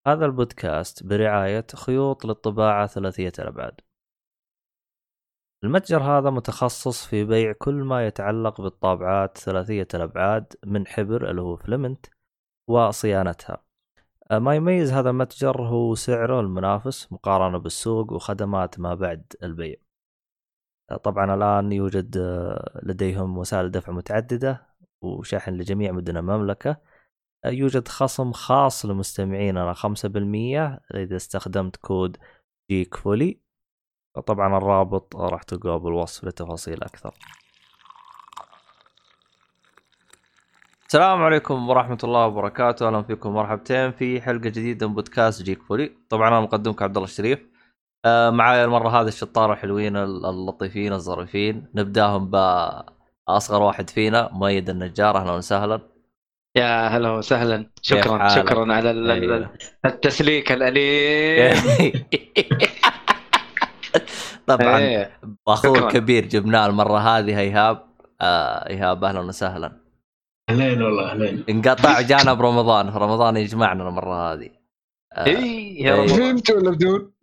هذا البودكاست برعاية خيوط للطباعة ثلاثية الأبعاد. المتجر هذا متخصص في بيع كل ما يتعلق بالطابعات ثلاثية الأبعاد من حبر اللي هو فلمنت وصيانتها. ما يميز هذا المتجر هو سعره المنافس مقارنة بالسوق وخدمات ما بعد البيع. طبعا الآن يوجد لديهم وسائل دفع متعددة وشحن لجميع مدن المملكة. يوجد خصم خاص لمستمعيننا 5% إذا استخدمت كود جيك فولي. طبعا الرابط راح تلقاه بالوصف لتفاصيل أكثر. السلام عليكم ورحمة الله وبركاته. أهلا فيكم مرحبتين في حلقة جديدة من بودكاست جيك فولي. طبعا أنا مقدمك عبد الله الشريف. معايا المرة هذه الشطار الحلوين اللطيفين الظريفين. نبداهم بأصغر واحد فينا مؤيد النجار. أهلا وسهلا. يا هلا وسهلا. شكرا على التسليك الأليم. طبعا أخوه كبير جبناه المرة هذه إيهاب. إيهاب أهلا وسهلا. أهلين والله أهلين. انقطع جانا برمضان، في رمضان يجمعنا المرة هذه. فهمت ولا بدون؟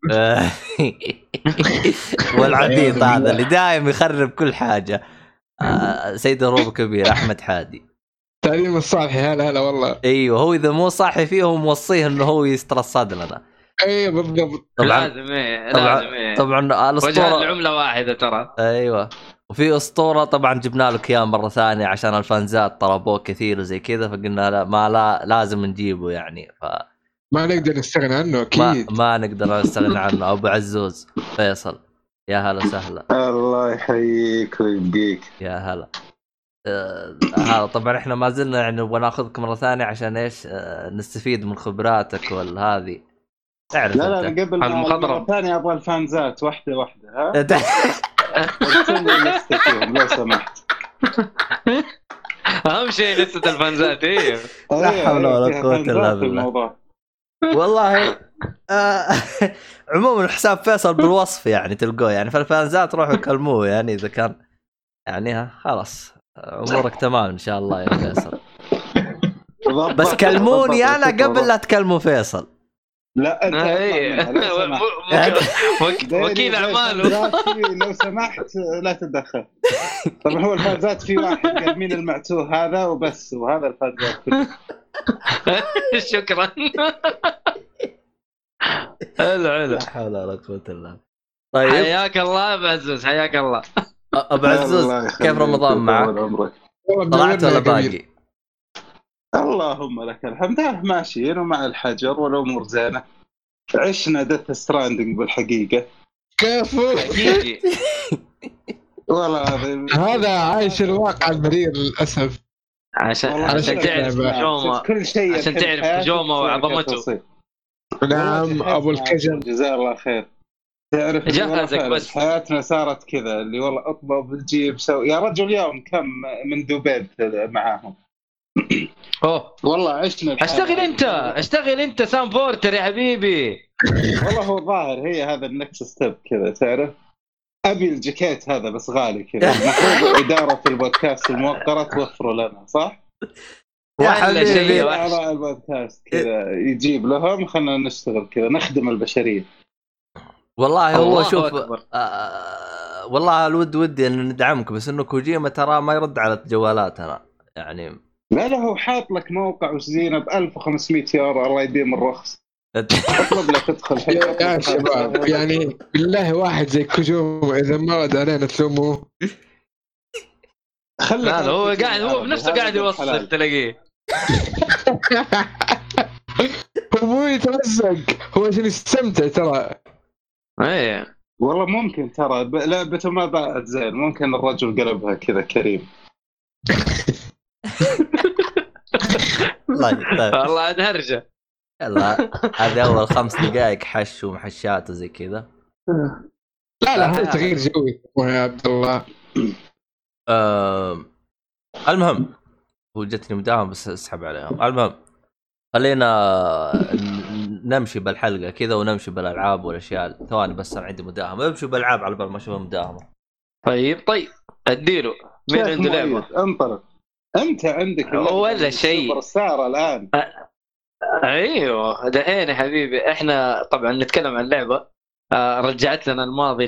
والعبيط هذا اللي دائم يخرب كل حاجة. سيد الروب كبير أحمد حادي. تعليم الصالحي. هلا والله. ايوه هو اذا مو صاحي فيه هو موصيه انه هو يسترصد لنا. ايوه بالضبط. طبعا الاسطوره العمله واحده ترى. ايوه وفي اسطوره طبعا جبنا لك اياه مره ثانيه عشان الفانزات طلبوه كثير وزي كذا فقلنا لا لازم نجيبه يعني ما نقدر نستغنى عنه اكيد. ما نقدر نستغنى عنه. ابو عزوز فيصل يا هلا وسهلا. الله يحييك ويبقيك. يا هلا. هذا طبعا احنا ما زلنا يعني نبغى ناخذك مره ثانيه عشان ايش نستفيد من خبراتك والهذه تعرف. لا قبل المره الثانيه ابغى الفانزات واحده ها لو سمحت. اهم شيء لسه الفانزات. ايوه لا حول ولا قوه الا بالله والله. عموما حساب فيصل بالوصف يعني تلقوه يعني في الفانزات روحوا كلموه يعني اذا كان يعني خلاص امورك تمام ان شاء الله يا فيصل. بس كلموني انا قبل لا تكلموا فيصل. لا وكيل اعماله لو سمحت لا تتدخل. طبعا هو الفانزات في واحد قال مين المعتوه هذا وبس وهذا الفانزات كله. شكرا. حلو لا حول ولا قوه الا. طيب حياك الله ابو عزوز. حياك الله ابو عزوز. كيف رمضان معك؟ طلعت ولا باقي؟ اللهم لك الحمد. ماشيين ومع الحجر والامور زينه. عشنا ديث ستراندنج بالحقيقه. كيف والله هذا عايش الواقع المرير للاسف. عشان تعرف كل شيء عشان تعرف جوما وعظمته. نعم ابو الكجل جزاه الله خير. تعرف جهزك بس حياتنا صارت كذا اللي والله اطبخ بتجيب سوي يا رجل. اليوم كم من دبيت معاهم. والله عشنا. اشتغل انت سام بورتر يا حبيبي. والله هو ظاهر هي هذا النكست ستيب كذا تعرف. ابي الجاكيت هذا بس غالي كذا. المفروض اداره البودكاست الموقره توفره لنا صح. وحل شيء اعضاء البودكاست كذا يجيب لهم خلنا نشتغل كذا نخدم البشريه. والله هو شوف والله ودي ان ندعمك بس انه كوجيما ترى ما يرد على جوالاتنا يعني. لا هو حاط لك موقع وزينه ب 1500 يورو الله يديم الرخص. اطلب لك تدخل يا شباب يعني بالله واحد زي كوجيما اذا ما رد علينا تلوموه. لا هو قاعد هو بنفسه قاعد يوصل تلاقيه. هو مو يتمزق هو عشان يستمتع ترى. ايه والله ممكن ترى لعبته ما بعد زين. ممكن الرجل قلبها كذا كريم. والله عاد هرجه. يلا هذا اول 5 دقائق حش ومحشات وزي كذا. لا هذا تغيير جوي يا عبد الله. المهم هو جتني مداهم بس اسحب عليهم. المهم خلينا نمشي بالحلقه كذا ونمشي بالالعاب والاشياء. ثواني بس انا عندي مداهمه. امشي بالالعاب على بال ما اشوف مداهمه. طيب اديله مين عنده لعبه؟ انطلق. انت عندك ولا شيء سوبر ستار الان. ايوه دحين يا حبيبي احنا طبعا نتكلم عن لعبه رجعت لنا الماضي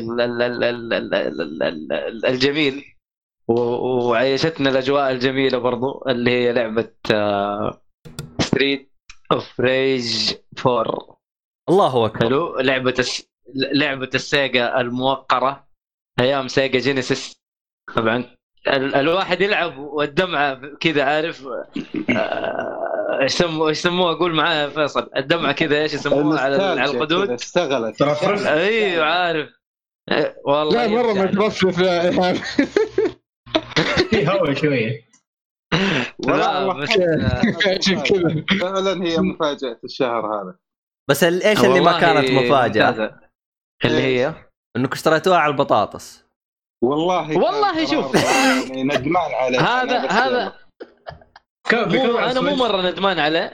الجميل وعيشتنا الاجواء الجميله برضو اللي هي لعبه ستريت اوف ريج 4. الله اكبر. حلو. لعبه السيجا الموقره ايام سيجا جينيسيس. طبعا الواحد يلعب والدمعه كذا عارف ايش يسموها اقول معايا فيصل الدمعه كذا ايش يسموها على الخدود اشتغلت. ايوه عارف والله. لا مره ما ترفرف يا ايهاب. في هوا شويه. لا بس عشان كذا فعلا هي مفاجاه الشهر هذا. بس ايش اللي ما كانت مفاجاه؟ اللي هي انك اشتريتوها على البطاطس. والله شوف يعني ندمان عليه. هذا انا مو مره ندمان عليه.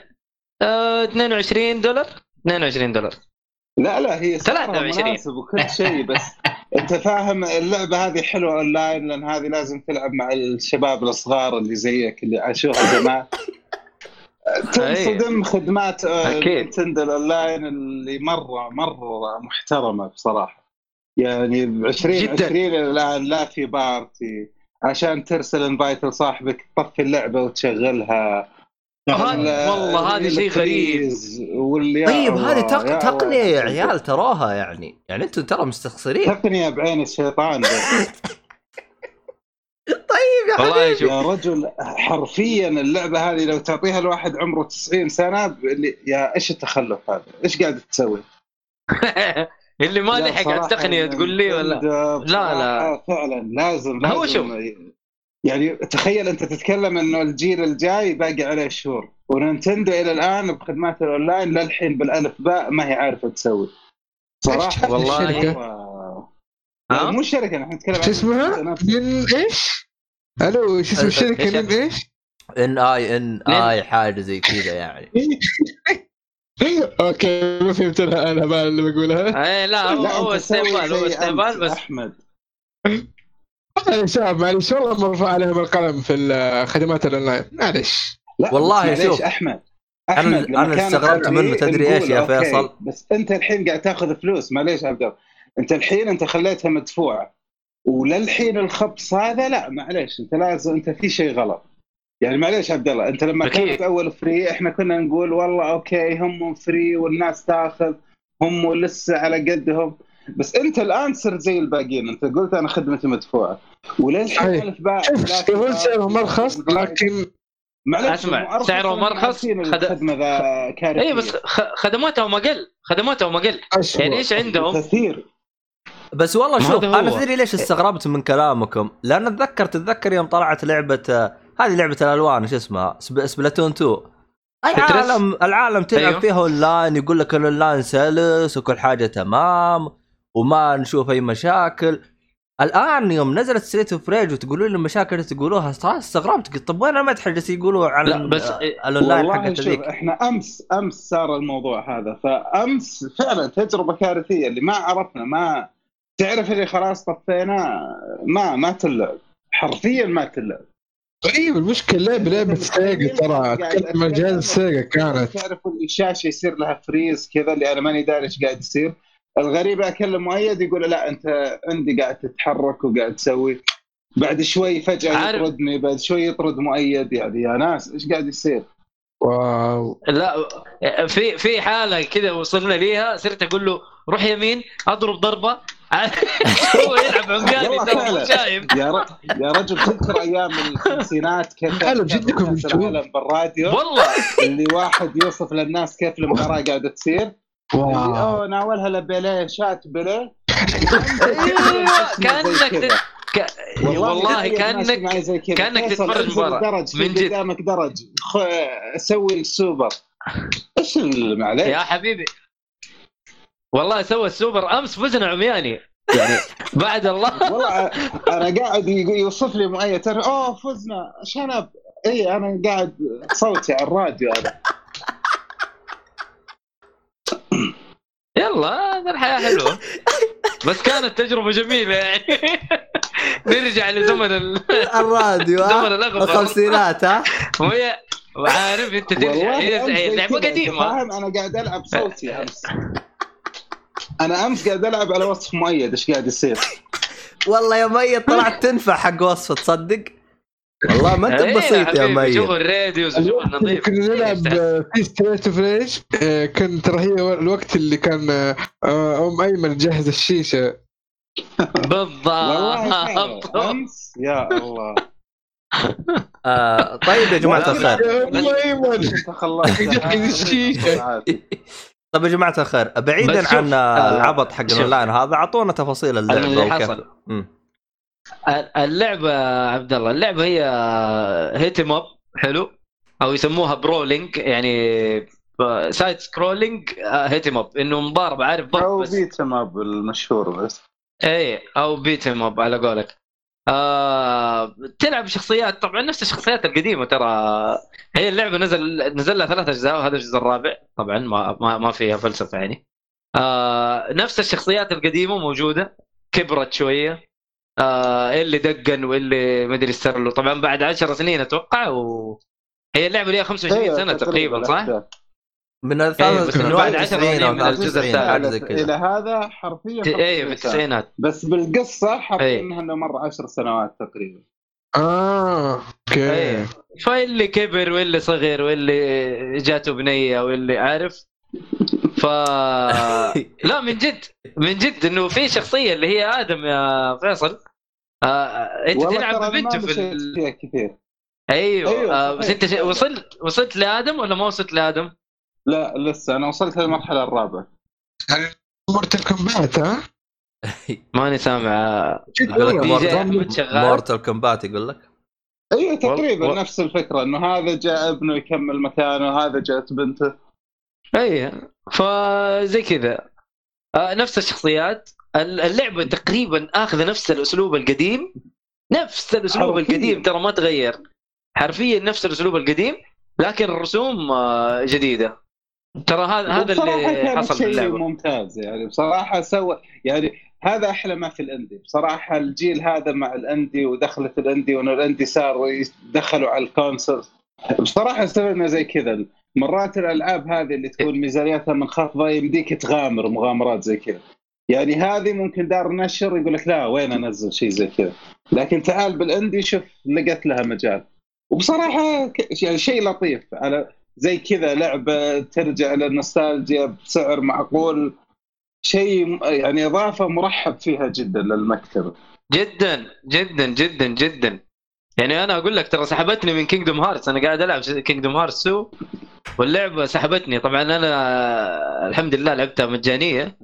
$22. لا هي 23 مناسب وكل شيء بس انت فاهم اللعبه هذه حلوه اونلاين لان هذه لازم تلعب مع الشباب الصغار اللي زيك اللي عاشوها زمان. تنصدم خدمات نينتندو اونلاين اللي مره محترمه بصراحه. يعني ب2020 الان لا في بارتي عشان ترسل انفايت لصاحبك تطفي اللعبه وتشغلها. والله هذا شيء غريب. طيب هذه تقنيه يا عيال تراها يعني انتم ترى مستخسرين. تقنيه بعين الشيطان. طيب يا رجل حرفيا اللعبه هذه لو تعطيها لواحد عمره 90 سنه اللي يا ايش التخلف هذا ايش قاعد تسوي؟ اللي ما لحق على التقنيه تقول لي ولا لا فعلا لازم هو شوف يعني تخيل انت تتكلم انه الجيل الجاي باقي عليه شهور ونينتندو الى الان بخدمات الاونلاين للحين بالالف باء ما هي عارفه تسوي صراحه. والله مو شركه نحن نتكلم عن شو اسمها من ايش الو شو اسم الشركه من ايش ان اي حاجه زي كذا يعني. اوكي ما فهمت لها انا بقى اللي بقولها. لا هو استقبال بس احمد يا شباب معلش والله مرفوع عليهم القلم في الخدمات الاونلاين معلش. والله شوف احمد انا استغربت منه تدري ايش يا فيصل؟ بس انت الحين قاعد تاخذ فلوس معليش عبد الله انت الحين انت خليتها مدفوعه وللحين الخبص هذا لا معليش انت لازم انت في شيء غلط يعني معليش عبد الله. انت لما كانت اول فري احنا كنا نقول والله اوكي هم فري والناس تاخذ هم لسه على قدهم بس انت الان صرت زي الباقيين. انت قلت انا خدمتي مدفوعه وللحين الف باء قلت سعره مرخص لكن اسمع سعره مرخص خدمه ذا كارثيه. اي بس خدماتهم اقل يعني ايش عندهم كثير. بس والله شوف انا تدري ليش استغربت من كلامكم لان تتذكر يوم طلعت لعبه هذه لعبه الالوان شو اسمها سبلاتون 2 العالم تلعب فيها اونلاين يقول لك الاونلاين سلس وكل حاجه تمام وما نشوف اي مشاكل. الان يوم نزلت ستريت اوف ريج وتقولوا لي المشاكل اللي تقولوها طبعا قلت طب وين المدح اللي يقولوا على الاونلاين حقت ذيك؟ احنا امس صار الموضوع هذا فامس فعلا تجربه كارثيه اللي ما عرفنا ما تعرف اللي خلاص طفينا ما تلعب حرفيا ما تلعب. طيب المشكله لعبه سيجا ترى كل مجال سيجا كانت تعرف الشاشه يصير لها فريز كذا اللي انا ماني داري ايش قاعد يصير. الغريب اكلم مؤيد يقول لا انت عندي قاعد تتحرك وقاعد تسوي بعد شوي فجاه يطردني بعد شوي يطرد مؤيد يعني يا ناس ايش قاعد يصير؟ واو لا في حاله كذا وصلنا ليها صرت اقول له روح يمين اضرب ضربه هو يلعب عمياني ترى شايف. يا رجل تذكر ايام الخمسينات كيف قالوا جدكم العالم بالراديو والله اللي واحد يوصف للناس كيف المباراه قاعده تصير واو ناولها لبيليه شات بيليه كانك والله كانك تتفرج مباراه من جد قدامك درج سوي السوبر ايش معليش يا حبيبي والله سوى السوبر امس فزنا عمياني يعني بعد الله والله انا قاعد يوصف لي مؤيد فزنا شنب انا قاعد صوتي على الراديو هذا. يلا هذا الحياه حلوه بس كانت تجربه جميله يعني نرجع لزمن الراديو زمن الخمسينات عارف انت ترجع هي لعبه قديمه. فاهم انا قاعد العب صوتي امس. انا امس قاعد العب على وصف مؤيد ايش قاعد يصير. والله يا ميت طلعت تنفع حق وصفه تصدق والله ما انت بسيط يا ميت. شوف الراديو شوف النظيف. كنا نلعب في ستريت اوف ريج. كنت رهي الوقت اللي كان ام ايمن جهز الشيشه بالضبط. امس يا الله. طيب يا جماعه الخير ام ايمن جهز الشيشه. طيب يا جماعه الخير بعيدا عن العبط حق الاونلاين هذا اعطونا تفاصيل اللعبه. اللعبه عبد الله اللعبه هي هيتم اب حلو او يسموها برولينج يعني سايد سكرولينج هيتم اب انه مضارب عارف ضرب او بس بيتم اب المشهور بس اي او بيتم اب على قولك. تلعب شخصيات طبعا نفس الشخصيات القديمه ترى. هي اللعبه نزل لها 3 أجزاء وهذا الجزء الرابع طبعا ما فيها فلسفه يعني. نفس الشخصيات القديمه موجوده كبرت شويه. اللي دقن واللي ما ادري استر له طبعا بعد 10 سنين اتوقع وهي اللعبه ليها 25 سنه تقريبا صح من بس بعد 10 سنين من الجزء الثالث الى هذا حرفيا ايه في التسعينات بس بالقصه حرفيا انه مر 10 سنوات تقريبا. اوكي. فاللي كبر واللي صغر واللي جاته بنيه واللي عارف لا من جد انه في شخصيه اللي هي ادم يا فيصل. انت تلعب ببنته فيها كثير. ايوه بس انت وصلت لادم ولا ما وصلت لادم؟ لا لسه انا وصلت للمرحله الرابعه. مورتال كومبات ها ماني سامع. مورتال كومبات يقول لك ايوه تقريبا نفس الفكره انه هذا جاء ابنه يكمل مكانه وهذا جاءت بنته. ايوه فزي كذا نفس الشخصيات. اللعبه تقريبا اخذ نفس الاسلوب القديم القديم ترى ما تغير حرفيا نفس الاسلوب القديم لكن الرسوم جديده ترى. هذا اللي حصل في اللعبه ممتاز يعني بصراحه سوى يعني هذا احلى ما في الاندي بصراحه. الجيل هذا مع الاندي ودخلت الاندي وان الاندي صاروا يدخلوا على الكونسول بصراحه سوينا زي كذا. مرات الالعاب هذه اللي تكون ميزانيتها منخفضه يمديك تغامر مغامرات زي كذا يعني. هذه ممكن دار نشر يقول لك لا وين انزل شيء زي كذا لكن تعال بالاندي شوف لقيت لها مجال. وبصراحه يعني شيء لطيف على زي كذا لعبه ترجع للنوستالجيا بسعر معقول. شيء يعني اضافه مرحب فيها جدا للمكتبه جدا جدا جدا جدا. يعني انا اقول لك ترى سحبتني من كينجدوم هارتس. انا قاعد العب كينجدوم هارتس 2 واللعبه سحبتني. طبعا انا الحمد لله لعبتها مجانيه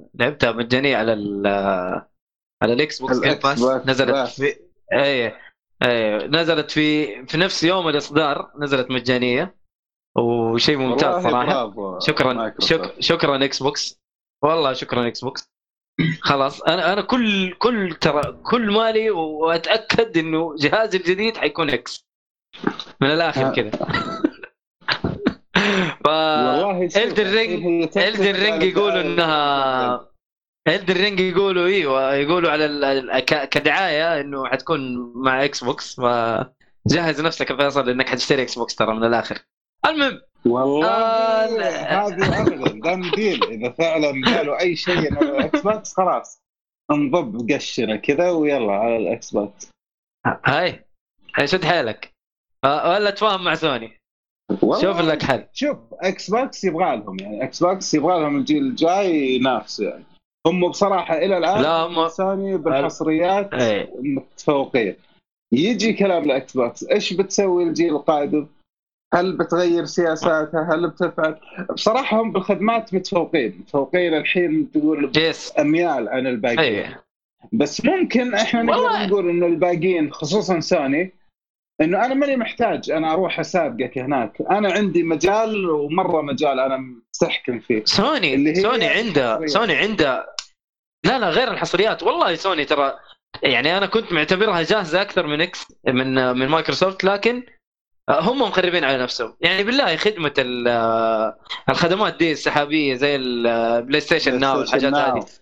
على الاكس بوكس جيم باس. نزلت في نزلت في نفس يوم الاصدار نزلت مجانيه وشيء ممتاز صراحه. شكرا اكس بوكس والله شكرا اكس بوكس. خلاص انا كل مالي واتاكد انه جهازي الجديد حيكون اكس من الاخر كذا. والله إلدر رينج يقولوا انها إلدر رينج يقولوا على كدعايه انه حتكون مع اكس بوكس. فجهز نفسك يا فيصل انك حتشتري اكس بوكس ترى من الاخر. المهم والله هذه ابدا دام ديل اذا فعلا قالوا اي شيء على الاكس بوكس خلاص انضب قشنا كذا ويلا على الاكس بوكس. هاي شد حيلك ولا تفاهم مع سوني. شوف لك حل. شوف اكس بوكس يبغى لهم يعني اكس بوكس يبغى لهم الجيل الجاي ينافسوا يعني. هم بصراحه الى الان سوني بالحصريات متفوقين. يجي كلام الاكس بوكس ايش بتسوي الجيل القادم؟ هل بتغير سياساتها؟ هل بتفعل؟ بصراحه هم بالخدمات متفوقين الحين تقول اميال عن الباقيين. بس ممكن احنا نقدر نقول انه الباقيين خصوصا سوني انه انا ماني محتاج انا اروح اسابقك هناك. انا عندي مجال ومره مجال انا مستحكم فيه. سوني عنده لا غير الحصريات. والله سوني ترى يعني انا كنت معتبرها جاهزه اكثر من اكس من مايكروسوفت لكن هم مخربين على نفسهم. يعني بالله خدمه الخدمات دي السحابيه زي البلاي ستيشن ناو والحاجات هذه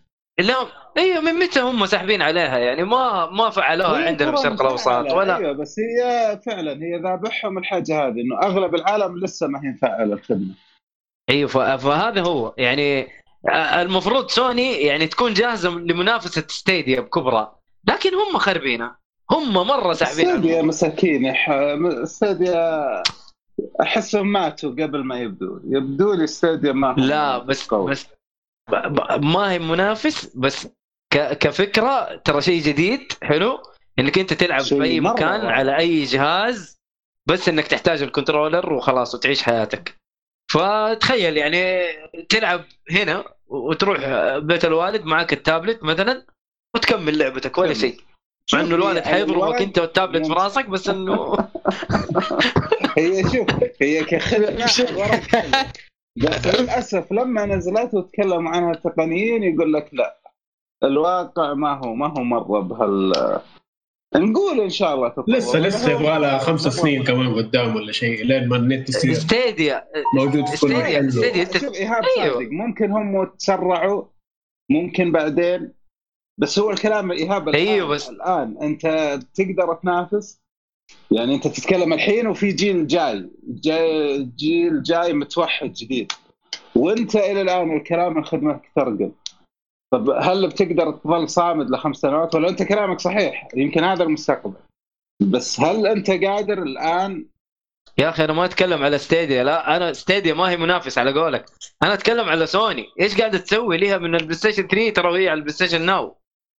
لا ايوه من متى هم ساحبين عليها يعني ما فعلوها هي عندنا ترى بالشرق الاوسط مفعلة، ولا ايوه بس هي فعلا هي ذابحهم الحاجه هذه انه اغلب العالم لسه ما هي مفعله الخدمه. ايوه فهذا هو يعني المفروض سوني يعني تكون جاهزه لمنافسه ستيديا بكبرى، لكن هم خربينها، هم مره ساحبين على استوديا الموضوع. مساكين استوديا احسهم ماتوا قبل ما يبدوا لي استوديا ما هم لا بس قوي. بس ما هي منافس، بس كفكره ترى شيء جديد حلو انك انت تلعب شيء في اي مرة مكان رائع. على اي جهاز، بس انك تحتاج الكنترولر وخلاص وتعيش حياتك. فتخيل يعني تلعب هنا وتروح بيت الوالد معك التابلت مثلا وتكمل لعبتك ولا شيء، مع انه الوالد حيضربك انت والتابلت في راسك، بس انه هي شوف هي كخدمة ورق حلو. بس للأسف لما نزلت وتكلموا عنها التقنيين يقول لك لا الواقع ما هو مرة بهال. نقول إن شاء الله تطور. لسه يبغى لها 5 سنين كمان قدام ولا شيء لين ما النت يصير ستيديا موجود في كل محل. ستيديا شوف إيهاب أيوه. صادق ممكن هم تسرعوا ممكن بعدين، بس هو الكلام إيهاب أيوه بس الآن أنت تقدر تنافس يعني. أنت تتكلم الحين وفي جيل جاي متوحد جديد، وأنت إلى الآن الكلام عن خدمتك ترقل. طب هل بتقدر تظل صامد ل5 سنوات؟ ولا أنت كلامك صحيح يمكن هذا المستقبل، بس هل أنت قادر الآن؟ يا أخي أنا ما أتكلم على ستيديا، لا أنا ستيديا ما هي منافس على قولك، أنا أتكلم على سوني إيش قاعدة تسوي ليها من البلاي ستيشن 3 ترى وهي على البلاي ستيشن ناو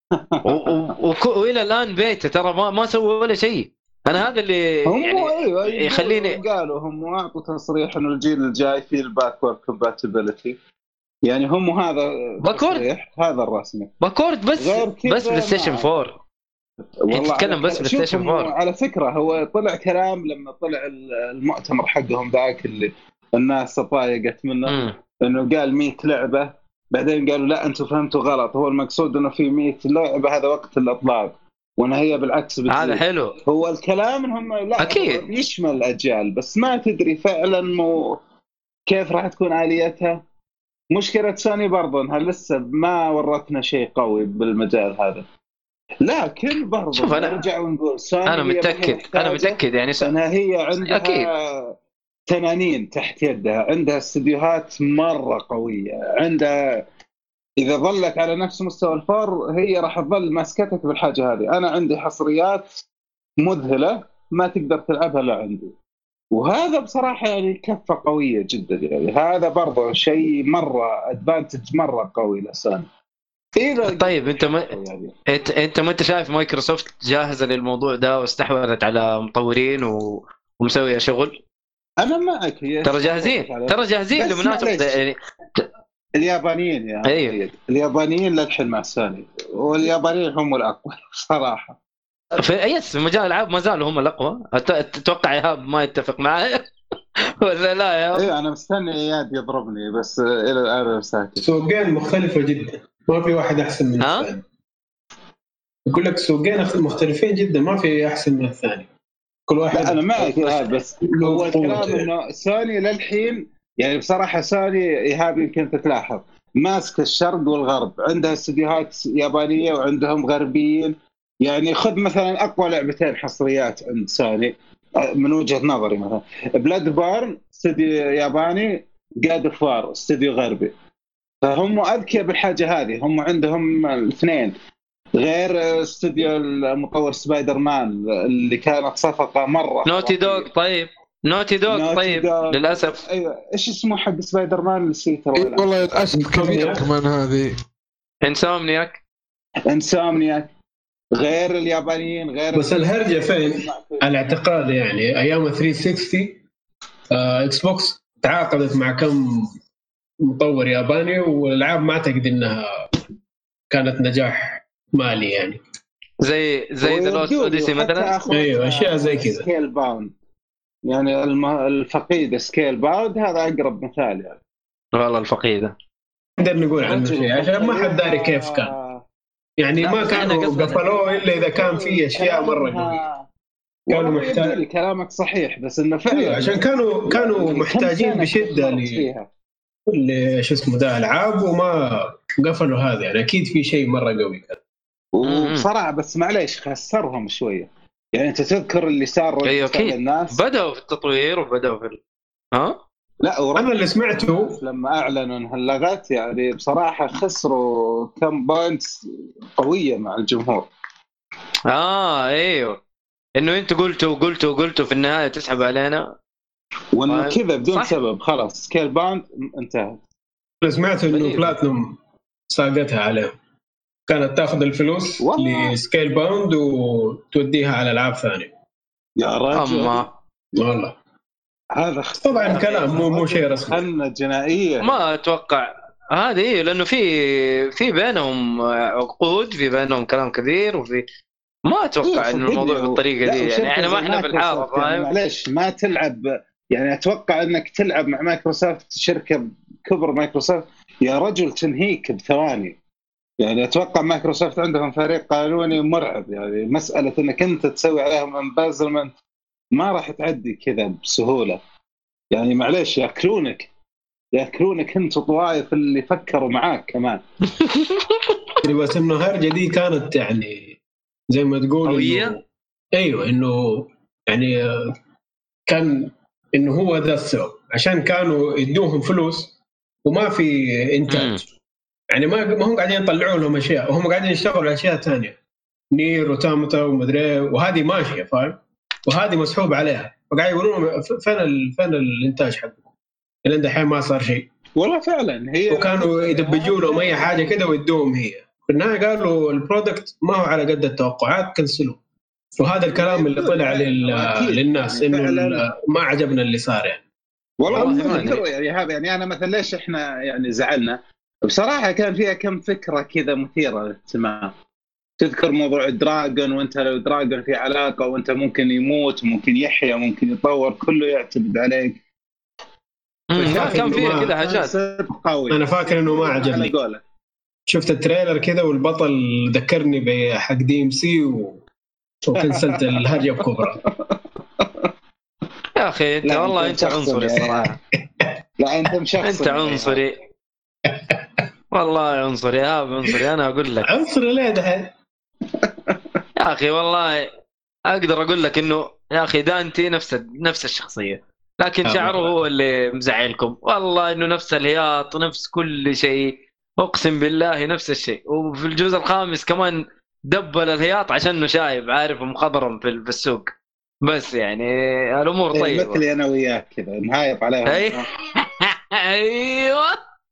وإلى الآن بيته ترى ما سووا ولا شيء. أنا هذا اللي هم يعني أيوة يخليني قالوا هم أعطوا تصريح إنه الجيل الجاي فيه الباكورد كومباتيبلتي، يعني هم هذا تصريح هذا الرسمي باكورد بس بلاي ستيشن 4. والله تتكلم بس بلاي ستيشن 4. على فكرة هو طلع كلام لما طلع المؤتمر حقهم ذاك اللي الناس طايقت منه انه قال 100 لعبة، بعدين قالوا لا انتم فهمتوا غلط، هو المقصود انه في 100 لعبة هذا وقت الاطلاق، وانا هي بالعكس بتزيد. هذا حلو هو الكلام انهم لا اكيد يشمل الاجيال، بس ما تدري فعلا كيف راح تكون آليتها. مشكلة سوني برضو انها لسه ما ورتنا شيء قوي بالمجال هذا، لكن برضو شوف نرجع ونقول سوني انا متأكد يعني انها هي عندها أكيد. تنانين تحت يدها، عندها استديوهات مرة قوية، عندها إذا ظلت على نفس مستوى الفار هي راح تظل ماسكتك بالحاجة هذه. أنا عندي حصريات مذهلة ما تقدر تلعبها لا عندي، وهذا بصراحة يعني كفة قوية جدا، يعني هذا برضو شيء مرة أدفانتج مرة قوي لسوني. طيب انت ما انت شايف مايكروسوفت جاهزة للموضوع ده واستحوذت على مطورين ومسوية شغل؟ أنا معك، ترى جاهزين لمنافسة يعني اليابانيين يعني أيوه. اليابانيين للحين مع سوني، واليابانيين هم الأقوى صراحة في مجال الألعاب ما زالوا هم الأقوى. أتوقع إيهاب ما يتفق معي ولا لا يا ايه انا مستني اياد يضربني بس الى الان ساكت. سوقين مختلفة جدا، ما في واحد احسن من الثاني. اقول لك سوقين مختلفين جدا، ما في احسن من الثاني، كل واحد. انا معك بس هو الكلام انه سوني للحين يعني بصراحه سوني ايهاب يمكن تلاحظ ماسك الشرق والغرب، عندها استديوهات يابانيه وعندهم غربيين. يعني خذ مثلا اقوى لعبتين حصريات عند سوني من وجهة نظري، مثلا بلاد بارن استوديو ياباني، جاد اوف وار استوديو غربي، فهم اذكياء بالحاجه هذه. هم عندهم الاثنين، غير استوديو المطور سبايدر مان اللي كانت صفقه مره نوتي دوغ. طيب نوتي دوغ طيب للاسف ايوه ايش اسمه حق سبايدر مان نسيته والله للاسف كبير كمان هذه انسومنياك غير اليابانيين غير. بس الهرجة فين الاعتقاد يعني ايام 360 اكس بوكس تعاقدت مع كم مطور ياباني والالعاب ما اعتقد انها كانت نجاح مالي، يعني زي ذا لوست اوديسي مثلا. ايوه اشياء زي كذا. سكيل باوند يعني الفقيد سكيل باوند هذا اقرب مثال يعني. والله الفقيده نقدر نقول عنه شيء عشان ما حد داري كيف كان، يعني ما كانوا قفلوه الا اذا كان في اشياء مره قويه كانوا محتاجين. كلامك صحيح بس انه فعلا عشان كانوا محتاجين بشده اللي شو اسمه ده العاب وما قفلوا هذا، يعني اكيد في شيء مره قوي كان. وبصراحه بس معليش خسرهم شويه. يعني انت تذكر اللي صار ايوه اكيد الناس بدأوا في التطوير وبدأوا في ها لا انا اللي سمعته لما اعلنوا انها لغت، يعني بصراحه خسروا كم بوينتس قويه مع الجمهور. ايوه انه انتوا قلتوا في النهايه تسحب علينا، وانه كذا بدون صح. سبب خلاص سكيل باوند انتهت. انا سمعت انه طيب. بلاتنوم ساقتها عليهم، كانت تاخذ الفلوس والله. لسكيل باوند وتوديها على العاب ثانيه. يا رجل اما والله هذا طبعا كلام مو شيء رسمي. خلنا جنائيه. ما اتوقع هذه إيه، لانه في بينهم عقود، في بينهم كلام كثير، وفي ما اتوقع انه الموضوع بالطريقه دي. يعني احنا ما احنا في الحاره فاهم. معليش ما تلعب، يعني اتوقع انك تلعب مع مايكروسوفت شركه كبر مايكروسوفت يا رجل تنهيك بثواني. يعني اتوقع مايكروسوفت عندهم فريق قانوني مرعب، يعني مساله انك انت تسوي عليهم امبازلمنت ما راح تعدي كذا بسهوله. يعني معليش ياكلونك انت طوائف اللي فكروا معاك كمان. بس انه هرجه دي كانت يعني زي ما تقول إنه ايوه انه يعني كان انه هو ذا السبب، عشان كانوا يدوهم فلوس وما في انتاج. يعني ما هم قاعدين يطلعوا لهم اشياء وهم قاعدين يشتغلوا على اشياء ثانيه، نير وتامتا ومدري، وهذه ماشيه فاهم، وهذه مسحوب عليها، فقاعد يقولون فين الانتاج حقكم اللي دحين ما صار شيء. والله فعلا هي وكانوا يدبجوا لهم اي حاجه كده ويدوهم هي. في النهايه قالوا البرودكت ما هو على قد التوقعات، كنسلوا. وهذا الكلام اللي طلع للناس يعني انه ما عجبنا اللي صار يعني. والله يعني هذا يعني انا مثلا ليش احنا يعني زعلنا بصراحه، كان فيها كم فكره كذا مثيره للاهتمام. تذكر موضوع الدراجون، وانت لو دراجون في علاقه وانت ممكن يموت ممكن يحيا ممكن يطور، كله يعتمد عليك. كان فيها كذا حاجات انا فاكر انه ما عجبني. شفت التريلر كذا والبطل ذكرني بحق دي ام سي وكنسلت الهرجه بكبرى. يا اخي انت والله انت عنصري صراحه. لا انت مشخصن، انت عنصري والله عنصري. عنصري انا اقول لك عنصري ليه دحين يا اخي. والله اقدر اقول لك انه يا اخي دانتي نفس الشخصيه، لكن شعره هو اللي مزعلكم. والله انه نفس الهياط ونفس كل شيء، اقسم بالله نفس الشيء. وفي الجزء الخامس كمان دبل الهياط عشانه شايب عارف مخضرم في السوق. بس يعني الامور طيبه مثلي انا وياك كذا نهايط عليهم. ايوه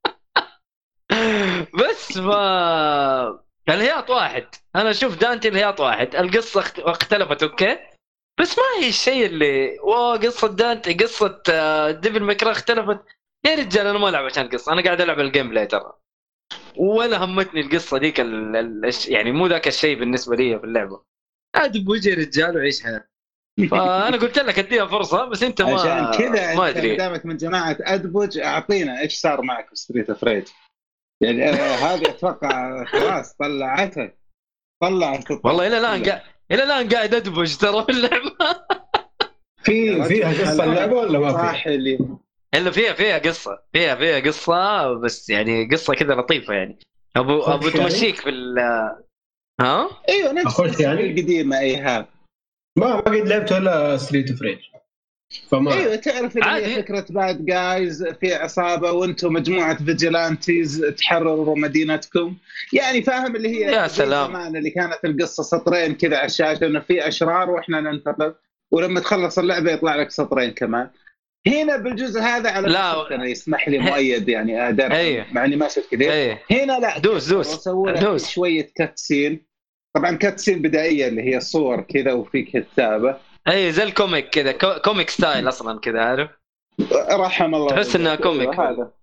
بس ما الهياط واحد. انا اشوف دانتي الهياط واحد، القصه اختلفت اوكي، بس ما هي الشيء اللي قصه دانتي قصه ديفل ماكرا اختلفت. يا رجال انا ما العب عشان القصه، انا قاعد العب الجيم بلاي ترى، ولا همتني القصه ديك يعني مو ذاك الشيء بالنسبه لي في اللعبه. ادب وجه رجال وعيش حياتك. فانا قلت لك اديها فرصه، بس انت ما عشان كذا ما ادري دامك من جماعه ادبج اعطينا ايش صار معك في ستريت اوف ريج. يعني هذه اتوقع خلاص طلعت والله الى الان قاعد ادبج ترى في اللعبه. فيها قصه اللعبه ولا ما فيها؟ الا فيها قصه بس يعني قصه كذا لطيفه يعني. ابو تمشيك في ها ايوه نفس يعني القديمه ايهاب. ما قد لعبت ولا ستريت اوف ريج. ايوه تعرف اللي هي فكره باد جايز في عصابه وانتم مجموعه فيجيلانتيز تحرروا مدينتكم، يعني فاهم اللي هي يا سلام اللي كانت القصه سطرين كذا على الشاشه انه في اشرار واحنا ننتقم، ولما تخلص اللعبه يطلع لك سطرين كمان. هنا بالجزء هذا على أنا يسمح لي مؤيد يعني ادر مع اني ما شفت كذا. هنا لا دوس شويه كاتسين، طبعا كاتسين بدائيه اللي هي صور كذا وفي كتابه زي الكوميك كذا، كوميك ستايل اصلا كذا عارف، رحم الله تحس انها كوميك هذا.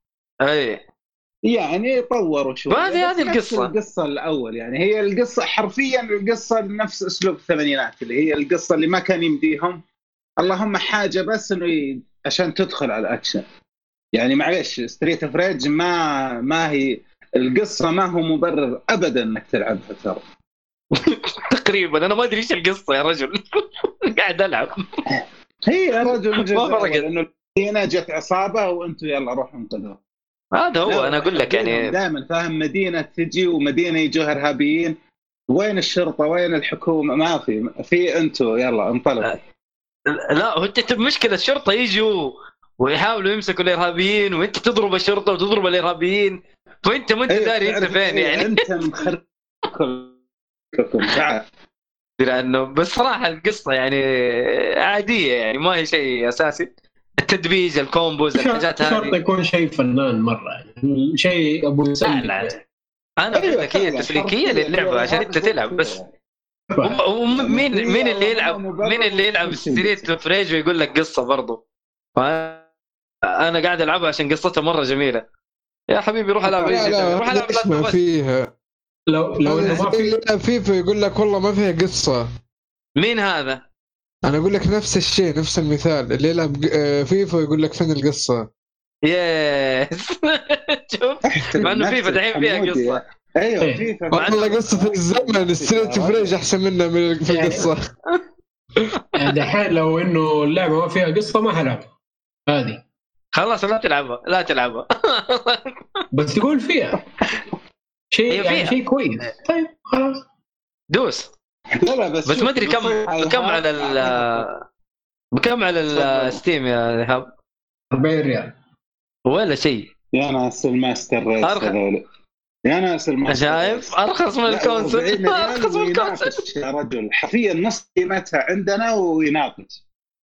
يعني طوروا شوي هذه القصه الاول، يعني هي القصه حرفيا القصه نفس اسلوب الثمانينات اللي هي القصه اللي ما كان يمديهم، اللهم حاجه بس انه عشان تدخل على الاكشن. يعني معلش ستريت اوف ريج ما هي القصه ما هو مبرر ابدا انك تلعبها ترى. تقريبا انا ما ادري ايش القصه يا رجل. قاعد العب هي رجل انه هنا جت عصابه وانتم يلا روحوا انقذوا. هذا هو انا اقول لك يعني دائما فاهم مدينه تجي ومدينه يجوها ارهابيين، وين الشرطه وين الحكومه؟ ما في انتو يلا انطلق. لا انت مشكله الشرطه يجوا ويحاولوا يمسكوا الارهابيين وانت تضرب الشرطه وتضرب الارهابيين وانت ما انت داري انت فين يعني انت مخرب لانه بصراحه القصه يعني عاديه يعني ما هي شيء اساسي. التدبيج الكومبوز الحاجات هذه شرط يكون شيء فنان مره يعني شيء ابو يسلي. انا اقول لك هي تسليكيه للعبه عشان انت تلعب بس. مين اللي يلعب ستريت اوف ريج ويقول لك قصه برضو؟ انا قاعد العبها عشان قصتها مره جميله يا حبيبي. روح العب روح العب ما فيها. لو انه ما في فيفا يقول لك والله ما فيها قصه. مين هذا؟ انا اقول لك نفس الشيء نفس المثال اللي يلعب فيفا يقول لك فين القصه. يس شوف مع انه فيفا دحين فيها قصه. ايوه فيفا والله قصه الزمن ستريت اوف ريج احسن منها في القصه. دحين لو انه اللعبه ما فيها قصه ما حلعبها هذه. خلاص لا تلعبها بس تقول فيها شيء يعني شيء كويس. طيب خلاص دوس. لا بس ما ادري بكم على الستيم يا ذهب؟ 40 ريال ولا شيء. يا ناس الماستر ريس هذول يا ناس الماستر شايف ارخص من الكونسل. ارخص من الكونسل يا رجل حرفيا نص قيمتها عندنا ويناقش.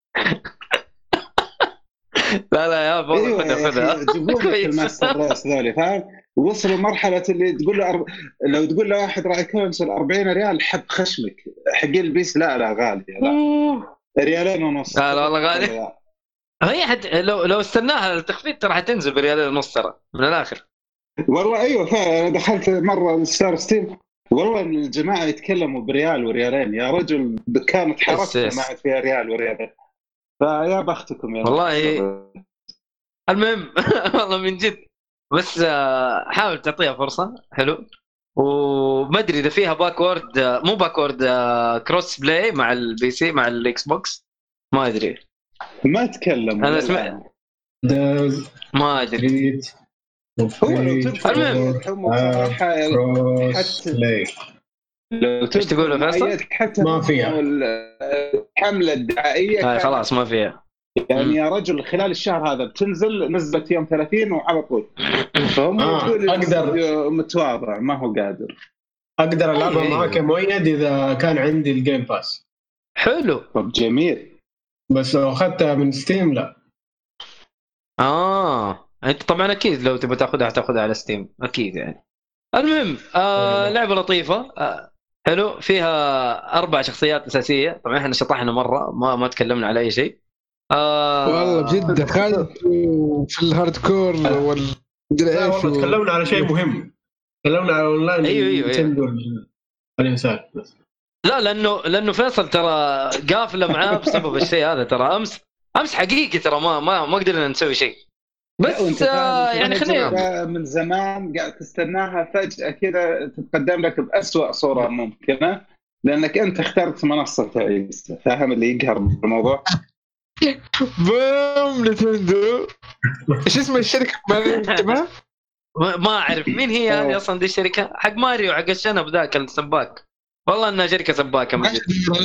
لا يا أيوة خذها جيبوا لك الماستر ريس ذولي فاهم. وصلوا مرحله اللي تقول له لو تقول له واحد راعي كونسل 40 ريال حب خشمك. حق البيس لا غالي لا ريالين ونص. لا والله غالي. هي حد لو استناها التخفيض ترى حتنزل بريالين ونص ترى من الاخر. والله ايوه فعلا دخلت مره الستار ستيم والله الجماعه يتكلموا بريال وريالين يا رجل. كانت حركه ما عاد فيها ريال وريالين. فيا بختكم يا والله. المهم والله من جد بس حاول تعطيها فرصه حلو. وما ادري اذا فيها باكورد مو باكورد كروس بلاي مع البي سي مع الاكس بوكس ما ادري. ما اتكلم انا سمعت ما ادري. هو لو تدخل صراحه لو تقول حتى ما فيها الحمله الدعائيه خلاص ما فيها يعني يا رجل. خلال الشهر هذا بتنزل نزلت يوم 30 وعلى طول. فهم اقدر متواضع ما هو قادر. اقدر العبها معك مؤيد اذا كان عندي الجيم باس. حلو طب جميل. بس لو اخذتها من ستيم لا. انت طبعا اكيد لو تبغى تاخذها على ستيم اكيد يعني. المهم لعبه لطيفه حلو. فيها 4 شخصيات اساسيه. طبعا احنا شطحنا مره ما تكلمنا على اي شيء. والله بجد دخلت في الهارد كور لا والله تكلمنا على شيء مهم. تكلمنا على اونلاين. ايوه الانسان بس. لا لانه فيصل ترى قافله معاه بسبب الشيء هذا. ترى امس حقيقي ترى ما قدرنا نسوي شيء. بس يعني خلينا من زمان قاعد تستناها فجأة كذا تتقدم لك بأسوأ صورة ممكنة لأنك أنت اخترت منصة تعيس. فاهم اللي يقهر بالموضوع. بوم نتندو. ايش اسم الشركة ما أعرف مين هي هذه أصلا. دي الشركة حق ماريو حق الشنب ذاك السباك. والله إنها شركة سباكة مجد.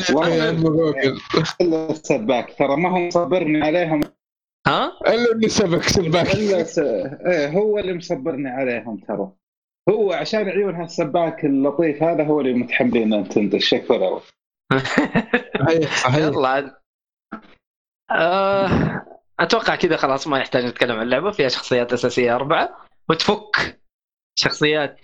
والله السباك ترى ما هو مصبرني عليهم. الا اني سباك هو اللي مصبرني عليهم ترى. هو عشان عيون هالسباك اللطيف هذا هو اللي متحملين نينتندو. الشكر صحيح. يلا اتوقع كذا خلاص ما يحتاج نتكلم عن اللعبه. فيها شخصيات اساسيه 4 وتفك شخصيات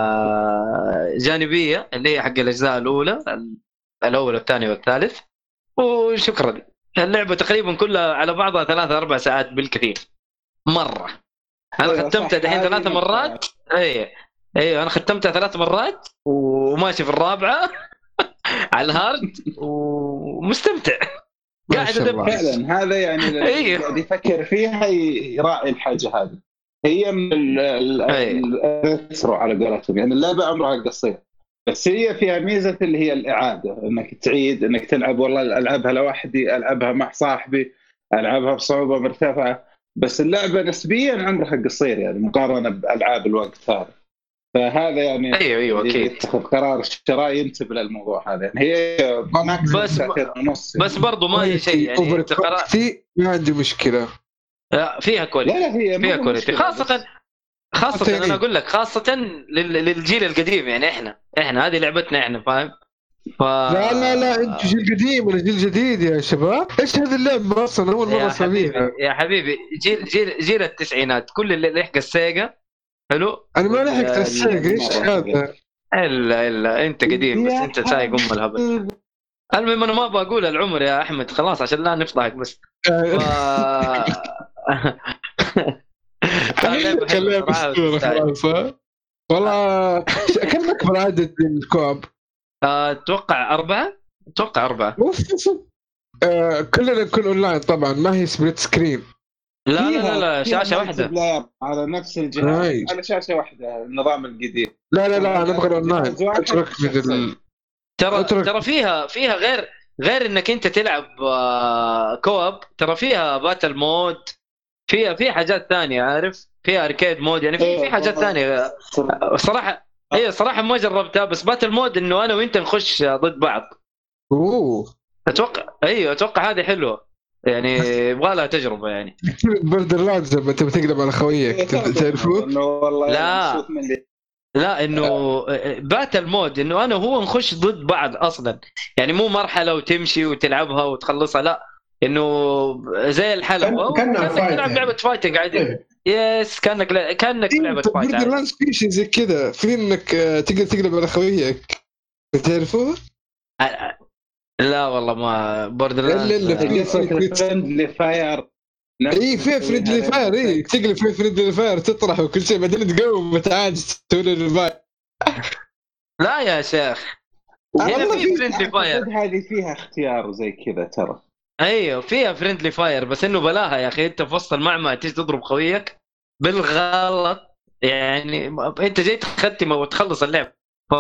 جانبيه اللي هي حق الاجزاء الاول والثاني والثالث. وشكرا. اللعبة تقريبا كلها على بعضها 3-4 ساعات بالكثير مرة. أنا ختمتها دحين 3 مرات. أيوة أنا ختمتها 3 مرات وماشي في الرابعة على الهارد ومستمتع. قاعد أدبس فعلا. هذا يعني اللي قاعد يفكر فيها يراعي الحاجة هذه. هي من الريترو على قولتهم يعني. اللعبة عمرها قصير بس هي فيها ميزة اللي هي الإعادة. إنك تعيد إنك تلعب. والله ألعبها لوحدي ألعبها مع صاحبي ألعبها بصعوبة مرتفعة. بس اللعبه نسبيا عمرها قصير يعني مقارنه بالعاب الوقت هذا. فهذا يعني ايوه اكيد يتخذ قرار الشراء ينتبه للموضوع هذا. يعني هي بس برضو ما هي شيء يعني انت قرار ما عندي مشكله. فيها كواليتي. لا هي فيها كواليتي خاصة أنا أقول لك خاصة للجيل القديم يعني إحنا هذه لعبتنا إحنا فاهم. لا أنت جيل قديم ولا جيل جديد يا شباب؟ إيش هذه اللعبة أصلا أول مرة أسمعها يا حبيبي جيل التسعينات كل اللي لحق السيجا حلو. أنا ما لحقت السيجا إيش هذا؟ إلا أنت قديم بس أنت سايق الهبل. المهم أنا ما بقول العمر يا أحمد خلاص عشان لا نفضحك بس. والله كم أكبر عدد الكوب؟ أتوقع 4. كلنا نكون أونلاين طبعا ما هي سبليت سكرين. لا شاشة واحدة على نفس الجهاز على شاشة واحدة النظام القديم. لا أنا أبغى أونلاين. ترى فيها غير انك انت تلعب كوب. ترى فيها باتل مود فيها حاجات ثانيه عارف. فيها اركيد مود يعني في حاجات ثانيه صراحه ما جربتها. بس باتل مود انه انا وانت نخش ضد بعض. اتوقع هذه حلوه يعني يبغى لها تجربه يعني. بوردرلاندز لما انت بتقلب على خويك تعرفوه. لا انه باتل مود انه انا وهو نخش ضد بعض اصلا يعني مو مرحله وتمشي وتلعبها وتخلصها. لا انه زي الحلبة كانك تلعب لعبه فايتنج عادي. يس كانك لعبه فايتنج. بوردرلاندز في شيء زي كذا في انك تقدر تقلب على خويك تعرفوه. لا والله ما بوردرلاندز فريندلي فاير. في فريندلي فاير تقلب في فريندلي فاير تطرح وكل شيء بعدين تقوم وتعاد تسوي الريفاير. لا يا شيخ والله في فريندلي فاير هذه فيها اختيار زي كذا ترى. ايوه فيها فريندلي فاير بس انه بلاها يا اخي. انت في وسط المعمعة تيجي تضرب خويك بالغلط يعني انت جاي تختمه وتخلص اللعب ف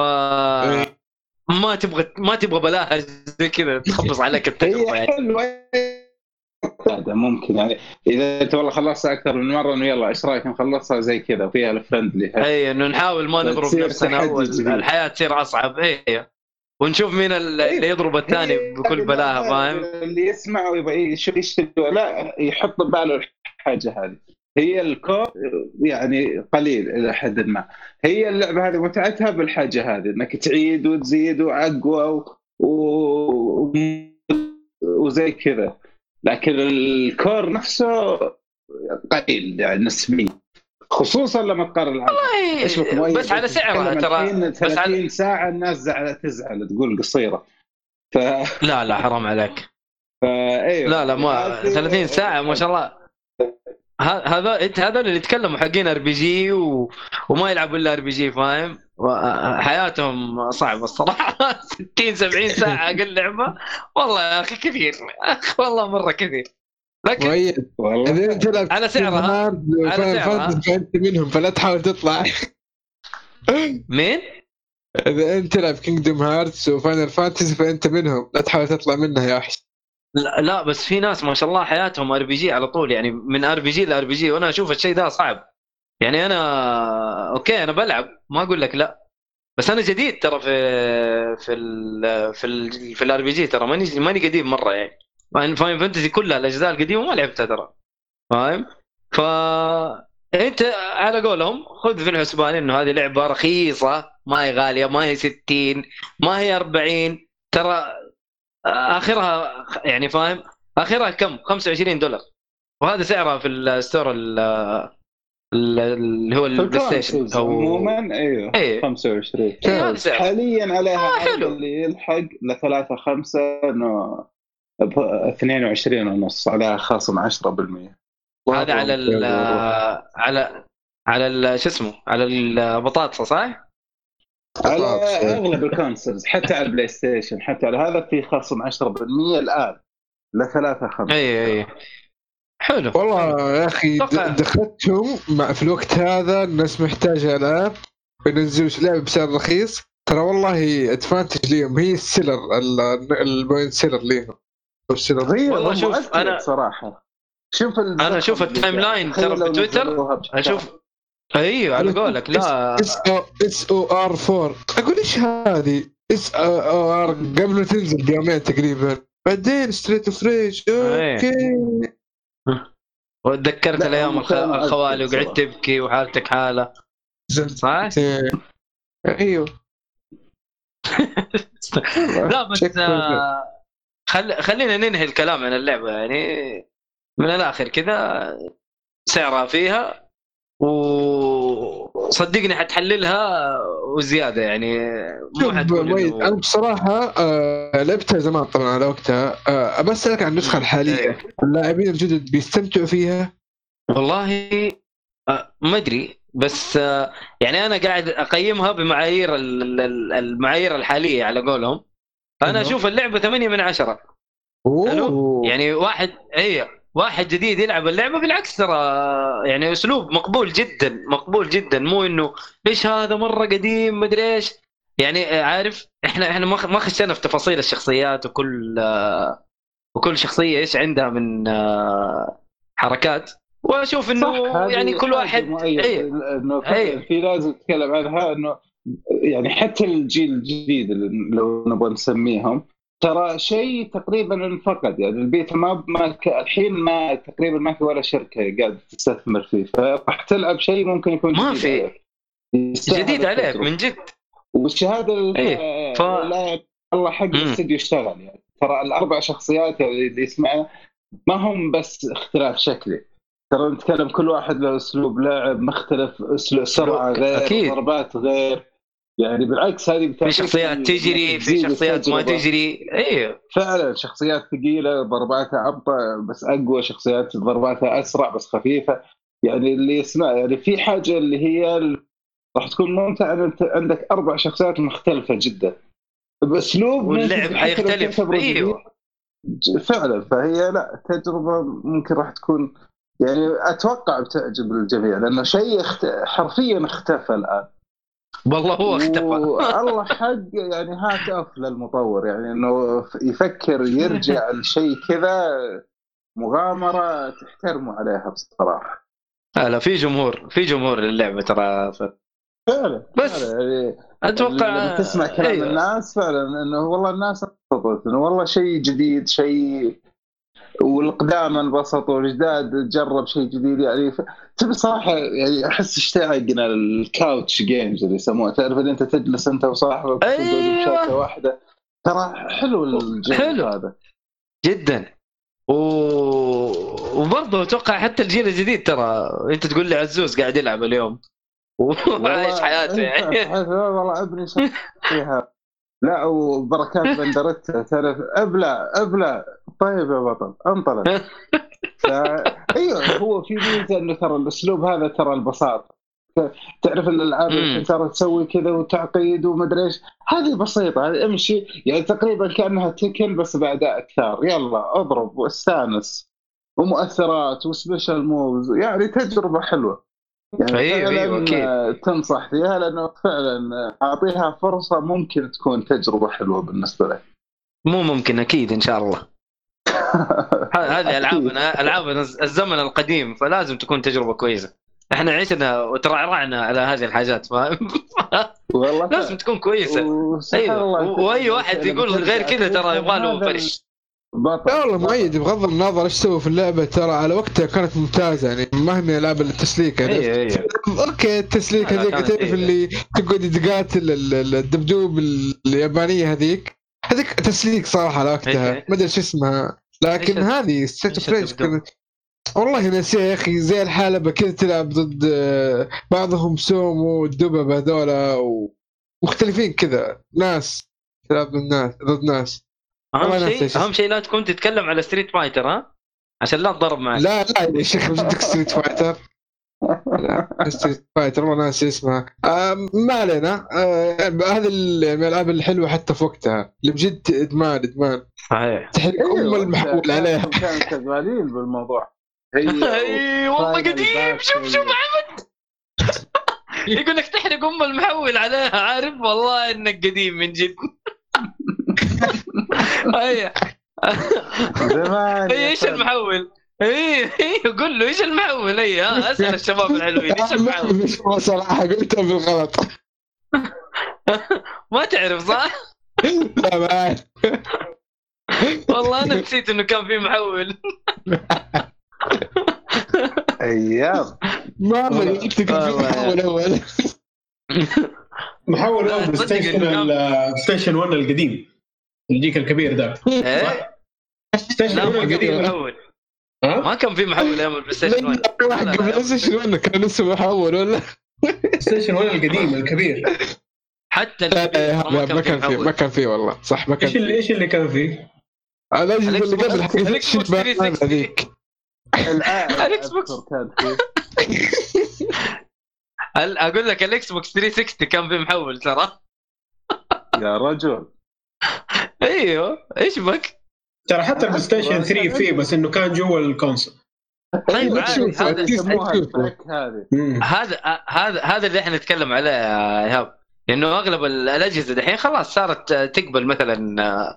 ما تبغى بلاها زي كذا تخبص عليك التجربه يعني. هذا ممكن يعني اذا انت والله خلصتها اكثر من مره انه يلا ايش رايك نخلصها زي كذا فيها الفريندلي. اي انه نحاول ما نضرب نفسنا والحياه تصير اصعب. ونشوف مين اللي يضرب الثاني بكل بلاها فاهم. اللي يسمع ويبغى يشتغل لا يحط بباله الحاجه هذه. هي الكور يعني قليل الى حد ما. هي اللعبه هذه متعتها بالحاجه هذه انك تعيد وتزيد واقوى وزي كذا. لكن الكور نفسه قليل يعني نسبيا خصوصا لما تقارن العاب. بس على سعرها ترى 30 ساعه الناس تزعل تقول قصيره. لا حرام عليك. لا ما 30 ساعه ما شاء الله. هذا اللي يتكلموا حقين ار بي جي وما يلعبوا الا ار بي جي فاهم. حياتهم صعبه الصراحه. 60-70 ساعه اقل لعبه والله يا اخي كثير. والله مره كثير. لكن على سعرها انت منهم فلا تحاول تطلع. مين؟ اذا انت تلعب كينجدوم هارتس وفاينل فانتسي فانت منهم لا تحاول تطلع منها يا وحش. لا بس في ناس ما شاء الله حياتهم ار بي جي على طول يعني من ار بي جي لار بي جي. وانا اشوف الشيء ده صعب يعني. انا اوكي انا بلعب ما اقول لك لا بس انا جديد ترى في الار بي جي ترى ماني قديم مره يعني. فاين فانتسي كلها الاجزاء القديمه ما لعبتها ترى فاهم. انت على قولهم خذ في الحسبان انه هذه لعبه رخيصه ما هي غاليه ما هي 60 ما هي 40 ترى اخرها يعني فاهم. اخرها كم $25 وهذا سعرها في الستور اللي هو البلاي ستيشن عموما. ايوه 25 حاليا عليها اللي يلحق ل 3-5 انه ب 22 ونص عليها خصم 10%. هذا على شو اسمه على البطاطس صح؟ على اغلب الكونسولز حتى على البلاي ستيشن حتى على هذا في خصم 10% الان ل 3-5. اي حلو والله يا اخي. دخلتهم في الوقت هذا الناس محتاجه العاب بينزلوا لعبه بسعر رخيص ترى والله ادفانتج ليهم. هي السيلر البوينت سيلر ليهم. والله شوف انا صراحه شوف انا اشوف التايم لاين ترى في تويتر اشوف ايوه على قولك لا SOR4 اقول ايش هذه SOR قبل ما تنزل بيومين تقريبا بعدين ستريت اوف ريج اوكي وتذكرت الايام الخوالي وقعدت تبكي وحالتك حاله صح؟ ايوه لا بس خلينا ننهي الكلام عن اللعبه يعني من الاخر كذا سعرها فيها وصدقني حتحللها وزياده يعني مو حتقول انا بصراحه لعبتها زمان طبعا على وقتها بسألك عن النسخه الحاليه اللاعبين الجدد بيستمتعوا فيها والله ما ادري بس يعني انا قاعد اقيمها بمعايير المعايير الحاليه على قولهم انا اشوف اللعبه 8 من 10 يعني واحد جديد يلعب اللعبه بالعكس ترى يعني اسلوب مقبول جدا مو انه ايش هذا مره قديم ما ادري ايش يعني عارف احنا ما خشينا في تفاصيل الشخصيات وكل شخصيه ايش عندها من حركات واشوف انه يعني كل واحد انه في لازم نتكلم عنها انه يعني حتى الجيل الجديد لو نبغى نسميهم ترى شيء تقريبا انفقد يعني البيت ما الحين ما تقريبا ما في ولا شركه قاعده تستثمر فيه فراح تلعب شيء ممكن يكون ما في جديد عليك من جد والشهاده لا الله حق الاستديو يشتغل يعني ترى الاربع شخصيات اللي يسمعنا ما هم بس اختلاف شكلي ترى نتكلم كل واحد له اسلوب لعب مختلف اسلوب سرعه غير ضربات غير يعني بالعكس هذه في شخصيات تجري في شخصيات ما تجري ايوه فعلا شخصيات ثقيله ضرباتها ابطا بس اقوى شخصيات ضرباتها اسرع بس خفيفه يعني اللي يسمع يعني في حاجه اللي هي راح تكون ممتعه انت عندك 4 شخصيات مختلفه جدا باسلوب واللعب حيختلف ايوه فعلا فهي لا تجربه ممكن راح تكون يعني اتوقع بتعجب الجميع لانه شيء حرفيا اختفى الان والله هو اختفى الله حق يعني هات اف للمطور يعني انه يفكر يرجع لشيء كذا مغامره تحترموا عليها بصراحه لا في جمهور للعبه ترى فعلا بس يعني اتوقع لما تسمع كلام الناس فعلا انه والله الناس انبسطت انه والله شيء جديد شيء والقدام انبسطوا والجداد تجرب شيء جديد يعني تبي صراحه يعني احس اشتاقنا الكاوتش جيمز اللي يسموها تعرف ان انت تجلس انت وصاحبك تقعدوا بشاشه واحده ترى حلو الجو هذا جدا وبرضه اتوقع حتى الجيل الجديد ترى انت تقول لي عزوز قاعد يلعب اليوم وعايش حياته يعني والله ابني فيها لا وبركات بندرتها تعرف ابلع طيب يا بطل انطلق ايوه هو في ميزه انه ترى الاسلوب هذا ترى البساطه تعرف الالعاب اللي ترى تسوي كذا وتعقيد ومدري ايش هذه بسيطه هذه امشي يعني تقريبا كانها تكن بس باعداء اكثر يلا اضرب واستانس ومؤثرات وسبيشال موفز يعني تجربه حلوه يعني ايوه تنصح فيها لانه فعلا اعطيها فرصه ممكن تكون تجربه حلوه بالنسبه لك مو ممكن اكيد ان شاء الله هذه العابنا الزمن القديم فلازم تكون تجربه كويسه احنا عشنا وترعرعنا على هذه الحاجات والله لازم تكون كويسه ايوه واي واحد يقول غير كذا ترى يبغى له فرش والله مؤيد بغض النظر ايش سووا في اللعبه ترى على وقتها كانت ممتازه يعني ما هي العاب التسليك يعني اوكي التسليك هذيك تعرف اللي تقعد تقاتل الدبدوب اليابانيه هذيك تسليك صراحه على وقتها ما ادري ايش اسمها لكن هذه ستريت فريش كانت والله ناسي يا اخي زي الحلبه كذا تلعب ضد بعضهم سومو الدبب هذولا ومختلفين كذا ناس تلعب ضد ناس اهم شيء لا تكون تتكلم على ستريت فايتر ها عشان لا تضرب معك لا يا شيخ بدك ستريت فايتر لا ستريت فايتر ما ناسي اسمها ما علينا هذه الالعاب الحلوه حتى في وقتها اللي بجد ادمان صحيح تحرق المحمول عليها كانوا شغالين بالموضوع اي والله قديم شوف محمد يقول لك تحرق المحول عليها عارف والله انك قديم من جد ايش المحول ايه يقول له ايش المحول؟ اي اسال الشباب الحلوين ايش المحول؟ مش صراحه قلتها بالغلط. ما تعرف صح؟ لا ما والله انا نسيت انه كان في محول. ايام ما قلت محول اول. محول بلاي ستيشن 1 القديم الجيك الكبير ده. ستيشن 1 القديم محول ما كان في محول ايام البلاي ستيشن 1. قبل ستيشن 1 كان اسمه محول ولا ستيشن 1 القديم الكبير حتى ما كان فيه والله صح. ما كان ايش اللي كان فيه؟ الاجهزه اللي قبل حق الاكس بوكس 360 هذيك. الاكس بوكس اقول لك الاكس بوكس 360 كان فيه محول ترى يا رجل. ايوه ايش بك؟ ترى حتى البلاي ستيشن 3 فيه بس انه كان جوا الكونسول. طيب هذا اللي احنا نتكلم عليه يا ايهاب، لانه اغلب الاجهزه الحين خلاص صارت تقبل مثلا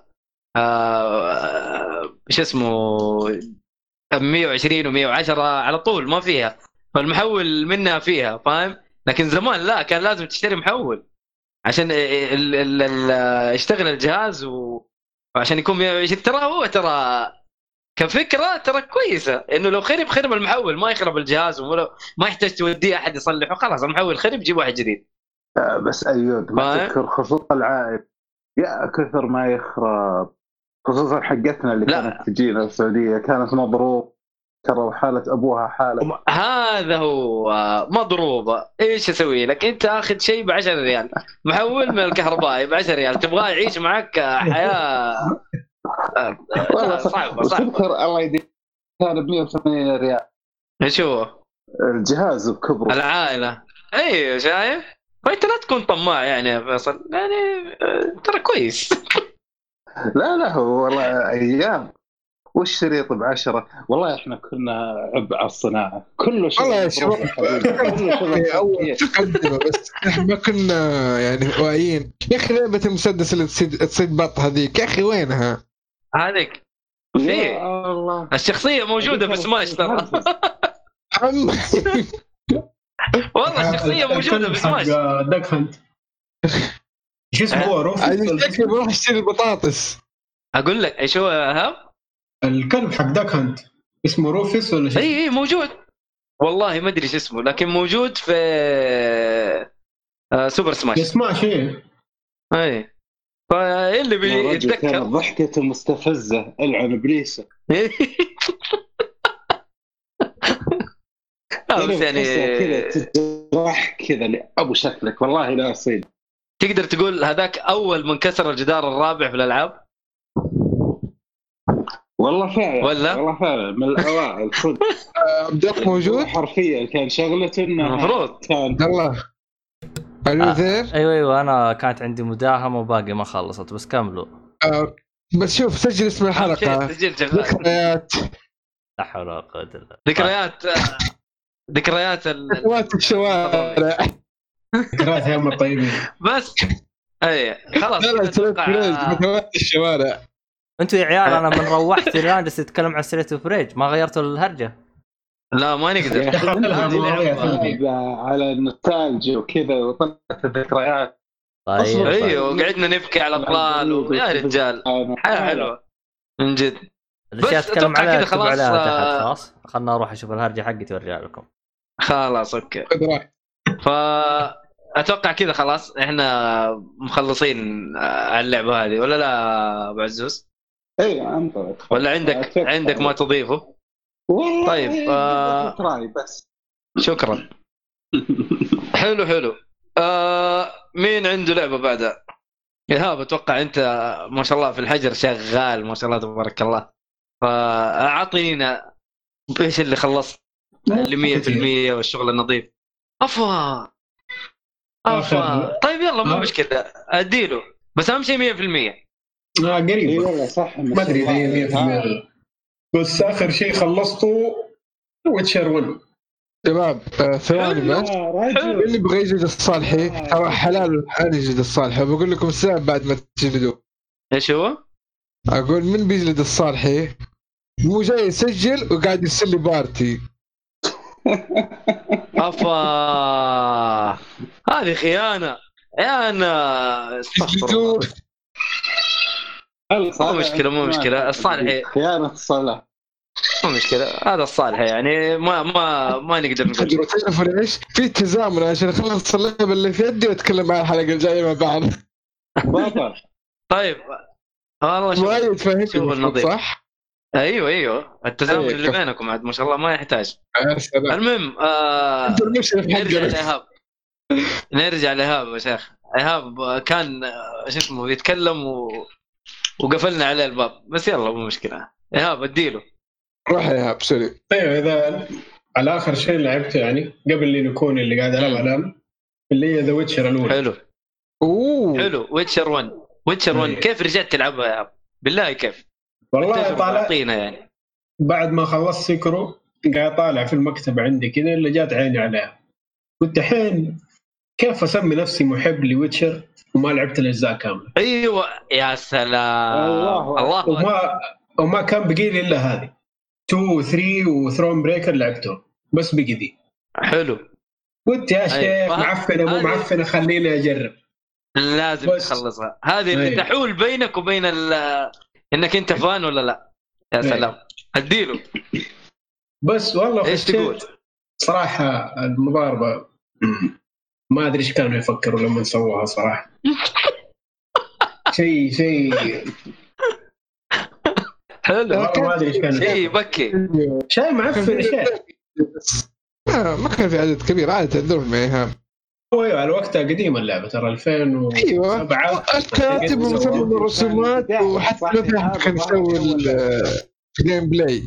ايش اسمه 120 و110 على طول ما فيها، فالمحول منها فيها فاهم. لكن زمان لا، كان لازم تشتري محول عشان يشتغل الجهاز وعشان يكون 120. ترى كفكرة ترى كويسة، إنه لو خرب المحول ما يخرب الجهاز وما يحتاج توديه أحد يصلحه، خلاص المحول خرب جيب واحد جديد. بس أيود ما تذكر خصوصا العائد يا كثر ما يخرب، خصوصا حقتنا اللي كانت تجينا السعودية كانت مضروب ترى، وحالة أبوها حالة. هذا هو مضروبة. إيش أسوي لك؟ أنت أخذ شيء ب10 ريال، محول من الكهربائي ب10 ريال، تبغاه يعيش معك حياة والله صعب. تذكر الله يديك كان ب180 ريال. ايش هو الجهاز بكبره العائله؟ ايوه شايف. فانت لا تكون طماع يعني يا فيصل، يعني ترى كويس. لا هو والله ايام والشريط ب10. والله احنا كنا عبء على الصناعه كله شيء. والله يا شباب اول تقدم بس ما كنا يعني واعيين. يا اخي لعبه المسدس اللي تصيد بط هذيك يا اخي وينها؟ هذيك في الشخصيه موجوده في سماش ترى. والله الشخصيه موجوده في سماش. داك هانت ايش اسمه هو روفيس؟ بروح اشتري البطاطس. اقول لك ايش هو هاب الكلب حق داك هانت اسمه روفيس ولا شيء؟ اي موجود والله ما ادري ايش اسمه، لكن موجود في سوبر سماش. سماش اي فاللي بيتذكر ضحكته مستفزه العن ابليسه. بس يعني كذا تضحك كذا ابو شكلك والله لا اصيل. تقدر تقول هذاك اول من كسر الجدار الرابع في الالعاب. والله فعلا والله فعلا من الاوائل. بدك موجود حرفيا كان شغلته انه المفروض كان الله. ايوه انا كانت عندي مداهمه وباقي ما خلصت بس كملوا. بس شوف سجل اسم الحلقه. ذكريات. لا حول ولا قوه الا بالله. ذكريات الشوارع. ذكريات يوم الطيبين. بس اي خلاص ذكريات الشوارع. انتوا يا عيال انا من روحت الان جالس اتكلم عن ستريت اوف ريج، ما غيرتوا الهرجه. لا ما نقدر على النوستالجيا وكذا وطلعت الذكريات. طيب ايوه وقعدنا نبكي على اطلال يا رجال حياه حلوه من جد. الاشياء اتكلم عليها خلاص تحت خلاص. خلنا اروح اشوف الهرجه حقتي وارجع لكم. خلاص اوكي. فاتوقع كذا خلاص احنا مخلصين على اللعبه هذه ولا لا ابو عزوز؟ ايوه انت ولا عندك ما تضيفه؟ طيب بس شكرا. حلو. مين عنده لعبه بعدها؟ إيهاب اتوقع انت ما شاء الله في الحجر شغال ما شاء الله تبارك الله، فاعطينا ايش اللي خلصت اللي 100% والشغل النظيف. افا طيب يلا مو مشكله اديله، بس اهم شيء 100%. قريب والله صح ما ادري اذا 100% بس اخر شيء خلصته ويتشر 1. شباب ثواني بس اللي يبغى يجلد الصالحي ترى حلال يجلد الصالحي. بقول لكم السبب بعد ما تجلدوه. ايش هو؟ اقول من بيجلد الصالحي مو جاي يسجل وقاعد يرسل لي بارتي. افا هذه خيانه يا انا استغفر الله. مو مشكله الصالح خيانه الصالح مو مشكله هذا الصالح يعني ما نقدر نقول. تعرفوا ليش في تزامن عشان اخلص اللعبه اللي في يدي واتكلم عن الحلقه الجايه مع بعض. بابا طيب والله ما يتفهم صح. ايوه التزامن اللي بينكم عاد ما شاء الله ما يحتاج. المهم نرجع لإيهاب يا شيخ. إيهاب كان شو اسمه بيتكلم وقفلنا عليه الباب بس يلا مو مشكله. إيهاب اديله روح يا إيهاب سوري. طيب اذا على اخر شيء لعبته يعني قبل لي نكون اللي قاعد العب الان اللي هي ذا ويتشر الاولى. حلو ويتشر 1 كيف رجعت تلعبها يا إيهاب بالله كيف؟ والله طالع يعني بعد ما خلصت سيكرو قاعد طالع في المكتب عندي كذا اللي جات عيني عليها قلت الحين كيف اسمي نفسي محب لويتشر وما لعبت الاجزاء كامله. ايوه يا سلام الله وما كان بقي لي الا هذه 2 3 وثرون بريكر لعبته بس بقي دي. حلو قلت يا شيخ معفنه مو معفنه خليني اجرب. لازم تخلصها هذه اللي تحول بينك وبين انك انت فان ولا لا. يا سلام اديله بس والله ايش تقول صراحه المضاربه ما ادري ايش كانوا يفكروا لما سووها صراحه. شيء حلو ما ادري ايش كان شيء يبكي شيء معفن شيء ما كان في عدد كبير عادة تدور معها. ايوه على وقتها قديمه اللعبه ترى 2007 الكاتب ومصمم الرسومات وحتى مثلا كان يسوي الجيم بلاي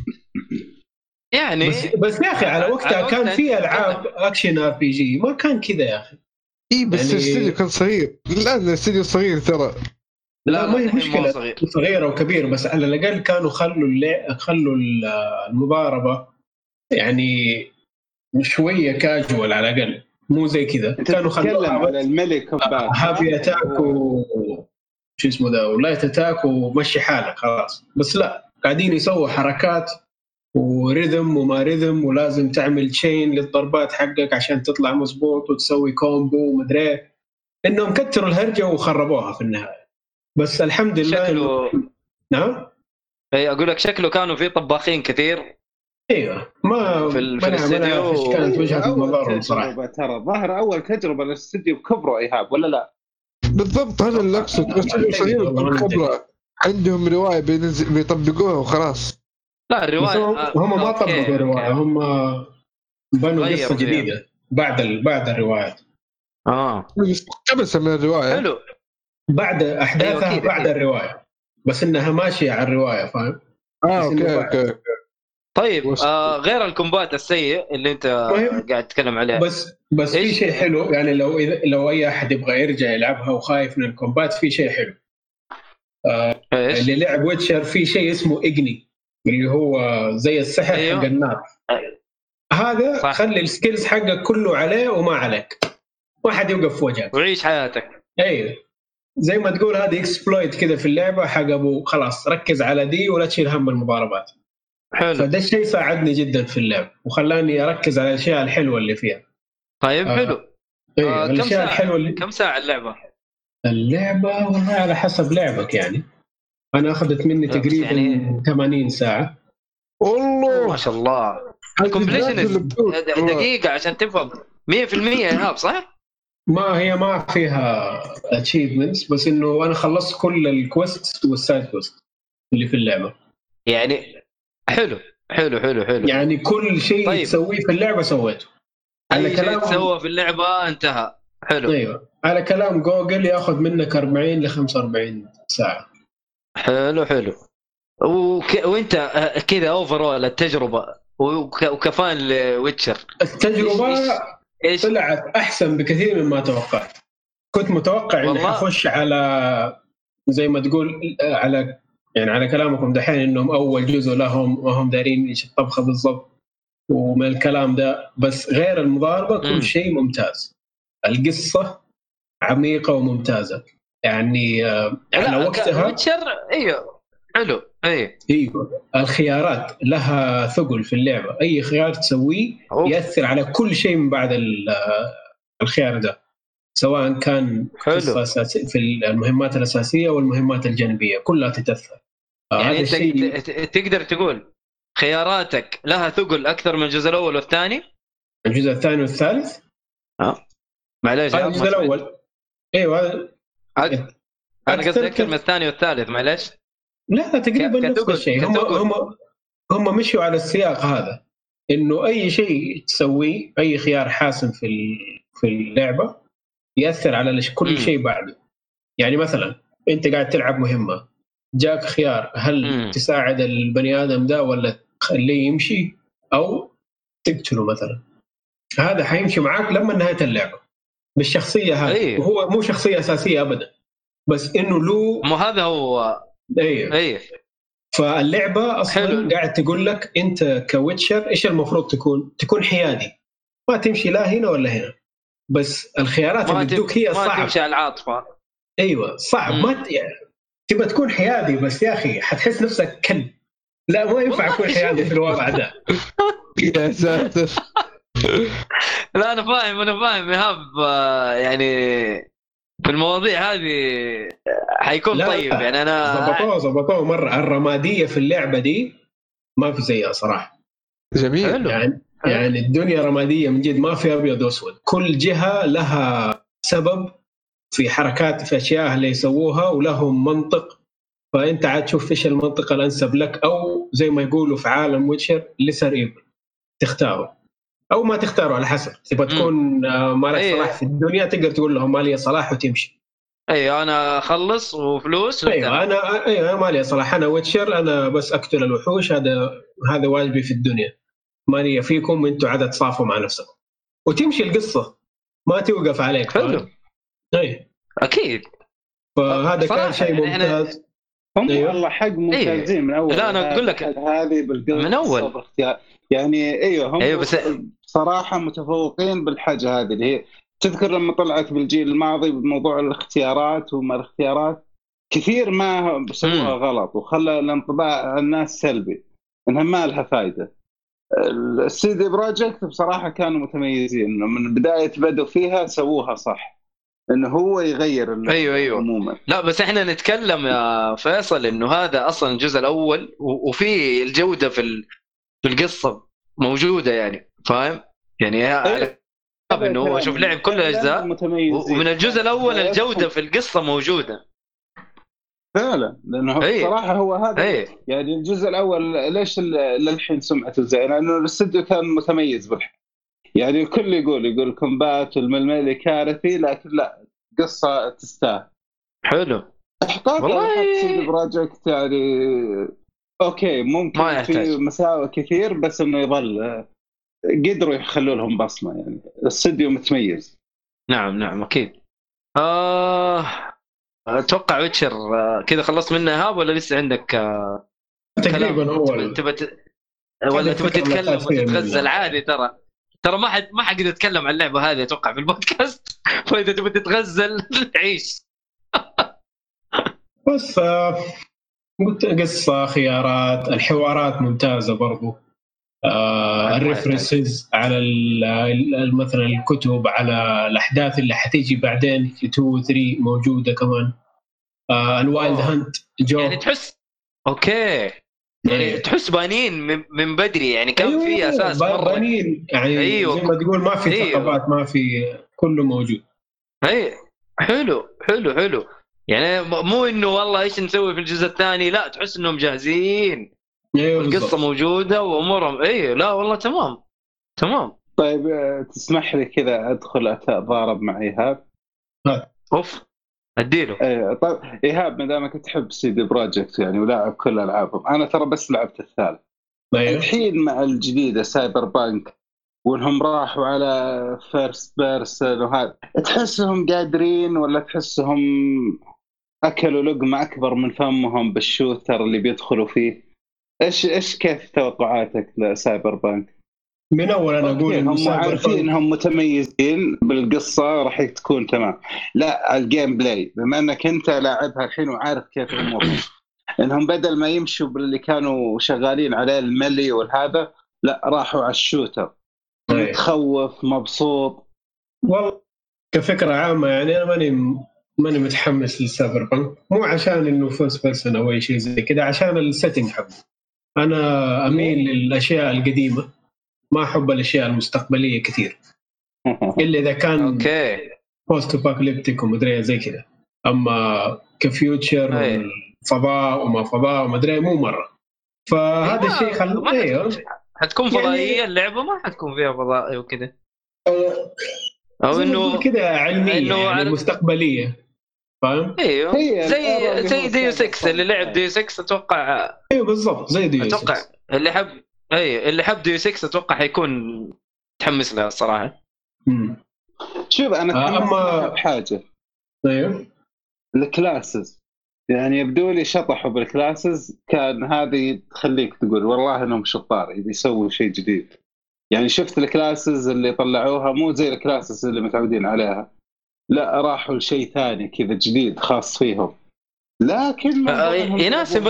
يعني بس يا اخي على وقتها كان في العاب اكشن ار بي جي ما كان كذا يا اخي. بس يعني الاستوديو كان صغير. الان الاستوديو صغير ترى. لا ما هي مشكله صغير او كبير بس على الاقل كانوا خلوا المضاربه يعني شويه كاجوال على الاقل مو زي كذا. كانوا خلوا على الملك هابي اتاك شو اسمه ده ولايت اتاك ومشي حالك خلاص. بس لا قاعدين يسووا حركات وريذم وما ريذم ولازم تعمل تشين للضربات حقك عشان تطلع مزبوط وتسوي كومبو ومدري انهم كتروا الهرجه وخربوها في النهايه. بس الحمد لله شكله نعم اي اقول لك شكله كانوا في طباخين كثير. ايوه ما في الاستوديو كانت وجهه النظر صراحه. ترى ظاهر اول تجربه للاستوديو بكبره ايهاب ولا لا؟ بالضبط هذا اللي اقصد. صغير بكبره عندهم روايه بيطبقوها وخلاص. لا الروايه هم ما طبقوا الروايه هم بنوا قصه جديده بعد الروايات. قبل من الروايه حلو بعد احداثها بعد الروايه بس انها ماشيه على الروايه فاهم. اوكي طيب غير الكومبات السيء اللي انت قاعد تتكلم عليه بس في شيء حلو يعني لو اي احد يبغى يرجع يلعبها وخايف من الكومبات في شيء حلو. اللي لعب ويتشر في شيء اسمه إجني اللي هو زي السحر حق النار. هذا صح. خلي السكيلز حقك كله عليه وما عليك ما حد يوقف في وجهك وعيش حياتك. ايوه زي ما تقول هذه اكسبلويت كذا في اللعبه حق ابو خلاص ركز على دي ولا تشيل هم المضاربات. حلو. فده الشيء ساعدني جدا في اللعب وخلاني اركز على الاشياء الحلوه اللي فيها. طيب حلو. الاشياء الحلوه اللي كم ساعه اللعبه والله على حسب لعبك يعني. انا اخذت مني تقريبا يعني 80 ساعه. والله ما شاء الله. الكومبليشن دقيقه عشان تفهم 100% إيهاب صح؟ ما فيها achievements بس انه انا خلصت كل الكويست والسايد كويست اللي في اللعبه. يعني حلو يعني كل شيء تسويه في اللعبه سويته. على كلام تسوى في اللعبه انتهى. حلو. ايوه على كلام جوجل ياخذ منك 40 ل 45 ساعه. حلو. وانت كذا اوفرول التجربه وكفان لويتشر التجربه طلعت احسن بكثير مما توقعت. كنت متوقع اني اخش على زي ما تقول على كلامكم دحين انهم اول جزء لهم وهم دارين ايش الطبخه بالضبط ومن الكلام ده. بس غير المضاربه كل شيء ممتاز. القصه عميقه وممتازه يعني على وقتها. ويتشر ايوه حلو ايوه الخيارات لها ثقل في اللعبه، اي خيار تسويه ياثر على كل شيء من بعد الخيار ده، سواء كان قصة أساسية في المهمات الأساسية والمهمات الجانبية كلها تتأثر. يعني أنت تقدر تقول خياراتك لها ثقل أكثر من الجزء الأول والثاني؟ الجزء الثاني والثالث؟ معليش الجزء الأول أيوة أنا قصدي أكثر من الثاني والثالث. معليش لا تقريبا نفس الشيء. هم مشوا على السياق هذا، إنه أي شيء تسويه، أي خيار حاسم في اللعبة يأثر على كل شيء بعده. يعني مثلا أنت قاعد تلعب مهمة، جاك خيار هل تساعد البني آدم ده ولا تخليه يمشي أو تقتله مثلا، هذا حيمشي معاك لما نهاية اللعبة بالشخصية هذه. وهو مو شخصية أساسية أبدا، بس إنه له هذا هو. أيه. فاللعبة أصلا قاعد تقول لك أنت كويتشر إيش المفروض تكون حيادي، ما تمشي لا هنا ولا هنا، بس الخيارات اللي بدوك هي صعب، ما تمشي على العاطفة. ايوه صعب. ما يعني تبى تكون حيادي، بس يا اخي حتحس نفسك كلب. لا ما ينفع اكون حيادي في الوضع ده. يا ساتر. لا انا فاهم يهاب، يعني في المواضيع هذه حيكون طيب. يعني انا ضبطوه مره. الرماديه في اللعبه دي ما في زيها صراحه. جميل. يعني الدنيا رماديه من جد، ما في ابيض واسود، كل جهه لها سبب في حركات، في اشياء اللي يسووها ولهم منطق، فانت عاد تشوف ايش المنطق الانسب لك، او زي ما يقولوا في عالم ويتشر لسر ايفل تختاره او ما تختاره على حسب. تبغى تكون ما لك صلاح في الدنيا تقدر تقول لهم ما لي صلاح وتمشي. ايوه انا اخلص وفلوس. ايوه انا ما لي صلاح، انا ويتشر، انا بس اقتل الوحوش، هذا واجبي في الدنيا، ما لي فيكم، انتوا عاد تصافوا مع نفسكم وتمشي القصه، ما توقف عليك. حلو. اي اكيد. فهذا كان شيء ممتاز. هم والله حق ممتازين من اول. لا انا اقول لك هذه بالقصه من اول يعني هم بس صراحه متفوقين بالحاجه هذه اللي هي تذكر لما طلعت بالجيل الماضي بموضوع الاختيارات، وما الاختيارات كثير ما سووها غلط وخلى الانطباع الناس سلبي انها ما لها فائده. السيدي بروجكت بصراحه كانوا متميزين من بدايه بدوا فيها، سووها صح انه هو يغير. ايوه عموما. لا بس احنا نتكلم يا فيصل انه هذا اصلا الجزء الاول، وفي الجوده في القصه موجوده، يعني فاهم يعني انه هو شوف لعب كل الاجزاء ومن الجزء الاول الجوده في القصه موجوده فعلا، لانه صراحه هو هذا يعني الجزء الاول ليش للحين سمعته زين، لانه الاستوديو كان متميز بالحين. يعني الكل يقول كومبات والململي كارثي، لكن لا، قصة تستاهل. حلو. والله سيدي بروجكت يعني اوكي ممكن في مساوئ كثير، بس انه يظل قدروا يخلوا لهم بصمة. يعني الاستوديو متميز. نعم اكيد. اتوقع ويتشر كذا خلصت منه ايهاب ولا لسه عندك تقريبا ولا تبي تتكلم وتتغزل؟ عادي، ترى ما حد يتكلم عن اللعبه هذه اتوقع في البودكاست. فاذا تبي تتغزل عيش. بس قصه، خيارات، الحوارات ممتازه برضو. الريفرنسز على مثلا الكتب، على الاحداث اللي حتيجي بعدين في 2 و 3 موجوده كمان. الوايلد هانت يعني تحس اوكي، يعني تحس بانين من بدري، يعني كان في اساس مره بانين، يعني زي ما تقول ما في ثقافات، ما في، كله موجود. حلو يعني مو انه والله ايش نسوي في الجزء الثاني، لا تحس انهم جاهزين. القصه موجوده وامورهم. لا والله تمام. طيب تسمح لي كذا ادخل اتضارب مع ايهاب؟ اوف اديله. طيب ايهاب، ما دامك تحب سيدي بروجكت يعني ولاعب كل العابهم، انا ترى بس لعبت الثالث. الحين مع الجديده سايبر بانك، وانهم راحوا على فيرست بيرسون وهذا، تحسهم قادرين ولا تحسهم اكلوا لقمه اكبر من فمهم بالشوتر اللي بيدخلوا فيه؟ ايش كيف توقعاتك لسايبر بانك؟ من اول انا اقول هم عارفين انهم متميزين بالقصه راح تكون تمام. لا، الجيم بلاي بما انك انت لاعبها الحين وعارف كيف الامور، انهم بدل ما يمشوا باللي كانوا شغالين عليه الملي والهذا، لا راحوا على الشوتر. متخوف مبسوط والله كفكره عامه يعني انا ماني متحمس للسايبر بانك، مو عشان انه فيرست بيرسون او اي شيء زي كذا، عشان السيتنج حقه. انا اميل للاشياء القديمه، ما احب الاشياء المستقبليه كثير الا اذا كان اوكي بوست ابوكاليبتيك ومدري زي كذا. اما كفيوتشر فضاء وما فضاء ومدري مو مره. فهذا الشيء حتكون فضائيه يعني اللعبه ما حتكون فيها فضائي وكذا، او انه كذا علميه يعني مستقبليه، فاهم؟ ايوه زي ديو 6 اللي لعب ديو 6 اتوقع. ايوه بالضبط زي ديو 6 اتوقع اللي حب ديو 6 اتوقع حيكون متحمس لها الصراحه. شوف انا اما بحاجه ايوه الكلاسز، يعني يبدو لي شطحوا بالكلاسز، كان هذه تخليك تقول والله انهم شطار يسووا شيء جديد. يعني شفت الكلاسز اللي طلعوها مو زي الكلاسز اللي متعودين عليها، لا راحوا لشيء ثاني كذا جديد خاص فيهم، لكن يناسب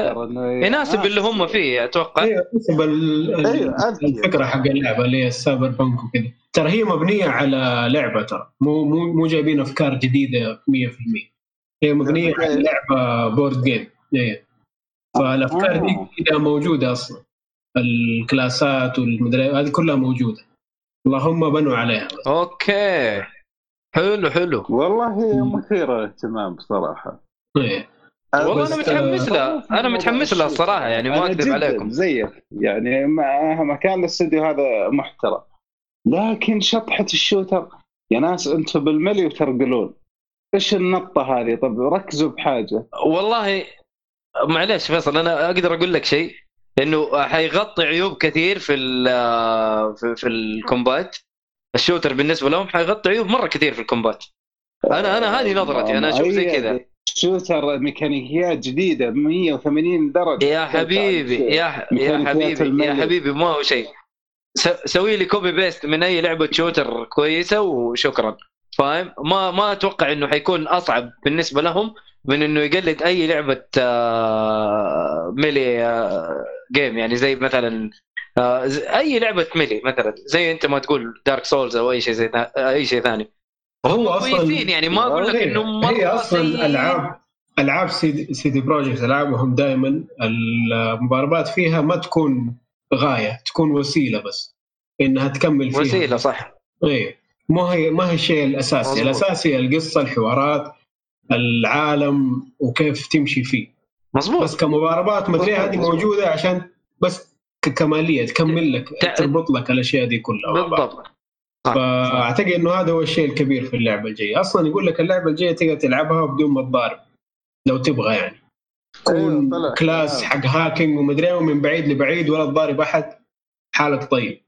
اللي هم فيه اتوقع. يناسب الفكره حق اللعبه اللي هي السايبر بانك وكذا. ترى هي مبنيه على لعبه، ترى مو جايبين افكار جديده 100%. هي مبنيه على لعبه بورد جيم. فالافكار دي كده موجوده اصلا، الكلاسات والمدري هذه كلها موجوده، اللهم بنوا عليها بس. اوكي حلو والله هي مثيره للاهتمام بصراحه. والله انا متحمس لها الصراحه، يعني ما اكذب عليكم زيك يعني مهما كان الاستوديو هذا محترم، لكن شطحه الشوتر يا ناس انتم بالملي وترقلون، ايش النطه هذه؟ طب ركزوا بحاجه. والله معلش فيصل انا اقدر اقول لك شيء، انه حيغطي عيوب كثير في الكومبات. الشوتر بالنسبه لهم حيغطي عيوب مره كثير في الكومبات. انا هذه نظرتي، انا اشوف زي كذا. شوتر ميكانيكيات جديده 180 درجه يا حبيبي يا حبيبي ما هو شيء. سوي لي كوبي بيست من اي لعبه شوتر كويسه وشكرا، فاهم؟ ما اتوقع انه حيكون اصعب بالنسبه لهم من انه يقلد اي لعبه ميلي جيم، يعني زي مثلا اي لعبه ميلي مثلا، زي انت ما تقول دارك سولز او اي شيء ثاني. هو اصلا يعني ما اقول لك انه هي اصلا العاب سيدي بروجكت، العابهم دائما المضاربات فيها ما تكون غايه، تكون وسيله بس انها تكمل فيها وسيله صح. ايه ما هي الشيء الاساسي مزبوط. الاساسي القصه، الحوارات، العالم وكيف تمشي فيه مزبوط. بس كمضاربات مثل هذه موجوده عشان بس ككماليه تكمل لك تربط لك الاشياء دي كلها بالضبط. فاعتقد انه هذا هو الشيء الكبير في اللعبه الجايه. اصلا يقول لك اللعبه الجايه تقدر تلعبها بدون ما تضارب لو تبغى، يعني تكون كلاس حق هاكينج ومدري ومن بعيد لبعيد ولا تضارب احد، حالك طيب.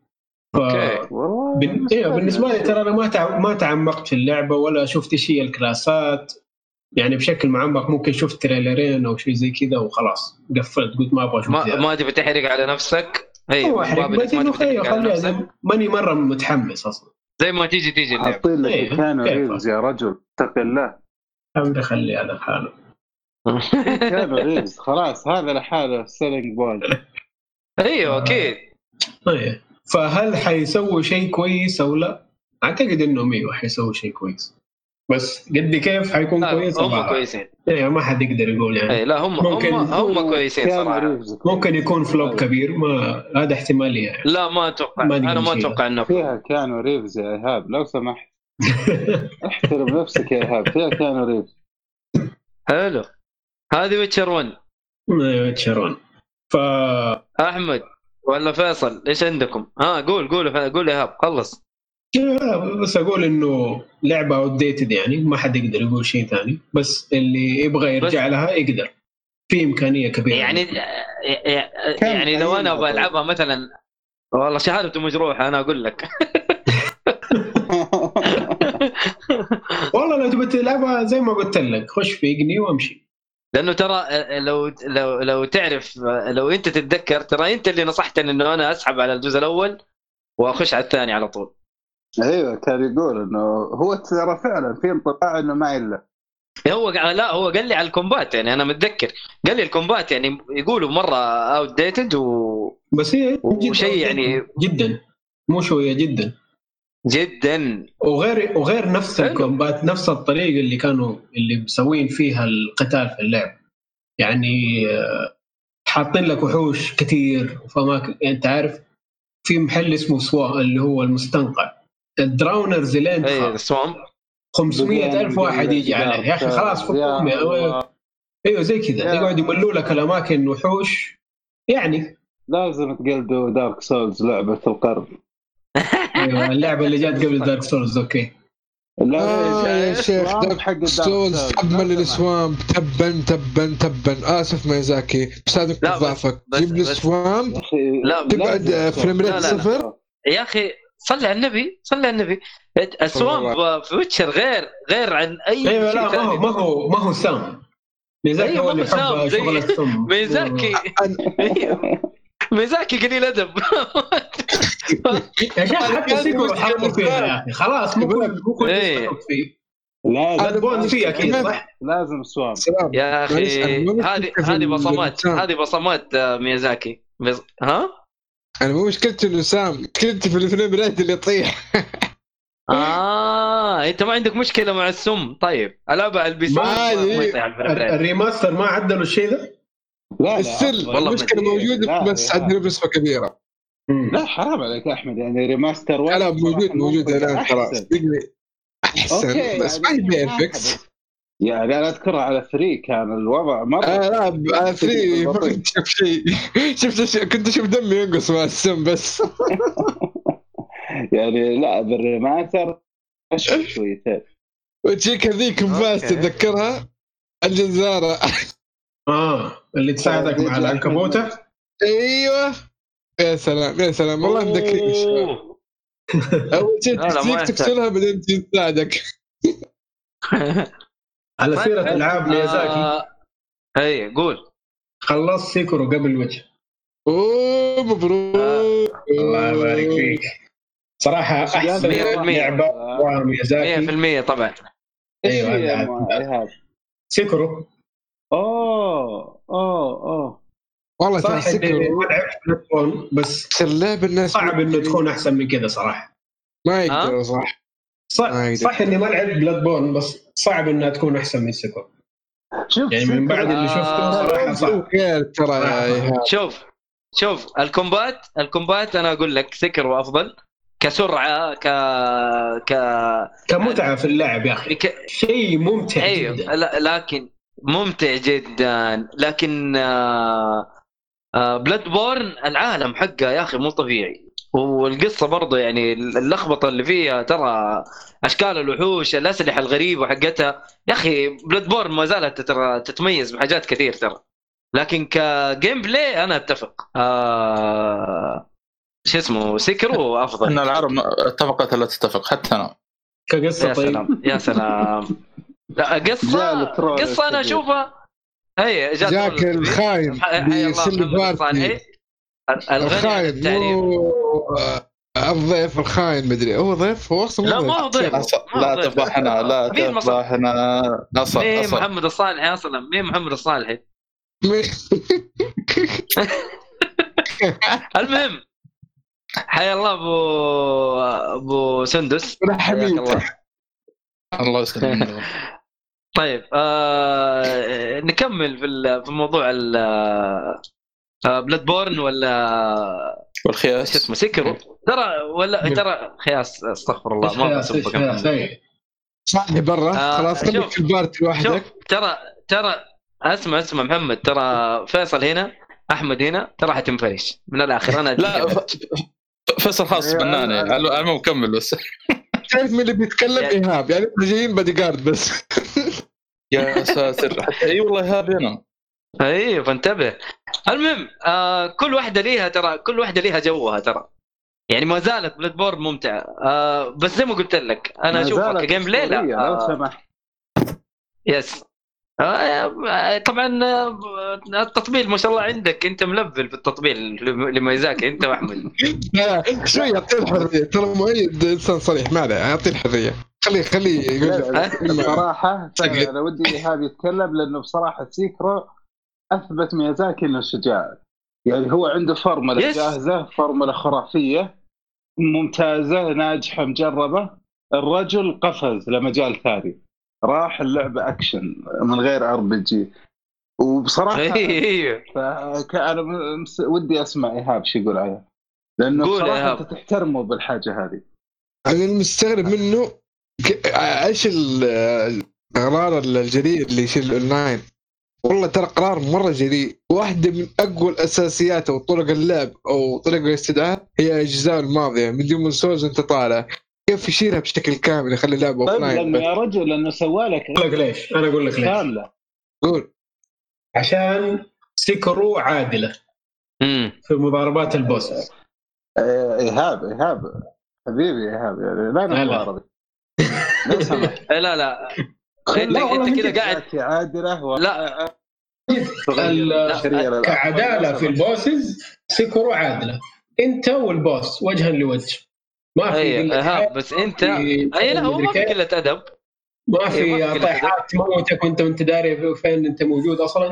بالنسبه لي ترى انا ما تعمقت في اللعبه ولا شفت ايش هي الكلاسات يعني بشكل معمق. ممكن شفت تريلرين او شيء زي كذا وخلاص قفلت، قلت ما ابغى اشوف. ما تبي تحرق على نفسك. ايوه بس انه خليها ماني مره متحمس اصلا. زي ما تيجي اللعبه حاطين لك كانوا ريفز يا رجل اتق الله. الحمد خلي على حاله. كانوا ريفز خلاص هذا لحاله سيلينج بوينت. ايوه اكيد. طيب فهل حيسووا شيء كويس او لا؟ اعتقد انهم ايوه حيسووا شيء كويس، بس قد كيف حيكون كويس؟ هم كويسين. ايوه ما حد يقدر يقول يعني. لا هم كويسين صراحه. ممكن يكون فلوب كبير، ما هذا احتماليه يعني. لا ما اتوقع، انا ما اتوقع انه فيها كانوا ريفز يا ايهاب لو سمحت. احترم نفسك يا ايهاب، فيها كانوا ريفز. حلو. هذه ويتشر 1. ويتشر 1. احمد ولا فيصل ايش عندكم؟ قول يا ايهاب خلص. بس أقول إنه لعبة أوتديتد، يعني ما حد يقدر يقول شيء ثاني، بس اللي يبغى يرجع لها يقدر، في إمكانية كبيرة. يعني لو أنا بلعبها مثلا والله شهادته مجروحة أنا أقول لك. والله لو تبي تلعبها زي ما قلت لك خش في إجني وامشي. لأنه ترى لو تعرف، لو أنت تتذكر ترى أنت اللي نصحتني إنه أنا أسحب على الجزء الأول وأخش على الثاني على طول. ايوه كان يقول انه هو ترى فعلا في انطباع انه ما الا هو قال لي على الكومبات، يعني انا متذكر قال لي الكومبات يعني يقولوا مره اوت ديتد بس هي وشيء يعني جدا مو شويه جدا وغير نفس الكومبات، نفس الطريقه اللي مسوين فيها القتال في اللعب. يعني حاطين لك وحوش كثير وفماك، انت عارف في محل اسمه سوا اللي هو المستنقع، الدراونرز اللي انت 500,000 واحد يجي عليه يا اخي خلاص فكهم. ايوه زي كذا يقعد يملوا لك الاماكن وحوش. يعني لازم تقلدوا دارك سولز لعبه القرن. ايوه اللعبه اللي جات قبل دارك سولز. اوكي يا شيخ دارك سولز تحمل السوام تبا اسف ميازاكي بساعدك بضعفك. جيب لي سوام تقعد فريم ريت صفر يا اخي. صلي على النبي السوام في ويتشر غير عن اي أيوة شيء ثاني. ما هو سام ميزاكي هو اللي يحب شغل السم. ميزاكي قليل ادب يا شيخ حتى سيكورو حطوا فيها يا اخي خلاص مو كل فيه. لا فيه اكيد صح لازم سوام يا اخي. هذه بصمات ميازاكي ها. انا مو مشكلتي انه سام، مشكلتي في الفريم ريت اللي يطيح. انت ما عندك مشكله مع السم. طيب العبها على البي سي ما يطيح الريماستر ما عدلوا الشيء ذا. لا السل والله المشكله موجوده بس عدلوا بنسبه كبيره. لا حرام عليك يا احمد، يعني ريماستر لا موجود الان خلاص احسن بس ما هي بيرفكت. يعني لا اذكرها على 3 كان الوضع مره لا على 3 ما كنت شوف شيء كنت اشوف دمي ينقص مع السم بس. يعني لا بالريماستر شويتين. وتجيك هذيك مفاس تتذكرها الجزارة اللي تساعدك مع العنكبوتة. ايوه يا سلام والله مذكرين. اول شيء تجيك تقتلها بعدين تساعدك. على سيرة العاب ميازاكي اي قول خلصت سيكورو قبل وجه. مبروك الله يبارك فيك صراحة أحسن لعبة ميازاكي 100% طبعا. أيوة سيكورو. والله صح إني ما لعبت بلاتبورن بس اللعبة الناس صعب إنه تكون أحسن من كذا صراحة. ما يقدر صح إني ما لعبت بلاتبورن بس صعب إنها تكون أحسن من سيكورو. يعني من بعد اللي شفته صراحة صعب. شوف الكومبات أنا أقول لك سيكورو أفضل كسرعة كمتعة في اللعب يا أخي شيء ممتع جدا. لكن ممتع جدا لكن بلاد بورن العالم حقه يا أخي مو طبيعي. والقصة برضو يعني اللخبطة اللي فيها ترى أشكال الوحوش الأسلحة الغريبة حقتها يا أخي بلاد بورن ما زالت ترى تتميز بحاجات كثير ترى. لكن كجيم بلاي أنا أتفق شو اسمه سيكرو أفضل. إن العرب اتفقت لا تتفق حتى أنا كقصة. يا سلام لا قصة أنا أشوفها هي جاك الخاين بيسلم بارتي الخاين الضيف الخاين مدري هو ضيف هو لا ما هو ضيف لا تفضحنا نصر مين محمد الصالحي أصلا مين محمد الصالحي المهم حيا الله ابو سندس حميد الله يسلمك. طيب نكمل في موضوع بلاد بورن ولا والخياس شو اسمه سيكرو ترى خياس استغفر الله ما بسبك صاحبي برا خلاص خليك في البارت لوحدك. ترى اسمع محمد ترى فيصل هنا احمد هنا ترى حتنفرش من الاخر. انا لا فيصل خاص بناني المهم كمل بس. تعرف من اللي بيتكلم ايهاب يعني جايين بادي جارد بس. يا ساتر حتى اي والله ايهاب هنا اي فانتبه. المهم كل واحده ليها جوها ترى يعني ما زالت بلاد بورن ممتعه بس زي ما قلت لك انا اشوفها كجيم بلاي لا لو سمحت يس طبعا التطبيل ما شاء الله عندك انت ملفل في التطبيل لميزاك انت واحمد. لا شوي يعطي الحريه ترى مؤيد انسان صريح ما له يعطي الحريه خلي يقول صراحه انا ودي ايهاب يتكلم، لانه بصراحه سيكرو اثبت ميازاكي انه شجاع. يعني هو عنده فورمولا جاهزه، فورمولا خرافيه ممتازه ناجحه مجربه. الرجل قفز لمجال ثاني، راح اللعبه اكشن من غير RPG. وبصراحه انا ودي اسمع ايهاب شو يقول عليه، لانه بصراحه انت تحترمه بالحاجه هذه. انا المستغرب منه ايش القرار الجريء اللي يشيل الاونلاين. والله ترى قرار مره جريء. واحده من اقوى الاساسيات او طرق اللعب او طرق الاستدعاء هي الاجزاء الماضيه من ديمون سولز. انت طالع كيف يشيلها بشكل كامل يخلي اللعبه اوفلاين؟ لانه يا رجل لانه سوالك. ليش انا اقول لك ليش كامله. قول. عشان سيكرو عادله في مضاربات البوس. ايهاب حبيبي ايهاب، يعني لا نضارب. لا انت كذا قاعد عادله لا كعداله في البوسز سيكرو عادله، انت والبوس وجها لوجه، ما في بس انت لا هو ما في قله ادب، ما في طيحات تموتك وانت داري فين انت موجود اصلا.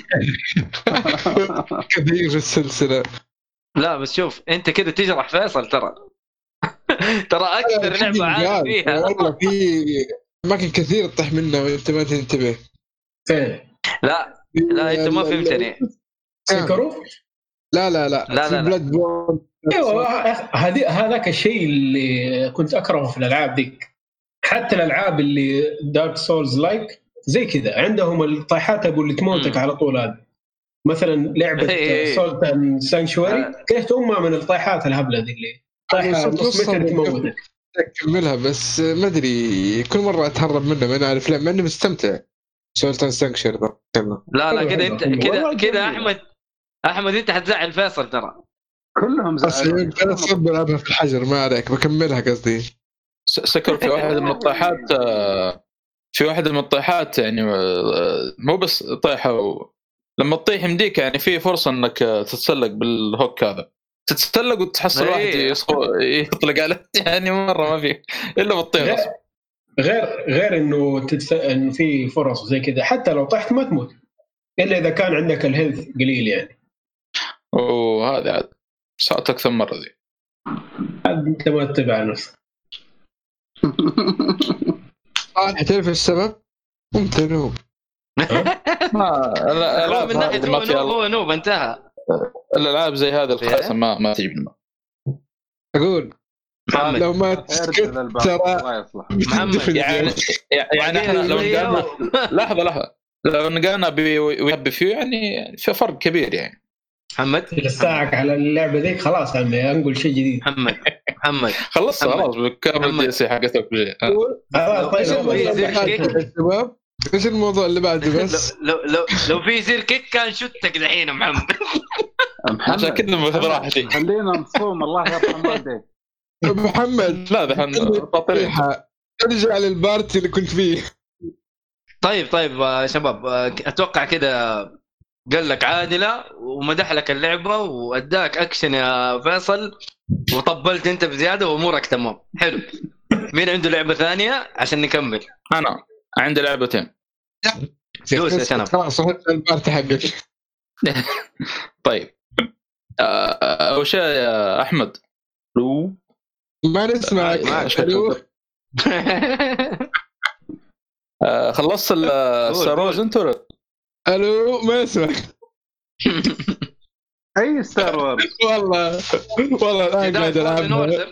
كبير السلسله. لا بس شوف انت كده تجرح فيصل، ترى اكثر لعبه عاد فيها والله في اماكن كثير تطيح منها وانت ما تنتبه. فين؟ لا انت ما فهمتني. سيكرو لا في بلاد بورن. ايوه هذاك الشيء اللي كنت اكرهه في الالعاب ديك. حتى الالعاب اللي دارك سولز لايك زي كذا عندهم الطيحات ابو اللي تموتك على طول. هذا مثلا لعبه سولتان سانكشواري كيف من الطيحات الهبله دي اللي طيحه نص متر تموتك. اكملها بس ما ادري كل مره اتهرب منه ما اعرف ليه، مع اني مستمتع. سولتان سانكشواري لا كذا انت كذا احمد انت حتزعل فيصل. ترى كلهم زعلوا. انا صب العبها في الحجر ما عليك، بكملها قصدي. سكر في واحد من الطيحات يعني مو بس طيحه لما تطيح يمديك يعني في فرصه انك تتسلق بالهوك هذا، تتسلق وتحصل واحد يطلق عليه. يعني مره ما في الا بالطير. غير انه انه في فرص زي كذا حتى لو طحت ما تموت الا اذا كان عندك الهيلث قليل يعني. وهذا عاد صارت اكثر مره ذي. انت ما تتبع نفسك. تعرف السبب؟ انت نوب. لا من ناحيه هو نوب انتهى. الالعاب زي هذا الخاصه ما تجيبنا. اقول لو ما ترى محمد يعني احنا لو نقالنا لحظه لو نقالنا ويهب فيه يعني في فرق كبير. يعني محمد لساعك على اللعبه ذيك خلاص عمي انقل شيء جديد. محمد خلاص بالكامل دي حقتك بشيء. طيب ايش الموضوع اللي بعده؟ بس لو في زر كيك كان شتك الحين محمد. عشان كذا ما خذ راحتي. خلينا نصوم الله يرحم والديك. محمد لا ذحين طريحه ارجع للبارتي اللي كنت فيه. طيب شباب اتوقع كده قال لك عادله ومدح لك اللعبه واداك اكشن يا فيصل وطبلت انت بزياده وامورك تمام. حلو. مين عنده لعبه ثانيه عشان نكمل؟ انا عندي لعبتين. دوس يا شنب. خلاص البارتي حقك. طيب اول شيء يا احمد لو ما نسمعك. خلصت الستاروز انت ولا؟ الو ما اسمعك. اي ستار وورز والله الان قاعد العبها.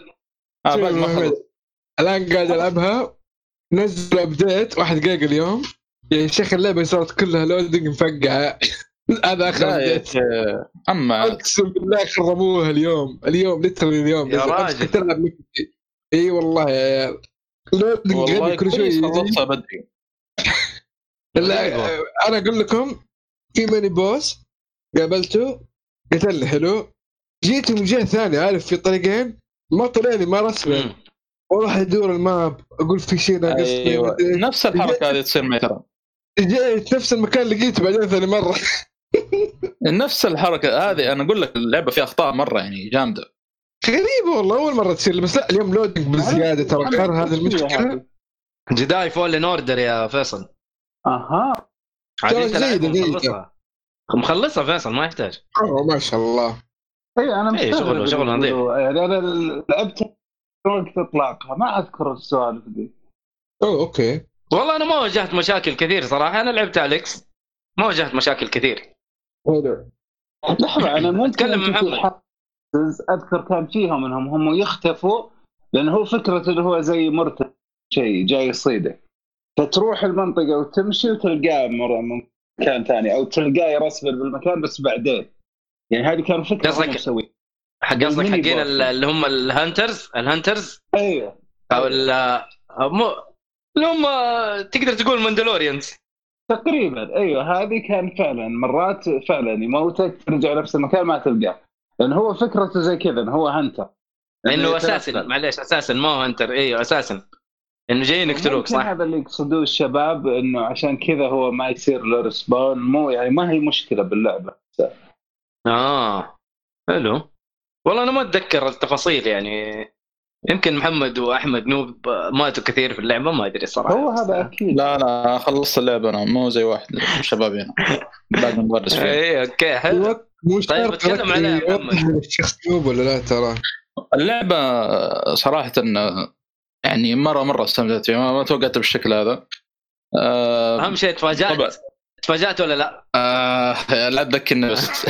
الان قاعد العبها. نزل ابديت 1 جيجا اليوم يا شيخ. اللعبه صارت كلها لودنج مفقعه. هذا اخر ابديت. اما اقسم بالله خربوها اليوم ليترلي اليوم يا راجل. تلعب اي والله يا عيال. لودنج كل شوي خلصتها بدري. لا انا اقول لكم في ماني بوس قابلته قتل حلو. جيت من جهه ثانيه عارف في طريقين ما طلعني ما رسمه وراح ادور الماب اقول في شيء ناقص. أيوة. نفس الحركه هذه تصير معي ترى. جيت نفس المكان لقيته بعدين ثاني مره. نفس الحركه هذه. انا اقول لك اللعبه فيها اخطاء مره يعني جامده غريبه والله. اول مره تصير بس لا اليوم لودنج بالزياده ترى. هذا المشكله جداي فولن اوردر يا فيصل. اها مخلصها فيصل ما يحتاج. ما شاء الله. اي انا مستغرب شغل نظيف. يعني انا لعبت وقت اطلاقها ما اذكر السؤال دي. اوكي والله انا ما واجهت مشاكل كثير صراحه. انا لعبت أليكس ما واجهت مشاكل كثير. لحظه انا ممكن اتكلم محمد. اذكر كان فيهم انهم هم يختفوا لانه هو فكره اللي هو زي مرتد شيء جاي يصيده فتروح المنطقه وتمشي وتلقاه من مكان ثاني او تلقاه يرسبل بالمكان بس بعدين. يعني هذه كان فكره هم مسوي قصدك حقين اللي هم الهانترز ايوه او اللي هم تقدر تقول ماندلوريانز تقريبا. ايوه هذه كان فعلا مرات فعلا يموتك ترجع نفس المكان ما تلقاه لان هو فكرته زي كذا هو هانتر لانه اساسا معليش اساسا ما هو هانتر. ايوه اساسا انه جايين يقتلوك صح. هذا اللي يقصدوه الشباب انه عشان كذا هو ما يصير له ريسبون مو يعني ما هي مشكله باللعبه. حلو والله انا ما اتذكر التفاصيل يعني. يمكن محمد واحمد نوب ماتوا كثير في اللعبه ما ادري الصراحه. هو هذا اكيد. لا خلصت اللعبه انا مو زي واحد شباب هنا بعد ما نبرز فيه. اي اوكي حلو. طيب اتكلم عليها محمد. الشخص نوب ولا لا؟ ترى اللعبه صراحه يعني مره استمتعت فيها ما توقعت بالشكل هذا. اهم شيء تفاجأت ولا لا؟ لا تذكرني بس.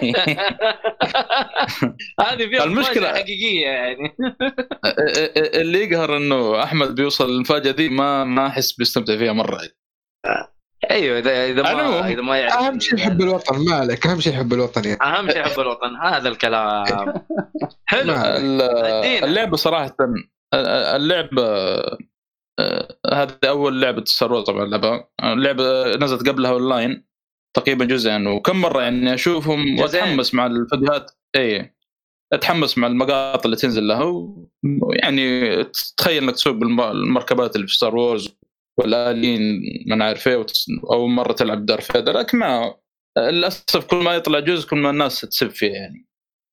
هذه فيها المشكلة حقيقية يعني. اللي يقهر انه احمد بيوصل للمفاجأة دي ما احس بيستمتع فيها مرة. ايوه اذا ما يعرف. اهم شيء يحب الوطن ما عليك. اهم شيء يحب الوطن يعني. اهم شيء يحب الوطن هذا الكلام. حلو. اللعبة صراحة اللعبة هذه اول لعبة ستار وورز طبعا. اللعبة نزلت قبلها اونلاين تقريبا جزئين وكم مرة يعني اشوفهم واتحمس مع الفيديوهات. اي اتحمس مع المقاطع اللي تنزل لها ويعني تخيل انك تسوق بالمركبات اللي في ستار وورز والالين ما نعرف ايه او مرة تلعب دار فيدر لكن ما للاسف كل ما يطلع جزء كل ما الناس تسب فيه يعني.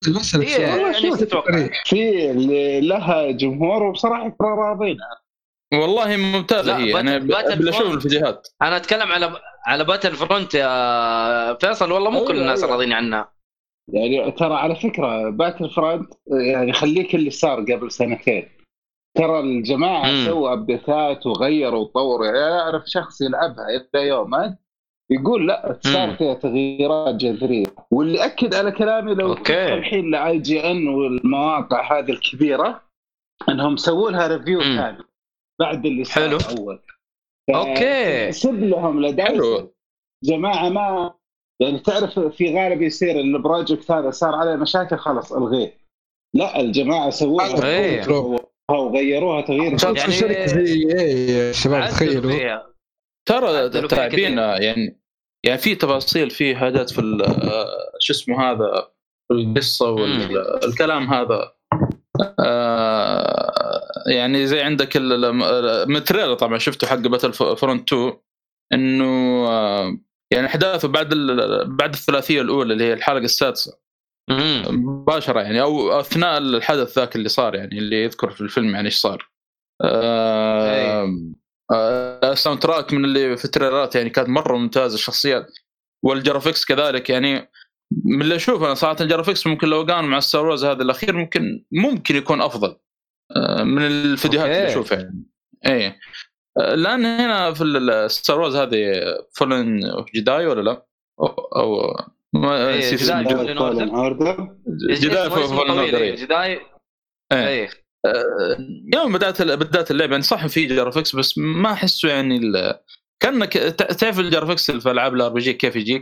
في اللي لها جمهور وبصراحة راضين والله ممتازة هي. أنا بشوف الفيديوهات. أنا أتكلم على باتل فرونت يا فيصل والله مو كل الناس راضين عنها. يعني ترى على فكرة باتل فرونت يعني خليك اللي صار قبل سنتين ترى الجماعة سووا أبديتات وغيروا وطوروا. يعني أعرف شخص يلعبها إلى يوم يقول لا صار فيها تغييرات جذرية. واللي أكد على كلامي لو الحين لIGN والمواقع هذه الكبيرة أنهم سووا لها ريفيو ثاني بعد اللي صار حلو. أول. أوكي سب لهم لدايس جماعة ما يعني تعرف في غالب يصير البروجكت هذا صار عليه مشاكل خلاص الغيه. لا الجماعة سووها وغيروها تغيير يعني شركة زي شباب تخيلوا ترى تعبين يعني في تفاصيل في حاجات في شو اسمه هذا القصة والكلام هذا. يعني زي عندك المتريال طبعا شفته حق باتل فرونت 2 انه يعني احداثه بعد الثلاثيه الاولى اللي هي الحلقه السادسه مباشره يعني او اثناء الحدث ذاك اللي صار يعني اللي يذكر في الفيلم يعني ايش صار. الساوند تراك من اللي في التريلرات يعني كانت مره ممتازه الشخصيات والجرافيكس كذلك. يعني من اللي اشوف انا صراحه الجرافيكس ممكن لو كان مع ستار وورز هذا الاخير ممكن يكون افضل من الفيديوهات اللي اشوفها يعني. اي لان هنا في الستار وورز هذه فولن اوف جداي ولا لا او ما جداي فولن اوردر جداي. اي يوم بدات اللعبه يعني صح في جرافيكس بس ما احسه يعني كانك تعرف الجرافيكس في العاب الار بي جي كيف يجيك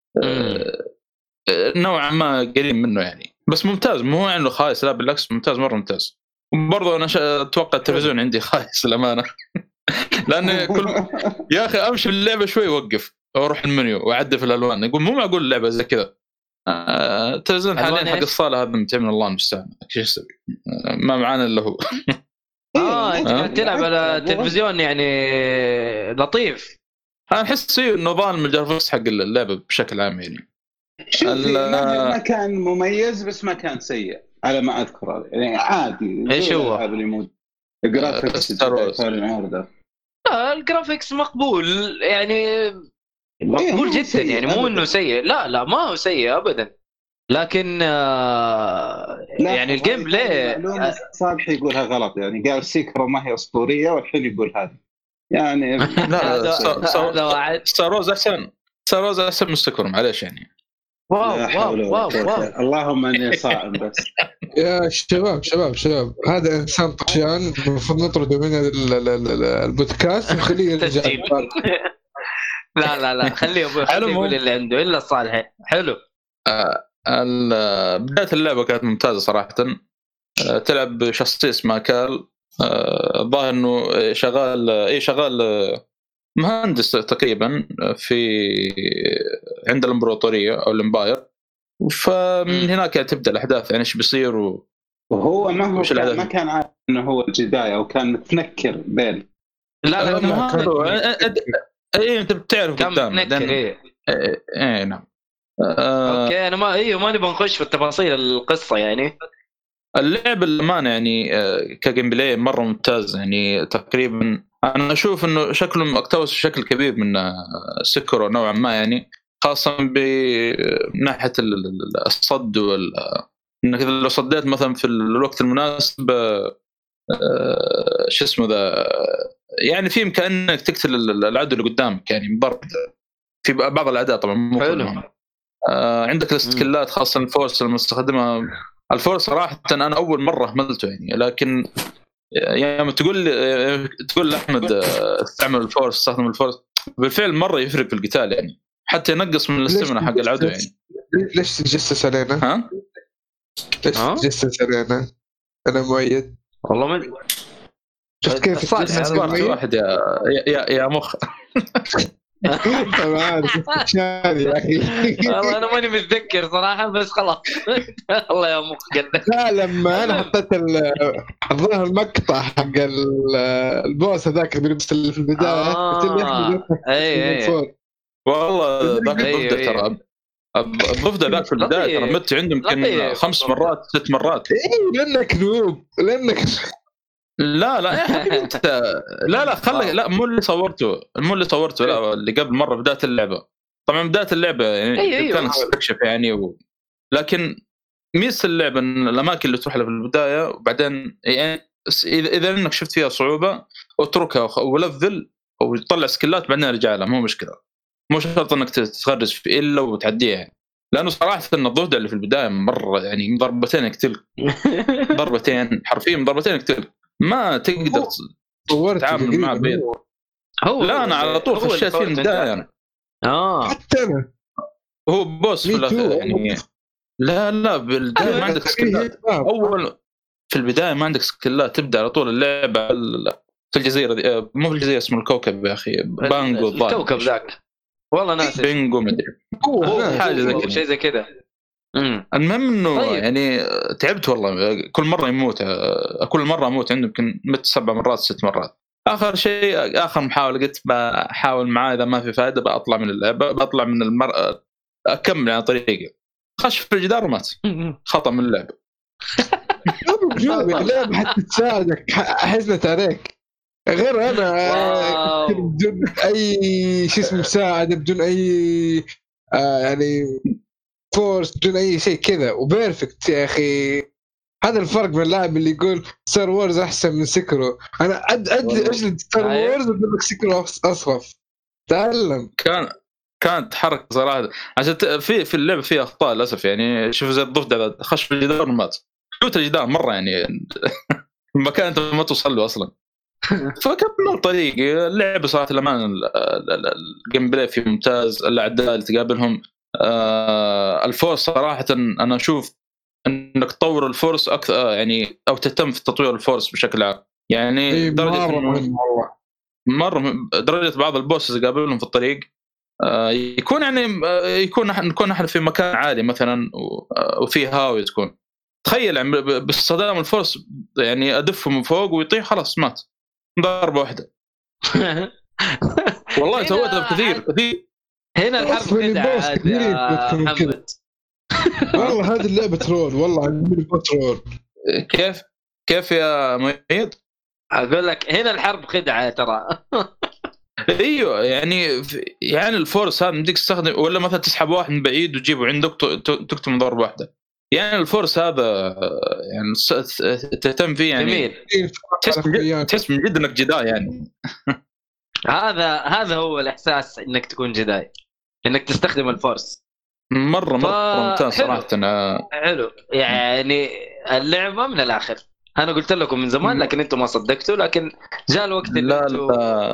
نوعا ما قريب منه يعني. بس ممتاز مو يعني خايس لا بالعكس ممتاز مره ممتاز. برضو انا اتوقع التلفزيون عندي خايس الامانه لان كل يا اخي امشي باللعبه شوي وقف واروح المنيو واعدل في الالوان يقول مو معقول اللعبه زي كذا. التلفزيون حاليا حق الصاله هذا متعب من الله المستعان ايش يسوي ما معانا الا هو. انت قاعد تلعب على تلفزيون يعني لطيف. انا احس نظام الجرافيكس حق اللعبه بشكل عام يعني ما كان مميز بس ما كان سيء على ما اذكر يعني عادي. ايش هو الجرافيكس لا الجرافيكس مقبول يعني، مقبول جدا يعني، مو انه سيء، لا ما هو سيء ابدا، لكن يعني الجيم بلاي معلومة صالح يقولها غلط، يعني قال سيكرو ما هي اسطوريه والحين يقول هذا يعني لا هذا واحد ستار وورز احسن من سكر معليش يعني. واو اللهم اني صائم بس. يا شباب هذا انسان طشان، المفروض نطرده من البودكاست ونخليه يرجع. لا خليه ابوي يقول اللي عنده الا صالح. حلو. بداية اللعبة كانت ممتازة صراحة. تلعب بشخصية اسمها كال، الظاهر انه شغال مهندس تقريبا في عند الامبراطورية او الامباير، فمن هناك تبدأ الاحداث يعني ايش بيصير وهو ما كان عارف انه هو الجداي او كان متنكر بين. لا انت بتعرف قدام ايه نعم. اوكي انا ما نبغى نخش في التفاصيل القصه يعني. اللعب الأمانة يعني كجيم بلاي مرة ممتاز يعني. تقريبا أنا أشوف إنه شكله أقتبس بشكل كبير من سكرو نوعا ما يعني، خاصة بناحية الصد إنك إذا لو صديت مثلا في الوقت المناسب شو اسمه ذا يعني، في إمكانك تقتل العدو اللي قدامك يعني بضرب في بعض الأعداء طبعا مو كلهم. عندك السكيلات خاصة الفورس المستخدمة. الفورس صراحة أنا أول مرة هملته يعني، لكن يعني تقول أحمد استعمل الفورس، استخدم الفورس بالفعل مرة يفرق في القتال يعني، حتى ينقص من الاستمنة حق العدو يعني. ليش تجسس علينا؟ ليش تجسس علينا؟ أنا مؤيد والله من شفت كيف صار واحد يا مخ. ما عارف يا أخي والله أنا ماني متذكر صراحة بس خلاص. الله يا مخ قلنا. لا لما أنا حطيت الظاهر المقطع حق البوس هذاك اللي بيلبس في البداية أي والله ذاك الضفدع ترى الضفدع ذاك في البداية ترى مت عندهم يمكن 5 مرات 6 مرات. لأنك نوب لا يا حبيبي انت لا خلي لا مو اللي صورته لا اللي قبل مره بدايه اللعبه. طبعا بدايه اللعبه يعني كان استكشف يعني لكن ميس اللعبه الاماكن اللي تروح لها في البدايه وبعدين يعني اذا انك شفت فيها صعوبه اتركها ولفل ويطلع سكيلات بعدين ارجع لها، مو مشكله، مو شرط انك تتخرج في الا وتعديها يعني. لانه صراحه ان الضفدع اللي في البدايه مره يعني ضربتين يقتلك. ضربتين حرفيا ضربتين يقتلك، ما تقدر تتعامل مع بيت. لا انا على طول خشيت في البدايه انا حتى انا هو بوس في يعني لا بالبدايه ما عندك سكيلات. اول في البدايه ما عندك سكيلات، تبدا على طول اللعبه في الجزيره دي. مو في الجزيره اسمه الكوكب يا اخي، بانجو الكوكب ذاك والله ناسي بينجو مدري هو حاجه زي كذا شيء زي كذا. المهم انه يعني تعبت والله، كل مره اموت عنده يمكن 7 مرات 6 مرات. اخر محاوله قلت بحاول معاه، اذا ما في فائده بطلع من اللعبه، بطلع من المرأة اكمل على طريقي. خش في الجدار ومات، خطأ من اللعبه. اللعبه حتى تساعدك حزنت عليك غير انا بدون اي شيء اسمه مساعده، بدون اي يعني فورس، بدون اي شيء كذا وبيرفكت يا اخي. هذا الفرق بين اللاعب اللي يقول ستار وورز احسن من سكرو. انا اجلد ستار وورز وبقول لك سكرو اصرف. تعلم كانت حركه صراحه عشان في اللعبه فيها اخطاء للاسف يعني. شوف زي الضفدع خش في الجدار ومات، شوت الجدار مره يعني المكان انت ما توصل له اصلا. فكمل طريقي. اللعبه صراحه الامان الجيم بلاي فيه ممتاز، الاعداء اللي تقابلهم الفورس صراحه انا اشوف انك تطور الفورس اكثر يعني، او تهتم في تطوير الفورس بشكل عام يعني. مره درجه بعض البوسز اللي قابلهم في الطريق يكون يعني نكون احنا في مكان عالي مثلا وفي هاوي، تكون تخيل يعني باستخدام الفورس يعني ادفه من فوق ويطيح خلاص مات ضربه واحده. والله سويتها كثير. هنا الحرب خدعة محمد. والله هذه اللعبة ترول، والله عندي ترول. كيف يا مؤيد؟ أقول لك هنا الحرب خدعة ترى. ايوه يعني الفورس هذا بدك تستخدم، ولا مثلا تسحب واحد من بعيد وتجيبه عندك تكتم ضربه واحده. يعني الفورس هذا يعني تهتم فيه يعني، تحس من جد انك جداي يعني. هذا هو الاحساس انك تكون جداي، انك تستخدم الفورس. مره ممتاز صراحه. حلو يعني اللعبه من الاخر. انا قلت لكم من زمان لكن انتم ما صدقتوا، لكن جاء الوقت اللي انتم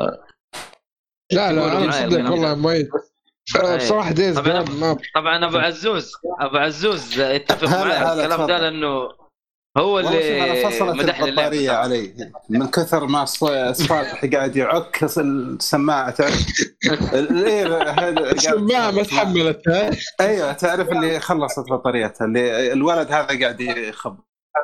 لا انا صدق والله مميز بصراحه ديز. طبعا ابو عزوز اتفق معي الكلام ده، لانه هو اللي مدح البطاريه علي من كثر ما صالح قاعد يعك السماعه. تعرف هذا السماعه ما تحملت. ايوه تعرف اللي خلصت بطاريتها، اللي الولد هذا قاعد يخبط.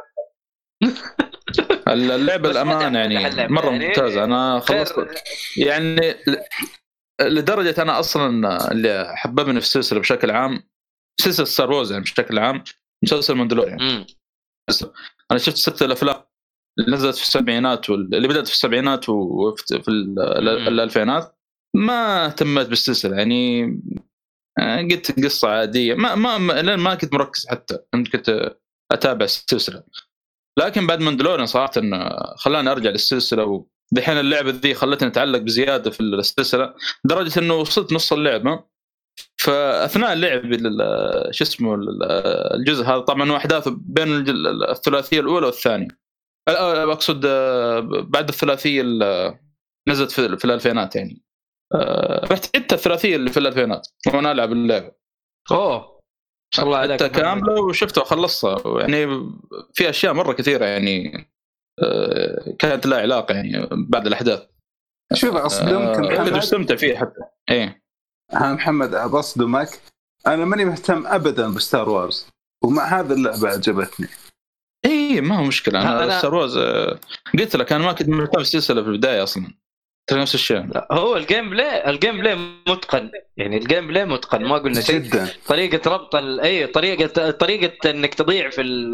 اللعبه الامانه يعني مره ممتازه. انا خلصت يعني لدرجه انا اصلا اللي حببني في السلسله بشكل عام، سلسله ستار وورز يعني بشكل عام، مسلسل ماندلوريان. انا شفت 6 الافلام اللي نزلت في السبعينات واللي بدات في السبعينات وفي الالفينات، ما اهتمت بالسلسله يعني. قلت قصه عاديه، ما كنت مركز، حتى كنت اتابع السلسله. لكن بعد ماندلوريان صراحه خلاني ارجع للسلسله، ودحين اللعبه ذي خلتني اتعلق بزياده في السلسله، لدرجه انه وصلت نص اللعبه. فاثناء اللعب شو اسمه الجزء هذا، طبعا احداثه بين الثلاثيه الاولى والثانيه، اقصد بعد الثلاثيه اللي نزلت في الالفينات يعني. رحت عدت الثلاثيه اللي في الالفينات وانا العب اللعبه. ما شاء الله عليك، كامله وشفتها وخلصتها. يعني في اشياء مره كثيره يعني كانت لها علاقه يعني بعد الاحداث. شوف اصدمك محمد، استمتع فيه حتى. ايه محمد اصدمك، انا ماني مهتم ابدا بستار وارز، ومع هذا اللعبه عجبتني. ايه ما هو مشكله. انا ستار وارز قلت لك انا ما كنت مهتم بالسلسله في البدايه اصلا، نفس الشيء. هو الجيم بلاي متقن يعني، الجيم بلاي متقن، ما قلنا شيء جدا. طريقه ربط طريقه انك تضيع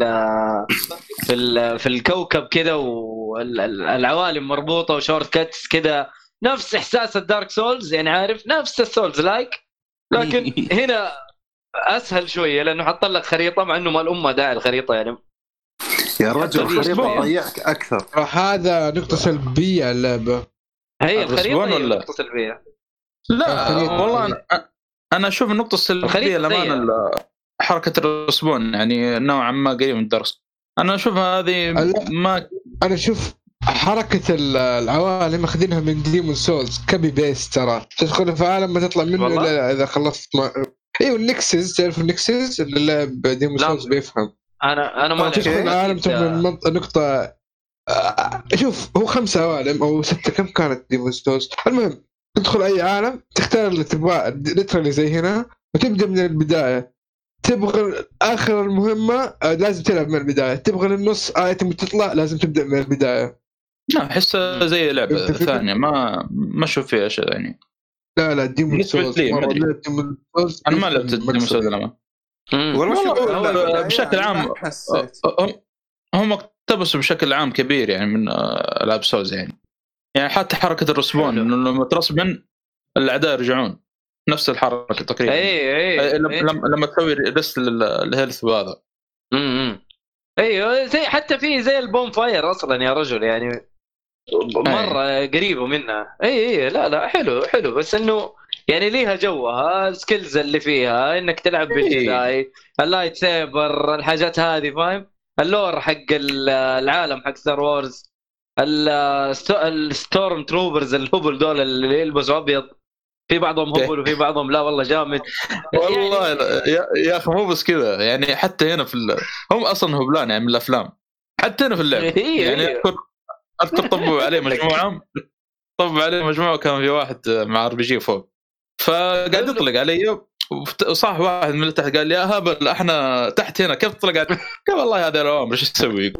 في الكوكب كذا، والعوالم مربوطه وشورت كاتس كذا، نفس احساس الدارك سولز يعني، عارف، نفس السولز لايك، لكن هنا اسهل شويه لانه حط لك خريطه، مع انه ما الامه داعي الخريطه يعني. يا رجل الخريطه تضيعك اكثر. هذا نقطه سلبيه اللعبه، هي الخريطه ولا نقطه سلبيه؟ لا والله انا اشوف النقطه السلبيه لما حركه الرسبون يعني نوعا ما قريب من الدرس. انا اشوفها هذه ما انا اشوف حركه العوالم اخذينها من ديمون سولز كبي بيست. ترى تدخل في عالم ما تطلع منه الا اذا خلصت ايوه النكسز، تعرف النكسز اللي ديمون سولز بيفهم. انا ما تدخل العالم من نقطه شوف هو 5 عوالم او 6 كم كانت ديمون سولز. المهم تدخل اي عالم تختار اللي تبغاه ليترالي زي هنا، وتبدا من البدايه. تبغى اخر المهمه لازم تلعب من البدايه، تبغى للنص ايتم تطلع لازم تبدا من البدايه. لا احسها زي لعبه ثانيه، ما اشوف فيها شيء يعني. لا ديمون سولز انا ما لعبت ديمون سولز لما والله بشكل عام هم اقتبسوا بشكل عام كبير يعني من العاب سولز يعني حتى حركه الرسبون انه لما ترسبن الاعداء يرجعون نفس الحركه تقريبا. لما تسوي ريست للهيلث وهذا. ايوه زي حتى في زي البوم فاير اصلا يا رجل يعني، مره قريبه منها. اي لا حلو بس انه يعني ليها جوها، السكيلز اللي فيها انك تلعب بالجداي، اللايت سيبر، الحاجات هذه فاهم، اللور حق العالم حق ستار وورز، الستورم تروبرز الهبل دول اللي يلبسوا ابيض، في بعضهم هبل وفي بعضهم لا والله جامد والله يا اخي مو بس كذا يعني، حتى هنا هم اصلا هبلان يعني من الافلام، حتى هنا في اللعبه يعني اذكر طبوا عليه مجموعه كان في واحد مع ار بي جي فوق، فقاعد يطلق علي وصاح واحد من تحت قال لي يا هبل احنا تحت هنا كيف تطلق علي؟ قال والله هذا الأوامر ايش تسوي؟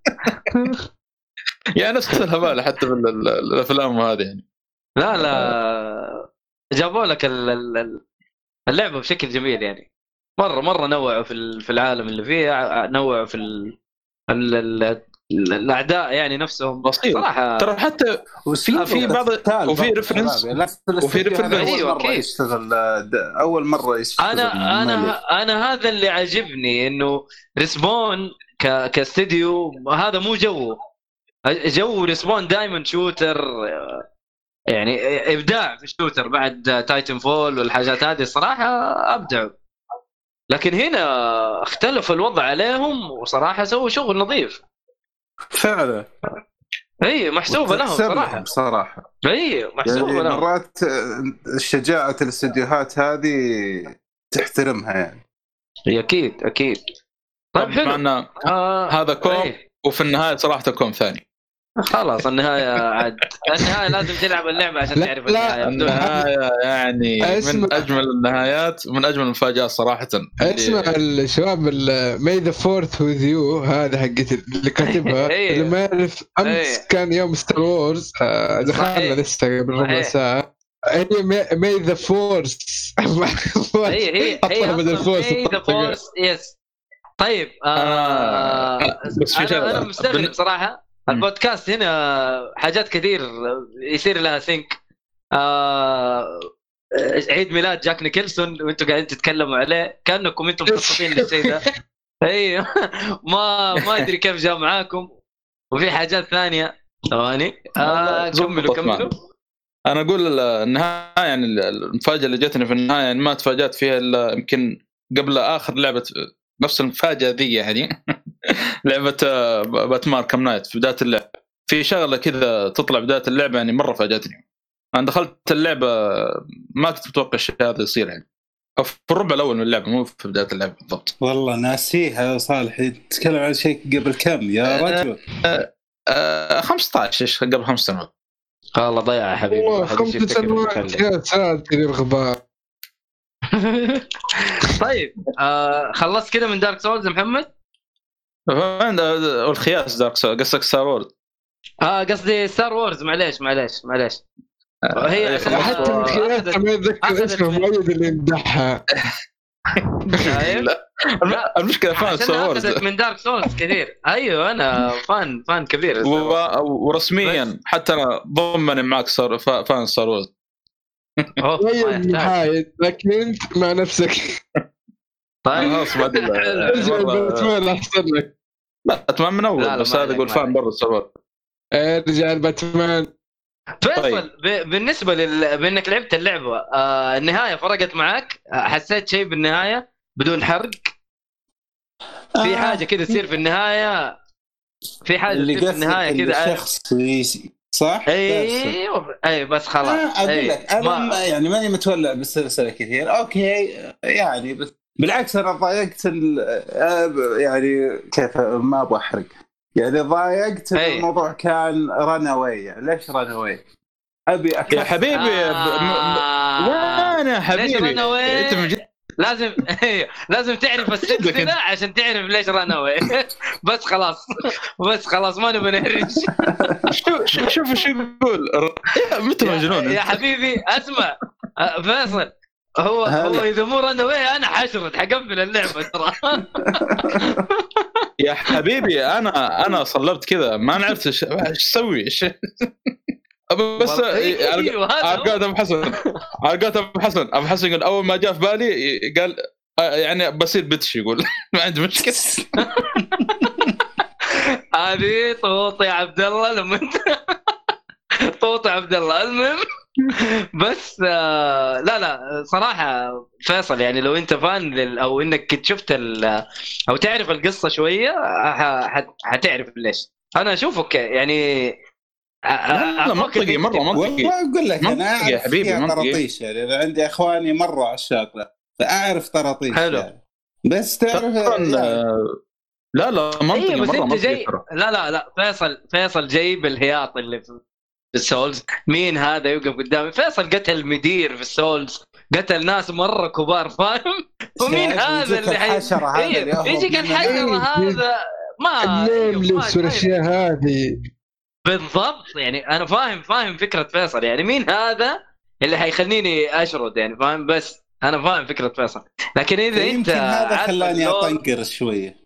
يعني نفس الهبال حتى في الافلام هذه يعني. لا جابوا لك اللعبه بشكل جميل يعني، مره نوعوا في العالم اللي فيها، نوعوا في الاعداء يعني نفسهم بسيط صراحه. ترى حتى في بعض وفي ريفرنس وفي ريفرنس يشتغل اول مره يشتغل. انا هذا اللي عجبني، انه ريسبون كاستديو هذا مو جو ريسبون دائما شوتر، يعني ابداع في الشوتر بعد تايتن فول والحاجات هذه صراحه ابدعوا. لكن هنا اختلف الوضع عليهم وصراحه سووا شغل نظيف فعلا. اي محسوبه لهم صراحه. اي محسوبه يعني لهم. مرات شجاعه الاستديوهات هذه تحترمها يعني. اكيد. طيب حلو. هذا كوم وفي النهايه صراحه كوم ثاني. خلاص النهايه عاد النهايه لازم تلعب اللعبه عشان تعرف النهايه يعني من اجمل النهايات ومن اجمل المفاجآت صراحه. اسمع الشباب ماي ذا فورث وذ يو هذا حقت اللي كاتبها اللي ما يعرف امس كان يوم ستار وورز دخلنا لسه قبل ربع ساعه. هي ماي ذا فورث هي ذا فورث يس. طيب انا مستغرب صراحه البودكاست هنا حاجات كثير يصير لها سينك. عيد ميلاد جاك نيكلسون وانتم قاعدين تتكلموا عليه كأنكم انتم مخططين للشيء ده. ايوه ما ادري كيف جاء معاكم. وفي حاجات ثانيه ثواني كملوا. انا اقول النهايه يعني المفاجاه اللي جتني في النهايه يعني ما تفاجأت فيها الا يمكن قبل اخر لعبه نفس المفاجاه ذي يعني لعبه باتمان كم نايت. في بدايه اللعبه في شغله كذا تطلع بدايه اللعبه يعني مره فاجأتني. انا دخلت اللعبه ما كنت متوقع الشيء هذا يصير يعني في الربع الاول من اللعبه مو في بدايه اللعبه بالضبط. والله ناسيها صالح. تتكلم عن شيء قبل كم يا رجل؟ 15 قبل 5 سنوات. والله ضيع يا حبيبي 5 سنوات يا ساتر الغباء. طيب خلصت كده من دارك سولز محمد؟ والخياس دارك سولز قصدك ستار وورز؟ قصدي ستار وورز معليش هي حتى الخياس ما يتذكر اسمه مؤيد اللي يمدحها. لا المشكله فان ستار وورز من دارك سولز كثير. ايوه انا فان كبير ورسميا حتى انا ضمني معك صار فان ستار وورز. لكن انت مع نفسك. طيب ارجع باتمان احسن لك. باتمان من اول بس هذا يقول فان برا السرور. ارجع الباتمان. فيصل بالنسبه بانك لعبت اللعبه النهايه فرقت معك؟ حسيت شيء بالنهايه بدون حرق؟ في حاجه كذا تصير في النهايه؟ في حاجه اللي تصير في النهايه كذا شخصي صح؟ اي بس خلاص اقول لك انا يعني ماني متولع بالسلسله كثير اوكي يعني بس بالعكس انا ضايقت يعني كيف ما ابغى احرق يعني ضايقت الموضوع كان رانوي. يعني ليش رانوي؟ ابي يا حبيبي وانا حبيبي انت لازم تعرف السلسله عشان تعرف ليش رانوي. بس خلاص ما نبي نهرج. شوف شو يقول متى مجنون يا حبيبي اسمع فيصل هو اذا مو رانوي انا حشرت حقفل اللعبه ترى. يا حبيبي انا صلبت كذا ما نعرف ايش اسوي بس عقاد ابو حسن يقول اول ما جاء في بالي قال يعني بصير بتش يقول ما عندي مشكله. هذه طوط يا عبد الله لما انت طوط عبد الله. المهم بس لا صراحه فيصل يعني لو انت فان او انك كنت شفت او تعرف القصه شويه حتعرف ليش انا اشوفك يعني لا منطقي مره منطقي. اقول لك انا يا حبيبي طراطيش يعني انا عندي اخواني مره عشاق فاعرف طراطيش حلو يعني. بس تعرف لا منطقي مره منطقي. لا فيصل جايب الهياط اللي في السولز. مين هذا يوقف قدامي؟ فيصل قتل مدير في السولز قتل ناس مره كبار فاهم. ومين هذا اللي يجيك الحشره هذا ما ليش والاشياء هذه بالضبط. يعني انا فاهم فكره فيصل يعني مين هذا اللي حيخليني اشرد يعني فاهم. بس انا فاهم فكره فيصل لكن اذا انت هذا خلاني اطنقر شويه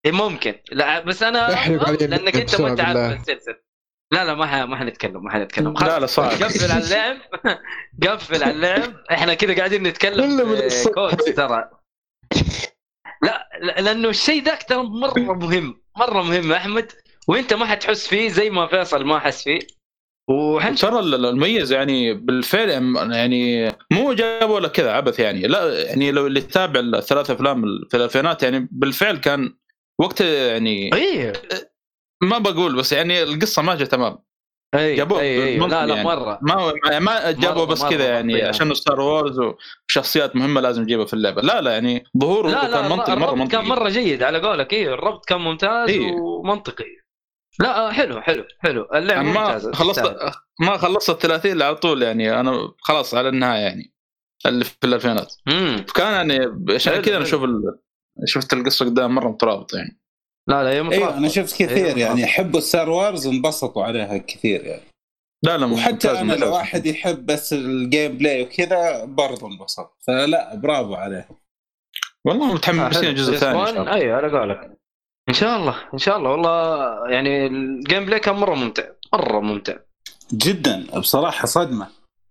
ممكن لا بس انا لانك انت ما تعرف السلسله. لا ما حنتكلم لا صعب. قفل على اللعب قفل على اللعب. احنا كذا قاعدين نتكلم كود ترى. لا لانه الشيء ذاك ترى مره مهم يا احمد، وانت ما حتحس فيه زي ما فيصل ما حس فيه. ترى المميز يعني بالفعل يعني مو جابوا ولا كذا عبث يعني. لا يعني لو اللي تتابع الثلاث افلام في الالفينات يعني بالفعل كان وقت يعني ما بقول بس يعني القصه ماشيه تمام. جابوه لا يعني مره ما جابوا بس كذا يعني عشان ستار وورز وشخصيات مهمه لازم نجيبها في اللعبه. لا يعني ظهوره كان منطقي مره كان مره جيد على قولك. الربط كان ممتاز ومنطقي. لا حلو اللعبه ممتازه. ما خلصت 30 على طول يعني انا خلاص على النهايه يعني اللي في الالفينات. كان يعني عشان كذا نشوف شفت القصه قدام مره مترابط يعني. لا هي مترابطه. ايوه انا شفت كثير يعني يحبوا ستار وارز انبسطوا عليها كثير يعني. لا وحتى انا لو واحد يحب بس الجيم بلاي وكذا برضه انبسط. فلا برافو عليه والله. متحمسين الجزء الثاني. ايوه على قولك ان شاء الله والله. يعني الجيم بلاي كان مره ممتع جدا بصراحه صدمه.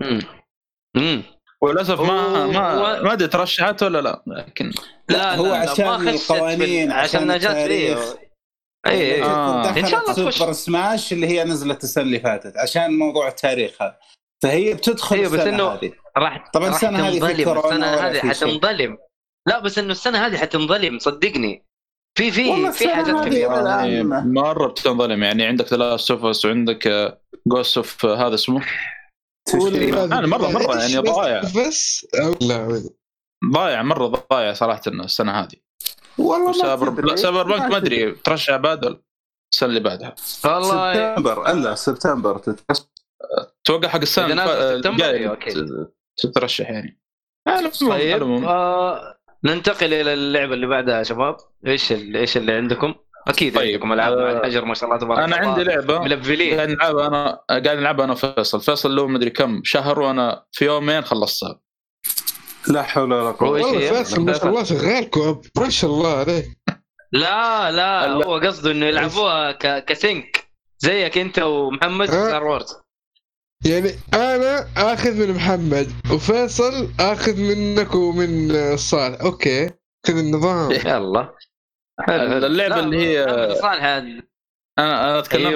وللاسف ما ادري ترشحت ولا لا لكن لا هو عشان القوانين عشان التاريخ. ان شاء الله سوبر سماش اللي هي نزلت السنه اللي فاتت عشان موضوع التاريخ هذا. فهي بتدخل السنه هذه طبعا السنه هذه في كورونا هذه حتنظلم. لا بس انه السنه هذه حتنظلم صدقني. في حاجات كثيره مره بتنظلم يعني. عندك ثلاث سوفس وعندك جوست اوف هذا اسمه انا مره يعني ضايع بس ضايع مره ضايع صراحه السنه هذه والله. سايبر بانك ما ادري ترشح بعد ولا السنه اللي بعدها والله سبتمبر توقع حق السنه الجايه تترشح يعني. طيب ننتقل الى اللعبه اللي بعدها يا شباب. ايش اللي عندكم؟ اكيد طيب. عندكم العاب مع الحجر ما شاء الله تبارك الله. انا عندي لعبه قاعد نلعبها انا فيصل له مدري كم شهر وانا في يومين خلصتها. لا حول ولا قوه. والله فيصل ما شاء الله شغال كوب ما شاء الله عليه. لا هو قصده انه يلعبوها كسينك زيك انت ومحمد ستار وورز. يعني انا اخذ من محمد وفيصل اخذ منك ومن صالح. اوكي كذا النظام. يلا اللعبه اللي هي انا تكلمت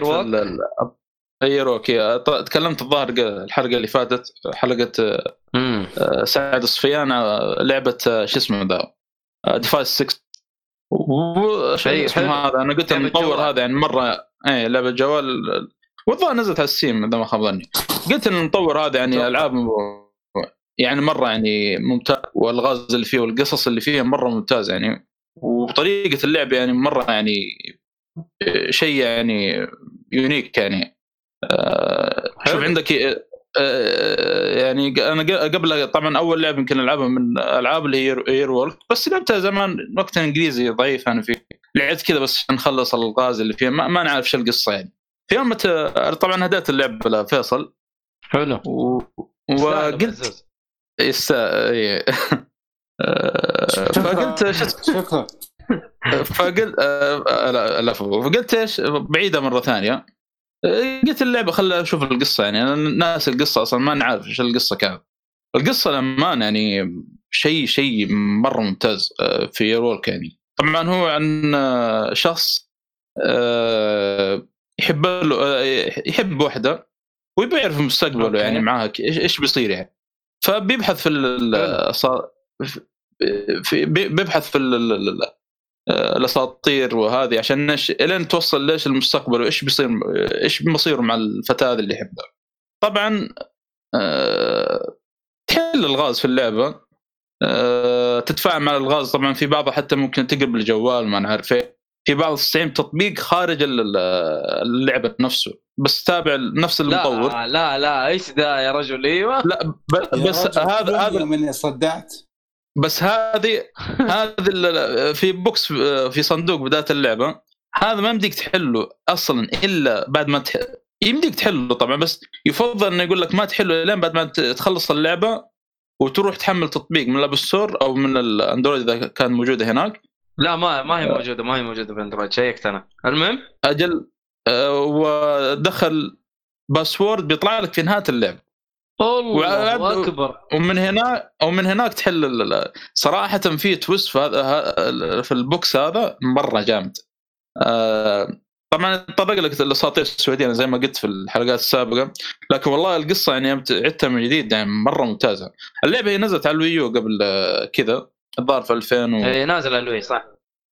تكلمت الظاهر الحلقه اللي فاتت حلقه سعد الصفيان لعبه شو اسمه ذا ديفايس 6 وشيء اسمه هذا. انا قلت المطور هذا يعني مره لعبه جوال والله نزلت على السيم اذا ما خاب ظني. قلت ان المطور هذا يعني العاب يعني مره يعني ممتاز والغاز اللي فيه والقصص اللي فيها مره ممتاز يعني. وطريقه اللعب يعني مره يعني شيء يعني يونيك يعني. شوف عندك يعني انا قبل طبعا اول لعبه يمكن العبها من العاب اللي هي اير وورك بس لعبتها زمان وقت انجليزي ضعيف انا فيه لعبت كذا بس نخلص الغاز اللي فيها ما نعرف شو القصه يعني. في يوم طبعا هديت اللعبه لفيصل حلو وقلت فقلت شكرا فقلت ايش بعيده مره ثانيه. قلت اللعبه خلينا نشوف القصه يعني. انا ناس القصه اصلا ما نعرف ايش القصه كانت. القصه لما يعني شيء مره ممتاز في يرولك يعني. طبعا هو عن شخص يحب واحده ويبي يعرف مستقبله يعني معاها ايش بيصير يعني. فبيبحث بيبحث في الاساطير وهذه عشان لين توصل ليش المستقبل وايش بيصير ايش مصيره مع الفتاه اللي يحبها. طبعا تحل الغاز في اللعبه تتفاعل مع الغاز. طبعا في بعضها حتى ممكن تقرب الجوال ما نعرف ايه. في بعض تستعين تطبيق خارج اللعبه نفسه بس تابع نفس المطور. لا ايش ذا يا رجل. ايوه لا بس هذا من صدعت. بس هذه في بوكس في صندوق بداية اللعبة. هذا ما يمديك تحله أصلا إلا بعد ما يمديك تحله طبعا بس يفضل إنه يقول لك ما تحله إلا بعد ما تخلص اللعبة وتروح تحمل تطبيق من الأب ستور أو من الأندرويد إذا كان موجودة هناك لا ما هي موجوده، ما هي موجوده باندرويد، شيكت انا. المهم اجل ودخل باسورد بيطلع لك في نهايه اللعب. الله اكبر. ومن هناك تحل صراحه في تويست في البوكس هذا مره جامد. طبعا طبق لك الاساطير السعوديه زي ما قلت في الحلقات السابقه، لكن والله القصه يعني عدتها من جديد يعني مره ممتازه. اللعبه هي نزلت على الويو قبل كذا الظاهر في 2000 نازل على الوي صح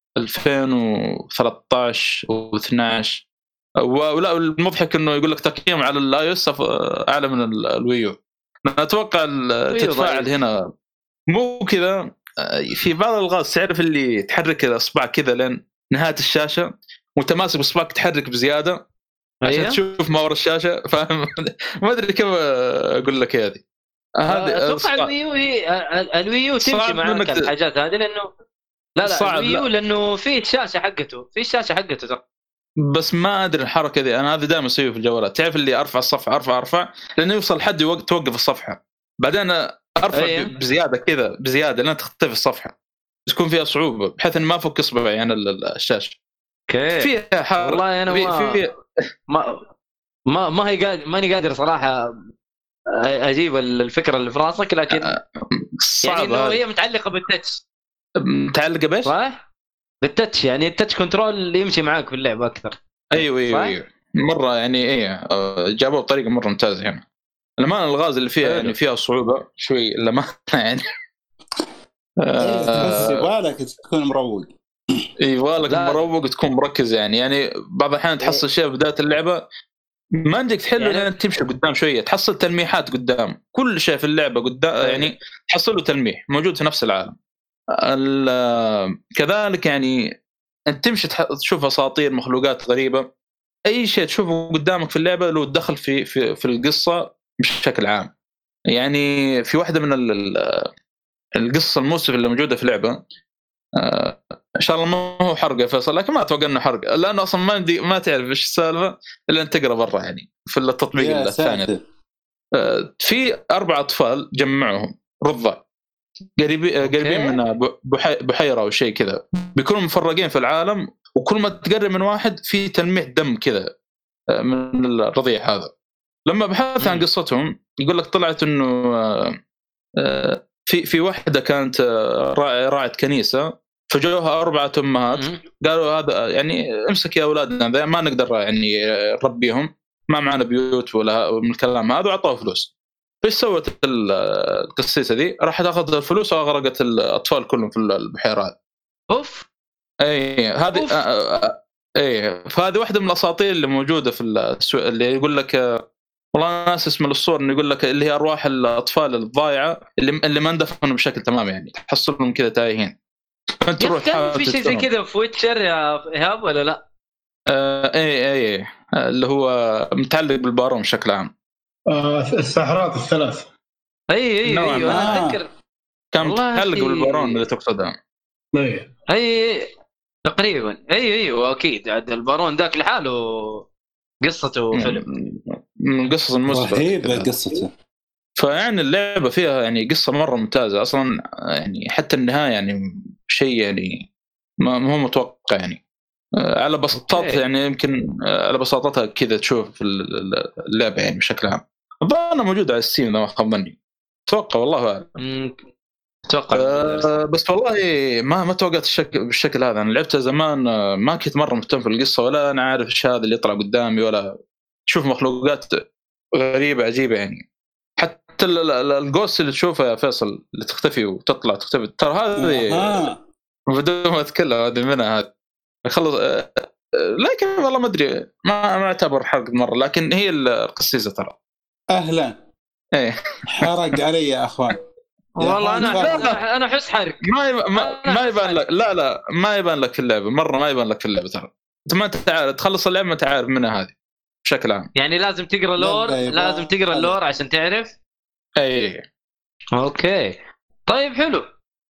2013 و12. ولا المضحك انه يقول لك تقييم على الاي اس اعلى من الويو. انا اتوقع تتفاعل هنا مو كذا. في بعض الالغاز تعرف اللي تحرك الاصبع كذا لين نهايه الشاشه وتماسك باصبعك تحرك بزياده عشان تشوف ما ورا الشاشه، فاهم؟ ما ادري كيف اقول لك هذه اتوقع الويو تمشي معك الحاجات هذه لانه لا الويو لانه في الشاشه حقته بس ما ادري الحركه دي انا هذه دائما اسويها في الجوالات. تعرف اللي ارفع الصفحه ارفع لانه يوصل حد توقف الصفحه، بعدين ارفع بزياده كذا بزياده لين تختفي الصفحه، تكون فيها صعوبه بحيث ان ما افك اصبعي يعني الشاشه. فيها حركه والله انا ما هي قادر ماني قادر صراحه اجيب الفكره اللي في راسك، لكن يعني انه هي متعلقه بالتاتش. متعلقه بايش؟ صح بالتاتش، يعني التاتش كنترول اللي يمشي معاك في اللعبه اكثر. ايوه مره يعني جابوا بطريقه مره ممتازه هنا. الأمان الغاز اللي فيها يعني فيها صعوبه شوي لما يعني بس يبغالك تكون مروق. يبغالك مروق وتكون مركز يعني بعض الأحيان تحصل شيء بداية اللعبة ما عندك تحله يعني لين تمشي قدام شوية تحصل تلميحات قدام كل شيء في اللعبة قدام يعني تحصله تلميح موجود في نفس العالم. كذلك يعني أنت تمشي تشوف أساطير مخلوقات غريبة أي شيء تشوفه قدامك في اللعبة له دخل في القصة بشكل عام. يعني في واحدة من القصة المؤسفة اللي موجودة في اللعبة ان شاء الله ما هو حرق يا فيصل لكن ما اتوقع انه حرق لانه اصلا ما تعرف ايش السالفه الا ان تقرا برا يعني في التطبيق الثاني. في 4 اطفال جمعوهم رضع قريبين من بحيره او شيء كذا بيكونوا مفرقين في العالم وكل ما تقرب من واحد في تلميح دم كذا من الرضيع هذا. لما بحثت عن قصتهم يقول لك طلعت انه في واحدة كانت راعية كنيسة فجوها 4 أمهات قالوا هذا يعني امسك يا أولادنا ما نقدر يعني نربيهم ما معنا بيوت ولا من الكلام هذا وعطوه فلوس. إيش سوت القصيصة دي؟ راحت أخذت الفلوس وأغرقت الأطفال كلهم في البحيرات. أوف. أي هذه فهذه واحدة من الأساطير اللي موجودة في اللي يقول لك والله ناس اسم الصور انه يقول لك اللي هي ارواح الاطفال الضايعه اللي ما اندفنوا بشكل تمام يعني تحصلهم كذا تايهين. فانت تروح في شيء زي كذا في ويتشر يا ايهاب ولا لا؟ اي اللي هو متعلق بالبارون بشكل عام. السحرات الثلاث. ايوه انا اتذكر كان متعلق بالبارون اللي تقصدها. اي تقريبا ايوه اكيد عاد البارون ذاك لحاله قصته فيلم من قصص المسلسل رهيبة قصته. فيعني اللعبة فيها يعني قصة مرة ممتازة أصلا يعني حتى النهاية يعني شيء يعني ما هو متوقع يعني على بساطتها يعني يمكن على بساطتها كذا تشوف في اللعبة يعني بشكل عام. الظاهر موجودة على ستيم إذا ما خاب ظني أتوقع والله أعلم. بس والله ما توقعت بالشكل هذا. أنا لعبتها زمان ما كنت مرة مهتم في القصة ولا أنا عارف إيش هذا اللي يطلع قدامي ولا تشوف مخلوقات غريبة عجيبة يعني. حتى الجوست اللي تشوفه يا فيصل اللي تختفي وتطلع تختفي ترى هذه بدون ما أتكلم هذه منها هذه خلص لكن والله ما أدري ما أعتبر حرق مرة لكن هي القصيزة ترى. أهلا حرق علي يا أخوان والله انا احس حرق ما يبان لك لا ما يبان لك في اللعبه مره ما يبان لك في اللعبه ترى انت ما تعرف تخلص اللعبه ما تعرف منها هذه بشكل عام يعني لازم تقرا لور لازم تقرا اللور عشان تعرف. اي اوكي طيب حلو.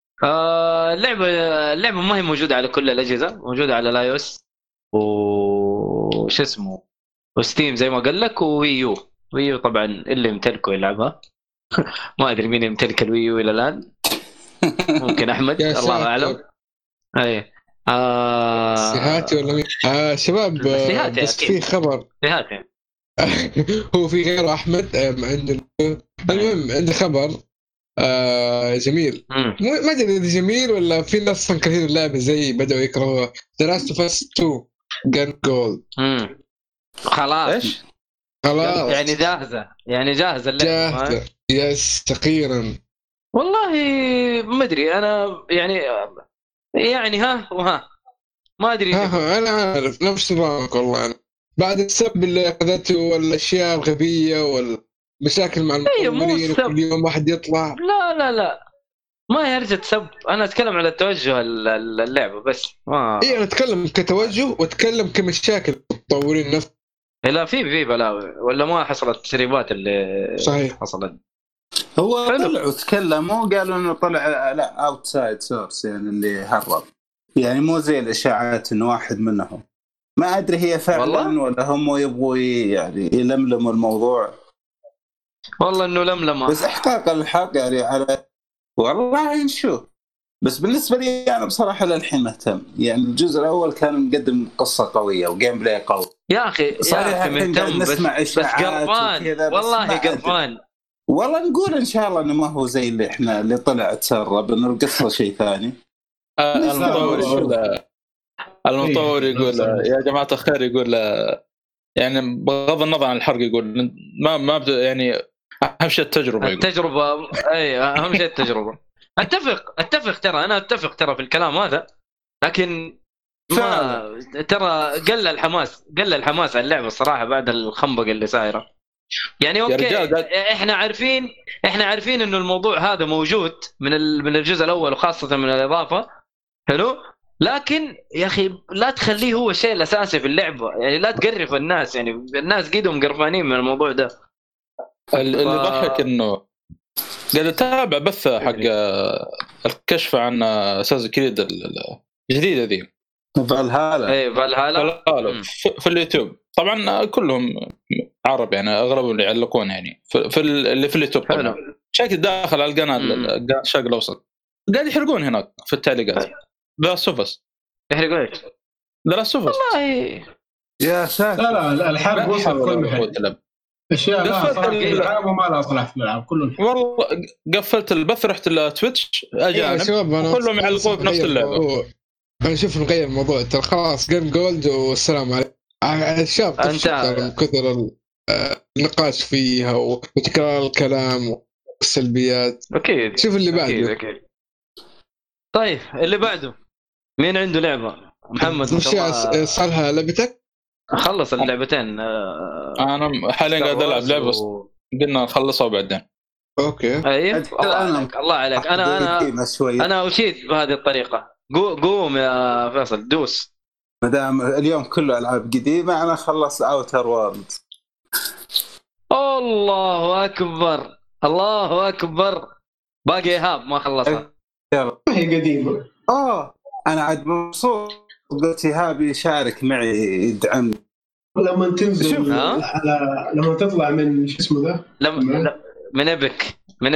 اللعبه ما هي موجوده على كل الاجهزه موجوده على الاي او اس وش اسمه وستيم زي ما قال لك وويو طبعا اللي يمتلكه يلعبها ما ادري مين يمتلك الويو الى الان ممكن احمد الله اعلم. اي سيهاتي ولا مين؟ شباب بس في خبر سيهاتي هو في غيره أحمد عند المهم عندي خبر جميل ما أدري إذا جميل ولا في ناس أصلا كثير اللعبة زي بدأوا يكرهوها. The Last of Us 2 Gun Gold خلاص يعني جاهزة اللعبة جاهزة يس أخيرا والله ما أدري أنا يعني ها ما أدري أنا عارف نفس نظامك والله أنا. بعد السب اللي أخذته والأشياء الغبية والمشاكل مع المطورين وكل يوم واحد يطلع لا ما يرجع سب. أنا أتكلم على توجه اللعبة بس أنا أتكلم كتوجه وأتكلم كمشاكل المطورين نفسه. لا في بلاوي ولا ما حصلت التسريبات اللي صحيح حصلت. هو طلعوا تكلموا قالوا انه طلع لا اوتسايد سورس يعني اللي هرب يعني مو زي الاشاعات انه واحد منهم. ما ادري هي فعلا ولا هم يبغوا يعني يلملموا الموضوع. والله انه لملمه بس احقاق الحق يعني على والله نشوف. بس بالنسبه لي انا بصراحه للحين مهتم. يعني الجزء الاول كان مقدم قصه قويه وجيم بلاي قوي يا اخي مهتم بس قرفان والله قرفان. والله نقول ان شاء الله انه ما هو زي اللي احنا اللي طلع تسرب انه القصه شيء ثاني. المطور يقول يا جماعه الخير يقول يعني بغض النظر عن الحرق يقول ما يعني اهم شيء التجربه اي اهم شيء التجربه. اتفق ترى انا اتفق ترى في الكلام هذا لكن ما ترى قل الحماس على اللعبه الصراحه بعد الخنبق اللي صايره. يعني اوكي احنا عارفين انه الموضوع هذا موجود من الجزء الاول وخاصه من الاضافه حلو. لكن يا اخي لا تخليه هو الشيء الاساسي في اللعبه. يعني لا تقرف الناس. يعني الناس قيدهم قرفانين من الموضوع ده. اللي ضحك انه قاعد اتابع بث حق الكشف عن اساس كريد الجديده ذي فالهالا في اليوتيوب. طبعا كلهم عرب يعني اغلبهم اللي يعلقون يعني في اللي في اليوتيوب. طبعا شكل داخل على القناه الشرق الاوسط قاعد يحرقون هناك في التعليقات. لا سوفس يحرقون لا سوفس والله يا ساتر. لا الحرق وصل كل محل اشياء لا صار في العاب وما لا اصلح في الالعاب كلهم. والله قفلت البث رحت لتويتش اجانب كلهم يعلقون في نفس اللعبه. انا شوف نغير الموضوع ترى خلاص جيم جولد والسلام عليكم. الشاب من كثر النقاش فيها وتكرار الكلام والسلبيات. اكيد شوف اللي بعده. طيب اللي بعده مين عنده لعبه؟ محمد مش صارها لعبتك؟ خلص اللعبتين. انا حاليا قاعد العب لعبه قلنا نخلصها وبعدين. اوكي الله عليك. انا اشيد بهذه الطريقه. قوم يا فيصل دوس. مدام اليوم كله العاب قديمه انا خلص اوتر وورلد. الله اكبر باقي هاب ما خلصها. هي قديمه. انا عاد مبسوط بتهاب يشارك معي يدعم لما تنزل لما تطلع من شو اسمه ذا من ابك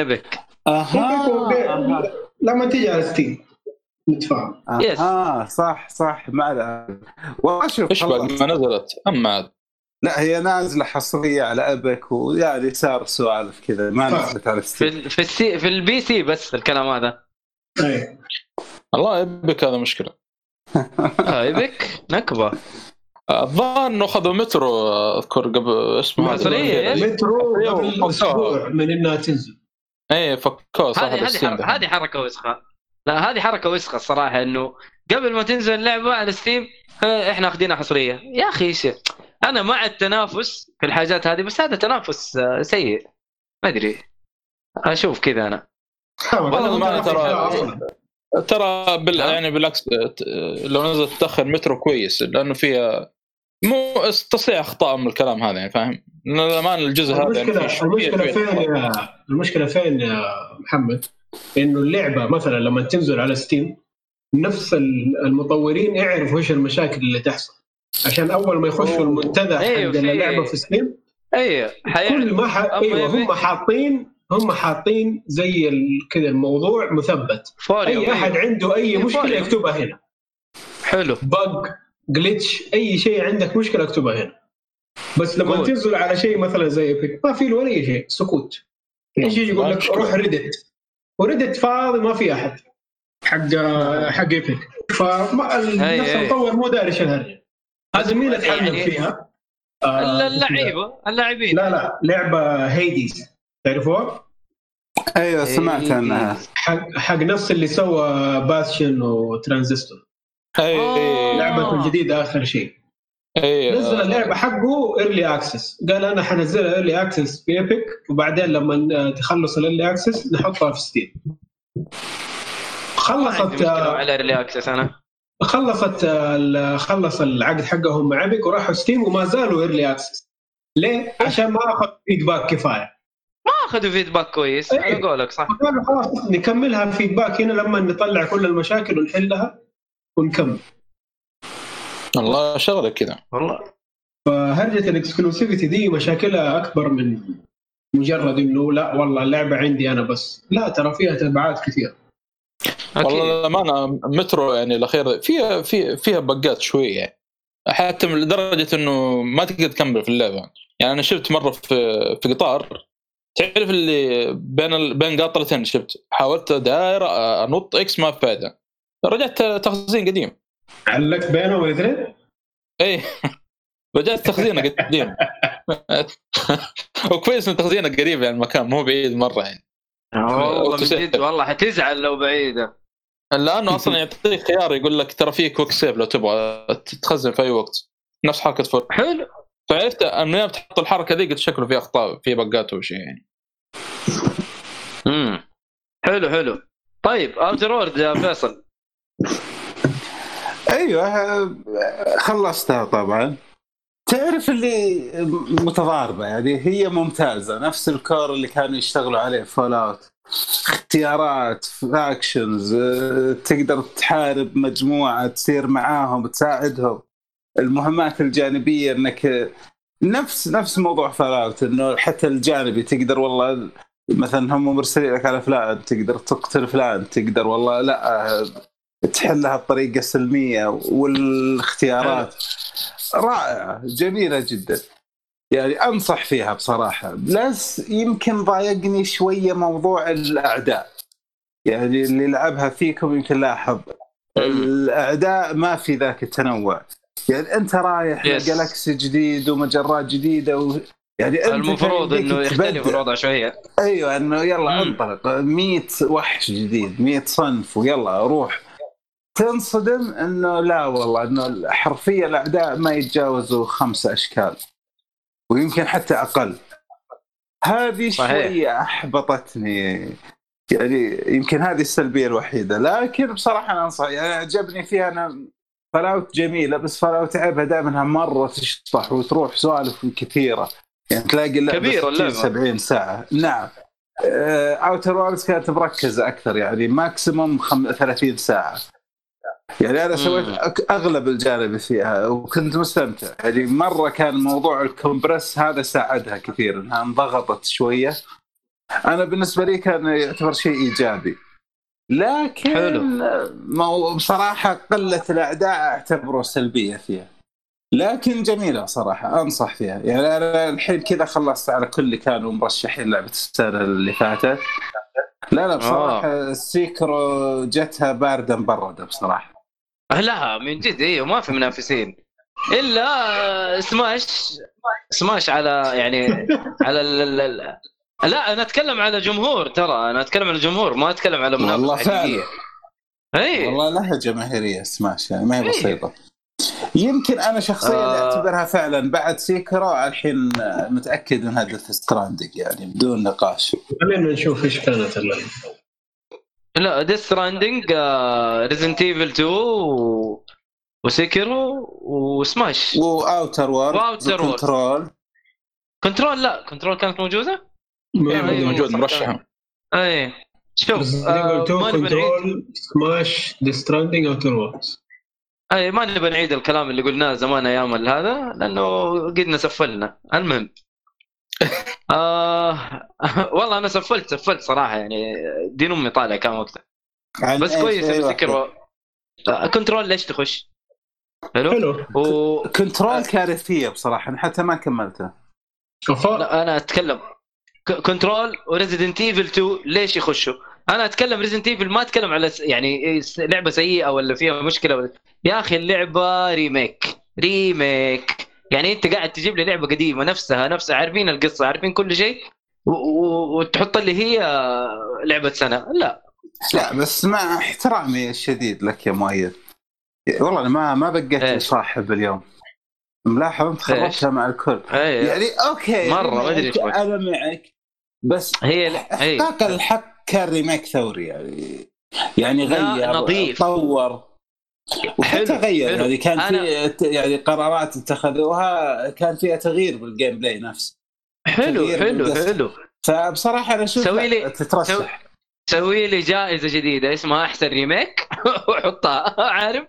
لما تيجي على ستيم نتفاهم. صح ما واشوف ايش بعد ما نزلت اما لا هي نازله حصريه على ابك ويعني صار سوالف كذا ما نزلت على ستيم في البي سي بس الكلام هذا. الله ابك هذا مشكله. ابك نكبه. الظاهر انه اخذوا مترو اذكر قبل اسمه مترو قبل اسبوع من انها تنزل. ايه فكوه صح. هذه حركه وسخه. لا هذه حركه وسخه الصراحه انه قبل ما تنزل اللعبه على ستيم احنا اخذينها حصريه. يا اخي انا مع التنافس في الحاجات هذه بس هذا تنافس سيء. ما ادري اشوف كذا انا والله ما ترى يعني بالعكس لو نزلت تاخر مترو كويس لانه فيها مو تصحيح اخطاء من الكلام هذا يعني فاهم. للأمانة الجزء هذا المشكله فين يا محمد انه اللعبه مثلا لما تنزل على ستيم نفس المطورين يعرفوا ايش المشاكل اللي تحصل عشان اول ما يخشوا المنتدى حق اللعبه في ستيم كل ما هم حاطين زي كذا الموضوع مثبت. اي احد عنده اي مشكله يكتبها هنا حلو بق جليتش اي شيء عندك مشكله اكتبها هنا. بس لما تنزل على شيء مثلا زي ايبك ما في له ولا شيء، سكوت. ايش يقول لك روح ريدت، وريدت فاضي ما في احد حق ايبك. فالناس المطور مو داري ايش الهرجه هذا. مين اتحمل يعني فيها؟ اللاعبين. لا لعبه هيديز تعرفوها؟ ايوه سمعت عنها. حق نفس اللي سوى باستيون وترانزستور. لعبته الجديده اخر شيء. نزل اللعبه حقه ايرلي اكسس، قال انا حنزلها ايرلي اكسس في ايبك، وبعدين لما تخلص الايرلي اكسس نحطها في ستيم. خلصت على ايرلي اكسس. انا خلص العقد حقهم مع ايبك وراحوا ستيم وما زالوا ايرلي اكسس. ليه؟ عشان ما اخذ فيدباك كفايه. ما اخذوا فيدباك كويس. انا اقول لك صح. خلاص نكملها فيدباك هنا لما نطلع كل المشاكل ونحلها ونكمل. والله شغله كذا والله. فهرجة الاكسكلوسيفيتي دي مشاكلها اكبر من مجرد انه لا والله اللعبه عندي انا بس. لا ترى فيها تبعات كثير. والله للأمانة مترو يعني الأخير فيها بقات شوية يعني. حتى لدرجة إنه ما تقدر تكمل في اللعبة. يعني أنا شفت مرة في قطار، تعرف اللي بين قاطرتين، شفت حاولت دائرة أنط إكس ما فايدة، رجعت تخزين قديم. علقت بينهم الاثنين؟ إيه رجعت تخزينه قديم. وكويس إن تخزينه قريب يعني المكان مو بعيد مرة يعني. والله من جد والله حتزعل لو بعيدة. لأنه أصلاً يعطيك خيار يقول لك ترى فيه كويك سيف لو تبغى تخزن في أي وقت، نفس حركة فور. حلو. فعرفت أنه يوم تحط الحركة ذي قد شكله فيه أخطاء في بقات وشيء يعني. حلو. طيب أوتر وورد يا فيصل. أيوة خلصتها طبعاً. تعرف اللي متضاربة يعني، هي ممتازة نفس الكور اللي كانوا يشتغلوا عليه فولاوت. اختيارات، فاكشنز، تقدر تحارب مجموعة، تصير معاهم، تساعدهم. المهمات الجانبية انك نفس موضوع فولاوت، انه حتى الجانبي تقدر والله مثلا هم مرسلين لك على فلان تقدر تقتل فلان، تقدر والله لا تحلها بطريقة سلمية. والاختيارات رائعة جميلة جدا يعني، أنصح فيها بصراحة. بس يمكن ضايقني شوية موضوع الأعداء، يعني اللي لعبها فيكم يمكن لاحظ الأعداء ما في ذاك التنوع. يعني أنت رايح لجالاكسي جديد ومجرات جديدة يعني أنت المفروض إنه يختلف الوضع شوية. أيوة إنه يلا انطلق 100 وحش جديد 100 صنف ويلا روح. تنصدم انه لا والله انه حرفيا الاعداء ما يتجاوزوا 5 اشكال ويمكن حتى اقل. هذه شويه احبطتني يعني، يمكن هذه السلبيه الوحيده. لكن بصراحه انا انصح يعني، عجبني فيها. انا فلاوت جميله، بس فلاوت عيبها دائما مره تشطح وتروح سوالف كثيره يعني، تلاقي اللعبه 70 ساعه. نعم اوتر وورلدز كانت مركزه اكثر يعني، ماكسيموم 30 ساعه يعني. أنا سويت أغلب الجانب فيها وكنت مستمتع يعني. مرة كان موضوع الكومبرس هذا ساعدها كثير، إنها انضغطت شوية. أنا بالنسبة لي كان يعتبر شيء إيجابي. لكن بصراحة قلة الأعداء أعتبره سلبية فيها، لكن جميلة صراحة أنصح فيها يعني. أنا الحين كذا خلصت على كل اللي كانوا مرشحين لعبة السنة اللي فاتت. لا بصراحة السيكرو جتها باردة مبردة بصراحة. لا من جد ايه، وما في منافسين الا سماش على يعني على لا انا اتكلم على جمهور، ترى انا اتكلم على الجمهور ما اتكلم على منافسه حقيقيه. اي والله لها جماهيريه سماش يعني، ما هي بسيطه. يمكن انا شخصيا اعتبرها فعلا بعد سيكرو الحين متاكد انها ديث ستراندنج يعني بدون نقاش. خلينا نشوف ايش كانت لا ديث ستراندنج، ريزنت ايفل 2 وسيكرو وسماش واوتر وورد كنترول. لا كنترول كانت موجوده، موجود مرشحه. اي شوف كنترول سماش ديث ستراندنج اوتر وورد. اي ما نبي نعيد الكلام اللي قلناه زمان ايام هذا لانه قدنا سفلنا. المهم والله انا سفلت صراحه يعني، دين امي طالع كان وقتها. بس كويس. سكر كنترول ليش تخش حلو. كنترول كارثيه بصراحه، انا حتى ما كملته. لا انا اتكلم كنترول وريزيدنت ايفل 2 ليش يخشوا. انا اتكلم ريزيدنت ايفل، ما اتكلم على يعني لعبه سيئه ولا فيها مشكله ولا. يا اخي اللعبه ريميك يعني انت قاعد تجيب لي لعبه قديمه نفسها عارفين القصه عارفين كل شيء وتحط اللي هي لعبه سنه. لا بس مع احترامي الشديد لك يا مؤيد، والله انا ما بقيت صاحب اليوم، ملاحظ انت خربتها مع الكل. يعني اوكي مره ما ادري ايش انا معك، بس هي احقاق الحق كان ريميك ثوري يعني غير نظيف طور وحتى غير يعني كان في يعني قرارات اتخذوها كان فيها تغيير بالجيم بلاي نفسه. حلو. فبصراحه انا اشوف تترشح. سوي لي جائزه جديده اسمها احسن ريميك وحطها عارف.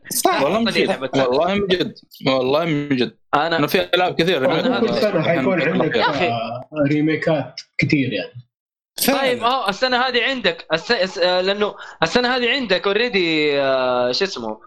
والله من جد انا في العاب كثير كل سنه حيكون عندك ريميكات كثير يعني. طيب السنه هذه عندك لانه السنه هذه عندك اوريدي شو اسمه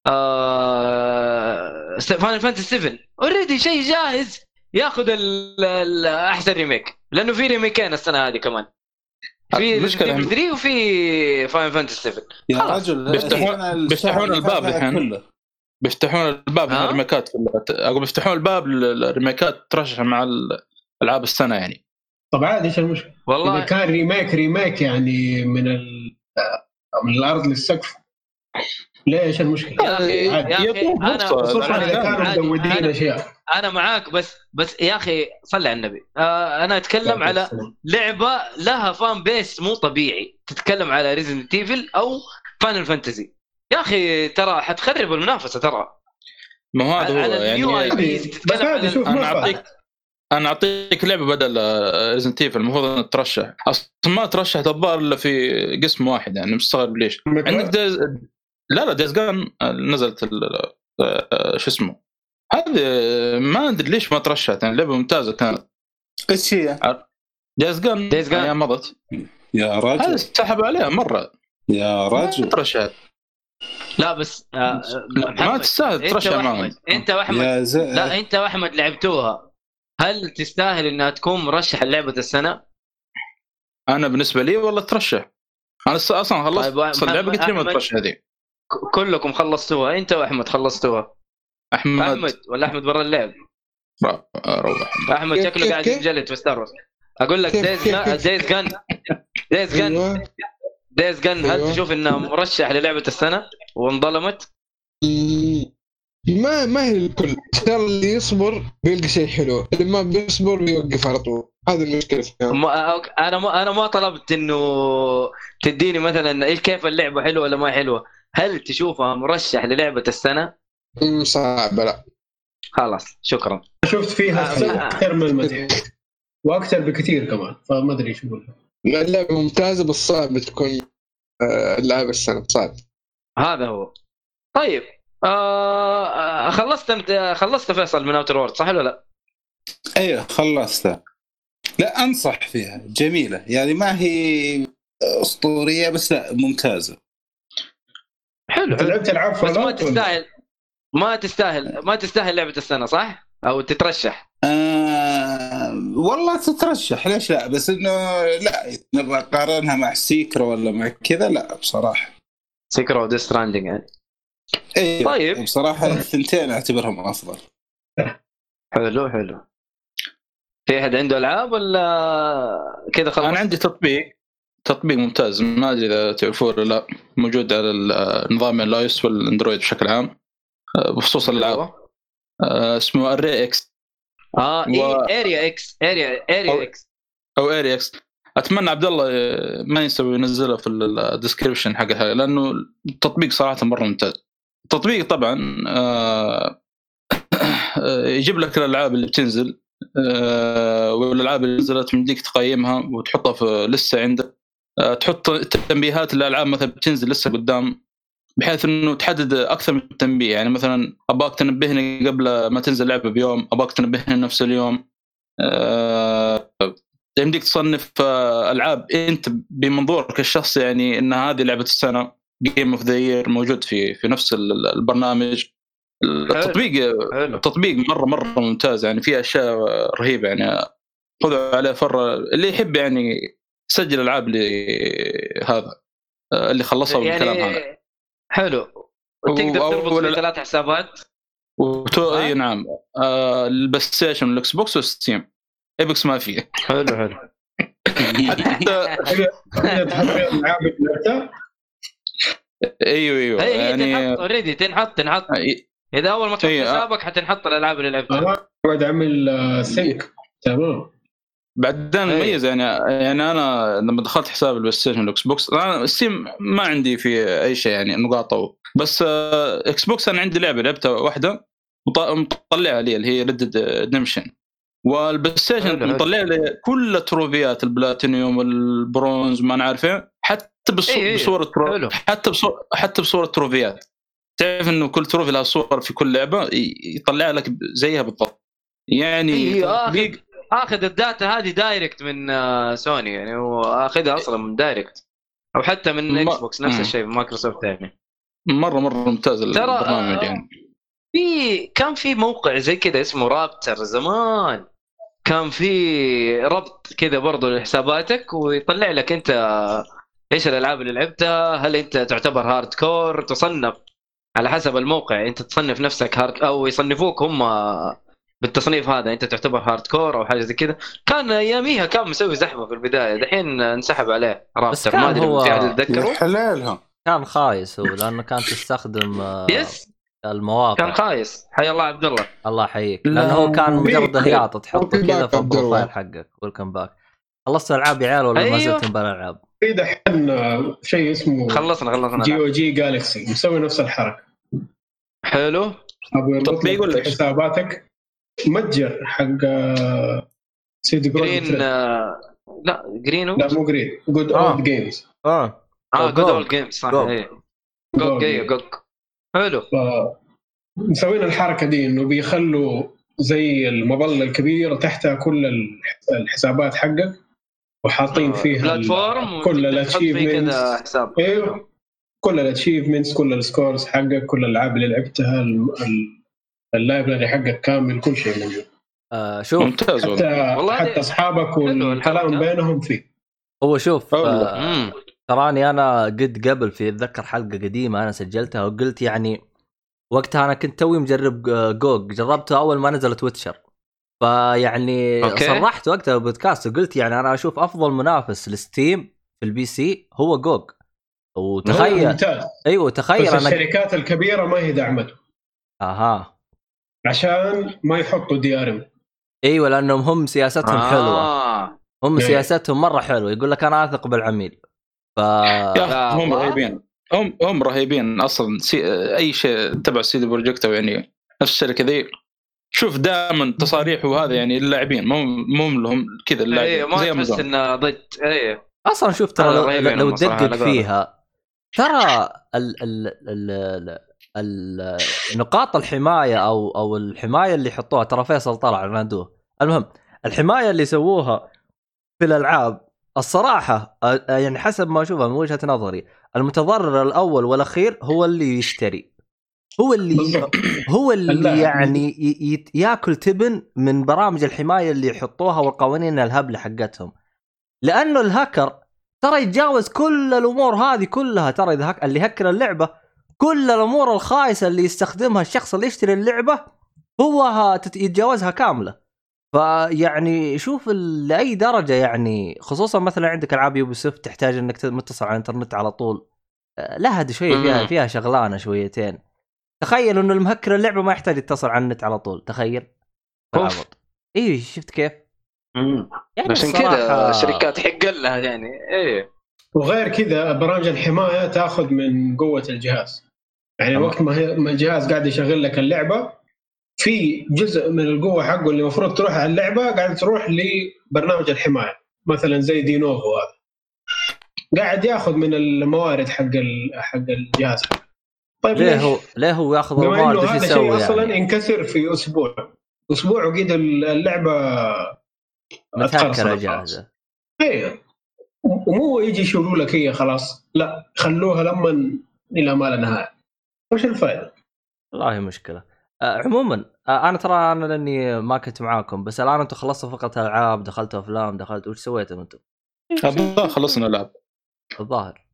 فاينل فانتسي 7 اوريدي شيء جاهز ياخذ احسن ريميك، لانه في ريميكين السنه هذه كمان، في مشكله 3 وفي فاينل فانتسي 7. يا رجل بيفتحون الباب الحين، بيفتحون الباب للريميكات. اقول بيفتحون الباب للريميكات ترشح مع العاب السنه يعني. طب عادي ايش المشكله والله اذا كان ريميك يعني من الارض للسقف، ليش المشكله يا اخي انا خصوصا اذا كانوا مزودين اشياء. انا معاك بس يا اخي صلي على النبي. انا اتكلم على لعبه لها فان بيس مو طبيعي، تتكلم على ريزيدنت ايفل او فاينل فانتسي. يا اخي ترى حتخرب المنافسه ترى. ما هو هذا يعني انا اعطيك لعبه بدل ريزنت ايفل المفروض ان ترشح، اصلا ما ترشح الظاهر الا في قسم واحد يعني مستغرب ليش. عندك لا ديز جان نزلت شو اسمه هذا، ما ادري ليش ما ترشحت يعني، لعبه ممتازه كانت. ايش هي ديز جان يا مضت يا راجل، هذا سحب عليها مره يا راجل ترشحت. لا بس ما تستاهل ترشح معهم انت واحمد. لا انت واحمد لعبتوها، هل تستاهل انها تكون مرشح لعبه السنه؟ انا بالنسبه لي والله ترشح. انا اصلا خلصت اللعبه قلت لي ما ترشح هذه. كلكم خلصتوها؟ انت واحمد خلصتوها؟ احمد ولا احمد برا اللعب؟ روح احمد شكله قاعد يجلد في ستار وورز. اقول لك دايز جن هل تشوف انها مرشح للعبه السنه وانظلمت؟ ما هي الكل، ترى اللي يصبر بيلقى شيء حلو، اللي ما بيصبر بيوقف على طول. هذا المشكله. انا ما طلبت انه تديني مثلا ايش كيف اللعبه حلوه ولا ما حلوه، هل تشوفها مرشح للعبه السنه؟ صعب. لا خلاص شكرا. شفت فيها اكثر من المدح واكثر بكثير كمان، فما ادري ايش اقول. اللعبه ممتازه بس صعب تكون لعبه السنه، صعب. هذا هو. طيب خلصت فيصل من اوتر وورد صح ولا لا؟ ايوه خلصتها. لا انصح فيها، جميله يعني، ما هي اسطوريه بس لا ممتازه. حلو. لعبت العاب بس ما تستاهل لعبه السنه صح او تترشح؟ والله تترشح ليش لا، بس انه لا نبغى نقارنها مع سيكرو ولا مع كذا لا بصراحه. سيكرو وديث ستراندينج يعني. ايه طيب بصراحه الثنتين اعتبرهم افضل. حلو. في احد عنده العاب ولا كذا خلاص؟ انا عندي تطبيق ممتاز، ما ادري اذا تعرفوه ولا لا، موجود على النظام الاي اس والاندرويد بشكل عام بخصوص الالعاب. اسمه اري اكس. اريا اكس او اريا اكس. اتمنى عبد الله ما ينسى ينزله في الديسكريبشن حقها، لانه التطبيق صراحه مره ممتاز. التطبيق طبعا يجيب لك الالعاب اللي بتنزل والالعاب اللي نزلت من ديك تقيمها وتحطها في لسه عندك. تحط تنبيهات الالعاب مثلا بتنزل لسه قدام، بحيث انه تحدد اكثر من تنبيه. يعني مثلا اباك تنبهني قبل ما تنزل لعبه بيوم، اباك تنبهني نفس اليوم. يمديك تصنف العاب انت بمنظورك الشخصي، يعني ان هذه لعبه السنه، جيم اوف ذا يير موجود في نفس البرنامج. التطبيق مره ممتاز يعني، فيه اشياء رهيبه يعني، خذوا عليه فره اللي يحب يعني سجل العاب هذا اللي خلصها يعني بالكلام هذا حلو. وتقدر تربط في 3 حسابات اي نعم، البلاي ستيشن والاكس بوكس والستيم. ايبكس ما فيه. حلو حتى العاب اللعبه ايوه يعني اوريدي تنحط اذا اول ما تحط حسابك حتنحط الالعاب اللي لعبتها. قاعد اعمل سينك تمام. بعدين مميز يعني انا لما دخلت حساب البلاي ستيشن والاكس بوكس، انا ستيم ما عندي في اي شيء يعني نقاطه، بس اكس بوكس انا عندي لعبه لعبتها واحده مطلعها لي اللي هي ريد ديمشن، والبلاي ستيشن مطلع لي كل التروفيات البلاتينيوم البرونز ما نعرف ايه، حتى بصوره حتى بصوره تروفيات. تعرف انه كل تروفي لها صور في كل لعبه يطلع لك زيها بالضبط يعني. اخذ الداتا هذه دايركت من سوني يعني، هو اخذها اصلا من دايركت او حتى من اكس بوكس نفس الشيء مايكروسوفت يعني. مره ممتاز البرنامج يعني. كان في موقع زي كذا اسمه رابتر زمان، كان في ربط كذا برضو لحساباتك ويطلع لك انت ايش الالعاب اللي لعبتها، هل انت تعتبر هارد كور، تصنف على حسب الموقع، انت تصنف نفسك هارد او يصنفوك هم بالتصنيف هذا، انت تعتبر هارد كور او حاجه زي كذا. كان اياميها كان مسوي زحمه في البدايه، دحين انسحب عليه رابتر، ما ادري في احد يتذكره. حلالها كان خايس هو لانه كان تستخدم المواقع. كان خايس. حي الله عبد الله. الله يحييك. لانه هو كان مجرد هياط تحطه كذا في البروفايل حقك. ويلكم باك. خلصت العاب يا عيال ولا ما زلت بالالعاب؟ في دحين شيء اسمه خلصنا جي او جي جالكسي مسوي نفس الحركه. حلو. تطبيق ولا حساباتك متجر حق سيدي جرين. لا جرين لا مو جرين، جود اولد جيمز. جود اولد جيمز صح. ايه جوج. حلو. مسوين الحركه دي انه بيخلوا زي المظله الكبيره تحتها كل الحسابات حقك، وحاطين فيها بلاتفورم كل الاتشيفمنتس. ايوه كل الاتشيفمنتس، كل السكورز حقك، كل الالعاب اللي لعبتها، اللايبرري حقك كامل، كل شيء موجود. شوف ممتاز حتى اصحابك والكلام بينهم فيه. هو شوف تراني انا قبل في اتذكر حلقه قديمه انا سجلتها وقلت يعني وقتها انا كنت توي مجرب جوج، جربته اول ما نزلت ويتشر، فيعني صرحت وقتها بودكاست وقلت يعني انا اشوف افضل منافس لستيم في البي سي هو جوج. وتخيل ايوه تخيل بس الشركات الكبيره ما هي دعمته عشان ما يحطوا دي ار ام. ايوه لانهم هم سياستهم حلوه، هم سياستهم مره حلوه، يقول لك انا اثق بالعميل. هم رهيبين، هم رهيبين اصلا. اي شيء تبع سيدي بروجكت يعني نفس الشركه ذي، شوف دائما تصاريح وهذا يعني اللاعبين مو لهم كذا اللاعبين زي ما تحس ضد. اصلا شوف ترى لو تدقق فيها ترى نقاط الحمايه او الحمايه اللي يحطوها، ترى فيصل طلع نادوه. المهم الحمايه اللي سووها في الالعاب الصراحه يعني حسب ما اشوفها من وجهه نظري المتضرر الاول والاخير هو اللي يشتري، هو اللي يعني ياكل تبن من برامج الحمايه اللي يحطوها والقوانين الهبله حقتهم. لانه الهاكر ترى يتجاوز كل الامور هذه كلها، ترى اذا اللي هكر اللعبه كل الامور الخايسه اللي يستخدمها الشخص اللي يشتري اللعبه هو يتجاوزها كامله. فيعني شوف لاي درجه يعني، خصوصا مثلا عندك العاب يوبيسوفت تحتاج انك متصل على الانترنت على طول، لا هذه شويه فيها شغلانه شويتين. تخيل انه المهكر اللعبه ما يحتاج يتصل على النت على طول، تخيل. ايه شفت كيف يعني عشان كذا الشركات حق لها يعني. ايه وغير كذا برامج الحمايه تاخذ من قوه الجهاز، يعني وقت ما الجهاز قاعد يشغل لك اللعبه في جزء من القوه حقه اللي المفروض تروح على اللعبه قاعد تروح لبرنامج الحمايه، مثلا زي دينوفو هذا قاعد ياخذ من الموارد حق الجهاز. طيب ليه هو ياخذ الموارد؟ ايش يسوي يعني؟ اصلا انكسر في اسبوع وقيد اللعبه متهكره جاهزه. ايه ومو يجي يشيلوا لك هي خلاص، لا خلوها لما الى ما لا نهايه. وش الفائده؟ والله مشكله. عموما انا ترى انا لاني ما كنت معاكم، بس الان انتم خلصتوا فقط العاب، دخلتوا افلام، دخلت وش سويتوا انتم؟ الظاهر خلصنا لعب الظاهر.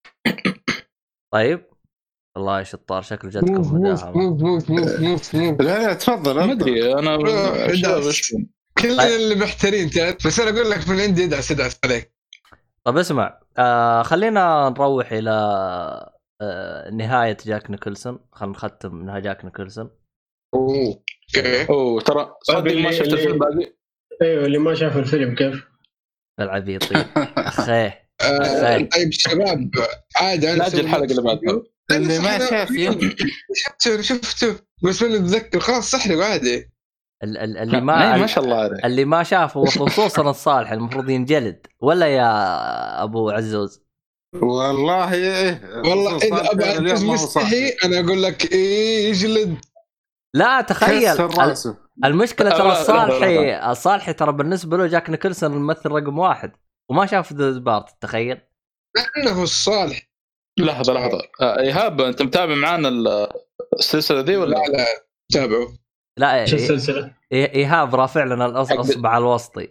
طيب والله شطار، شكل جدكم مداهمه. لا تفضل. ما ادري انا كلنا اللي محتارين تعرف، بس انا اقول لك من عندي ادعس عليك. طب اسمع، خلينا نروح الى نهايه جاك نيكلسون. خلينا نختم نهايه جاك نيكلسون. اوه ترى صدق ما شفت الفيلم باقي. ايوه اللي ما شاف الفيلم كيف العبيطين اخيه. طيب شباب عادي انا ناجل الحلقه اللي بعدها. اللي ما شاف شفته بس من اتذكر خلاص سحري عادي. اللي ما شاء الله عليك. اللي ما شافه وخصوصا الصالح المفروض ينجلد ولا يا ابو عزوز؟ والله اذا ابغى مستحي انا اقول لك ايه يجلد. لا تخيل المشكله ترى الصالحي ترى بالنسبه له جاك نيكلسون الممثل رقم 1 وما شاف ذا بارت. تخيل لانه الصالح. لحظه ايهاب انت متابع معانا السلسله دي ولا لا تابعوا؟ لا شو السلسله؟ ايهاب رافع لنا الاصبع الوسطي.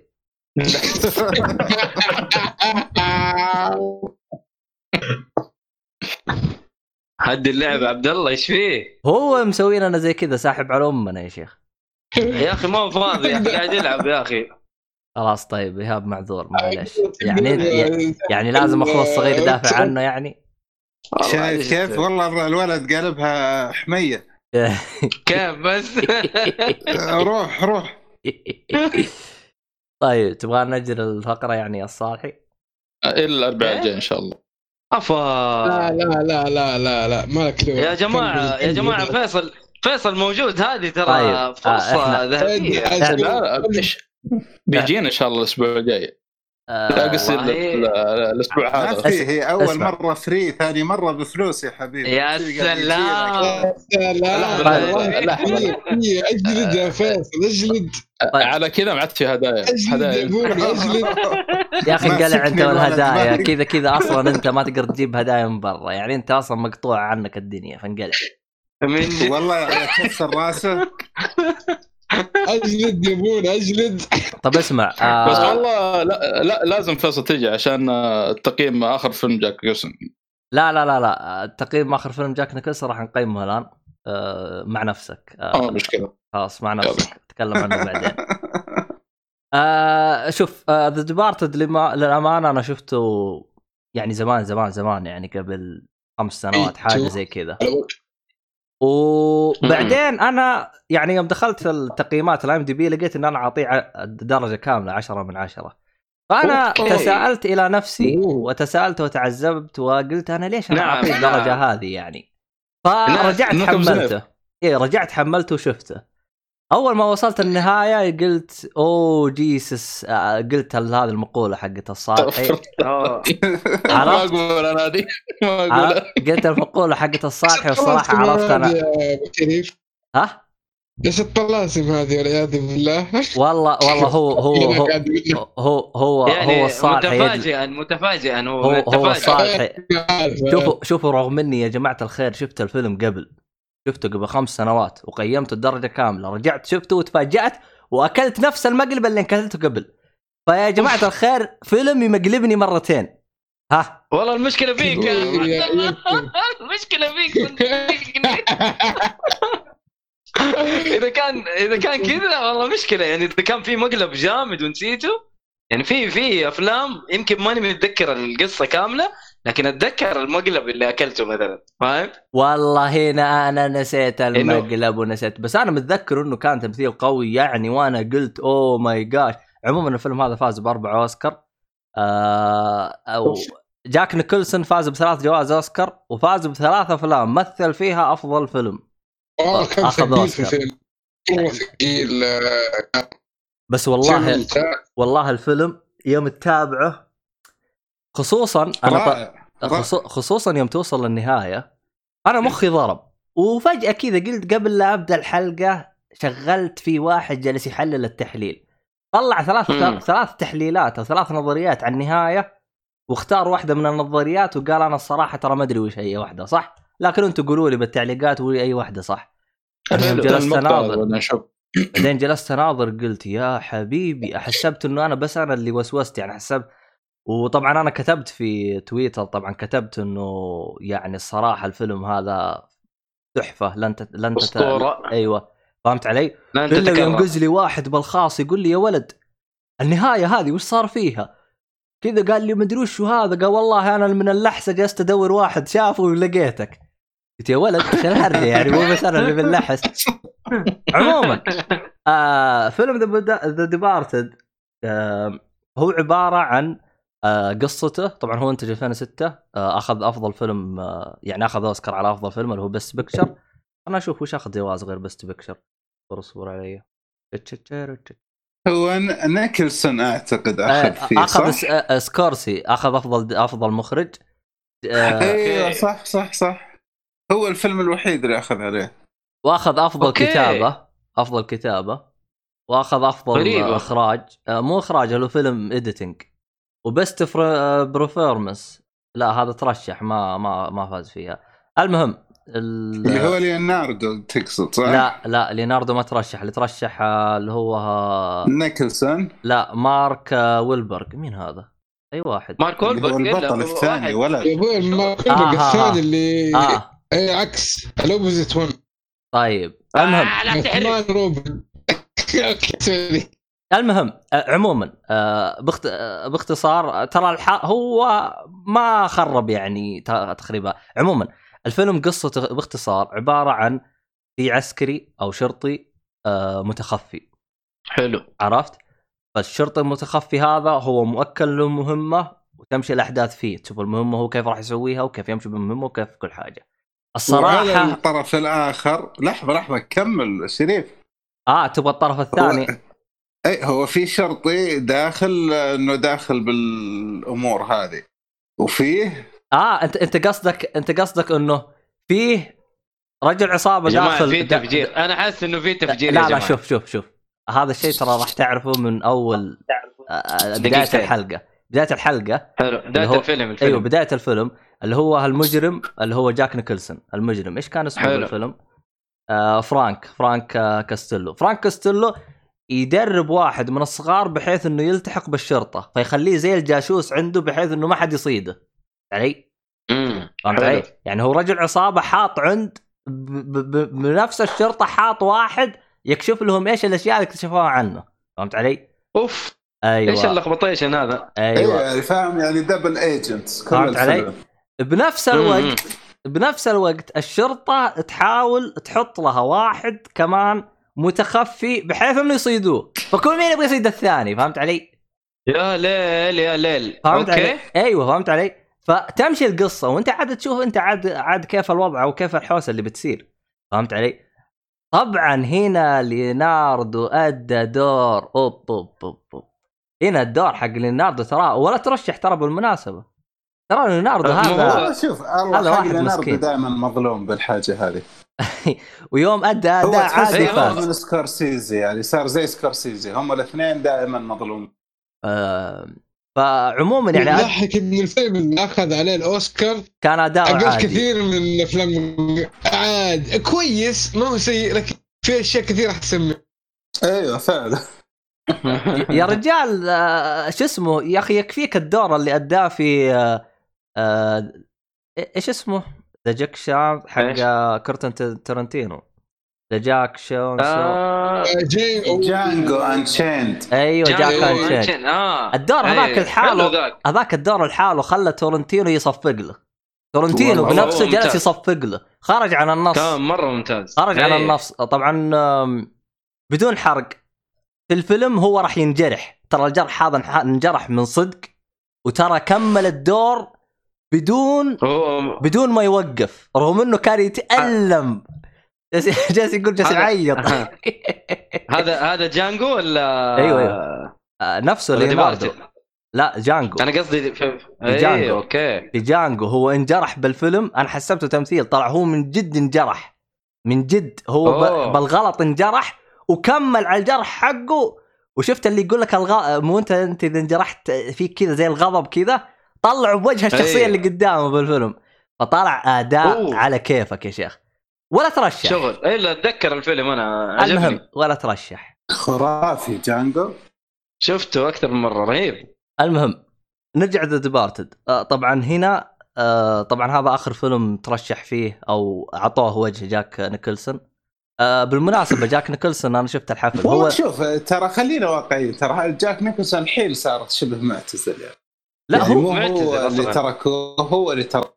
هدي اللعبه عبد الله ايش فيه؟ هو مسوي لنا زي كذا ساحب على امنا يا شيخ. يا اخي ما هو فاضي يا اخي قاعد يلعب يا اخي. خلاص طيب ايهاب معذور معلش. يعني لازم اخوه الصغير يدافع عنه يعني. شايف كيف والله الولد قلبها حميه. كيف بس روح طيب تبغى نجل الفقره يعني الصالحي الى الاربعاء الجاي ان شاء الله. افا لا مالك لو يا جماعه فيصل موجود. هذه ترى طيب. فرصه ذهبيه. لا بيجينا ان شاء الله الاسبوع الجاي. لا قصدي الاسبوع هذا هي اول مره فري، ثاني مره بفلوس يا حبيبي. يا سلام اجلد يا فيصل اجلد. على كذا ما عاد في هدايا يا اخي قلع انت والهدايا كذا اصلا انت ما تقدر تجيب هدايا من برا، يعني انت اصلا مقطوع عنك الدنيا فانقلع والله كسر راسه. اجلد يبون اجلد. طب اسمع بس والله لا لازم فيصل تيجي عشان التقييم اخر فيلم جاك نيكلسون. لا التقييم اخر فيلم جاك نيكلسون راح نقيمه الان مع نفسك. مشكله خلاص مع نفسك تكلم عنه بعدين. شوف ذا ديبارتد للامانه انا شفته يعني زمان يعني قبل 5 سنوات حاجه زي كذا. وبعدين انا يعني يوم دخلت التقييمات الام دي بي لقيت ان انا اعطيه درجه كامله 10 من 10. فانا تساءلت الى نفسي وتساءلت وتعذبت وقلت انا ليش انا اعطيه الدرجه هذه يعني. فرجعت حملته. رجعت حملته وشفته. اول ما وصلت النهايه قلت اوه جيسس. قلت هذه المقوله حقت الصالحي. ما اقول انا هذه ما اقول. قلت المقوله حقت الصالحي والصراحه عرفت انا. ها ايش الطلاسم هذه والعياذ بالله. والله هو الصالحي متفاجئا هو الصالحي. شوفوا رغم اني يا جماعه الخير شفت الفيلم شفته قبل 5 سنوات وقيمته الدرجة كاملة. رجعت شفته وتفاجأت وأكلت نفس المقلب اللي أكلته قبل. فيا جماعة الخير فيلم يمقلبني مرتين. ها والله المشكلة فيك المشكلة فيك. إذا كان كذا والله مشكلة يعني. إذا كان في مقلب جامد ونسيته يعني في أفلام يمكن ماني متذكر القصة كاملة لكن اتذكر المقلب اللي اكلته مثلا. فاهم والله هنا انا نسيت المقلب ونسيت بس انا متذكر انه كان تمثيل قوي يعني. وانا قلت اوه ماي جاش. عموما الفيلم هذا فاز ب4 اوسكار. او جاك نيكلسون فاز ب3 جوائز اوسكار وفاز ب3 افلام مثل فيها افضل فيلم. اخذ اوسكار بس والله الفيلم يوم تتابعه خصوصا يوم توصل للنهاية أنا مخي ضرب. وفجأة كذا قلت قبل لا أبدأ الحلقة شغلت في واحد جالس يحلل التحليل طلع 3 تحليلات أو 3 نظريات عن النهاية واختار واحدة من النظريات وقال أنا الصراحة ترى ما أدري وش هي واحدة صح لكن أنتوا قولوا لي بالتعليقات وأي واحدة صح. بعدين جلست اناظر قلت يا حبيبي، حسبت انه انا بس انا اللي وسوست يعني، حسبت. وطبعا انا كتبت في تويتر، طبعا كتبت انه يعني الصراحه الفيلم هذا تحفه، لن اسطوره. ايوه فهمت علي. الا ينقز لي واحد بالخاص يقول لي يا ولد النهايه هذه وش صار فيها كذا، قال لي مدري وش هذا، قال والله انا من اللحسه جلست ادور واحد شافه ولقيتك. قلت يا ولد خلها يعني مو بس انا اللي باللحس. عموما فيلم ذا ديبارتد هو عباره عن قصته. طبعا هو انتج 2006، اخذ افضل فيلم، يعني اخذ اوسكار على افضل فيلم اللي هو بيست بيكتشر. انا اشوف وش اخذ جوائز غير بيست بيكتشر، اصبر علي. هو نيكلسون اعتقد اخذ فيه، اخذ سكورسي اخذ افضل مخرج. ايوه صح هو الفيلم الوحيد اللي اخذ عليه. واخذ افضل كتابه واخذ افضل اخراج، مو اخراج، له فيلم اديتنج. وبست بروفيرمنس لا هذا ترشح ما فاز فيها. المهم اللي هو ليوناردو تقصد صح؟ لا ليوناردو ما ترشح، اللي ترشح اللي هو نيكلسون. لا مارك ويلبرغ. مين هذا؟ اي واحد مارك ويلبرغ هو البطل الثاني ولا مارك ويلبرغ الثاني اللي اي عكس الاوبوزيت ون. طيب المهم لا تحرق روبن. المهم عموما باختصار ترى هو ما خرب يعني تخريبا. عموما الفيلم قصته باختصار عبارة عن في عسكري أو شرطي متخفي. حلو عرفت؟ فالشرطي المتخفي هذا هو مؤكل له مهمة وتمشي الأحداث فيه، تشوف المهمة هو كيف راح يسويها وكيف يمشي بالمهمة وكيف كل حاجة. الصراحة الطرف الآخر لحظة كمل شريف. تبغى الطرف الثاني؟ اي هو في شرطي داخل انه داخل بالامور هذه وفيه انت قصدك انه فيه رجل عصابه داخل في تفجير. انا حاسس انه في تفجير. لا شوف هذا الشيء ترى راح تعرفه من اول بدايه الحلقه حلو بدايه الفيلم. ايوه بدايه الفيلم اللي هو المجرم اللي هو جاك نيكلسون. المجرم ايش كان اسمه بالفيلم؟ فرانك كاستيلو يدرب واحد من الصغار بحيث انه يلتحق بالشرطه، فيخليه زي الجاسوس عنده بحيث انه ما حد يصيده علي. فهمت علي؟ يعني هو رجل عصابه حاط عند بنفس الشرطه حاط واحد يكشف لهم ايش الاشياء اللي اكتشفوها عنه. فهمت علي؟ اوف ايوه ايش اللخبطيشن هذا؟ ايوه فاهم يعني دبل ايجنتس. فهمت علي؟ بنفس الوقت الشرطه تحاول تحط لها واحد كمان متخفي بحيث انه يصيدوه، فكل مين يبغى يصيد الثاني. فهمت علي؟ يا ليل فهمت علي؟ ايوه فهمت علي. فتمشي القصه وانت عاد تشوف انت عاد كيف الوضع وكيف الحوسه اللي بتصير. فهمت علي؟ طبعا هنا ليوناردو ادى دور هنا الدور حق ليوناردو ترى ولا ترشح ترى بالمناسبه. ترى ليوناردو هذا شوف هذا واحد ليوناردو دائما مظلوم بالحاجه هذه. ويوم ادى عادي فاز من سكورسيزي، يعني صار زي سكورسيزي، هم الاثنين دائما مظلوم. فعموما يعني ضحك ان الفيلم اللي اخذ عليه الاوسكار كان اداء عادي. كثير من الافلام عاد كويس ما هو سيء، لكن في اشياء كثير احسن منه. ايوه فعلا. يا رجال شو اسمه يا اخي، يكفيك الدور اللي اداه في ايش اسمه ذا جاك شان حق كورتن تارانتينو. ذا جاك شون جانجو انشيند. ايوه جاك انشيند. الدور هذاك الحاله، هذاك الدور الحاله خلى تورنتينو يصفق له. تورنتينو بنفسه جلس يصفق له، خرج عن النص. كان مره ممتاز، خرج عن النص. طبعا بدون حرق في الفيلم هو راح ينجرح، ترى الجرح هذا انجرح من صدق، وترى كمل الدور بدون ما يوقف، رغم انه كان يتألم. جالس يقول جالس يعيط. هذا جانجو ولا ايوه نفسه ليوناردو. لا جانجو، انا قصدي جانجو. اوكي في جانجو هو انجرح بالفيلم، انا حسبته تمثيل، طلع هو من جد انجرح من جد، هو بالغلط انجرح وكمل على الجرح حقه. وشفت اللي يقول لك مو انت اذا انجرحت فيك كذا زي الغضب كذا، طلعوا بوجه الشخصيه اللي قدامه بالفيلم، فطلع اداء على كيفك يا شيخ. ولا ترشح شغل الا اتذكر الفيلم انا عجبني. المهم ولا ترشح. خرافي جانجو، شفته اكثر من مره، رهيب. المهم نرجع ذا ديبارتد. طبعا هنا طبعا هذا اخر فيلم ترشح فيه او اعطوه وجه جاك نيكلسون. بالمناسبه جاك نيكلسون انا شفت الحفل. هو شوف ترى خلينا واقعيين، ترى جاك نيكلسون الحين صارت شبه معتزل يعني. لا يعني هو هو اللي تركوه، هو اللي ترك.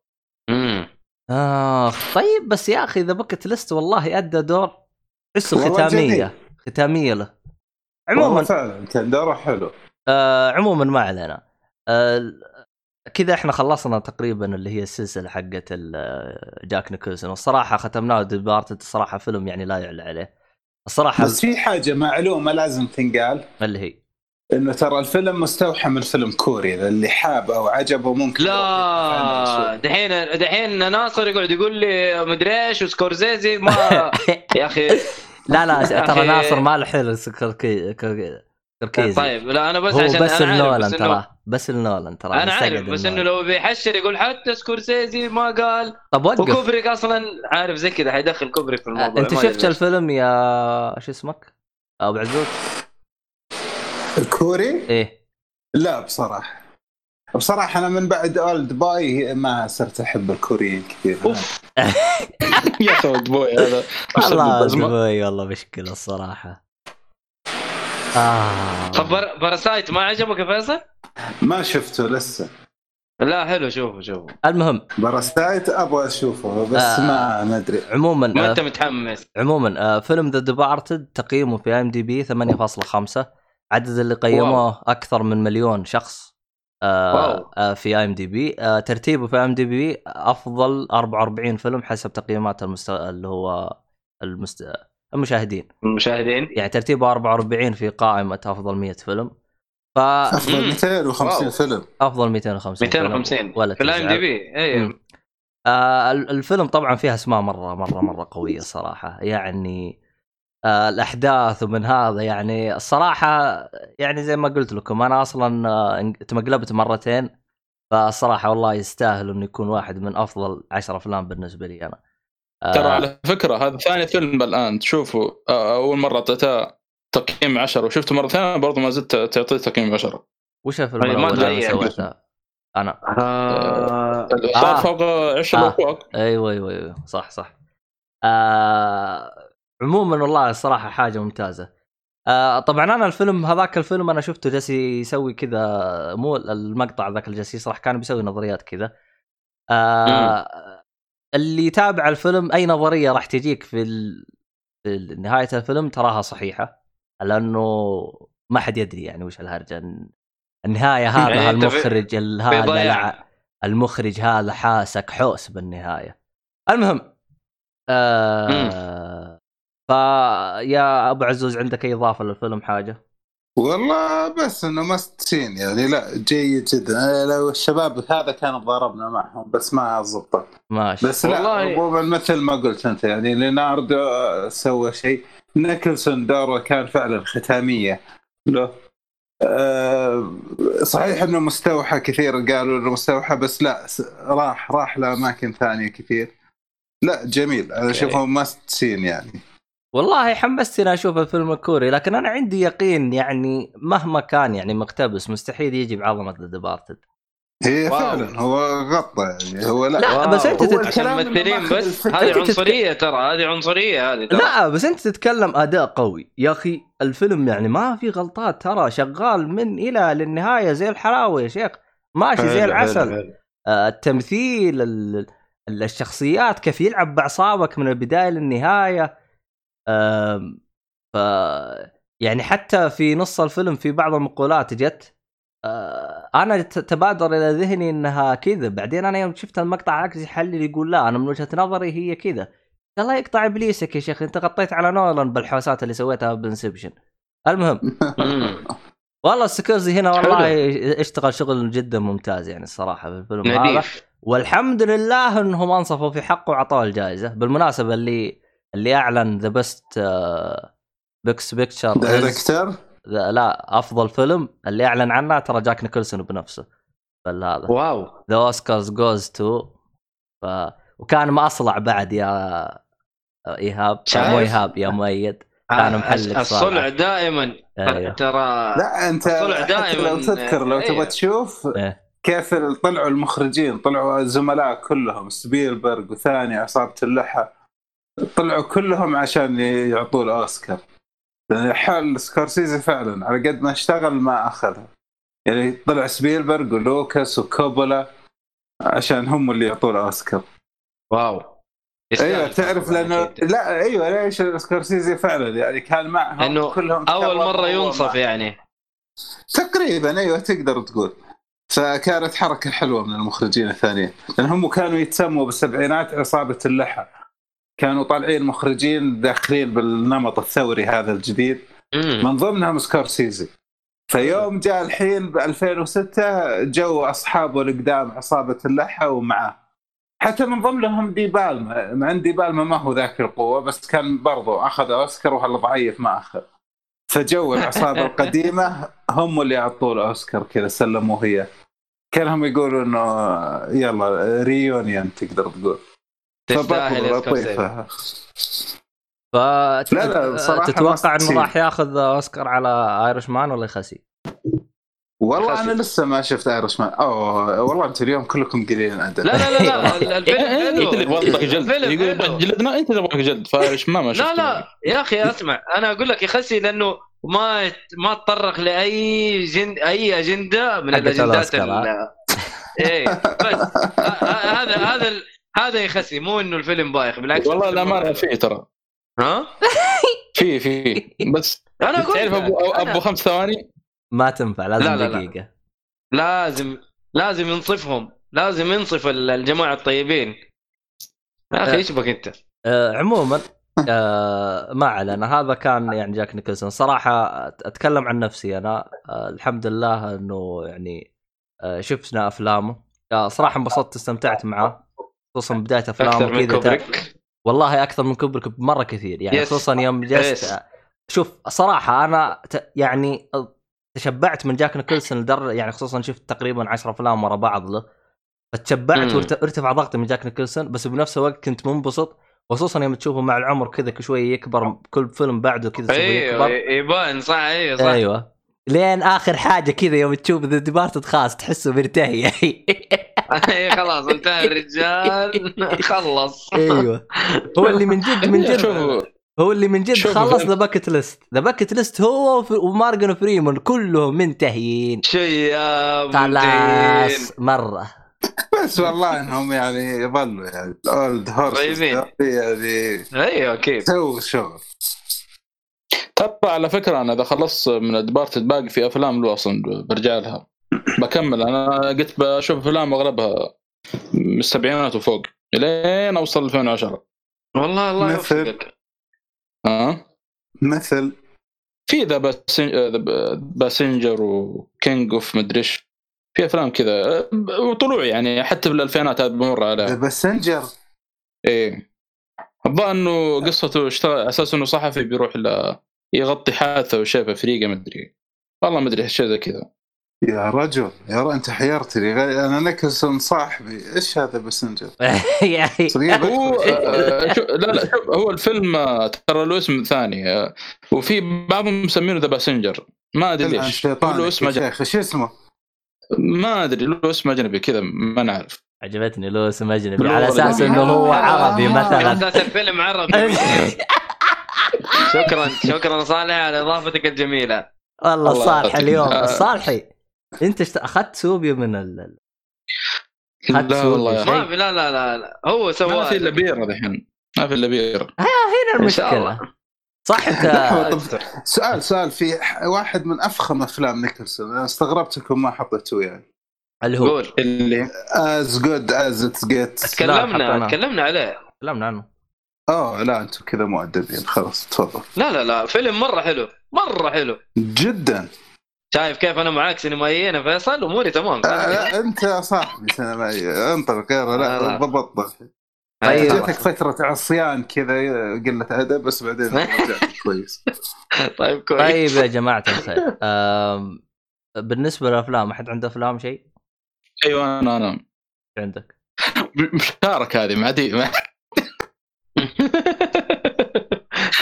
طيب بس يا اخي ذا بوكيت ليست والله ادى دور حسه ختاميه له. عموما فعلا كان دوره حلو. عموما ما علينا. كذا احنا خلصنا تقريبا اللي هي السلسله حقت جاك نيكلسون. والصراحه ختمناه ديبارتد. الصراحه فيلم يعني لا يعلى عليه الصراحه. بس في حاجه معلومه لازم تنقال، اللي هي انه ترى الفيلم مستوحى من فيلم كوري، اللي حاب او عجبه ممكن. لا دحين ناصر يقعد يقول لي مدري ايش وسكورسيزي ما يا اخي لا ترى ناصر ما له حل تركيزي. طيب لا انا بس هو عشان بس انا نولان ترى بس نولان ترى انا عارف، بس انه لو بيحشر يقول حتى سكورسيزي ما قال. طب وقف. وكوبريك اصلا عارف زي كذا حيدخل كوبريك في الموضوع. انت شفت الفيلم يا شو اسمك ابو عزوز الكوري؟ ايه لا بصراحه انا من بعد اولد باي ما صرت احب الكوريين كثير. يا اخي اولد باي هذا والله مشكله الصراحه. طب باراسايت ما عجبك يا فيصل؟ ما شفته لسه. لا حلو، شوفه. المهم باراسايت ابغى اشوفه بس ما ادري. عموما ما انت متحمس. عموما فيلم ذا ديبارتد تقييمه في ام دي بي 8.5. عدد اللي قيموه اكثر من 1,000,000 شخص في ام دي بي. ترتيبه في ام دي بي افضل 44 فيلم حسب تقييمات اللي هو المشاهدين يعني ترتيبه 44 في قائمة أفضل 100 فيلم. أفضل 250 فيلم. أفضل 250 في الام دي بي. الفيلم طبعا فيها أسماء مرة قوية الصراحة يعني. الأحداث ومن هذا يعني الصراحة يعني زي ما قلت لكم أنا أصلا تمقلبت مرتين. فالصراحة والله يستاهل إنه يكون واحد من أفضل 10 أفلام بالنسبة لي أنا. ترى على فكرة هذا ثاني فيلم الآن تشوفه. أول مرة تقييم 10 وشفته مرة ثانية برضو ما زلت تعطيه تقييم 10. وش الفيلم الأول اللي سويته أنا؟ صار فوق 10 فوق. أيوة صح. عموما والله الصراحة حاجة ممتازة. طبعا أنا الفيلم هذاك الفيلم أنا شفته جالس يسوي كذا مو المقطع ذاك الجالس راح كان بيسوي نظريات كذا. اللي يتابع الفيلم أي نظرية راح تجيك في نهاية الفيلم تراها صحيحة لأنه ما حد يدري يعني وش الهرجة. النهاية هذا يعني المخرج هذا المخرج هذا حاسك حوس بالنهاية. المهم فيا أبو عزوز عندك أي إضافة للفيلم حاجة؟ والله بس انه مستسين يعني لا جيد جدا. لو الشباب هذا كان ضربنا معهم بس ما زبطت ماشي. بس لا مثل ما قلت انت يعني ليناردو سوى شيء. نيكلسون دوره كان فعلا ختامية له. صحيح انه مستوحى كثير قالوا انه مستوحى بس لا راح لأماكن ثانية كثير. لا جميل انا اشوفه مستسين يعني. والله حمستني أشوف الفيلم الكوري لكن أنا عندي يقين يعني مهما كان يعني مقتبس مستحيل يجي بعظمة ذا ديبارتد. هي فعلا هو غطى يعني هو لا بس أنت تتكلم بس هذه عنصرية ترى هذه عنصرية هذه. لا بس أنت تتكلم أداء قوي يا أخي. الفيلم يعني ما في غلطات ترى شغال من إلى للنهاية زي الحلاوة يا شيخ ماشي زي العسل. التمثيل الشخصيات كيف يلعب بأعصابك من البداية للنهاية. يعني حتى في نص الفيلم في بعض المقولات جت انا تبادر الى ذهني انها كذا. بعدين انا يوم شفت المقطع عكس يحلل يقول لا انا من وجهة نظري هي كذا. الله يقطع ابليسك يا شيخ انت غطيت على نولان بالحوسات اللي سويتها بانسبشن. المهم والله السكورسي هنا والله اشتغل شغل جدا ممتاز يعني الصراحة في الفيلم هذا. والحمد لله انهم انصفوا في حقه وعطوه الجائزة. بالمناسبة اللي اعلن ذا بيست بيكس بيكتشر دايركتور لا افضل فيلم اللي اعلن عنه ترى جاك نيكلسون بنفسه. فهذا واو ذا اوسكارز جوز تو وكان ما اصلع بعد يا ايهاب مو ايهاب يا مؤيد كان محلك الصلع دائما ترى. لا انت لو تذكر لو تبغى تشوف كيف طلعوا المخرجين، طلعوا الزملاء كلهم، سبيلبرغ وثاني عصابة اللحى، طلعوا كلهم عشان يعطوا الأوسكار. يعني حال سكورسيزي فعلا على قد ما اشتغل ما أخذها، يعني طلع سبيلبرغ ولوكاس وكوبولا عشان هم اللي يعطوا الأوسكار. واو. ايوه تعرف لانه لا ايوه ليش سكورسيزي فعلا يعني كان معهم انه كلهم اول مره ينصف يعني تقريبا. ايوه تقدر تقول. فكانت حركه حلوه من المخرجين الثانيين، لان هم كانوا يتسموا بالسبعينات عصابه اللحى، كانوا طالعين مخرجين داخلين بالنمط الثوري هذا الجديد، من ضمنهم سكورسيزي. فيوم جاء الحين ب 2006 جو اصحابه القدام عصابه اللحى ومعاه حتى من ضمنهم ديبالما، مع ان ديبالما ما هو ذاك القوه بس كان برضو اخذ اوسكار وهلا ضعيف ما اخذ. فجو العصابه القديمه هم اللي اعطوا الاوسكار كذا سلموه هي، كانهم يقولوا انه يلا ريونيون تقدر تقول. تستاهل لطيفه. تتوقع انه راح ياخذ اوسكار على ايرش مان ولا يخسي؟ والله انا لسه ما شفت ايرش مان. والله انت اليوم كلكم قليلين ادب. لا الفيلم انت اللي تبغاك جلد، يقول جلدنا انت تبغاك جلد فايرش ما شفت. لا يا اخي اسمع، انا اقول لك يخسي لانه ما تطرق لاي اي اجنده من الاجندات ايه بس هذا يخسي، مو انه الفيلم بايخ بالعكس. والله لا ما فيه ترى في بس انا اقول تعرف ابو 5 ثواني ما تنفع، لازم دقيقه. لازم ينصفهم، لازم ينصف الجماعه الطيبين يا اخي. ايش بك انت؟ عموما ما علينا. هذا كان يعني جاك نيكلسون. صراحه اتكلم عن نفسي انا، الحمد لله انه يعني شفنا افلامه صراحه انبسطت استمتعت معاه، خصوصا بدايه افلامه كذا. والله اكثر من كوبريك بمره كثير يعني. خصوصا يوم جلست شوف صراحه انا يعني تشبعت من جاك نيكلسون يعني خصوصا شفت تقريبا 10 افلام ورا بعض له، فتشبعت وارتفع ضغطي من جاك نيكلسون. بس بنفس الوقت كنت منبسط، خصوصا يوم تشوفه مع العمر كذا شوي يكبر، كل فيلم بعده كذا يكبر يبان. صح ايوه لين اخر حاجه كذا يوم تشوف ذا ديبارتد خاص تحسه مرتاح خلاص انتهى الرجال خلص. ايوه هو اللي من جد خلص ذا باكت ليست هو ومارغان فريمان كلهم منتهيين خلاص مره. بس والله انهم يعني يظلوا يعني اولد هورس يعني ايوه اكيد سووا شغل. طبعا على فكره انا اذا خلصت من ديبارتد باقي في افلام له اصلا برجع لها بكمل. انا قلت بشوف افلام اغلبها من السبعينات وفوق لين اوصل 2010. والله الله يوفقك. مثل في ذا باسنجر وكينج اوف مدريش، في افلام كذا وطلوع يعني حتى بالالفينات هذا بمر على ذا باسنجر. ايه الظاهر انه قصته اشتغل اساس انه صحفي بيروح يغطي حادثه وشيء في افريقيا مدري والله مدري ايش زي كذا. يا رجل انت حيرتني. انا نيكلسون صاحبي. ايش هذا باسنجر؟ هو لا شوف هو الفيلم ترى له اسم ثاني وفي بعضهم مسمينه ذا باسنجر ما ادري ليش. له اسم ايش اسمه ما ادري، له اسم اجنبي كذا ما نعرف. عجبتني له اسم اجنبي على اساس انه هو عربي مثلا، على اساس الفيلم عربي. شكرا صالح على اضافتك الجميله. والله صالح اليوم الصالحي انت اخذت سوبيا من لا والله ما في لا هو سوى ما في الا بيره الحين، ما في الا بيره. هنا المشكله صح. انت سؤال في واحد من افخم افلام نيكلسون انا استغربتكم ما حطيتوه يعني اللي هو اللي as good as it gets. تكلمنا عليه، تكلمنا عنه. لا انتم كذا مؤدبين خلاص تفضل. لا فيلم مره حلو جدا. شايف كيف انا معاك سينمائيين يا فيصل؟ اموري تمام. انت صاحبي سينمائي انطلق لا ضبط. طيب جاتك فتره عصيان كذا قله ادب بس بعدين رجعت كويس. طيب كويس. طيب يا جماعه الخير بالنسبه للافلام احد عنده افلام شيء؟ ايوه انا عندك مشارك هذه مع دي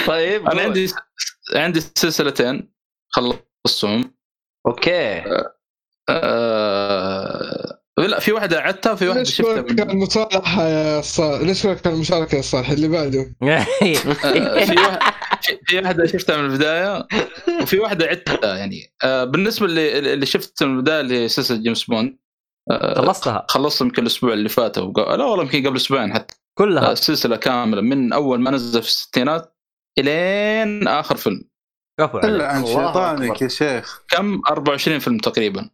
طيب انا عندي سلسلتين خلصتهم. اوكي. لا في واحده عدتها وفي واحده شفتها كان مصالح يا صالح. ليش كان المشاركه يا صالح اللي بعده؟ في واحده شفتها من البدايه وفي واحده عدتها يعني. بالنسبه اللي شفتها من البدايه اللي سلسله جيمس بوند خلصت يمكن الاسبوع اللي فات لا والله يمكن قبل اسبوعين حتى كلها السلسله كامله من اول ما نزل في الستينات الين اخر فيلم. الا عن شيطانك يا شيخ. كم 24 فيلم تقريبا.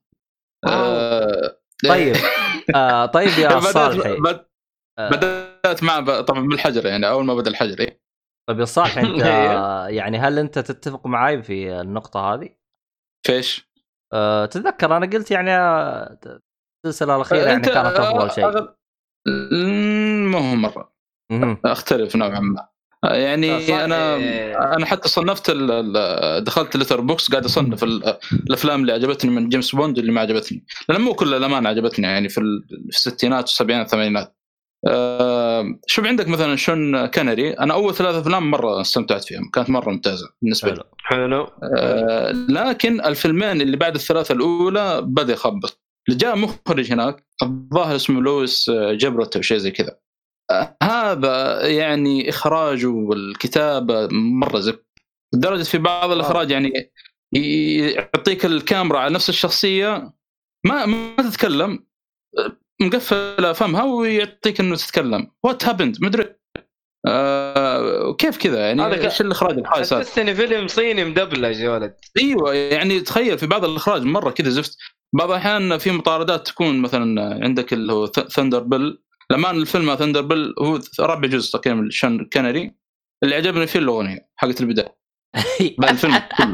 طيب طيب يا صالحي بدأت معه طبعا بالحجر يعني اول ما بدا الحجر. طيب يا صالح انت يعني هل انت تتفق معي في النقطه هذه؟ فيش تذكر انا قلت يعني السلسله الاخيره يعني كانت افضل شيء. ما هو مره اختلف نوعا ما يعني. انا حتى صنفت دخلت لتر بوكس قاعد اصنف الافلام اللي عجبتني من جيمس بوند اللي ما عجبتني، لان مو كل الأمان عجبتني يعني في الستينات والسبعينات والثمانينات. شوف عندك مثلا شون كانري، انا اول 3 أفلام مره استمتعت فيهم، كانت مره ممتازه بالنسبه لي. حلو. لكن الفيلمين اللي بعد الثلاثه الاولى بدا يخبط. اللي جاء مخرج هناك الظاهر اسمه لويس جبرت او شيء زي كذا، هذا يعني إخراجه والكتابة مرة زب، لدرجة في بعض الإخراج يعني يعطيك الكاميرا على نفس الشخصية ما تتكلم، مقفل فمها ويعطيك إنه تتكلم. What happened مدري كيف كذا يعني. إيش الإخراج الحاسس؟ تحسني فيلم صيني مدبلج يا ولد. أيوة يعني تخيل في بعض الإخراج مرة كذا زفت. بعض الأحيان في مطاردات تكون مثلا عندك اللي هو ثندر بيل. لما الفيلم ثندر بيل هو رابع جزء تقريبا شون كانري، اللي عجبني فيه الأغنية حقت البداية بعد الفيلم كله.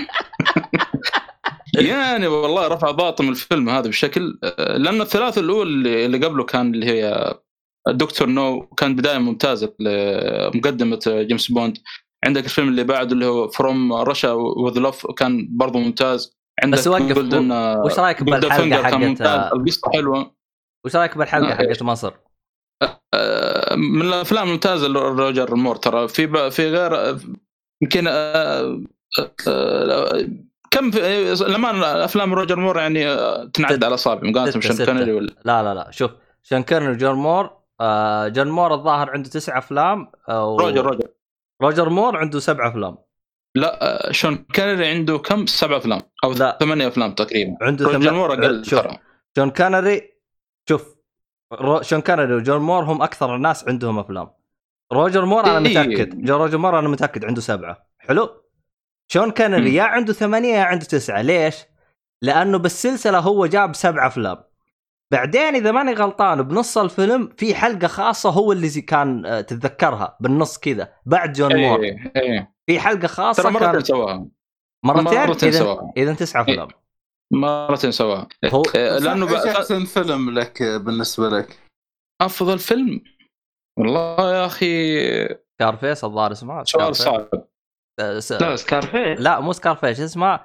يعني والله رفع ضاطم الفيلم هذا بشكل، لأن الثلاثة الأولى اللي قبله كان اللي هي دكتور نو كان بداية ممتازة لمقدمة جيمس بوند. عندك الفيلم اللي بعده اللي هو فروم رشا وذ لوف كان برضو ممتاز. عندك بس وقف وش رأيك بالحلقة حقت القصة حلوة. وش رأيك بالحلقة حقت مصر؟ من الافلام الممتازه روجر مور ترى. في غير يمكن كم لما افلام روجر مور يعني تنعد على اصابع مقارنه بشون كانري ولا لا شوف شون كانري وجون مور. جون مور الظاهر عنده 9 أفلام. روجر مور عنده 7 أفلام. لا شون كانري عنده كم 7 أفلام او 8 أفلام تقريبا. عنده روجر مور اقل. شون كانري شوف شون كانري وجون مور هم أكثر الناس عندهم أفلام. روجر مور أنا متأكد روجر مور أنا متأكد عنده 7. حلو. شون كانري يا عنده 8 يا عنده 9. ليش؟ لأنه بالسلسلة هو جاب 7 أفلام. بعدين إذا ماني غلطان بنص الفيلم في حلقة خاصة هو اللي كان تتذكرها بالنص كذا بعد جون مور. في حلقة خاصة ترى مرتين سواها. مرتين إذا 9 أفلام. مرتين سواها. لأنه أحسن فيلم لك بالنسبة لك؟ أفضل فيلم والله يا أخي سكارفيس الظاهر اسمه. سؤال صعب. لا سكارفيس لا مو سكارفيس اسمه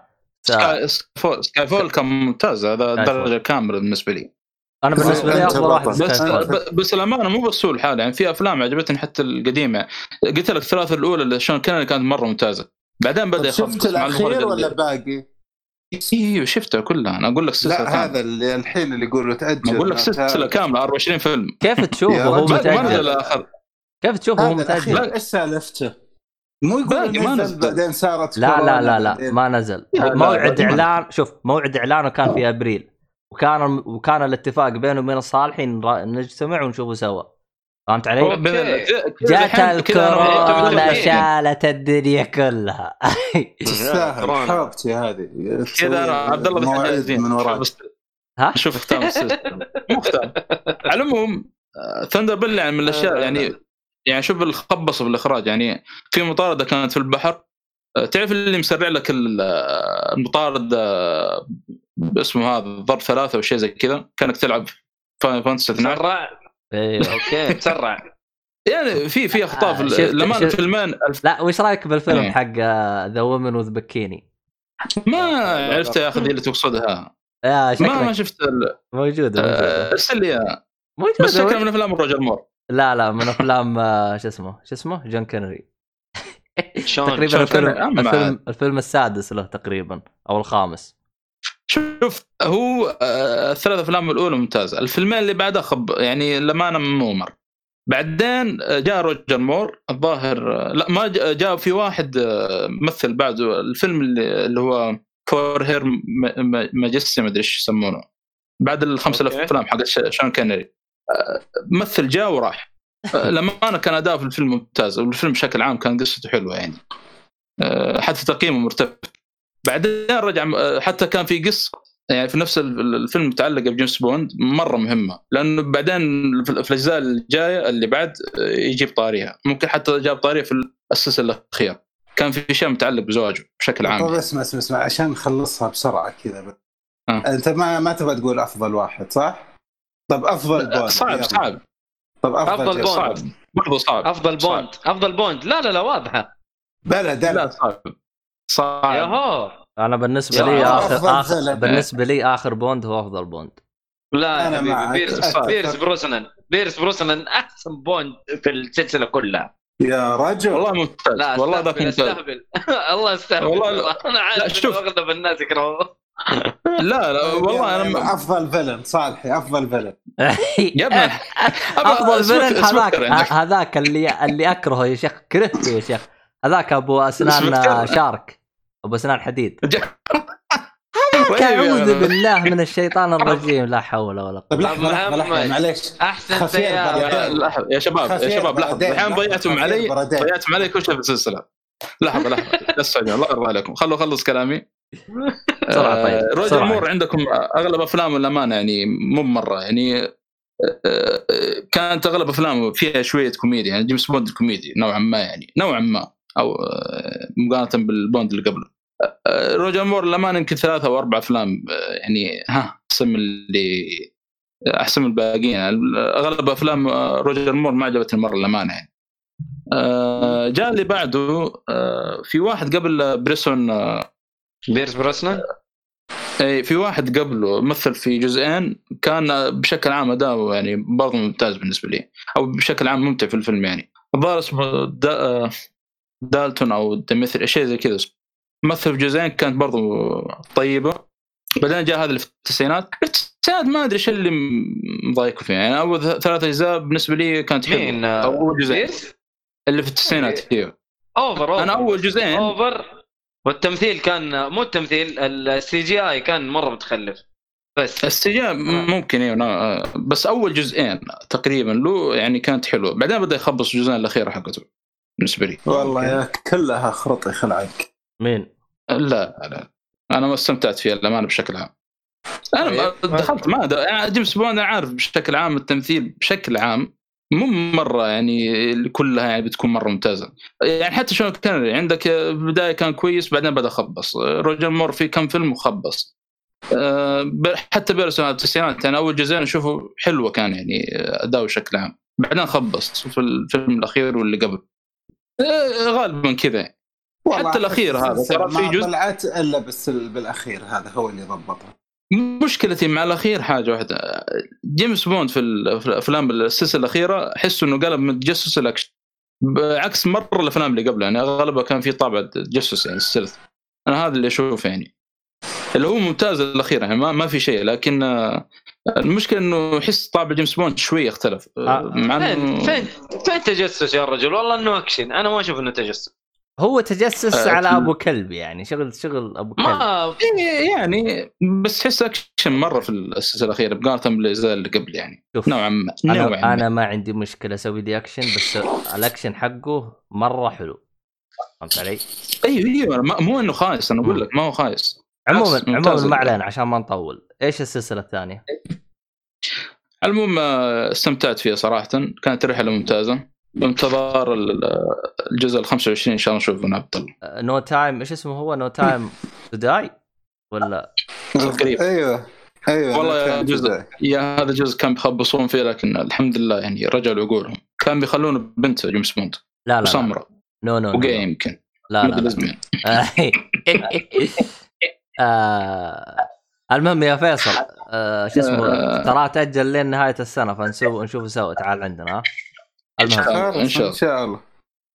سكايفول كان ممتاز. هذا درجة كاملة بالنسبة لي. أنا بالنسبة لي أفضل واحد بس الأمانة مو بسهول حالة يعني. في أفلام عجبتني حتى القديمة قلت لك 3 الأولى اللي شون كانت مرة ممتازة. بعدين بدأ شفت الأخير ولا باقي؟ ايوه شفتها كلها. انا اقول لك سلسله لا كاملة. هذا اللي الحين اللي يقولوا تاجل. اقول لك سلسله كامله 24 فيلم. كيف تشوفه هو متاجل؟ كيف تشوفه هو متاجل؟ ايش سالفته؟ مو يقول نزل بعدين صارت لا ما نزل. موعد اعلان شوف موعد اعلانه كان في ابريل وكان الاتفاق بينه وبين الصالحين نجتمع ونشوفه سوا. فهمت علي؟ جات الكورونا شالت الدنيا كلها. تستاهل حربتي هذه كذا. انا عبد الله مواعيد من وراك. شوف ختام السلسله مو ختام. على العموم ثندر بيل يعني من الاشياء يعني شوف الخبص بالاخراج يعني. في مطارده كانت في البحر، تعرف اللي مسرع لك المطارد اسمه هذا ضرب 3 او شيء زي كذا، كانك تلعب فانتسي 12. ايوه اوكي تسرع يعني في اخطاء لما الفيلمان لا وش رايك بالفيلم حق ذا وومن وذ بكيني؟ ما عرفت يا اخي اللي تقصدها. ما شفت موجود ارسل لي موجود بس شكله من افلام روجر مور. لا من افلام شو اسمه جون كينري. تقريبا الفيلم السادس له تقريبا او الخامس. شوف هو الثلاث افلام الاولى ممتازه، الفيلمين اللي بعدها يعني لما انا ممر. بعدين جاء روجر مور الظاهر، لا ما جاء في واحد مثل بعده الفيلم اللي هو فور هير ماجستي ما ادري ايش يسمونه، بعد الخمسة افلام حق شون كينري مثل جاء وراح. لما انا كان اداء في الفيلم ممتاز، والفيلم بشكل عام كان قصته حلوه يعني، حتى تقييمه مرتفع. بعدين رجع حتى كان في قصه يعني في نفس الفيلم متعلقه بجيمس بوند مره مهمه، لانه بعدين في الاجزاء الجايه اللي بعد يجيب طاريها، ممكن حتى جاب طاريها في السلسله الاخيره، كان في شيء متعلق بزواجه بشكل عام. طب اسمع عشان نخلصها بسرعه كذا. انت ما تبغى تقول افضل واحد صح؟ طب افضل بوند صعب. طب افضل بوند صعب برضو صعب. افضل بوند لا واضحه. لا صعب. ياهو انا بالنسبه لي اخر بوند هو افضل بوند. لا انا بيرس بروسنان احسن بوند في السلسله كلها يا رجل. والله ممتاز، والله ذاك ممتاز. الله يستهبل والله. انا عارف اغلب الناس يكرهوه. لا والله انا افضل فيلن صالحي، افضل فيلن يا ابني افضل فيلن هذاك اللي اكرهه يا شيخ، كرهته يا شيخ، هذاك ابو اسنان شارك، ابو اسنان حديد. هذاك اعوذ بالله من الشيطان الرجيم، لا حول ولا قوه. طب لحظه معليش، احسن سيارة يا شباب لحظه، الحين ضيعتم علي كل شيء في السلسله. لحظه بس الله يرضى عليكم، خلص كلامي. روجر مور عندكم اغلب افلامه الامانه يعني مو مره يعني، كانت اغلب افلامه فيها شويه كوميديا يعني، جيمس بوند الكوميدي نوعا ما او مقارنه بالبوند اللي قبله. روجر مور الامانه يمكن 3 أو 4 افلام يعني احسن من الباقيين يعني. اغلب افلام روجر مور ما عجبتني مره الامانه يعني. جاء اللي بعده في واحد قبل بيرس بروسنان، اي في واحد قبله مثل في جزئين، كان بشكل عام اداؤه يعني برضه ممتاز بالنسبه لي، او بشكل عام ممتع في الفيلم يعني. الظاهر اسمه دالتون او ديميثري شيء زي كذا، مثل في جزئين كانت برضه طيبه. بعدين جاء هذا اللي في التسعينات ما ادري ايش اللي مضايقه فيه يعني. اول 3 أجزاء بالنسه لي كانت حلوه، اول جزئين اللي في التسعينات هي اوفر. انا اول جزئين اوفر، والتمثيل كان مو التمثيل، السي جي اي كان مره متخلف. بس السي جي ممكن ايوه، بس اول جزئين تقريبا له يعني كانت حلوه، بعدين بدا يخبص الجزئين الاخيره حقته بالنسبه لي. والله يا كلها خرطي خلعك. مين؟ لا انا ما استمتعت فيها الامانه بشكل عام. انا دخلت ما جيمس بوند انا عارف بشكل عام التمثيل بشكل عام مو مرة يعني كلها يعني بتكون مرة ممتازة يعني. حتى شون كان عندك بداية كان كويس، بعدين بدأ خبص. روجر مور في كم فيلم وخبص. حتى بيرسون التسعينات يعني أول جزئين أشوفه حلوة كان يعني أداؤه بشكل عام، بعدين خبص في الفيلم الأخير واللي قبل غالبا كذا. حتى الأخير هذا ترى في جزء طلعت إلا بس بالأخير هذا هو اللي ضبطه. مشكلتي مع الأخير حاجة واحدة، جيمس بوند في الأفلام السلسلة الأخيرة أحس إنه قلب من تجسس الأكشن، بعكس مرة الأفلام اللي قبله يعني أغلبها كان في طابع تجسس يعني السلسلة. أنا هذا اللي أشوفه يعني، اللي هو ممتاز الأخير يعني ما في شيء، لكن المشكلة إنه حس طابع جيمس بوند شوية اختلف. فين تجسس يا رجل؟ والله إنه أكشن، أنا ما أشوف إنه تجسس. هو تجسس على ابو كلب يعني، شغل ابو كلب يعني، بس حس اكشن مره في السلسله الاخيره مقارنه بالاجزاء اللي قبل يعني. نوعا ما انا ما عندي مشكله اسوي دي اكشن، بس الاكشن حقه مره حلو، فهمت علي؟ ايوه مو انه خايس، انا اقول لك ما هو خايس. عموما ما علينا عشان ما نطول. ايش السلسله الثانيه؟ المهم استمتعت فيها صراحه، كانت رحله ممتازه. بانتظار الجزء 25 ان شاء الله نشوفه نبطل. نو تايم ايش اسمه هو؟ نو تايم تو داي ولا تقريبا؟ ايوه والله يا هذا الجزء كان بيخبصون فيه، لكن الحمد لله يعني رجعوا عقولهم. كان بيخلونه بنت جيمس بوند لا سمرة نو وجاي يمكن لا المهم يا فيصل شو اسمه ترى تأجل لين نهاية السنة، فنشوف سوا. تعال عندنا ان شاء الله.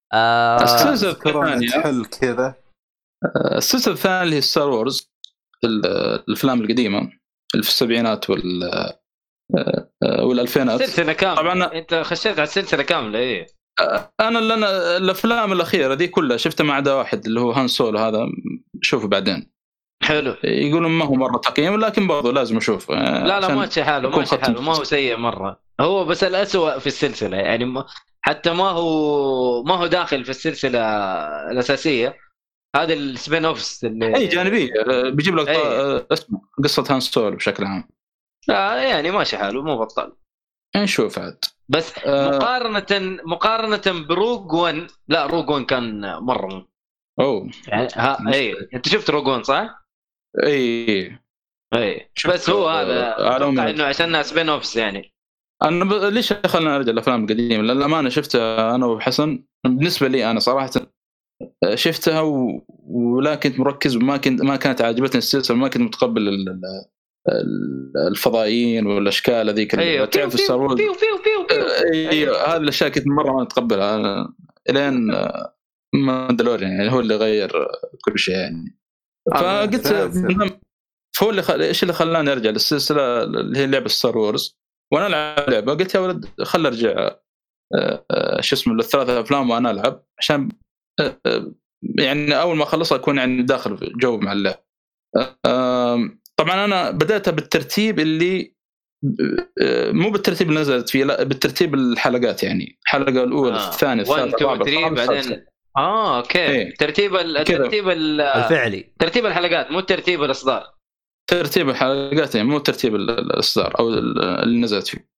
السلسله الثانيه حل كذا. السلسله الثانيه اللي هي ستار وورز، الافلام القديمه اللي في السبعينات والألفينات. سلسله كامله طبعا انت خشيت على السلسله كامله. ايه انا الافلام الاخيره دي كلها شفتها ما عدا واحد اللي هو هان سولو، هذا شوفه بعدين. حلو. يقولون ما هو مره تقييم لكن برضه لازم اشوفه. لا ماشي حاله، ماشي حاله، ما هو سيء مره، هو بس الأسوأ في السلسله يعني. حتى ما هو داخل في السلسله الاساسيه. هذا السبين اوفس اللي اي جانبيه بيجيب لك اسمه قصه هان سولو بشكل عام. يعني ماشي حاله، مو بطل. نشوف عاد. بس مقارنه بروج 1، لا روج 1 كان مره يعني انت شفت روج 1 صح؟ اي بس هو هذا اتوقع انه عشان سبين اوفس يعني. انا ليش خلنا ارجع الافلام القديمه؟ للامانه شفتها انا وحسن، بالنسبه لي انا صراحه شفتها ولا كنت مركز، وما كانت عاجبتني السلسله، ما كنت متقبل الفضائيين والاشكال هذيك اللي تعرف ستار وورز. هذه الاشياء كنت مره ما اتقبلها الين ماندلوريان يعني هو اللي غير كل شيء يعني. فقلت فهو اللي ايش اللي خلاني ارجع للسلسله اللي هي لعبه ستار وورز، وانا العب لعبه قلت يا ولد خل ارجع شو اسمه للثلاثه افلام وانا العب، عشان يعني اول ما اخلصها اكون يعني داخل في جو مع اللعب. طبعا انا بدأتها بالترتيب اللي مو بالترتيب اللي نزلت فيه، لا بالترتيب الحلقات يعني الحلقه الاولى الثانيه الثالثه الرابعه بعدين اوكي ترتيب الفعلي، ترتيب الحلقات مو ترتيب الاصدار. ترتيب الحلقات يعني مو ترتيب الاصدار او اللي نزلت فيه.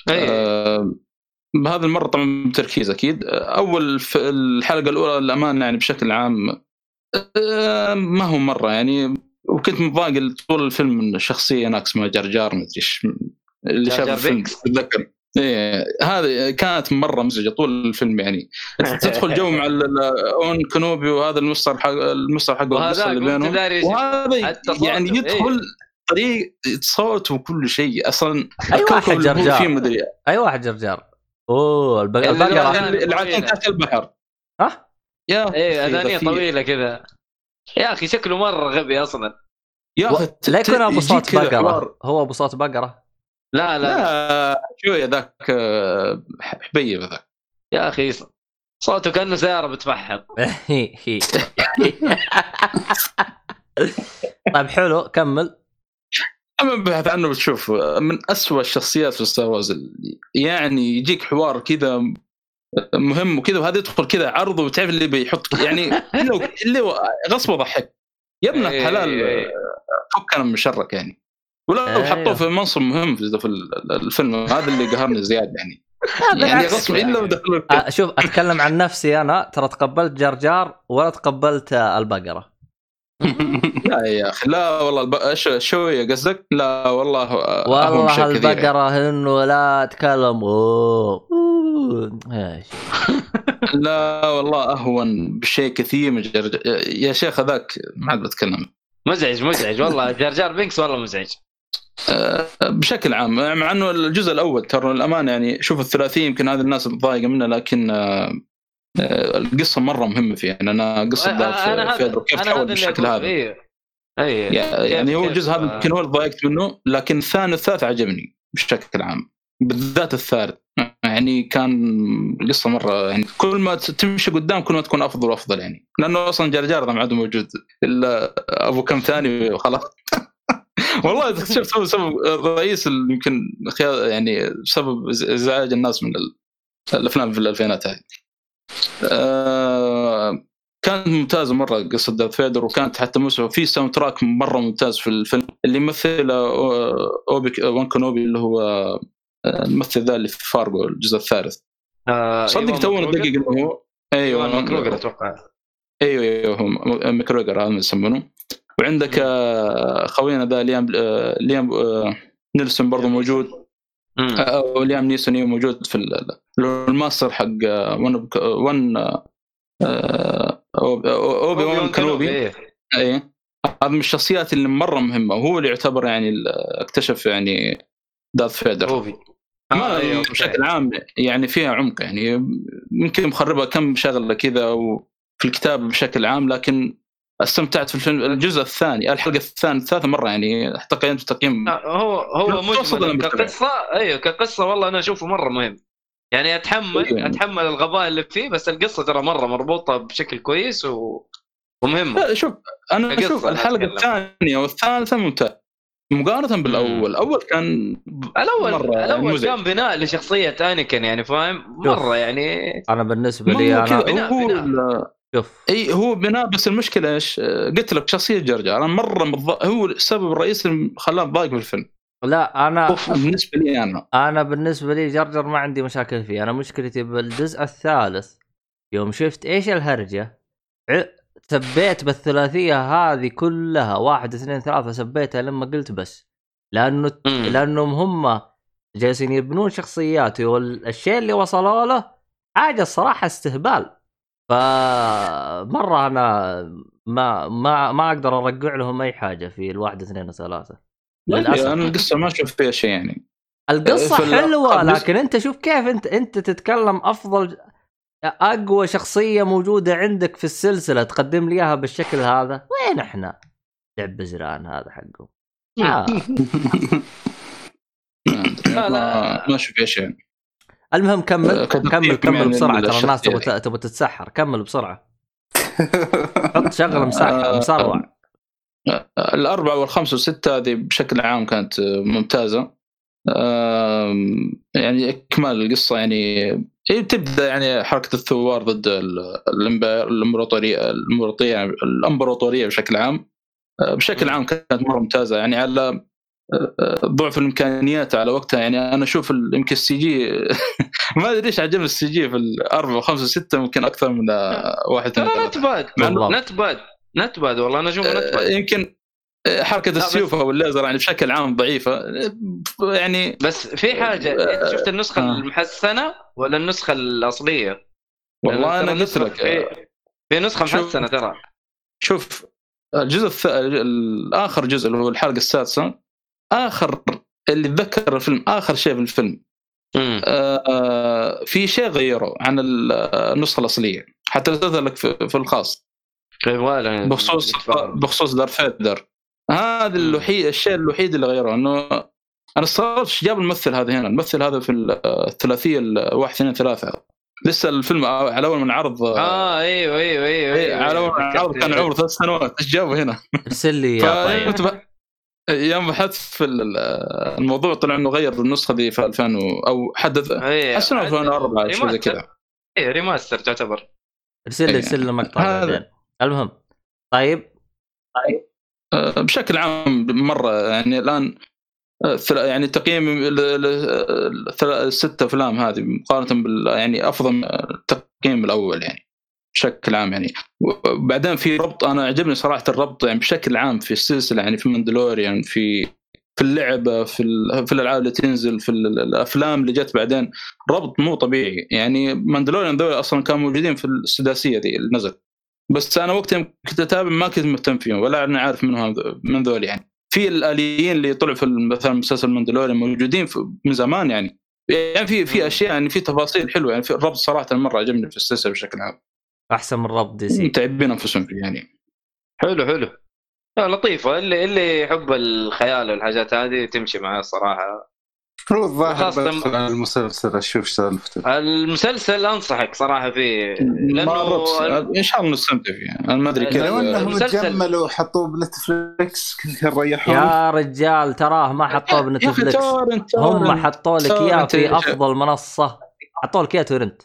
بهذا المره طبعا تركيز اكيد. اول الحلقه الاولى الامانه يعني بشكل عام ما هو مره يعني، وكنت متضايق طول الفيلم من شخصيه هناك اسمها جرجار ما ادري ايش اللي شاف الفيلم تذكر. هذه كانت مره مزعجه طول الفيلم يعني. تدخل جو مع اون كنوبي وهذا المستر حقه اللي بينهم، وهذا يعني يدخل طريق صوت وكل شيء اصلا. اي واحد جرجار، اي واحد جرجار. البقره اللي عايشين تحت البحر. ايه اذانيه طويله كذا يا اخي، شكله مره غبي اصلا يا اخي. لا يكون ابو صوت بقره، هو ابو صوت بقره. لا شويه ذاك حبيب ذاك يا اخي، صوته كانه سياره بتفحط. طيب حلو كمل. اما بحث عنه بتشوف من أسوأ الشخصيات في ستار وورز، يعني يجيك حوار كذا مهم وكذا، وهذا يدخل كذا عرضه وتعرف اللي بيحط يعني اللي غصبه ضحك يا ابن الحلال. فكنا من شرك يعني، ولا حطوه في منصب مهم في الفيلم هذا اللي قهرني زياده يعني. يعني غصب الا ودخلوا. شوف اتكلم عن نفسي انا، ترى تقبلت جرجار ولا تقبلت البقره. لا يا اخي لا والله شويه قصدك. لا والله البقره انه لا تكلم. لا والله اهون بشيء كثير من يا شيخ هذاك ما عاد بتكلم. مزعج والله جرجار بينكس والله مزعج بشكل عام، مع انه الجزء الاول ترى الامانه يعني شوف الثلاثي يمكن هذه الناس متضايقه منه، لكن القصه مره مهمه فيها يعني. انا قصه فيدرو كيف تحول بالشكل هذا. يعني هو الجزء هذا يمكن هو اللي ضايقت منه، لكن الثاني والثالث عجبني بشكل عام، بالذات الثالث يعني كان القصه مره يعني كل ما تمشي قدام كل ما تكون افضل وافضل يعني، لانه اصلا جرجار ما عاد موجود الا ابو كم ثاني خلاص. والله شفت سبب الرئيس اللي يمكن يعني سبب ازعاج الناس من الافلام في الالفينات هذه. كانت ممتازه مره قصه دارث فيدر، وكانت حتى موسيقى في ساوند تراك مره ممتاز في الفيلم اللي يمثل اوبي وان كنوبي اللي هو الممثل ذا اللي في فارغو الجزء الثالث. صدق تونا دقيق انه هو ايوه ماكروجر اتوقع. ايوه هو ماكروجر هذا يسمونه. وعندك خوينا ذا ليام نيلسون برضه موجود، او ليام نيسون موجود في الماستر حق اوبي وان كنوبي. اي هذا من الشخصيات اللي مره مهمه، وهو اللي يعتبر يعني اكتشف يعني دارث فيدر. بشكل عام يعني فيها عمق، يعني ممكن مخربها كم شغله كذا وفي الكتاب بشكل عام، لكن استمتعت في الفيلم. الجزء الثاني الحلقه الثالثه مره يعني قيمت تقييم هو مجمل كقصه. كقصه والله انا اشوفه مره مهم، يعني اتحمل الغباء اللي فيه، بس القصه ترى مره مربوطه بشكل كويس ومهمه. شوف انا اشوف الحلقه الثانيه والثالثه ممتاز مقارنه بالاول. الاول كان كان بناء لشخصيه انيكن، يعني فاهم مره. يعني انا بالنسبه لي انا بناء. شوف هو بناء، بس المشكله ايش قلت لك شخصيه جرجر انا مره هو السبب الرئيسي اللي خلاه ضايق بالفيلم. لا انا بالنسبه لي انا بالنسبه لي جرجر ما عندي مشاكل فيه. انا مشكلتي بالجزء الثالث يوم شفت ايش الهرجه، سبيت بالثلاثيه هذه كلها 1 2 3 سبيتها لما قلت بس لانهم هم جالسين يبنون شخصياته والشيء اللي وصلوا له حاجه الصراحه استهبال. فمره انا ما اقدر ارجع لهم اي حاجه في 1 2 3 للاسف. انا القصه ما اشوف فيها شيء، يعني القصه حلوه لكن انت شوف كيف انت تتكلم افضل اقوى شخصيه موجوده عندك في السلسله تقدم لي اياها بالشكل هذا. وين احنا لعب بزران هذا حقه ما اشوف فيها شيء. المهم كمل بسرعه، ترى الناس تبغى تتسحر. كمل بسرعه. حط شغله مسروع. 4 وال5 و6 هذه بشكل عام كانت ممتازه. يعني اكمال القصه، يعني تبدا يعني حركه الثوار ضد الامبراطوريه بشكل عام. بشكل عام كانت مره ممتازه، يعني على ضعف الامكانيات على وقتها. يعني انا اشوف يمكن السي جي ما ادري ليش عجبني السي جي في 4 و5 و6 ممكن اكثر من 1 نت باد والله انا اشوفه نت باد. يمكن حركه السيوف او الليزر يعني بشكل عام ضعيفه يعني. بس في حاجه انت شفت النسخه المحسنه ولا النسخه الاصليه؟ والله انا قلت لك في نسخه محسنه ترى. شوف الجزء الاخر جزء اللي هو الحلقه السادسه، اخر اللي اتذكر الفيلم اخر شيء في الفيلم في شيء غيره عن النسخه الاصليه، حتى ارسلت لك في الخاص بخصوص دارث فيدر. هذا الشيء الوحيد اللي غيره، انه انا استغربت جاب الممثل هذا هنا. الممثل هذا في الثلاثيه 1 2 3 لسه الفيلم على اول من عرض. ايوه على اول من عرض كان عمره 3 سنوات. ايش جابه هنا؟ ارسل لي يا طيب. يوم بحثت في الموضوع طلع انه غير النسخه دي في 2000 او حدث حسنوا 2004 شيء زي كذا. ريماستر تعتبر. ارسل لي مقطع بعدين. المهم طيب بشكل عام مره يعني الان يعني تقييم 6 أفلام هذه مقارنه يعني افضل من التقييم الاول يعني بشكل عام. يعني وبعدين في ربط، انا عجبني صراحه الربط يعني بشكل عام في السلسله، يعني في ماندلوريان، في اللعبه، في الالعاب اللي تنزل، في الافلام اللي جت بعدين، ربط مو طبيعي. يعني ماندلوريان ذول اصلا كانوا موجودين في السداسيه دي اللي نزل، بس انا وقتها كنت اتابع ما كنت مهتم فيهم ولا انا عارف منهم من ذول. يعني في الاليين اللي طلعوا في مثلا مسلسل ماندلوريان موجودين من زمان، يعني في اشياء، يعني في تفاصيل حلوه. يعني في الربط صراحه مره عجبني في السلسله بشكل عام، احسن من ربط دي سي. متعبين انفسهم فيه يعني. حلو لطيفه. اللي يحب الخيال والحاجات هذه تمشي معاه الصراحه. هو الظاهر المسلسل اشوف سالفته. المسلسل انصحك صراحه فيه لانه ان شاء الله نستمتع فيه. انا ما ادري كيف لو انهم تجملوا وحطوه بنتفليكس كنت نريحهم. يا رجال تراه ما حطوه بنتفليكس، هم حطوا لك اياه في افضل منصه، حطوا لك اياه تورنت.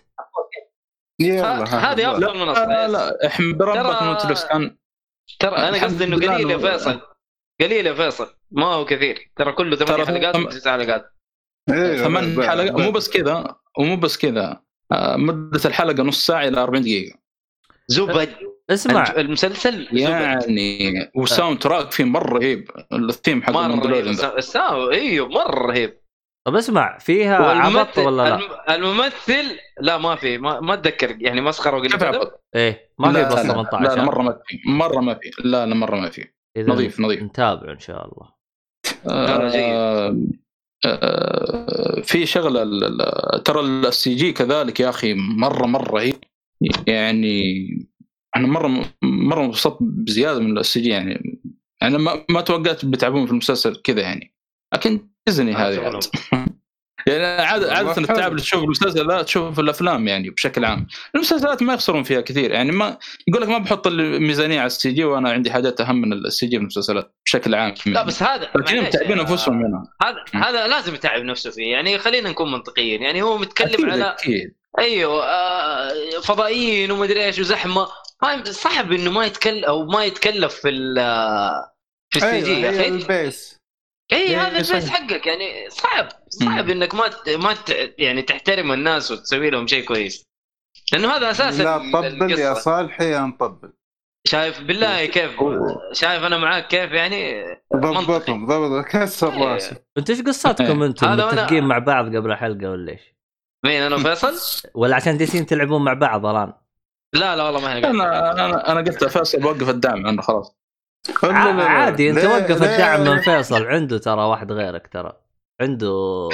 هذه افضل منصه. لا احنا بربط نتفليكس كان ترى انا قصدي انه قليل يا فيصل ما هو كثير ترى، كله 8 حلقات و9 حلقات. 8 حلقات ومو بس كذا مدة الحلقة نص ساعة إلى 40 دقيقة. زبد. اسمع المسلسل يعني وساوند تراك فيه مرة رهيب. الثيم حق ماندلوريان ايوه مرة رهيب. طب اسمع فيها عبط ولا لا؟ الممثل لا ما في ما اتذكر يعني مسخره وقلت ايه ما في بس 18. لا مرة ما في لا مرة ما في. نظيف نتابع ان شاء الله. في شغله ترى السي جي كذلك يا اخي مره هي يعني انا مره مبسوط بزياده من السي جي يعني انا ما توقعت بيتعبون في المسلسل كذا يعني لكن ديزني هذه يعني عاده التعب اللي تشوف المسلسل لا تشوف في الافلام يعني بشكل عام المسلسلات ما يخسرون فيها كثير يعني ما يقول لك ما بحط الميزانيه على السي جي وانا عندي حاجات اهم من السي جي في المسلسلات بشكل عام لا بس هذا متعبين انفسهم هنا هذا لازم يتعب نفسه فيه يعني خلينا نكون منطقيين يعني هو متكلم أكيد على أكيد. ايوه فضائيين ومدري ايش وزحمه صعب انه ما يتكلف او ما يتكلف في السي جي يا اخي البيس اي هذا البيس حقك يعني صعب انك ما يعني تحترم الناس وتسوي لهم شيء كويس لانه هذا اساسا لا طبل يا صالحي يا نطبل شايف بالله كيف شايف انا معاك كيف يعني ضبط كسر راسي انت ايش قصتكم انتم متفقين مع بعض قبل الحلقه ولا ايش مين انا وفيصل ولا عشان جالسين تلعبون مع بعض الان لا والله ما هي انا قلت فيصل وقف الدعم عنه خلاص عادي انت وقف الدعم من فيصل عنده ترى واحد غيرك ترى عنده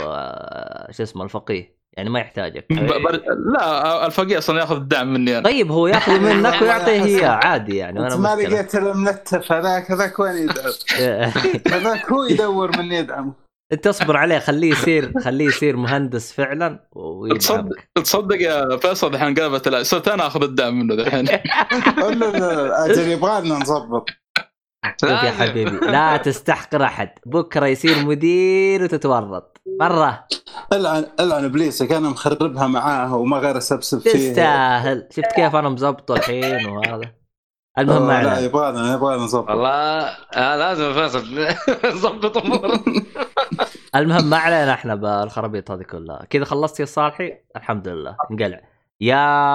شو اسمه الفقيه يعني ما يحتاجك لا الفقيه اصلا ياخذ الدعم مني أنا. طيب هو ياخذ منك ويعطيه اياه عادي يعني انا ما لقيت المنتف هذاك وين يدعم هذاك هو يدور من يدعم انت اصبر عليه خليه يصير مهندس فعلا ويدعمك تصدق يا فيصل الحين قلبت لا صرت انا اخذ الدعم منه الحين لا اجل يبغالنا نظبط شوف يا حبيبي لا تستحقر احد بكره يصير مدير وتتورط مره العن ابليس كان مخربها معاه وما غير اسبسب فيه تستاهل شفت كيف انا مزبطه الحين وهذا المهم معنا لا يبغى نظبط والله لازم فيصل نظبط امور المهم ما علينا احنا بالخرابيط هذه كلها كذا خلصت يا صالحي الحمد لله انقلع يا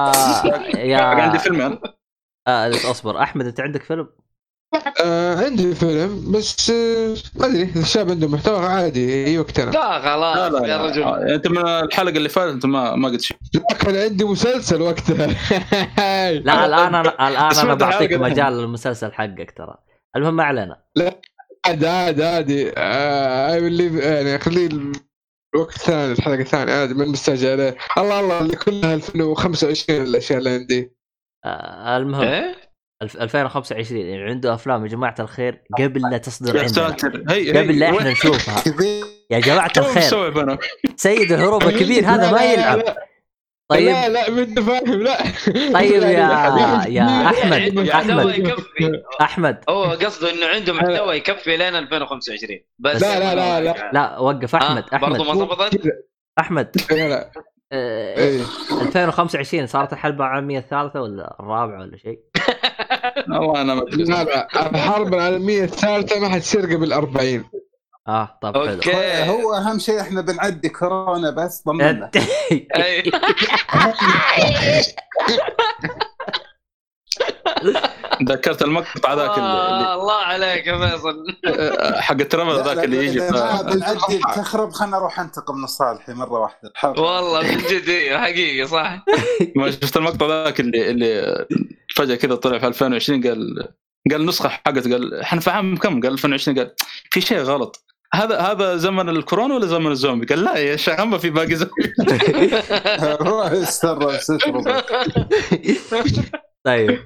عندي فيلم اصبر احمد انت عندك فيلم عندي فيلم بس ما ادري اذا الشاب عنده محتوى عادي اي وقتنا لا خلاص يا رجل انت من الحلقه اللي فاتت انت ما قلت شيء كان عندي مسلسل وقتها لا الان انا بعطيك مجال للمسلسل حقك ترى المهم ما علينا لا عادي يعني خليه الوقت الثاني الحلقه الثانيه عادي من مستعجل الله اللي كلها 2025 الاشياء اللي عندي المهم 2025 يعني عنده افلام يا جماعه الخير قبل لا تصدر عندنا قبل لا احنا نشوفها يا جماعه الخير سيد الهروب الكبير هذا ما يلعب طيب لا انت فاهم لا طيب يا احمد هو قصده انه عنده محتوى يكفي لين 2025 بس لا وقف احمد برضو ما ضبطت احمد لا 2025 صارت الحلبة العالمية الثالثة ولا الرابعة ولا شيء؟ والله أنا ما الحرب العالمية الثالثة ما حتصير قبل 40. طب حلو. هو أهم شيء إحنا بنعدي كورونا بس ضمننا. ذكرت المقطع ذاك اللي الله عليك يا فيصل حق الترمل ذاك اللي يجي بنعدي تخرب خلنا نروح ننتقم من الصالحي مرة واحدة والله من جد حقيقي صح. ما شفت المقطع ذاك اللي فجأة كذا طلع في 2020 قال نسخة حقت قال احنا في عام كم قال 2020 قال في شيء غلط هذا زمن الكورونا ولا زمن الزومبي قال لا يا شيخ ما في باقي زومبي روح استر طيب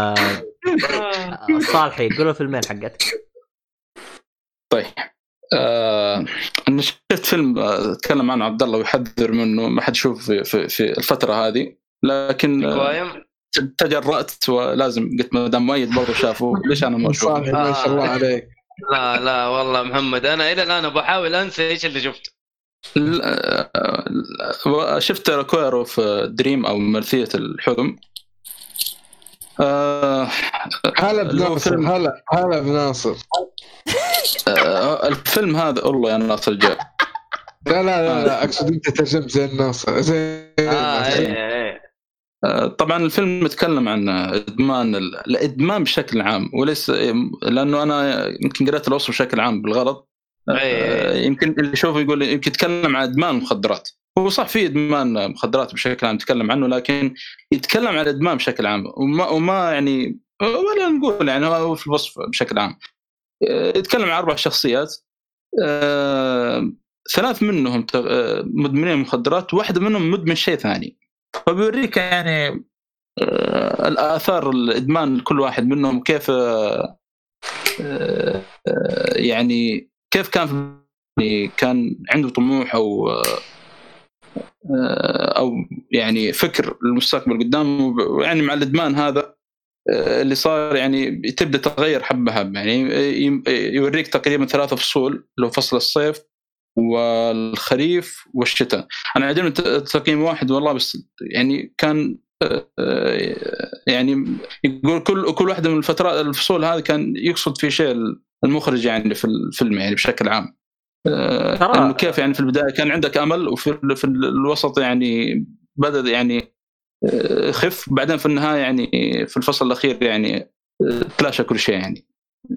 صالحي قولوا فيلمين حقتك. طيب انا شفت فيلم اتكلم عنه عبد الله ويحذر منه ما حد يشوف في الفترة هذه لكن تجرأت ولازم قلت ما دام مؤيد برضه شافه ليش انا ما اشوفه. ما شاء الله عليك. لا والله محمد انا الى الان بحاول انسى ايش اللي شفته. شفت كويرو في دريم او ملثية الحلم. هلا بناصر الفيلم هذا والله يا ناصر جاء لا اقصد انت ترجمت زي الناصر زي طبعا الفيلم يتكلم عن الادمان بشكل عام وليس لانه انا يمكن قرأت الوصف بشكل عام بالغلط. يمكن اللي يشوفه يقول يمكن يتكلم عن ادمان المخدرات. هو صح في ادمان مخدرات بشكل عام يتكلم عنه لكن يتكلم عن الادمان بشكل عام وما يعني ولا نقول يعني هو في الوصف بشكل عام. يتكلم عن 4 شخصيات 3 منهم مدمنين مخدرات، واحد منهم مدمن شيء ثاني. فبيوريك يعني الآثار الإدمان كل واحد منهم كيف يعني كيف كان عنده طموح أو يعني فكر للمستقبل قدام، يعني مع الإدمان هذا اللي صار يعني تبدأ تغير حبة حبة. يعني يوريك تقريبا 3 فصول، لو فصل الصيف والخريف والشتاء. أنا عجبني تقييم 1 والله، بس يعني كان يعني يقول كل واحدة من الفصول هذه كان يقصد في شيء المخرج يعني في الفيلم يعني بشكل عام. إنه كيف يعني في البداية كان عندك أمل، وفي الوسط يعني بدأ يعني خف، بعدين في النهاية يعني في الفصل الأخير يعني تلاشى كل شيء يعني.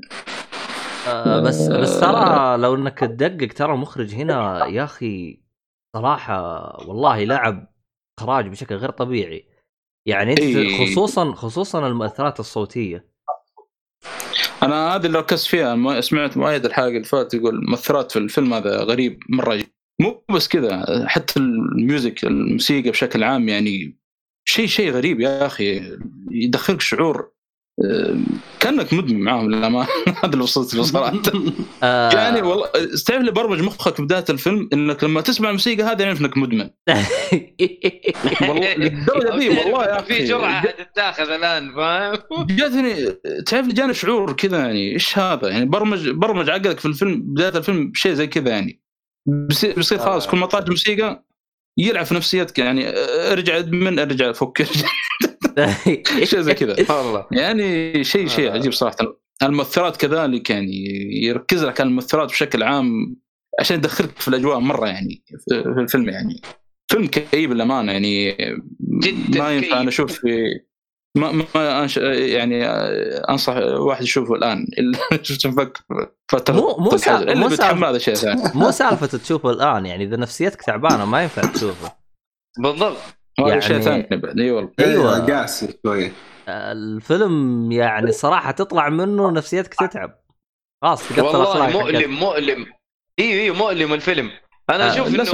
بس ترى لو انك تدقق ترى المخرج هنا يا اخي صراحه والله لعب اخراج بشكل غير طبيعي. يعني انت خصوصا المؤثرات الصوتيه. انا هذه اللي ركزت فيها. سمعت مؤيد الحلقه اللي فاتت يقول المؤثرات في الفيلم هذا غريب مره، مو بس كذا، حتى الموسيقى بشكل عام يعني شيء غريب يا اخي، يدخلك شعور كأنك مدمن معاهم للأمانة. هذا اللي وصلت له صراحة. يعني والله استعرف لي برمج مخك في بداية الفيلم إنك لما تسمع الموسيقى هذا يعني إنك مدمن. والله للدرجة دي والله يا أخي. في جرعة تتاخذ الآن فاهم. جاتني تعرف لي جاني شعور كذا يعني إيش هذا يعني برمج عقلك في الفيلم بداية الفيلم بشيء زي كذا يعني. بس خلاص كل ما طلعت موسيقى يلعب في نفسيتك يعني ارجع فك شيء زي كذا والله. يعني شيء عجيب صراحه. المؤثرات كذلك يعني يركز لك على المؤثرات بشكل عام عشان يدخلك في الاجواء مره يعني في الفيلم. يعني فيلم كئيب للامانه يعني جدا ما ينفع انا اشوف ما يعني انصح واحد يشوفه الان شوفك مو هذا الشيء ثاني. مو سالفه تشوفه الان يعني اذا نفسيتك تعبانه ما ينفع تشوفه بالضبط. يعني شيء ثاني بعد. ايوه قاسي شويه الفيلم يعني صراحه تطلع منه نفسيتك تتعب خلاص تقطع والله مؤلم ايوه مؤلم الفيلم. انا اشوف انه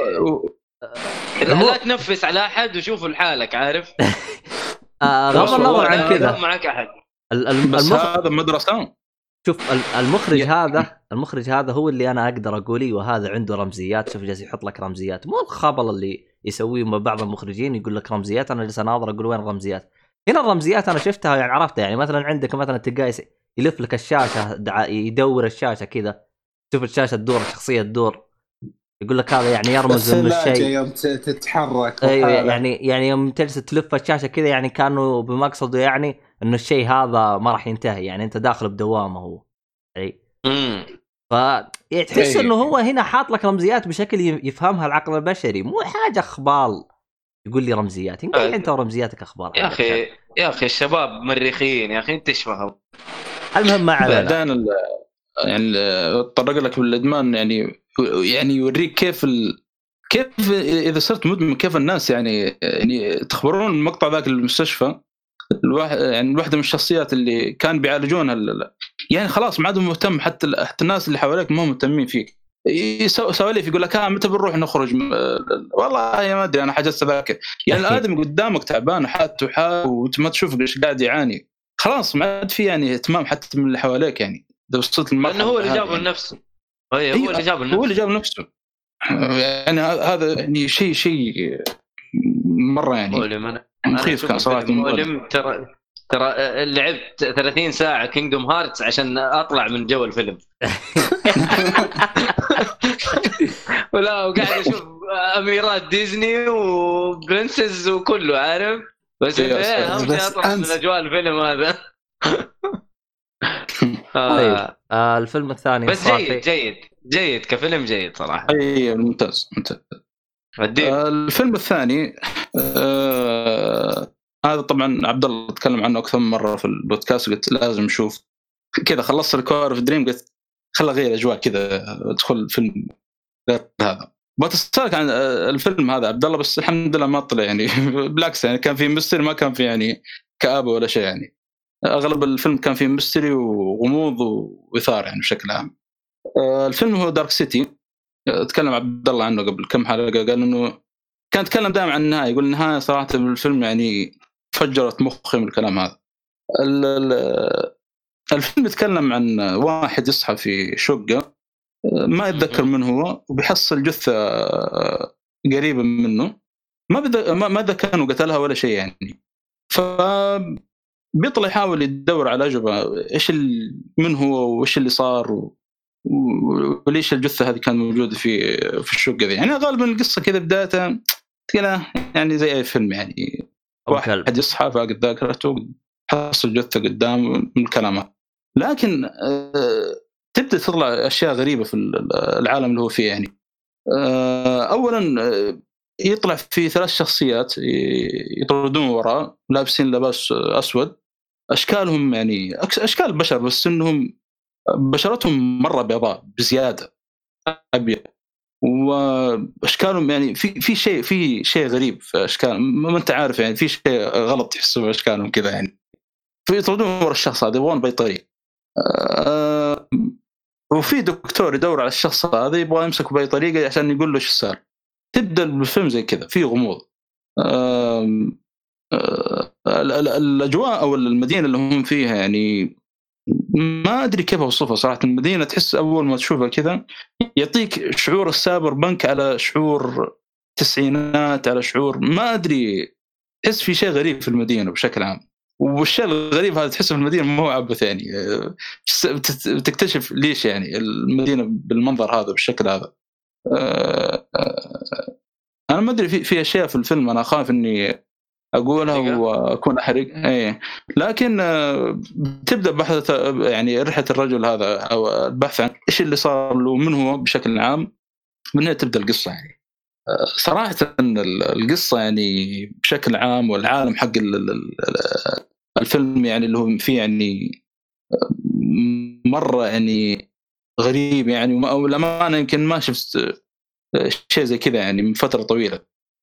لا تنفس على احد وشوفوا لحالك عارف. غض النظر عن كذا معك احد بس هذا مدرسة. شوف المخرج هذا هو اللي انا اقدر اقولي وهذا عنده رمزيات. شوف جالس يحط لك رمزيات، مو الخبل اللي يسويه بعض المخرجين يقول لك رمزيات. انا جالس اناظر اقول وين الرمزيات. هنا الرمزيات انا شفتها يعني عرفتها. يعني مثلا عندك مثلا تقايس يلف لك الشاشه يدور الشاشه كذا، شوف الشاشه تدور الشخصيه تدور، يقول لك هذا يعني يرمز انه الشيء يوم تتحرك. ايوه يعني يوم تجلس تلف الشاشه كذا يعني كانوا بمقصده يعني انه الشيء هذا ما راح ينتهي، يعني انت داخل بدوامه هو اي. فتحس انه هو هنا حاط لك رمزيات بشكل يفهمها العقل البشري، مو حاجه اخبال يقول لي رمزيات. يمكن انت ورمزياتك اخبار يا اخي الشباب مريخين يا اخي انت ايش فهم. المهم ما علينا. يعني طرق لك بالادمان يعني يوريك كيف اذا صرت مدمن كيف الناس يعني تخبرون المقطع ذاك المستشفى الواحد يعني الواحده من الشخصيات اللي كان بيعالجونها يعني خلاص ما عادوا مهتم، حتى الناس اللي حواليك ما هم مهتمين فيك. سواليف يقول لك متى بنروح نخرج والله يا ما ادري انا حجزت تذاكر. يعني الادمي قدامك تعبان حالته وما تشوف ايش قاعد يعاني، خلاص ما عاد في يعني اهتمام حتى من اللي حواليك. يعني اذا وصلت لانه هو اللي جابه لنفسه. هو اللي جاب لنفسه يعني هذا يعني شيء مره يعني مخيف كان صراحه. ترى لعبت 30 ساعه كينغدوم هارتس عشان اطلع من جو الفيلم. ولا وقاعد اشوف اميرات ديزني وبرنسز وكله عارف، بس اهم شيء اطلع من اجواء الفيلم هذا. طيب الفيلم الثاني بس جيد كفيلم جيد صراحه. اي ممتاز. الفيلم الثاني هذا طبعا عبد الله تكلم عنه اكثر من مره في البودكاست، قلت لازم نشوف كذا. خلصت الكور في دريم قلت خل اغير اجواء كذا ادخل فيلم غير هذا. بتسالك عن الفيلم هذا عبد الله، بس الحمد لله ما طلع يعني بالعكس يعني كان فيه ميستري، ما كان فيه يعني كآبة ولا شيء. يعني اغلب الفيلم كان فيه ميستري وغموض واثاره يعني بشكل عام. الفيلم هو دارك سيتي. تكلم عبد الله عنه قبل كم حلقه، قال انه كان يتكلم دائما عن النهايه، يقول النهايه صراحه بالفيلم يعني فجرت مخي من الكلام هذا. الفيلم يتكلم عن واحد يصحى في شقه ما يتذكر من هو، وبيحصل جثه قريبه منه، ما ذكر انه قتلها ولا شيء يعني. فبيطلع يحاول يدور على اجوبه ايش من هو وايش اللي صار وليش الجثه هذه كانت موجوده في الشقه ذي. يعني غالبا القصه كذا بدايتها كذا يعني زي اي فيلم، يعني واحد يصحى فاقد ذاكرته حصل جثه قدام من الكلام. لكن تبدا تطلع اشياء غريبه في العالم اللي هو فيه. يعني اولا يطلع في 3 شخصيات يطردون وراء لابسين لباس اسود، اشكالهم يعني اشكال بشر بس انهم بشرتهم مره بيضاء بزياده ابيض، واشكالهم يعني في شيء غريب في اشكال، ما انت عارف يعني في شيء غلط تحسوا باشكالهم كذا يعني. فيطردون ورا الشخص هذا يبغون بيطري، وفي دكتور يدور على الشخص هذا يبغى يمسكه بأي طريقة عشان يقول له ايش صار. تبدأ الفيلم زي كذا في غموض. الأجواء أو المدينة اللي هم فيها يعني ما أدري كيف أوصفها صراحة. المدينة تحس أول ما تشوفها كذا يعطيك شعور السايبر بنك على شعور التسعينات على شعور ما أدري، تحس في شيء غريب في المدينة بشكل عام. والشيء الغريب هذا تحسه في المدينة مو عبث يعني، بتكتشف ليش يعني المدينة بالمنظر هذا بالشكل هذا. أنا ما أدري في أشياء في الفيلم أنا أخاف إني أقولها وأكون أحرق. لكن تبدأ بحث يعني رحلة الرجل هذا أو البحث عن إيش اللي صار له من هو بشكل عام، من هنا تبدأ القصة. يعني صراحة القصة يعني بشكل عام والعالم حق الفيلم يعني اللي هو فيه يعني مرة يعني غريب يعني، والأمانة يمكن ما شفت شيء زي كذا يعني من فترة طويلة.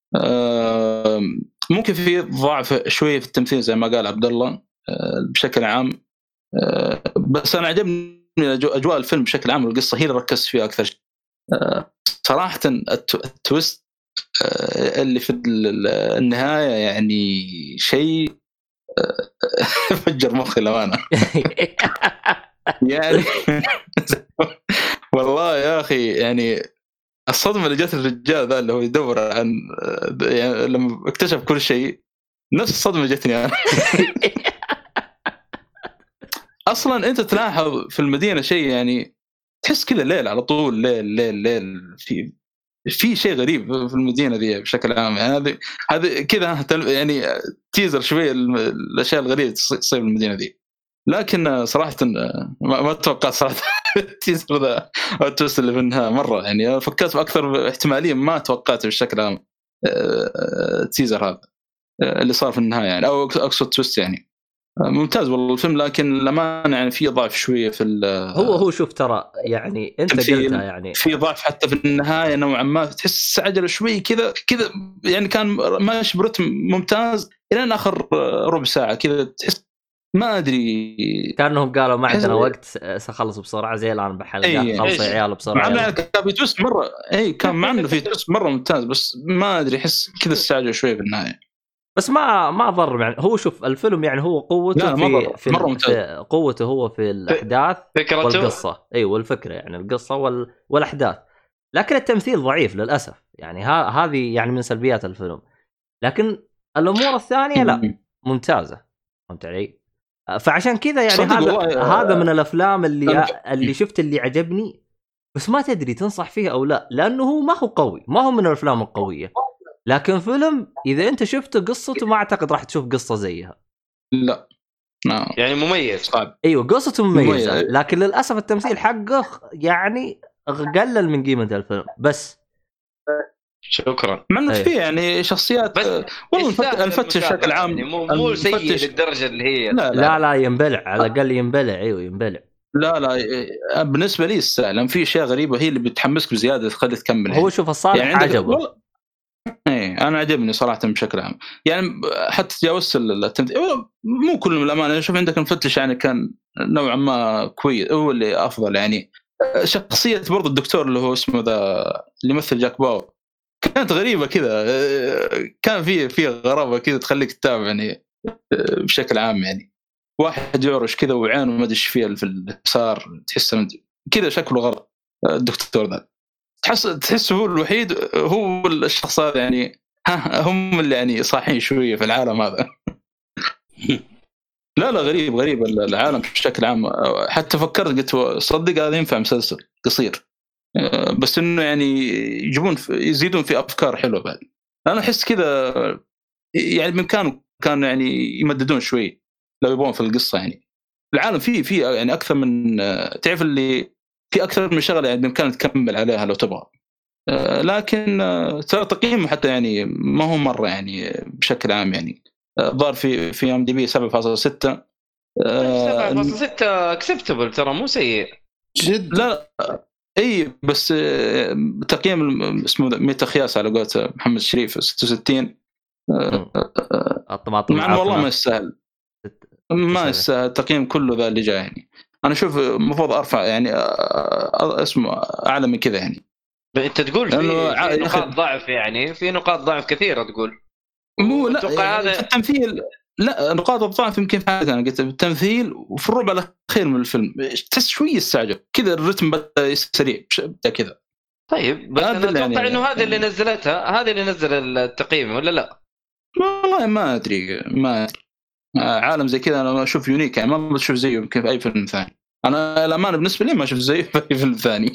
ممكن في ضعف شوية في التمثيل زي ما قال عبد الله بشكل عام، بس أنا عجبني أجواء الفيلم بشكل عام والقصة هي اللي ركزت فيها أكثر شيء. صراحة التويست اللي في النهاية يعني شيء فجر مخي لمانة يعني والله يا أخي يعني الصدمة اللي جت الرجال ذا اللي هو يدور عن يعني لما اكتشف كل شيء نفس الصدمة جتني أنا. أصلا أنت تلاحظ في المدينة شيء يعني تحس كذا الليل على طول ليل في شيء غريب في المدينة دي بشكل عام. يعني هذا كذا يعني تيزر شوية الأشياء الغريبة تصير في المدينة دي. لكن صراحة ما توقعت صراحة التيزر ذا أو التوست اللي في النهاية مرة يعني فكرت بأكثر احتمالية ما توقعته بالشكل عام. التيزر هذا اللي صار في النهاية يعني أو أقصد توست يعني ممتاز والله الفيلم. لكن لما يعني في ضعف شويه في هو شوف ترى يعني انت قلتها يعني في ضعف حتى في النهايه نوعا ما تحس عجله شوي كذا يعني كان ماشي برتم ممتاز الى اخر ربع ساعه كذا تحس ما ادري كانهم قالوا ما عندنا وقت سخلص بسرعه زي الان بحلقه خلصوا يا عيال بسرعه. معنا كان في توست مره كان معنا في توست مره ممتاز بس ما ادري احس كذا استعجل شوي في النهايه. بس ما ضر يعني. هو شوف الفيلم يعني هو قوته في قوته هو في الأحداث والقصة والفكرة يعني القصة والأحداث. لكن التمثيل ضعيف للأسف يعني هذه يعني من سلبيات الفيلم. لكن الأمور الثانية لا ممتازة. فهمت علي؟ فعشان كذا يعني هذا من الأفلام اللي شفت اللي عجبني بس ما تدري تنصح فيه أو لا لأنه هو ما هو قوي ما هو من الأفلام القوية. لكن فيلم إذا أنت شفت قصته ما أعتقد راح تشوف قصة زيها. لا يعني مميز صعب. أيوة قصته مميزة لكن للأسف التمثيل حقه يعني قلل من قيمة الفيلم بس. شكرا. مع إنه فيه يعني شخصيات والله الفتش بشكل عام يعني مو سيء للدرجة اللي هي لا ينبلع على الأقل ينبلع. أيوة ينبلع. لا بالنسبة لي السهل في أشياء غريبة هي اللي بتحمسك بزيادة تخلي تكمل. هو شوف الصالح يعني عجبه أنا عجبني صراحة بشكل عام يعني حتى تجاوزت التمثيل مو كل من الأمانة. شوف عندك المفتش يعني كان نوعا ما كويس هو اللي أفضل يعني شخصيه برضو الدكتور اللي هو اسمه ذا اللي يمثل جاك باور كانت غريبه كذا، كان في غرابه كذا تخليك تتابع يعني بشكل عام. يعني واحد يعرش كذا وعينه ما ادري ايش فيه في اليسار، تحسه كذا شكله غلط. الدكتور ذا تحسه هو الوحيد، هو الشخص هذا يعني هم اللي يعني صاحين شويه في العالم هذا. لا غريب العالم بشكل عام. حتى فكرت قلت صدق هذا ينفع مسلسل قصير، بس انه يعني يجيبون يزيدون في افكار حلوه. بعد انا احس كذا يعني بامكانه كانوا يعني يمددون شوي لو يبغون في القصه. يعني العالم فيه يعني اكثر من تعرف اللي في اكثر من شغله يعني بامكانك تكمل عليها لو تبغى. لكن ترى تقييمه حتى يعني ما هو مره يعني بشكل عام يعني ضار في ام دي بي 7.6. 7.6 اكسبتبل ترى مو سيء جد. لا اي بس تقييم اسمه ميتا خياس على قولة محمد شريف 66. مع والله ما يستاهل، ما يستاهل تقييم كله ذا اللي جاي. يعني انا اشوف المفروض ارفع يعني اسمه اعلى من كذا. يعني انت تقول في نقاط ضعف، يعني في نقاط ضعف كثيره تقول مو لا في التمثيل. لا نقاط الضعف يمكن في حاجه انا قلت بالتمثيل وفي الربع الاخير من الفيلم تحس شويه استعجل كذا، الرتم بدا سريع كذا. طيب بس انا اتوقع يعني انه هذه اللي نزلتها، هذه اللي نزل التقييم ولا لا؟ والله ما ادري عالم زي كذا انا اشوف يونيك، يعني ما بشوف زيه يمكن في اي فيلم ثاني. انا الامانه بالنسبه لي ما اشوف زيه في اي فيلم ثاني.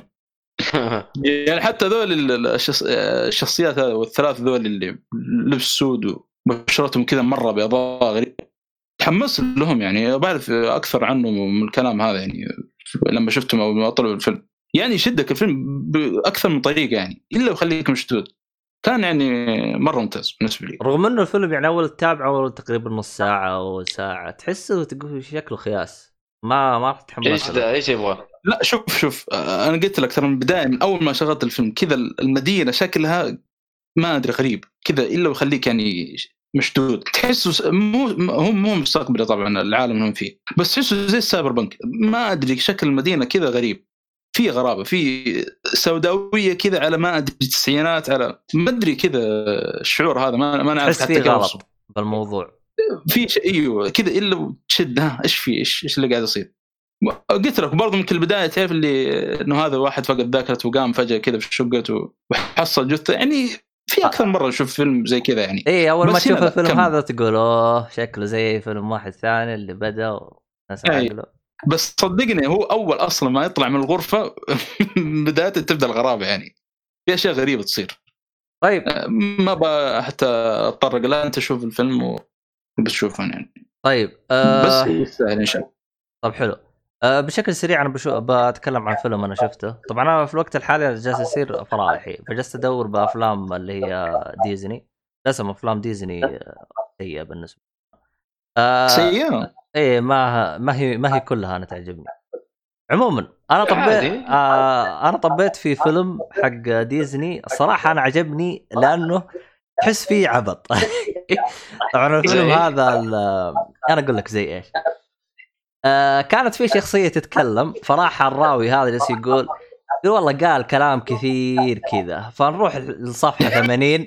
يعني حتى ذول الشخصيات هذا والثلاث ذول اللي لبس سود وبشرتهم كذا مره بيضاء غريب، تحمس لهم يعني بعرف اكثر عنه من الكلام هذا. يعني لما شفتهم او ما طلعوا الفيلم يعني يشدك الفيلم باكثر من طريقه يعني الا يخليك مشدود. كان يعني مره ممتاز بالنسبه لي، رغم انه الفيلم يعني اول تتابعه تقريبا نص ساعه او ساعه تحسه تقول شكله خياس، ما تتحمس. ايش يبغى؟ لا شوف انا قلت لك ترى من البدايه من اول ما شغلت الفيلم كذا المدينه شكلها ما ادري غريب كذا الا ويخليك يعني مشدود. تحسه مو مستقبلي طبعا العالم اللي هم فيه، بس تحسه زي السايبر بنك. ما ادري شكل المدينه كذا غريب، في غرابه، في سوداويه كذا على ما ادري التسعينات، على ما ادري كذا الشعور هذا ما نعرف حتى كيف غلط بالموضوع في شيء ايوه كذا الا تشد ايش في ايش اللي قاعد يصير. قلت لك برضه من كل البدايه تعرف اللي انه هذا واحد فقد ذاكرته وقام فجاه كذا في شقته وحصل جثه. يعني في اكثر مره نشوف فيلم زي كذا يعني اي اول ما تشوف الفيلم هذا تقول اوه شكله زي فيلم واحد ثاني اللي بدا وناس عقله. بس صدقني هو اول اصلا ما يطلع من الغرفه بدايه تبدا الغرابه، يعني في اشياء غريبه تصير. طيب ما حتى اضطر لا انت شوف الفيلم وبتشوفه يعني. طيب بس يستاهل ان شاء الله. طب حلو. بشكل سريع انا بتكلم عن فيلم انا شفته. طبعا انا في الوقت الحالي جالس يصير فرايحي، فجلست ادور بافلام اللي هي ديزني. لازم افلام ديزني سيئه بالنسبه سيئه. ايه ما هي كلها انا تعجبني. عموما انا طبيت في فيلم حق ديزني الصراحه انا عجبني لانه تحس فيه عبط. طبعا الفيلم هذا انا اقول لك زي ايش. كانت في شخصيه تتكلم، فراح الراوي هذا اللي يقول والله قال كلام كثير كذا، فنروح لصفحه 80.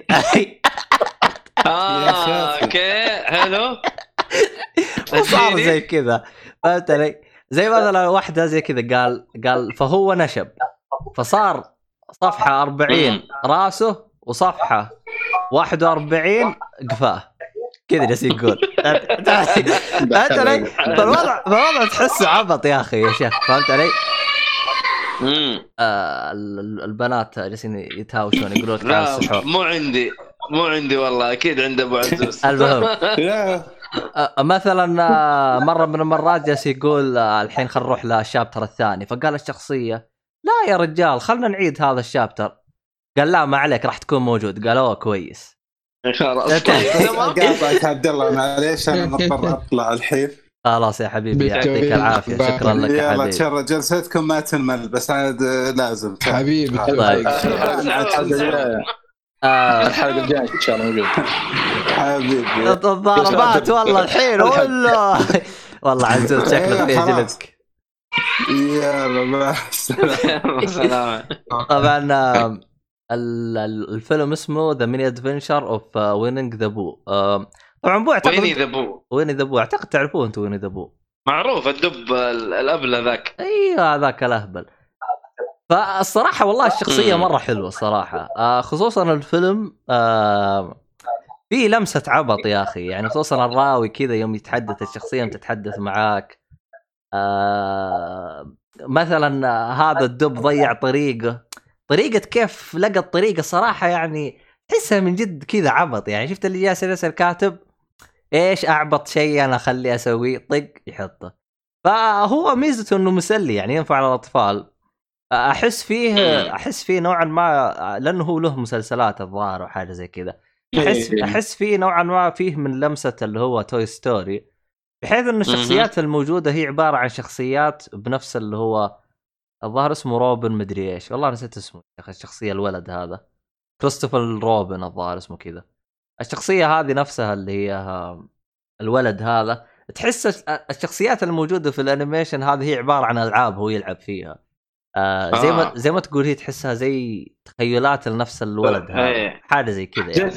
اوكي حلو. وصار زي كذا فهمت علي؟ زي مثلا واحدة زي كذا قال فهو نشب، فصار صفحة 40 راسه وصفحة 41 قفاه كذا جالس يقول. فهمت علي؟ فالوضع تحسه عبط يا أخي يا شيخ، فهمت علي؟ البنات جالسين يتهاوشون يقولون تعال السحور. مو عندي والله أكيد عند أبو عزوز. المهم مثلا مرة من المرات جالس يقول الحين خل نروح للشابتر الثاني، فقال الشخصية لا يا رجال خلنا نعيد هذا الشابتر. قال لا ما عليك راح تكون موجود. قال اوه كويس خلاص. قاطعك عبد الله معليش انا مضطر اطلع الحين. خلاص يا حبيبي يعطيك العافية، شكرا لك يا حبيبي. يلا جلستكم ما تنمل بس عاد لازم حبيبي. الحلقة الجاية إن شاء الله موجود حبيبي. الضربات والله الحين والله عزوز شكلك يجلدك. يلا مع سلام. طبعا الفيلم اسمه ذا ميني ادفنشر اوف وينينج ذا بو. طبعا بو اعتقد ويني ذا بو اعتقد تعرفوه انتم ويني ذا بو معروف الدب الابله ذاك. ايوه هذاك الاهبل. فالصراحه والله الشخصيه مره حلوه الصراحه. خصوصا الفيلم فيه لمسه عبط يا اخي، يعني خصوصا الراوي كذا يوم يتحدث الشخصيه تتحدث معاك. مثلا هذا الدب ضيع طريقه كيف لقى الطريقه صراحه، يعني تحسها من جد كذا عبط. يعني شفت اللي جالس يسأل كاتب ايش اعبط شيء انا اخليه اسويه، طق يحطه. فهو ميزته انه مسلي، يعني ينفع للاطفال. احس فيه نوعا ما، لانه هو له مسلسلات الظاهر وحاجه زي كذا. احس فيه نوعا ما فيه من لمسه اللي هو توي ستوري، بحيث ان الشخصيات الموجوده هي عباره عن شخصيات بنفس اللي هو الظاهر اسمه روبن مدري ايش، والله نسيت اسمه يا اخي. الشخصيه الولد هذا كريستوفر روبن الظاهر اسمه كذا. الشخصيه هذه نفسها اللي هي الولد هذا، تحس الشخصيات الموجوده في الانيميشن هذه هي عباره عن العاب هو يلعب فيها. زي ما تقول هي تحسها زي تخيلات لنفس الولد هذا، حاجه زي كذا يعني.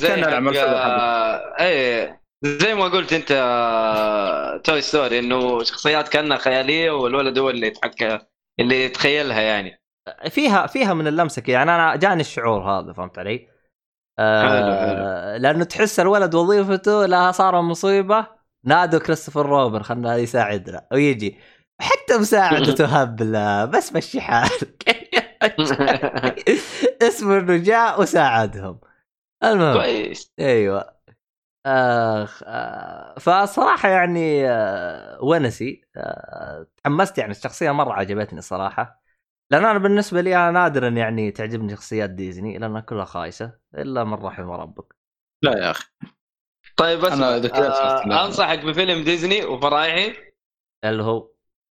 زي ما قلت انت توي ستوري، انه شخصيات كانها خياليه والولد هو اللي يتحكى اللي يتخيلها. يعني فيها من اللمسه كذا، يعني انا جاني الشعور هذا، فهمت علي؟ حلو. لانه تحس الولد وظيفته لها صار مصيبه، نادوا كريستوفر روبن خلنا يساعدنا، ويجي حتى مساعدته هبله بس مشي حالك. اسمه انه جاء وساعدهم. المهم كويس. ايوه. فصراحه يعني ونسي. تحمست، يعني الشخصيه مره عجبتني صراحه، لان انا بالنسبه لي انا نادرا يعني تعجبني شخصيات ديزني لانها كلها خايسه الا من رحم ربك. لا يا اخي. طيب بس انصحك بفيلم ديزني وفرايحي اللي هو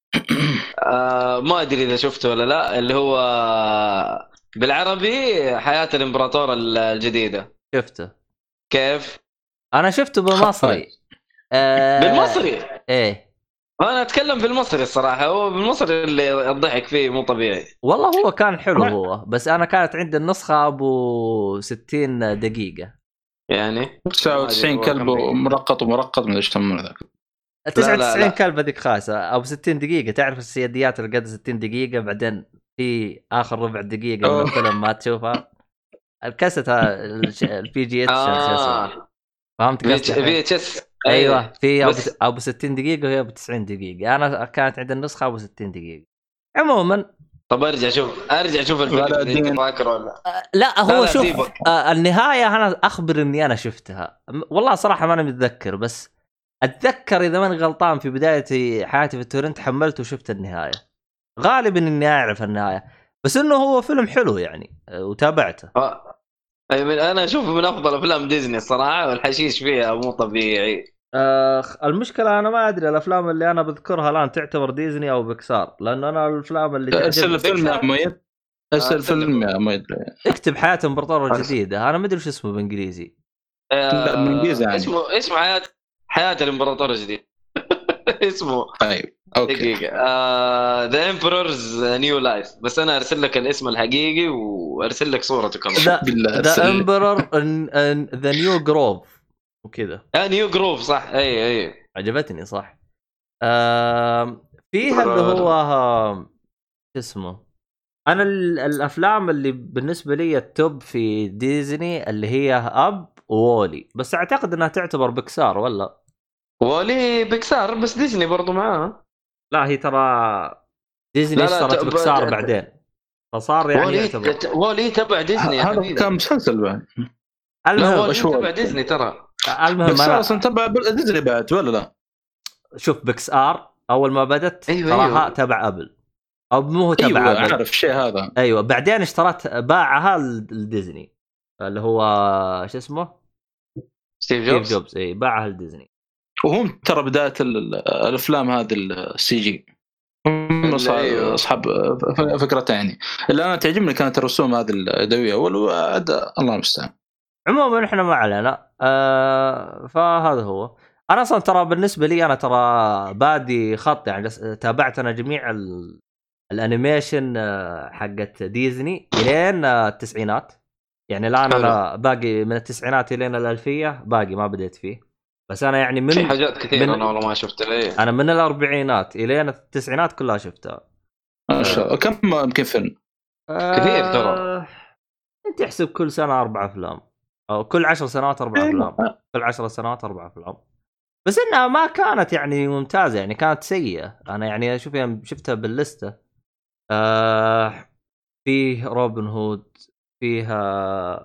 ما ادري اذا شفته ولا لا، اللي هو بالعربي حياة الامبراطور الجديدة. شفته. كيف؟ انا شفته بالمصري. بالمصري؟ ايه انا اتكلم بالمصري الصراحه، هو بالمصري اللي الضحك فيه مو طبيعي. والله هو كان حلو هو، بس انا كانت عندي النسخه ابو 60 دقيقه، يعني 99 كلب ومرقط من ايش يسمونه ذاك. 99 كلب هذيك خاصه ابو 60 دقيقه. تعرف السياديات اللي قد 60 دقيقه بعدين في اخر ربع دقيقه من الفيلم ما تشوفها، الكاسيت البي جي اتش فهمت قصدي؟ في اتش اس. ايوه في ابو 60 دقيقه وهي ابو 90 دقيقه. انا كانت عندي النسخه ابو 60 دقيقه. عموما طب ارجع اشوف الفيلم انت فاكر ولا لا هو شوف النهايه انا اخبر اني انا شفتها والله صراحه ما انا متذكر، بس اتذكر اذا ماني غلطان في بدايه حياتي في التورنت حملت وشفت النهايه، غالبا اني اعرف النهايه، بس انه هو فيلم حلو يعني وتابعته. انا اشوفه من افضل افلام ديزني الصراحه، والحشيش فيها مو طبيعي. المشكله انا ما ادري الافلام اللي انا بذكرها الان تعتبر ديزني او بيكسار، لانه انا الافلام اللي تعجبني الفيلم يا مؤيد، الفيلم يا مؤيد اكتب حياة الامبراطور الجديدة. انا ما ادري وش اسمه بالانجليزي. لا بالانجليزي يعني اسمه حياة الامبراطور الجديد. اسمه طيب اوكي دقيقة ذا امبرورز نيو لايف، بس انا ارسل لك الاسم الحقيقي وارسل لك صورته كمان. ذا امبرور ذا نيو جروف وكذا. نيو جروف صح. اي عجبتني صح. فيها اللي هو اسمه، انا الافلام اللي بالنسبه لي التوب في ديزني اللي هي اب وولي، بس اعتقد انها تعتبر بيكسار ولا وولي بيكسار، بس ديزني برضو معاه. لا هي ترى ديزني اشترت بيكسار بعدين فصار يعني وولي تبع ديزني. هذا كان مسلسل بعد. المهم تبع ديزني ترى. المهم بيكسار اصلا تبع ديزني بعد ولا لا؟ شوف بيكسار اول ما بدت صراحه تبع ابل او مو هو تبع أيوة أعرف الشيء هذا. ايوه بعدين اشترت باعها لديزني اللي هو شو اسمه ستيف جوبز. اي باعها لديزني، وهم ترى بدايه الافلام هذه السي جي هم اصحاب فكرتها يعني. اللي انا تعجبني كانت الرسوم هذه اليدويه والاداء الله المستعان. عموما احنا ما علينا. فهذا هو. انا اصلا ترى بالنسبه لي انا ترى بادي خط، يعني تابعت انا جميع الانيميشن حقت ديزني الين التسعينات. يعني الان انا باقي من التسعينات الين الالفيه باقي ما بديت فيه. بس انا يعني في حاجات كثير انا والله ما شفتها. ايه انا من الاربعينات الين التسعينات كلها شفتها ما شاء الله. كم يمكن فيلم؟ كثير ترى. انت احسب كل سنه 4 أفلام او كل 10 سنوات 4 أفلام. كل 10 سنوات 4 أفلام. بس انها ما كانت يعني ممتازه، يعني كانت سيئه. انا يعني اشوف يعني شفتها باللسته. فيه روبن هود، فيها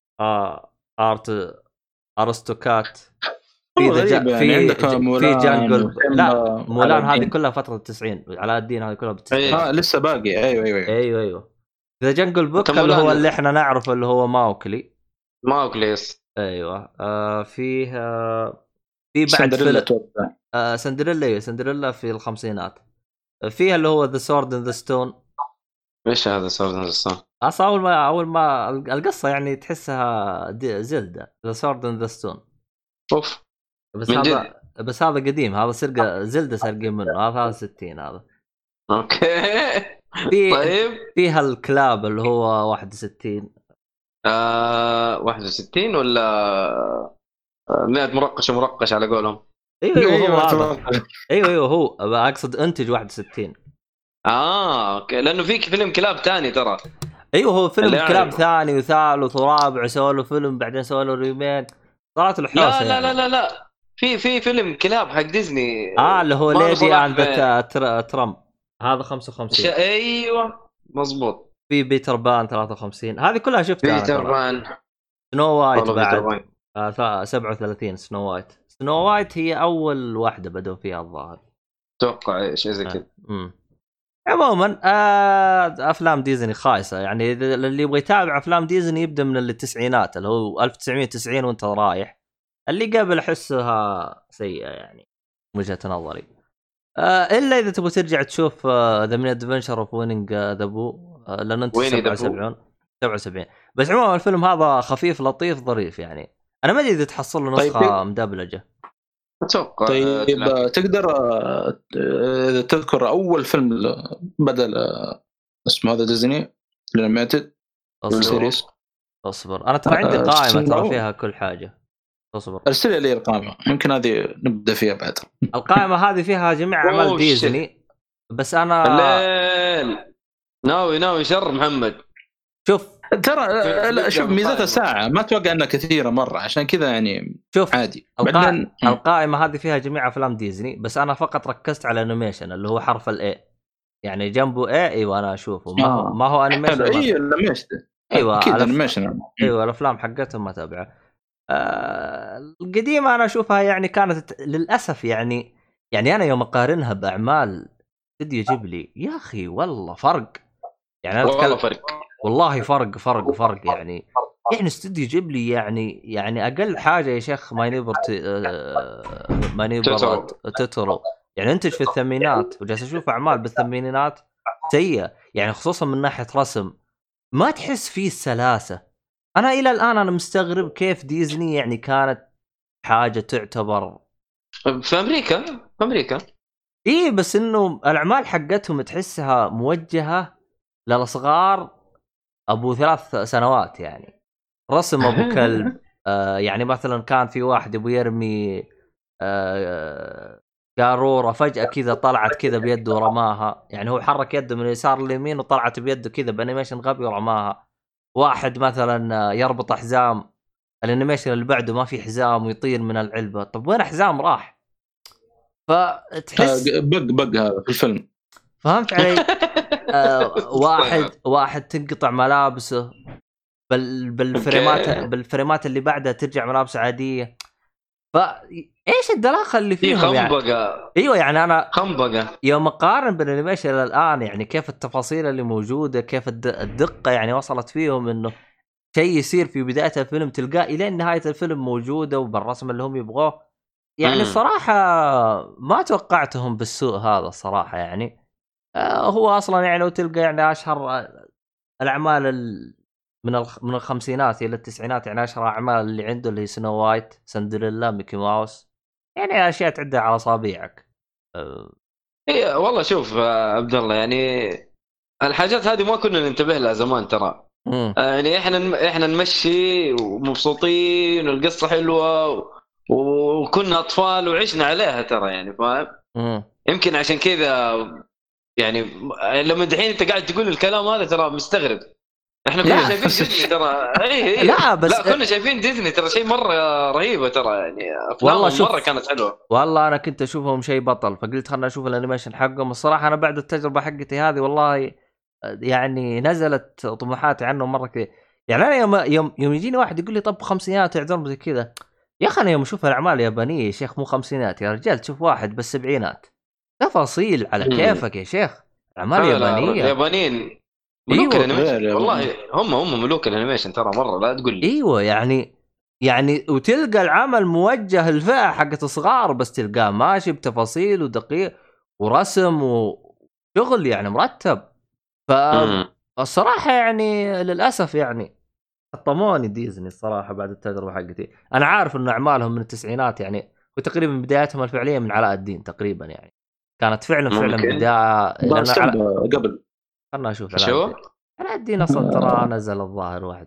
ارستوكات، في غريبة يعني. عندك في جانجل لا مولان هذه الدين. كلها فترة 90. علاء الدين هذه كلها بالتسعين. لسه باقي. ايوه. ذا جانجل بوك اللي هو اللي احنا نعرفه اللي هو ماوكلي. ايوه. فيه في بعد سندريلا في الخمسينات. فيها اللي هو ذا سورد ان ذا ستون. ايش هذا سورد ان ذا ستون؟ اصلا اول ما القصة يعني تحسها زلدة ذا سورد ان ذا ستون. اوف بس هذا قديم. هذا سرقة زلدة سرقين منه. هذا 60 هذا. اوكي. طيب فيها الكلاب اللي هو 61. 61 ولا 100 مرقش على قولهم. ايوه هو هذا. ايوه هو اقصد انتج 61. اوكي لانه فيك فيلم كلاب تاني ترى. ايوه هو فيلم كلاب ثاني وثالث ورابع. سووا له فيلم بعدين سووا له ريميك. طلعت له حوسه. لا في فيلم كلاب حق ديزني. اللي هو ليدي اند ترامب. هذا 55. ايوه مزبوط. في بيتر بان 53. هذه كلها شفتها. بيتر بان. سنو وايت بعد 37. سنو وايت هي اول واحده بدوا فيها الظاهر. اتوقع شيء زي كذا. عموما افلام ديزني خايسه. يعني اللي يبغى يتابع افلام ديزني يبدا من التسعينات اللي هو 1990 وانت رايح. اللي قبل احسها سيئه يعني وجهه نظري. الا اذا تبغى ترجع تشوف ذا من ادفنشر اوف ويننج ذا بو لان انت 77. بس عموما الفيلم هذا خفيف لطيف ظريف يعني. انا ما ادري اذا تحصل له نسخه مدبلجه. اتوقع. طيب تقدر تذكر اول فيلم بدل اسمه هذا ديزني ليميتد سيريس؟ اصبر انا ترى عندي قائمه ترى فيها كل حاجه. اصبر ارسل لي القائمه يمكن هذه نبدا فيها بعد. القائمه هذه فيها جميع اعمال ديزني. بس انا ناوي شر محمد. شوف ترى لا شوف ميزتها ساعه ما اتوقع انها كثيره مره عشان كذا يعني. شوف عادي. القائمه هذه فيها جميع افلام ديزني بس انا فقط ركزت على انيميشن اللي هو حرف الاي يعني جنبه اي. ايوه انا اشوفه ما هو انيميشن. ايوه انيميشن. ايوه الافلام حقتهم ما تابعه. القديمه انا اشوفها يعني كانت للاسف يعني انا يوم اقارنها باعمال استوديو جيبلي يا اخي والله فرق. يعني انا والله فرق يعني استوديو جيبلي يعني اقل حاجه يا شيخ ما نيبر توتورو يعني انتج في الثمانينات وجالس اشوف اعمال بالثمانينات سيئه يعني خصوصا من ناحيه رسم ما تحس فيه السلاسه. انا الى الان انا مستغرب كيف ديزني يعني كانت حاجه تعتبر في امريكا ايه بس انه الاعمال حقتهم تحسها موجهه للصغار ابو 3 سنوات يعني رسم ابو كلب. يعني مثلا كان في واحد يبغى يرمي قارورة فجأة كذا طلعت كذا بيده ورماها. يعني هو حرك يده من اليسار لليمين وطلعت بيده كذا بانيميشن غبي ورماها. واحد مثلا يربط حزام الانيميشن اللي بعده ما في حزام ويطير من العلبة. طب وين حزام راح؟ فتحس بق هذا في الفيلم. فهمت علي؟ واحد تنقطع ملابسه بالفريمات اللي بعدها ترجع ملابس عادية. فايش الدلاخه اللي فيهم يعني؟ ايوه يعني انا خنبقه يوم اقارن بالانيميشن الان يعني كيف التفاصيل اللي موجوده كيف الدقه يعني وصلت فيهم انه شيء يصير في بدايه الفيلم تلقاه الى نهايه الفيلم موجوده وبالرسم اللي هم يبغوه. يعني الصراحه ما توقعتهم بالسوء هذا الصراحه يعني. هو اصلا يعني لو تلقى يعني اشهر الاعمال من الخمسينات الى التسعينات يعني اشهر اعمال اللي عنده اللي سنو وايت سندريلا ميكي ماوس يعني اشياء تعدها على اصابعك. ايه والله شوف عبد الله يعني الحاجات هذه ما كنا ننتبه لها زمان ترى. يعني احنا نمشي ومبسوطين والقصه حلوه وكنا اطفال وعشنا عليها ترى يعني فاهم. يمكن عشان كذا يعني لما دحين انت قاعد تقول الكلام هذا ترى مستغرب. احنا كنا شايفين ديزني ترى اي لا بس لا كنا شايفين ديزني ترى شيء مره رهيبه ترى يعني افلامهم مره كانت حلوه. والله انا كنت اشوفهم شيء بطل فقلت خلنا اشوف الانيميشن حقهم. الصراحه انا بعد التجربه حقتي هذه والله يعني نزلت طموحاتي عنهم مره كثير. يعني انا يوم يجيني واحد يقول لي طب خمسينات يعذرهم زي كذا يا اخي انا يوم اشوف الاعمال اليابانيه يا شيخ مو خمسينات يا رجال تشوف واحد بالسبعينات تفاصيل على كيفك يا شيخ. اعمال يابانيه اليابانيين ملوك الانيميشن والله هم ملوك الانيميشن ترى مره لا تقول لي. ايوه يعني وتلقى العمل موجه الفئه حقت الصغار بس تلقاه ماشي بتفاصيل ودقيق ورسم وشغل يعني مرتب. فالصراحه يعني للاسف يعني طموني ديزني الصراحه بعد التجربه حقتي. انا عارف انه اعمالهم من التسعينات يعني وتقريبا بداياتهم الفعليه من علاء الدين تقريبا يعني كانت فعلا بدايه قبل خلنا نشوف علاء الدين اصلا ترى نزل الظاهر واحد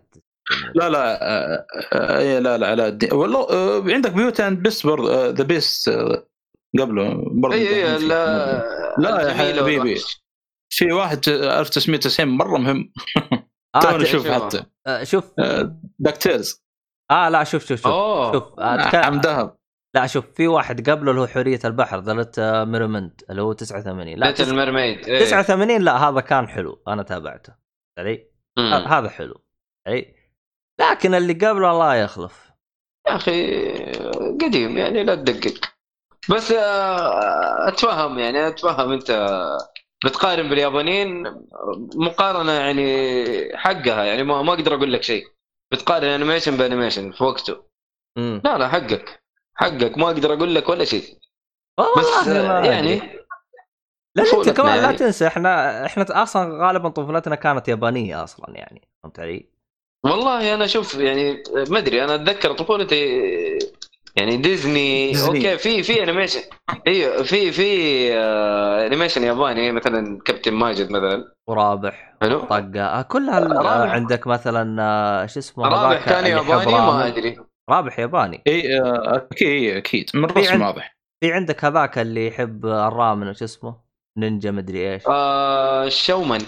لا علاء الدين والله عندك بيوت اند بيست برضه ذا بيست قبله برضه لا يا حبيبي في واحد 1990 مره مهم نشوف حتى شوف دكتيرز لا شوف عم ذهب. لا شوف في واحد قبله اللي هو حورية البحر ذلت ميرمند اللي هو 89 لا الميرميد 89 لا هذا كان حلو انا تابعته علي هذا حلو علي. لكن اللي قبله الله يخلف يا اخي قديم يعني لا تدقق بس اتفهم انت بتقارن باليابانيين مقارنه يعني حقها يعني ما اقدر اقول لك شيء. بتقارن انيميشن بانيميشن في وقته لا حقك ما اقدر اقول لك ولا شيء بس يعني لا انت كمان لا تنسى احنا اصلا غالبا طفولتنا كانت يابانيه اصلا يعني فهمت علي. والله انا شوف يعني ما ادري انا اتذكر طفولتي يعني ديزني. اوكي في انيميشن ايوه في انيميشن ياباني مثلا كابتن ماجد مثلا ورابح طقه كلها عندك مثلا شو اسمه رابح كان ياباني ما ادري رابح ياباني اكيد من رسم واضح. في عندك هذاك اللي يحب الرامن شو اسمه نينجا مدري ايش الشومان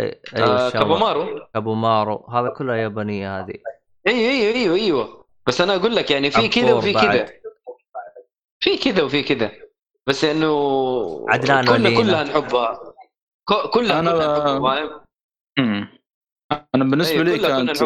كابومارو هذا كله يابانيه هذه. ايوه بس انا اقول لك يعني في كذا وفي كذا في كذا وفي كذا بس انه كلها نحبها كلها نحبها. انا بالنسبه لي كانت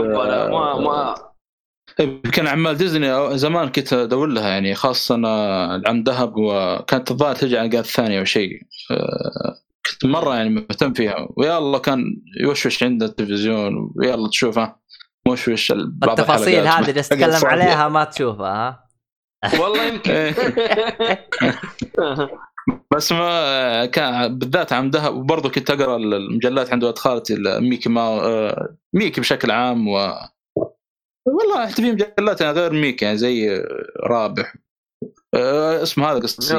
كان اعمال ديزني زمان كنت ادور لها يعني خاصه العم ذهب وكانت الظاهر تجي على القناه الثانيه او شيء كنت مره يعني مهتم فيها ويا الله كان يوشوش عند التلفزيون ويلا تشوفها موشوش بعض التفاصيل هذه اللي تتكلم عليها ما تشوفها والله يمكن بس ما كان بالذات عم ذهب وبرضه كنت اقرا المجلات عند خالتي ميكي بشكل عام والله احتفي مجلات غير ميكي يعني زي رابح اسمه هذا قصتي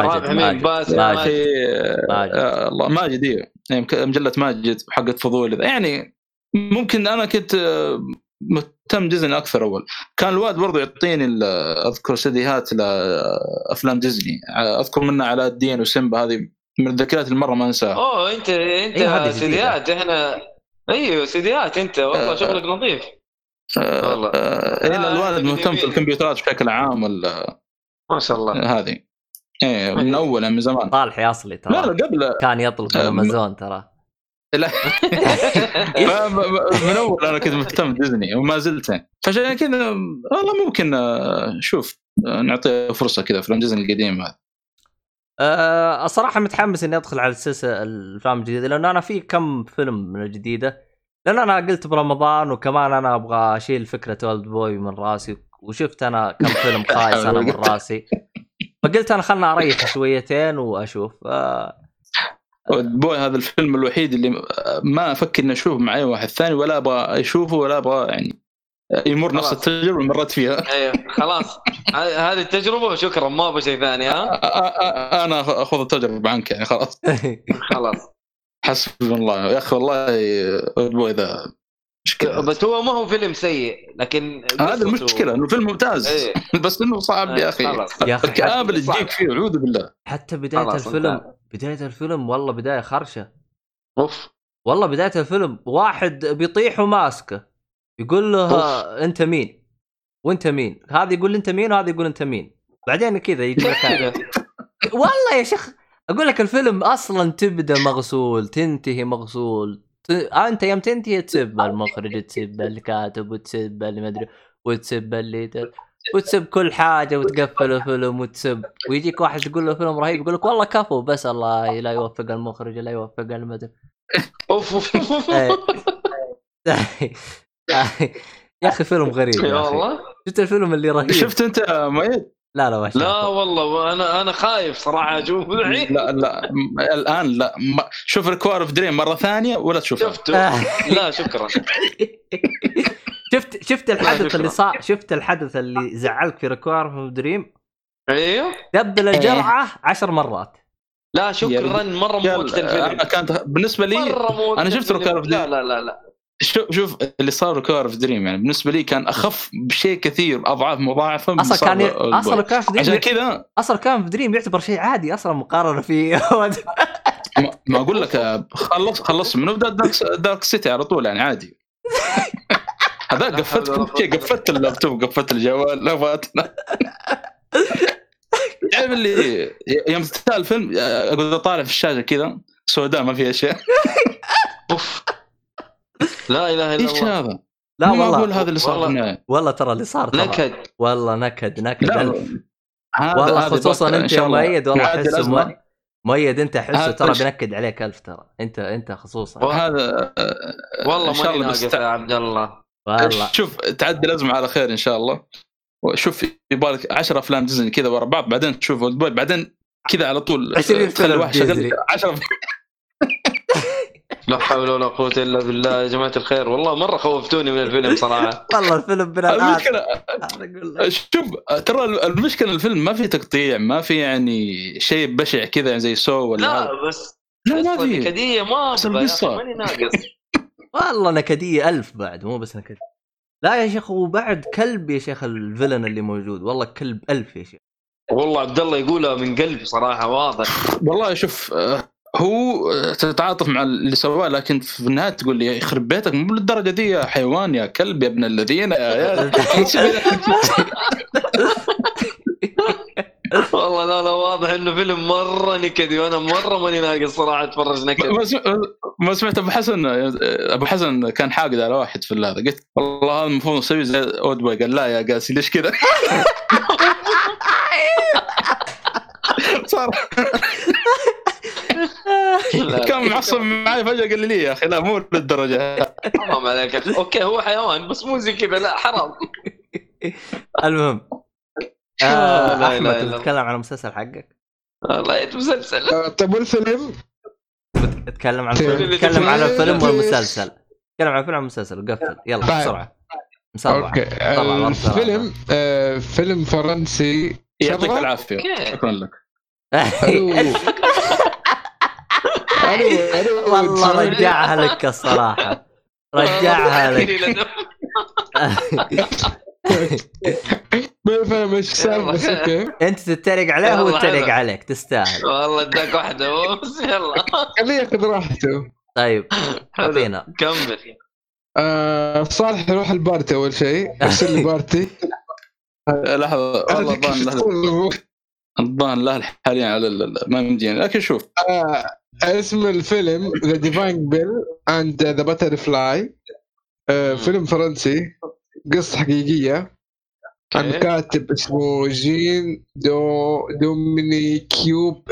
ماجد يعني مجلة ماجد حقت فضول يعني ممكن انا كنت مهتم ديزني اكثر. اول كان الواد برضو يعطيني اذكر سيديهات لافلام ديزني اذكر منها علاء الدين وسيمبا هذه من الذكريات المره ما انساها. انت سيديهات احنا ايوه سيديهات انت والله شغلك نظيف والله. الوالد مهتم في الكمبيوترات بشكل عام ولا ما شاء الله هذه من اول من زمان. صالحي اصلي ترى لا قبل كان يطلب من امازون ترى لا من اول انا كنت مهتم ديزني وما زلت فعشان كذا والله ممكن شوف نعطيه فرصه كذا فيلم ديزني القديم هذا. الصراحه متحمس اني ادخل على السلسله الافلام الجديده لانه انا في كم فيلم من الجديده لان انا قلت برمضان وكمان انا ابغى اشيل فكره اولد بوي من راسي وشفت انا كم فيلم خايس انا من راسي فقلت انا خلنا اريح شويتين واشوف اولد بوي هذا الفيلم الوحيد اللي ما افكر اني اشوفه مع اي واحد ثاني ولا ابغى اشوفه ولا ابغى يعني يمر نفس التجربه اللي مرت فيها. ايوه خلاص هذه التجربه وشكرا ما ابغى شيء ثاني. انا اخذ التجربه عنك يعني خلاص حسبي الله يا اخي والله ابو ذا مشكله. بس هو ما هو فيلم سيء لكن هذا المشكله انه فيلم ممتاز. إيه. بس انه صعب يا اخي. يا أخي الكآبة اللي تجيك فيه اعوذ بالله. حتى بدايه الفيلم والله بدايه خرشه. اوف والله بدايه الفيلم واحد بيطيح وماسكه يقول له انت مين وانت مين، هذا يقول انت مين وهذا يقول انت مين، بعدين كذا يجي لك والله يا شيخ اقول لك الفيلم اصلا تبدا مغسول تنتهي مغسول. انت يوم تنتهي تسب المخرج تسب الكاتب وتسب اللي ما ادري وتسب اللي وتسب كل حاجه وتقفل الفيلم وتسب، ويجيك واحد تقول له فيلم رهيب يقول لك والله كفو بس الله لا يوفق المخرج لا يوفق المدري. اوف يا اخي فيلم غريب يا اخي. شفت الفيلم اللي رهيب؟ شفت انت مؤيد؟ لا والله انا خايف صراحه اشوف الحين. لا الان لا شوف ريكوار اوف دريم مره ثانيه ولا تشوفه؟ شفته لا شكرا. شفت الحدث اللي صار، شفت الحدث اللي زعلك في ريكوار اوف دريم؟ ايوه دبل الجرعه 10 مرات. لا شكرا مره موت الفيلم. انا كانت بالنسبه لي انا شفت ريكوار اوف دريم. لا شوف اللي صار ريكوار اوف دريم يعني بالنسبه لي كان اخف بشيء كثير اضعاف مضاعفه. اصلا كان في عشان كذا اصلا كان في دريم يعتبر شيء عادي اصلا مقارنه في ما اقول لك خلص منه دارك سيتي على طول يعني عادي. هذا قفلت كل شيء، قفلت اللابتوب قفلت الجوال لا فاتنا. يعني اللي يوم تتابع الفيلم اقعد اطالع في الشاشه كذا سوداء ما فيها شيء. لا اله الا الله. ايش هذا؟ لا والله اقول هذا اللي صار والله ترى اللي صار نكد والله نكد والله خصوصا انت يا مؤيد والله احس مؤيد انت احسه ترى بنكد عليك 1000 ترى انت خصوصا هذا والله ما ناقص يا عبد الله والله. شوف تعدي الازمه على خير ان شاء الله. وشوف يبالك 10 افلام ديزني كذا ورا بعض بعدين تشوف بعدين كذا على طول 20 فيلم ديزني 10. لا حول ولا قوة إلا بالله يا جماعة الخير. والله مرة خوفتوني من الفيلم صراحة. والله الفيلم المشكلة شوف ترى المشكلة الفيلم ما في تقطيع ما في يعني شيء بشع كذا يعني زي سو ولا لا بس لا في نكدية ما ماني ناقص. والله نكدية 1000 بعد مو بس نكدية. لا يا شيخ وبعد كلب يا شيخ الفيلن اللي موجود والله كلب 1000 يا شيخ. والله عبد الله يقولها من قلبي صراحة واضح. والله شوف هو تتعاطف مع اللي سواه لكن في النهاية تقول لي يخرب بيتك مو للدرجة دي يا حيوان يا كلب يا ابن الذين يا والله لا واضح انه فيلم مرة نكدي وانا مرة ماني ناقص صراحة اتفرج نكد. ما سمعت ابو حسن كان حاقد على واحد في هذا قلت والله هذا المفروض نسوي زي اودبوي قال لا يا قاسي ليش كذا صار كان معصب معي فجأة قال لي يا أخي لا مو للدرجة. حرام عليك أوكي هو حيوان بس مو زي كذا لا حرام. المهم أحمد تتكلم عن المسلسل حقك. والله مسلسل. طب والفيلم تتكلم عن الفيلم والمسلسل. تتكلم عن الفيلم والمسلسل وقفل يلا بسرعة. أوكي الفيلم فيلم فرنسي يعطيك العافية شكرا لك. والله رجعها لك الصراحة رجعها لك. ما فاهم ايش صار بس اوكي انت تتريق عليه هو يتريق عليك تستاهل. والله اداك واحدة بس يلا خليه ياخذ راحته. طيب حطينا كمل. صالح يروح البارتي اول شيء ارسل لي بارتي. لحظة والله الظاهر له حاليا على ما يمديني لكن شوف اسم الفيلم The Divine Bell and the Butterfly. فيلم فرنسي قصة حقيقية عن كاتب اسمه جين دومينيكيوب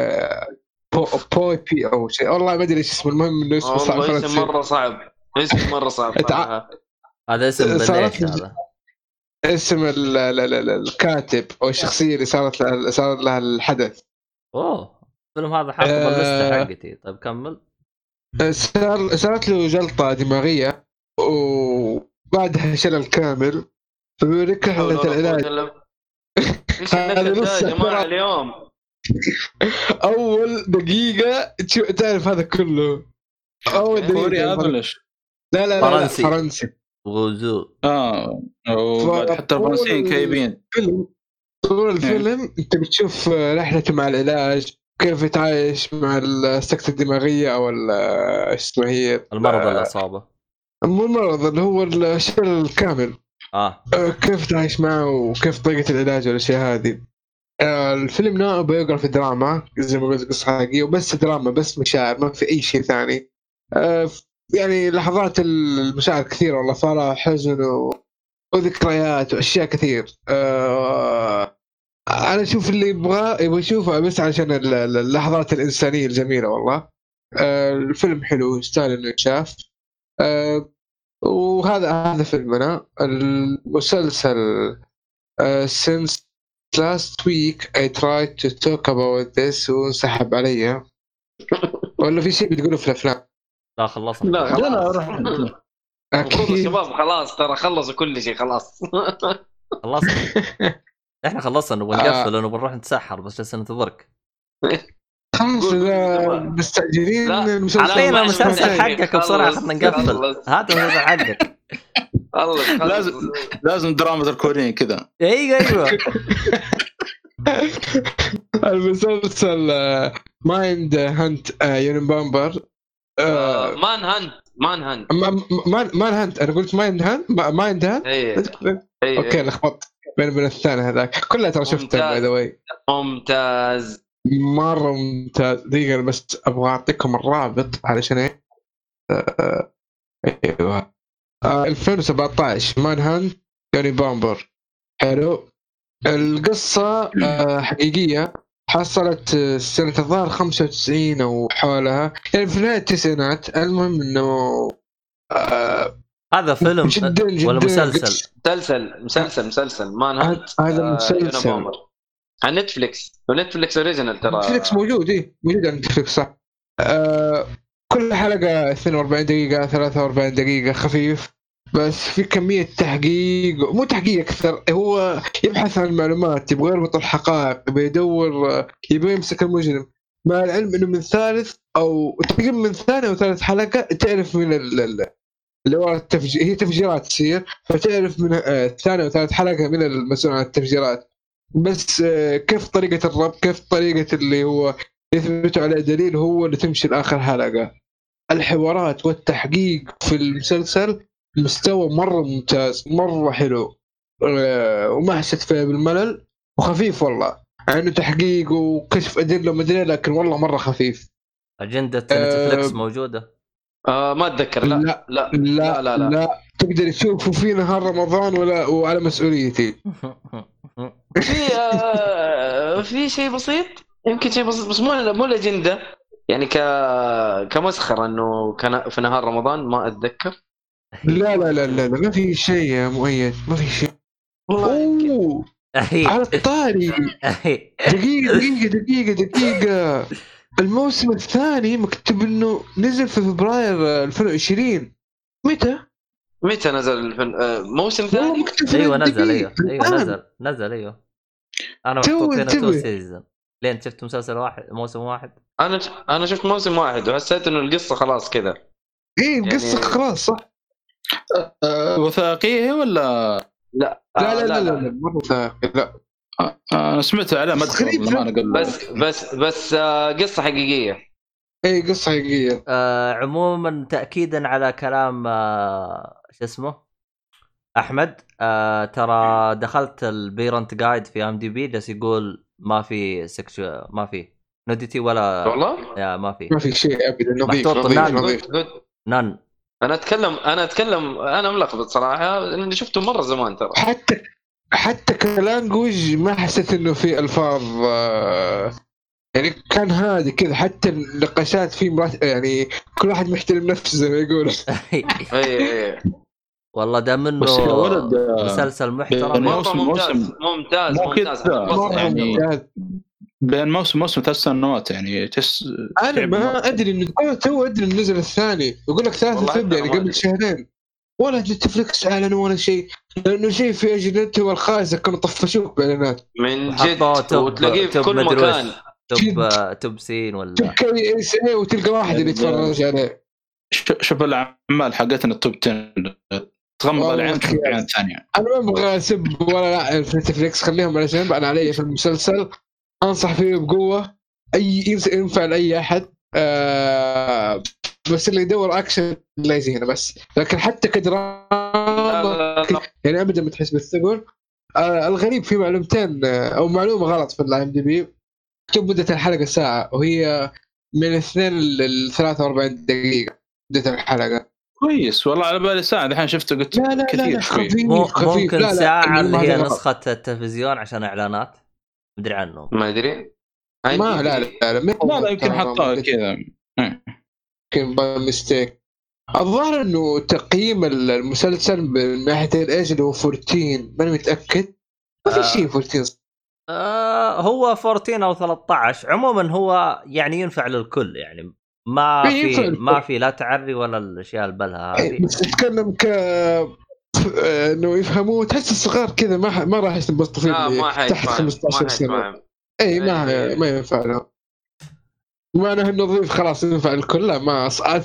بويبي أو شيء والله ما أدري إيش اسمه. المهم إنه اسمه صعب فرنسي. اسم مرة صعب هذا اسم بليش هذا اسم الكاتب أو الشخصية اللي صار لها الحدث. الفيلم هذا حاطه باللسته حقتي. طيب كمل. صارت له جلطة دماغية وبعدها شلل كامل فبيوريك رحلة العلاج. هذا نص يا جماعة اليوم اول دقيقه تعرف هذا كله. اول دقيقه هذا ليش؟ لا فرنسي غزو. وبعد حتى الفرنسيين كايبين. طول الفيلم انت بتشوف رحلته مع العلاج، كيف يتعايش مع السكتة الدماغية او اسمه هي المرض اللي اصابه، مو المرض اللي هو الشلل الكامل. كيف تعيش معه وكيف طريقة العلاج والاشياء هذه. الفيلم نوعه بيوغرافي دراما زي ما قلت، قصة حقيقية وبس دراما، بس مشاعر، ما في اي شيء ثاني. يعني لحظات المشاعر كثيرة والله، فرح، حزن وذكريات واشياء كثير. انا اشوف اللي يبغى يشوفه بس عشان اللحظات الانسانيه الجميله والله. الفيلم حلو يستاهل انه يتشاف. وهذا فيلمنا. المسلسل since last week I tried to talk about this وانسحب علي. ولا في شيء بتقوله في الافلام؟ لا خلصنا. لا أكيد شباب خلاص ترى خلصوا كل شيء خلاص. خلصنا. احنا خلصنا نبغى نقفل لانه بنروح نتسحر بس جالسين ننتظرك. خلاص مستعجلين. عطينا المسلسل حقك بسرعه خلنا نقفل. هات المسلسل حقك. لازم دراما الكوريين كذا. ايوه المسلسل مايند هانت يونيبامبر. مان هانت انا قلت مايند هانت. اوكي لخبطت بين الثاني هذاك كلها ترى شفته باي ذا واي. ممتاز مره ممتاز. دقيقه بس ابغى اعطيكم الرابط علشان ايه. ايوه 2017 مان هانت يونيبامبر. حلو. القصه حقيقيه، حصلت سنه الظاهر 95 او حولها، يعني في نهايه التسعينات. المهم انه هذا فيلم جداً ولا مسلسل؟ مسلسل مان هانت. هذا مسلسل على نتفليكس اوريجينال ترى. نتفليكس موجود موجود على نتفليكس صح. كل حلقة 42 دقيقة 43 دقيقة، خفيف بس في كمية تحقيق، مو تحقيق أكثر، هو يبحث عن المعلومات، يبغى يربط الحقائق، بيدور، يبغى يمسك المجرم. مع العلم إنه من ثالث أو تقريبا من ثانية أو ثالث حلقة تعرف من اللي هو هي تفجيرات تصير، فتعرف من ثانية وثالث حلقة من المسؤول عن التفجيرات. بس كيف طريقة الربط، كيف طريقة اللي هو يثبتوا على دليل، هو اللي تمشي لآخر حلقة. الحوارات والتحقيق في المسلسل مستوى مرة ممتاز، مرة حلو، وما حسيت فيه بالملل، وخفيف والله، عنده تحقيق وكشف أدلة ومدري، لكن والله مرة خفيف. أجندة نتفليكس موجودة؟ ما أتذكر. لا تقدر تشوفه في نهار رمضان ولا وعلى مسؤوليتي. في شيء بسيط، يمكن شيء بسيط بس مو الأجندة يعني كمسخرة انه كان في نهار رمضان، ما اتذكر. لا ما في شيء يا مؤيد، ما في شيء. اوه على الطاري. دقيقة الموسم الثاني مكتوب انه نزل في فبراير 2020. متى نزل موسم ثاني؟ ايوه نزل. ايوه انا محطوط هنا 2 سيزون. لين شفت مسلسل واحد، موسم واحد. انا شفت موسم واحد وحسيت انه القصه خلاص كذا. القصه يعني خلاص صح. وثائقيه ولا لا مو وثائقي. لا انا سمعت على مدخل زمان قبل. بس قصه حقيقيه. قصه حقيقيه. عموما تاكيدا على كلام شو اسمه احمد، ترى دخلت البيرنت جايد في IMDb جالس يقول ما في ما في نوديتي ولا والله يا ما في شيء ابدا. نظيف نان. انا اتكلم انا ملخبط صراحه لاني شفته مره زمان ترى. حتى كلانجوج ما حسيت انه في الفاظ، يعني كان هادي كذا. حتى النقاشات فيه يعني كل واحد محترم نفسه زي ما يقول. اي والله ده منه مسلسل محترم. ممتاز يعني بين موسم 3 سنوات يعني انا ما ادري انه تو ادري انه نزل الثاني، يقول لك 3 فيلم يعني قبل شهرين، ولا نتفليكس اعلن ولا شيء، لانه شيء في اجندته والخايسه كانوا طفشوك باعلانات من جد وتلاقيه في كل مكان. توب سين ولا تلقى اي وتلقى واحد اللي يتفرج عليه. شوف الاعمال حقتنا التوب 10 تغمض العين تشوف عين ثانيه. انا ما ابغى اسب ولا لا في نتفليكس، خليهم على جنب. انا علي في المسلسل انصح فيه بقوه، اي ينفع لاي احد. بس اللي يدور اكشن لا يجي هنا بس، لكن حتى كدراما يعني ابدا ما تحس بالثقل. الغريب في معلومتين او معلومه غلط في الام دي بي، مكتوب مده الحلقه ساعه وهي من 2 ل 43 دقيقه مده الحلقه. كويس والله، على بالي ساعه الحين شفته قلت لا كثير شوي. ممكن لا ساعه اللي هي نسخه التلفزيون عشان اعلانات مدري عنه ما ادري ما لا يمكن حطها كذا يمكن مستيك. الظاهر انه تقييم المسلسل من ناحيه الايج اللي هو 14 ماني متاكد، ما في شيء 14 هو 14 او 13 عموما. هو يعني ينفع للكل يعني، ما في لا تعري ولا الاشياء البلها هذه. بس تتكلم انه يفهموه، تحس الصغار كذا ما راح ينبسطوا فيه تحت 15 سنه. اي ما ينفع له. معناه انه ضيف خلاص ينفع الكل، لا ما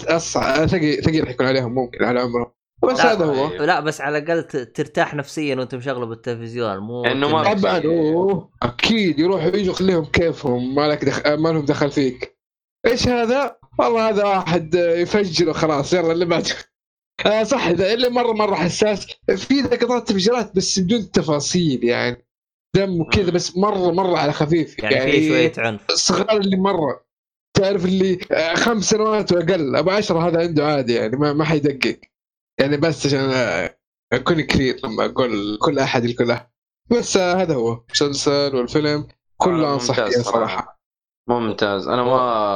ثقيل يكون عليهم ممكن على عمره. بس هذا هو. لا بس على الاقل ترتاح نفسيا وانت مشغله بالتلفزيون، مو انه ما طبعا اكيد يروحوا يجوا خليهم كيفهم، ما لهم دخل فيك. ايش هذا؟ والله هذا واحد يفجر وخلاص يلا اللي بعد. صح، اذا اللي مره حساس في لقطات تفجيرات بس بدون تفاصيل يعني دم وكذا، بس مره على خفيف يعني في شويه عنف. الصغار اللي مره تعرف اللي 5 سنوات واقل ابو 10 هذا عنده عادي يعني ما حيدقق يعني، بس عشان اكون كثير لما اقول كل احد الكل. بس هذا هو المسلسل والفيلم كله انصح فيه صراحه ممتاز. انا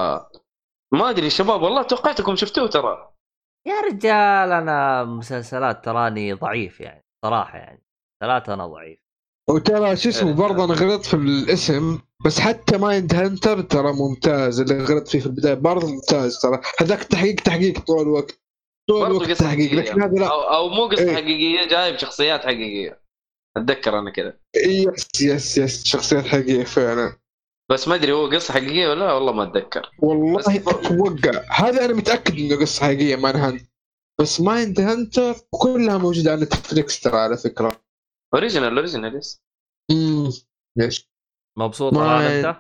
ما ادري شباب والله توقعتكم شفتوه ترى يا رجال. انا مسلسلات تراني ضعيف يعني صراحه، يعني 3 انا ضعيف. وترى شو اسمه برضه انا غلطت في الاسم، بس حتى مايند هانتر ترى ممتاز، اللي غلطت فيه في البدايه برضه ممتاز ترى. هذاك تحقيق طول الوقت تحقيق، لكن هذا لا او مو قصه حقيقيه، جايب شخصيات حقيقيه. اتذكر انا كذا يس شخصيات حقيقيه فعلا، بس ما ادري هو قصه حقيقيه ولا والله ما اتذكر. والله اتوقع هذا انا متاكد انه قصه حقيقيه بس مايند هانتر كلها موجوده على نتفليكس ترى على فكره. اوريجينال يس. ليش مبسوط انت؟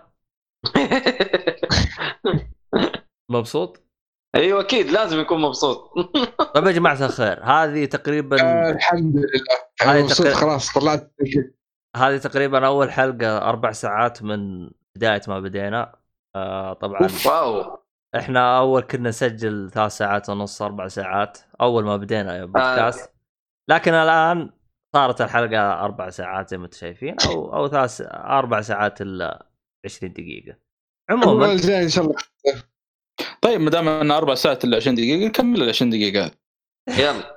مبسوط؟ ايوه اكيد لازم يكون مبسوط. طيب يا جماعه الخير، هذه تقريبا الحمد لله مبسوط خلاص طلعت. هذه تقريبا اول حلقه 4 ساعات من بدايه ما بدينا. طبعا واو. احنا اول كنا نسجل 3 ساعات ونص 4 ساعات اول ما بدينا بودكاست، لكن الان صارت الحلقه 4 ساعات زي ما انتم شايفين، او 4 ساعات الا 20 دقيقه عموما. ان شاء الله. طيب ما دام ان 4 ساعات الا 20 دقيقه نكمل ال 20 دقيقه يلا.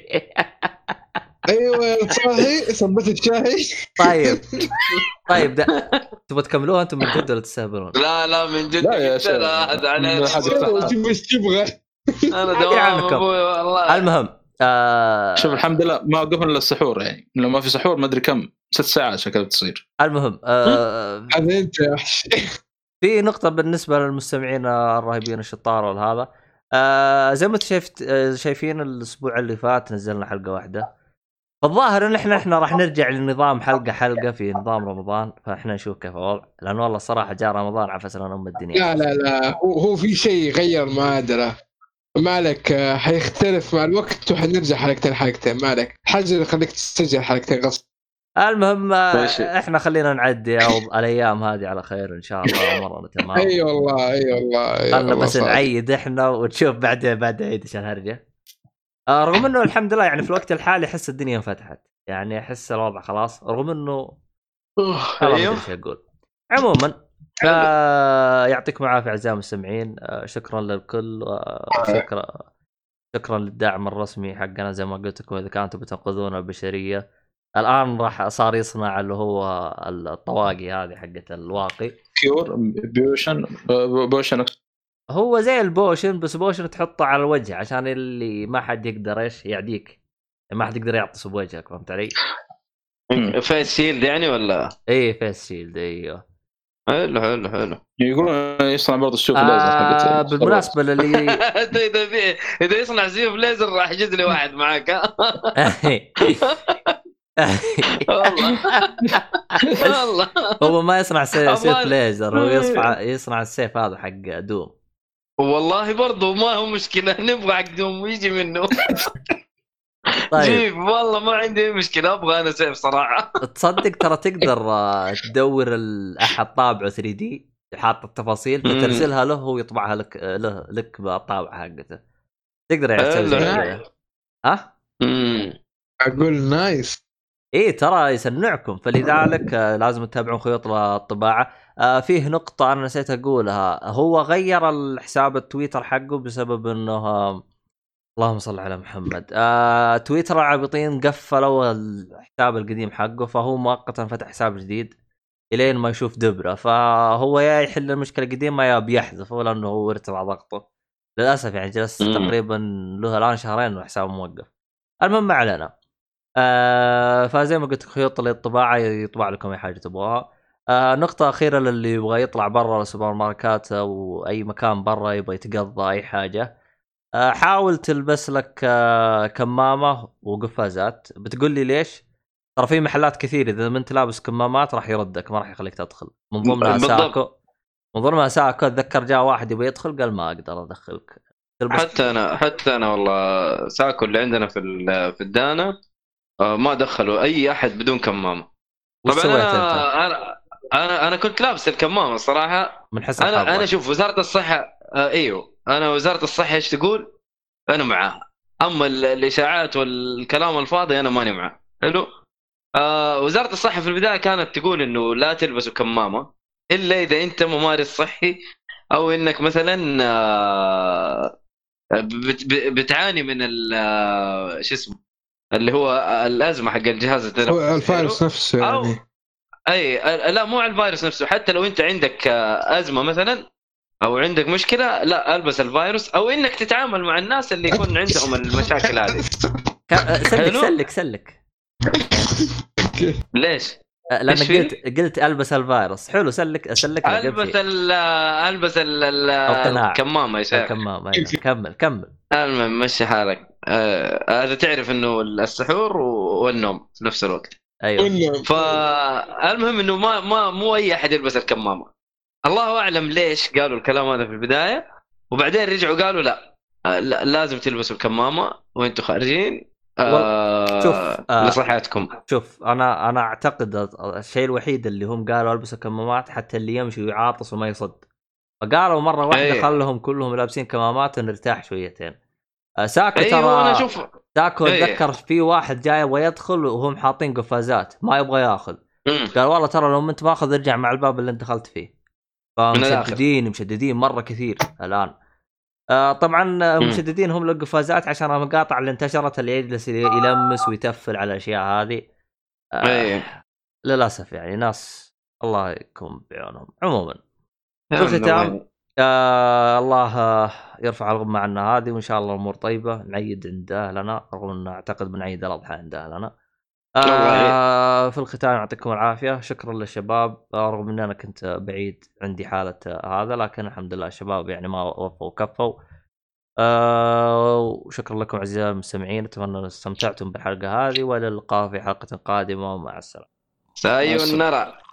ايوه صحيح ثبت الشاي. طيب تبغى تكملوها انتم من جد ولا تستهبلون؟ لا من جد. لا يا شيخ هذا على ايش تبغى؟ انا دوام ابوي والله. المهم شوف الحمد لله ما وقفنا للسحور يعني، لو ما في سحور ما ادري كم 6 ساعات شكلها تصير. المهم هذا انت في نقطة بالنسبة للمستمعين الرهيبين الشطار وهذا. زي ما شايفين الأسبوع اللي فات نزلنا حلقة واحدة. فالظاهر إن إحنا راح نرجع لنظام حلقة في نظام رمضان، فإحنا نشوف كيف الوضع، لأن والله الصراحة جاء رمضان عفس لنا الدنيا. لا هو في شيء غير معادلة مالك، حيختلف مع الوقت وحنرجع حلقتين مالك، حاجة اللي خليك تسجل حلقتين غصب. المهم احنا خلينا نعدي الايام هذه على خير ان شاء الله امورنا تمام. اي والله خلنا بس نعيد احنا ونشوف بعد عيد ايش الهرجه. رغم انه الحمد لله يعني في الوقت الحالي احس الدنيا انفتحت، يعني احس الوضع خلاص، رغم انه ايوه ايش اقول. عموما يعطيكم العافيه اعزائي المستمعين، شكرا للكل، شكرا للدعم الرسمي حقنا زي ما قلت لكم. اذا كنتم بتنقذون البشريه الان راح صار يصنع اللي هو الطواقي هذه حقت الواقي كيور بوشن هو زي البوشن، بس بوشن تحطه على الوجه عشان اللي ما حد يقدر ايش يعديك، ما حد يقدر يعطس بوجهك، فهمت علي؟ فيس شيلد يعني ولا؟ ايه فيس شيلد ايوه. حلو يقولون يصنع برضه السيوف الليزر حقت بالمناسبه للي اذا يصنع سيوف ليزر راح يجد لي واحد معاك والله هو ما يصنع سيف ليزر، هو يصنع السيف هذا حق دوم. والله برضو ما هو مشكله، نبغى حق دوم ويجي منه. طيب جيب والله ما عندي مشكله، ابغى انا سيف صراحه. تصدق ترى تقدر تدور احد طابعه 3D حاط التفاصيل فترسلها له ويطبعها لك بالطابعه حقته. تقدر يعني تسوي زي كذا. ها اقول نايس. ايه ترى يسنعكم، فلذلك لازم تتابعون خيوط الطباعه. فيه نقطه انا نسيت اقولها، هو غير الحساب التويتر حقه بسبب انه اللهم صل على محمد. تويتر العابطين قفلوا الحساب القديم حقه، فهو مؤقتا فتح حساب جديد الين ما يشوف دبره. فهو يا يحل المشكله القديمه يا بيحذفه لانه هو ارتفع ضغطه للاسف. يعني جلس تقريبا له الان شهرين والحساب موقف. المهم ما علينا. فزي ما قلت خيوط للطباعه يطبع لكم اي حاجه تبغاها. نقطه اخيره للي يبغى يطلع برا السوبر ماركات او اي مكان برا يبغى يتقضى اي حاجه، حاول تلبس لك كمامه وقفازات. بتقول لي ليش؟ ترى في محلات كثير اذا ما انت لابس كمامات راح يردك، ما راح يخليك تدخل. من ضمنها ساكو، من ضمنها ساكو. اتذكر جاء واحد يبغى يدخل قال ما اقدر ادخلك. حتى انا والله ساكو اللي عندنا في الدانا ما دخلوا اي احد بدون كمامه. طبعا انا كنت لابس الكمامه الصراحه من حسب انا شوف وزاره الصحه ايوه انا وزاره الصحه ايش تقول انا معاها، اما الاشاعات والكلام الفاضي انا ماني معاه. حلو. وزاره الصحه في البدايه كانت تقول انه لا تلبسوا كمامه الا اذا انت ممارس صحي او انك مثلا بتعاني من شو اسمه اللي هو الازمه حق الجهاز التنفسي، الفيروس نفسه يعني. اي لا مو على الفيروس نفسه، حتى لو انت عندك ازمه مثلا او عندك مشكله لا البس الفيروس، او انك تتعامل مع الناس اللي يكون عندهم المشاكل هذه. سلك ليش؟ لأن قلت البس الفيروس. حلو سلك البس الكمامه يا شيخ. الكمامه كمل المهم مشي حالك. هذا تعرف انه السحور والنوم في نفس الوقت. ايوه. فالمهم انه ما مو اي احد يلبس الكمامه. الله اعلم ليش قالوا الكلام هذا في البدايه، وبعدين رجعوا قالوا لا لازم تلبسوا الكمامه وانتم خارجين لصحتكم. شوف انا اعتقد الشيء الوحيد اللي هم قالوا البسوا كمامات حتى اللي يمشي ويعاطس وما يصد، فقالوا مره واحده خلهم كلهم لابسين كمامات ونرتاح شويتين. ساكو ترى ساكو اتذكر في واحد جاي ويدخل وهم حاطين قفازات ما يبغى ياخذ، قال والله ترى لو انت ماخذ ارجع مع الباب اللي انت دخلت فيه. فمشددين مره كثير الان. طبعا مشددين هم القفازات عشان المقاطع اللي انتشرت اللي يجلس يلمس ويتفل على الاشياء هذه. للاسف يعني ناس الله يكون بعونهم. عموما في الختام الله يرفع الغمة عنا هذه، وان شاء الله الامور طيبه. نعيد عند اهلنا رغم ان اعتقد بنعيد الاضحى عند اهلنا. في الختام يعطيكم العافيه. شكرا للشباب رغم ان انا كنت بعيد عندي حاله هذا، لكن الحمد لله الشباب يعني ما وفوا وكفوا. وشكرا لكم اعزائي المستمعين، اتمنى ان استمتعتم بالحلقه هذه، والى اللقاء في حلقه قادمه ومع السلامه. سايونارا.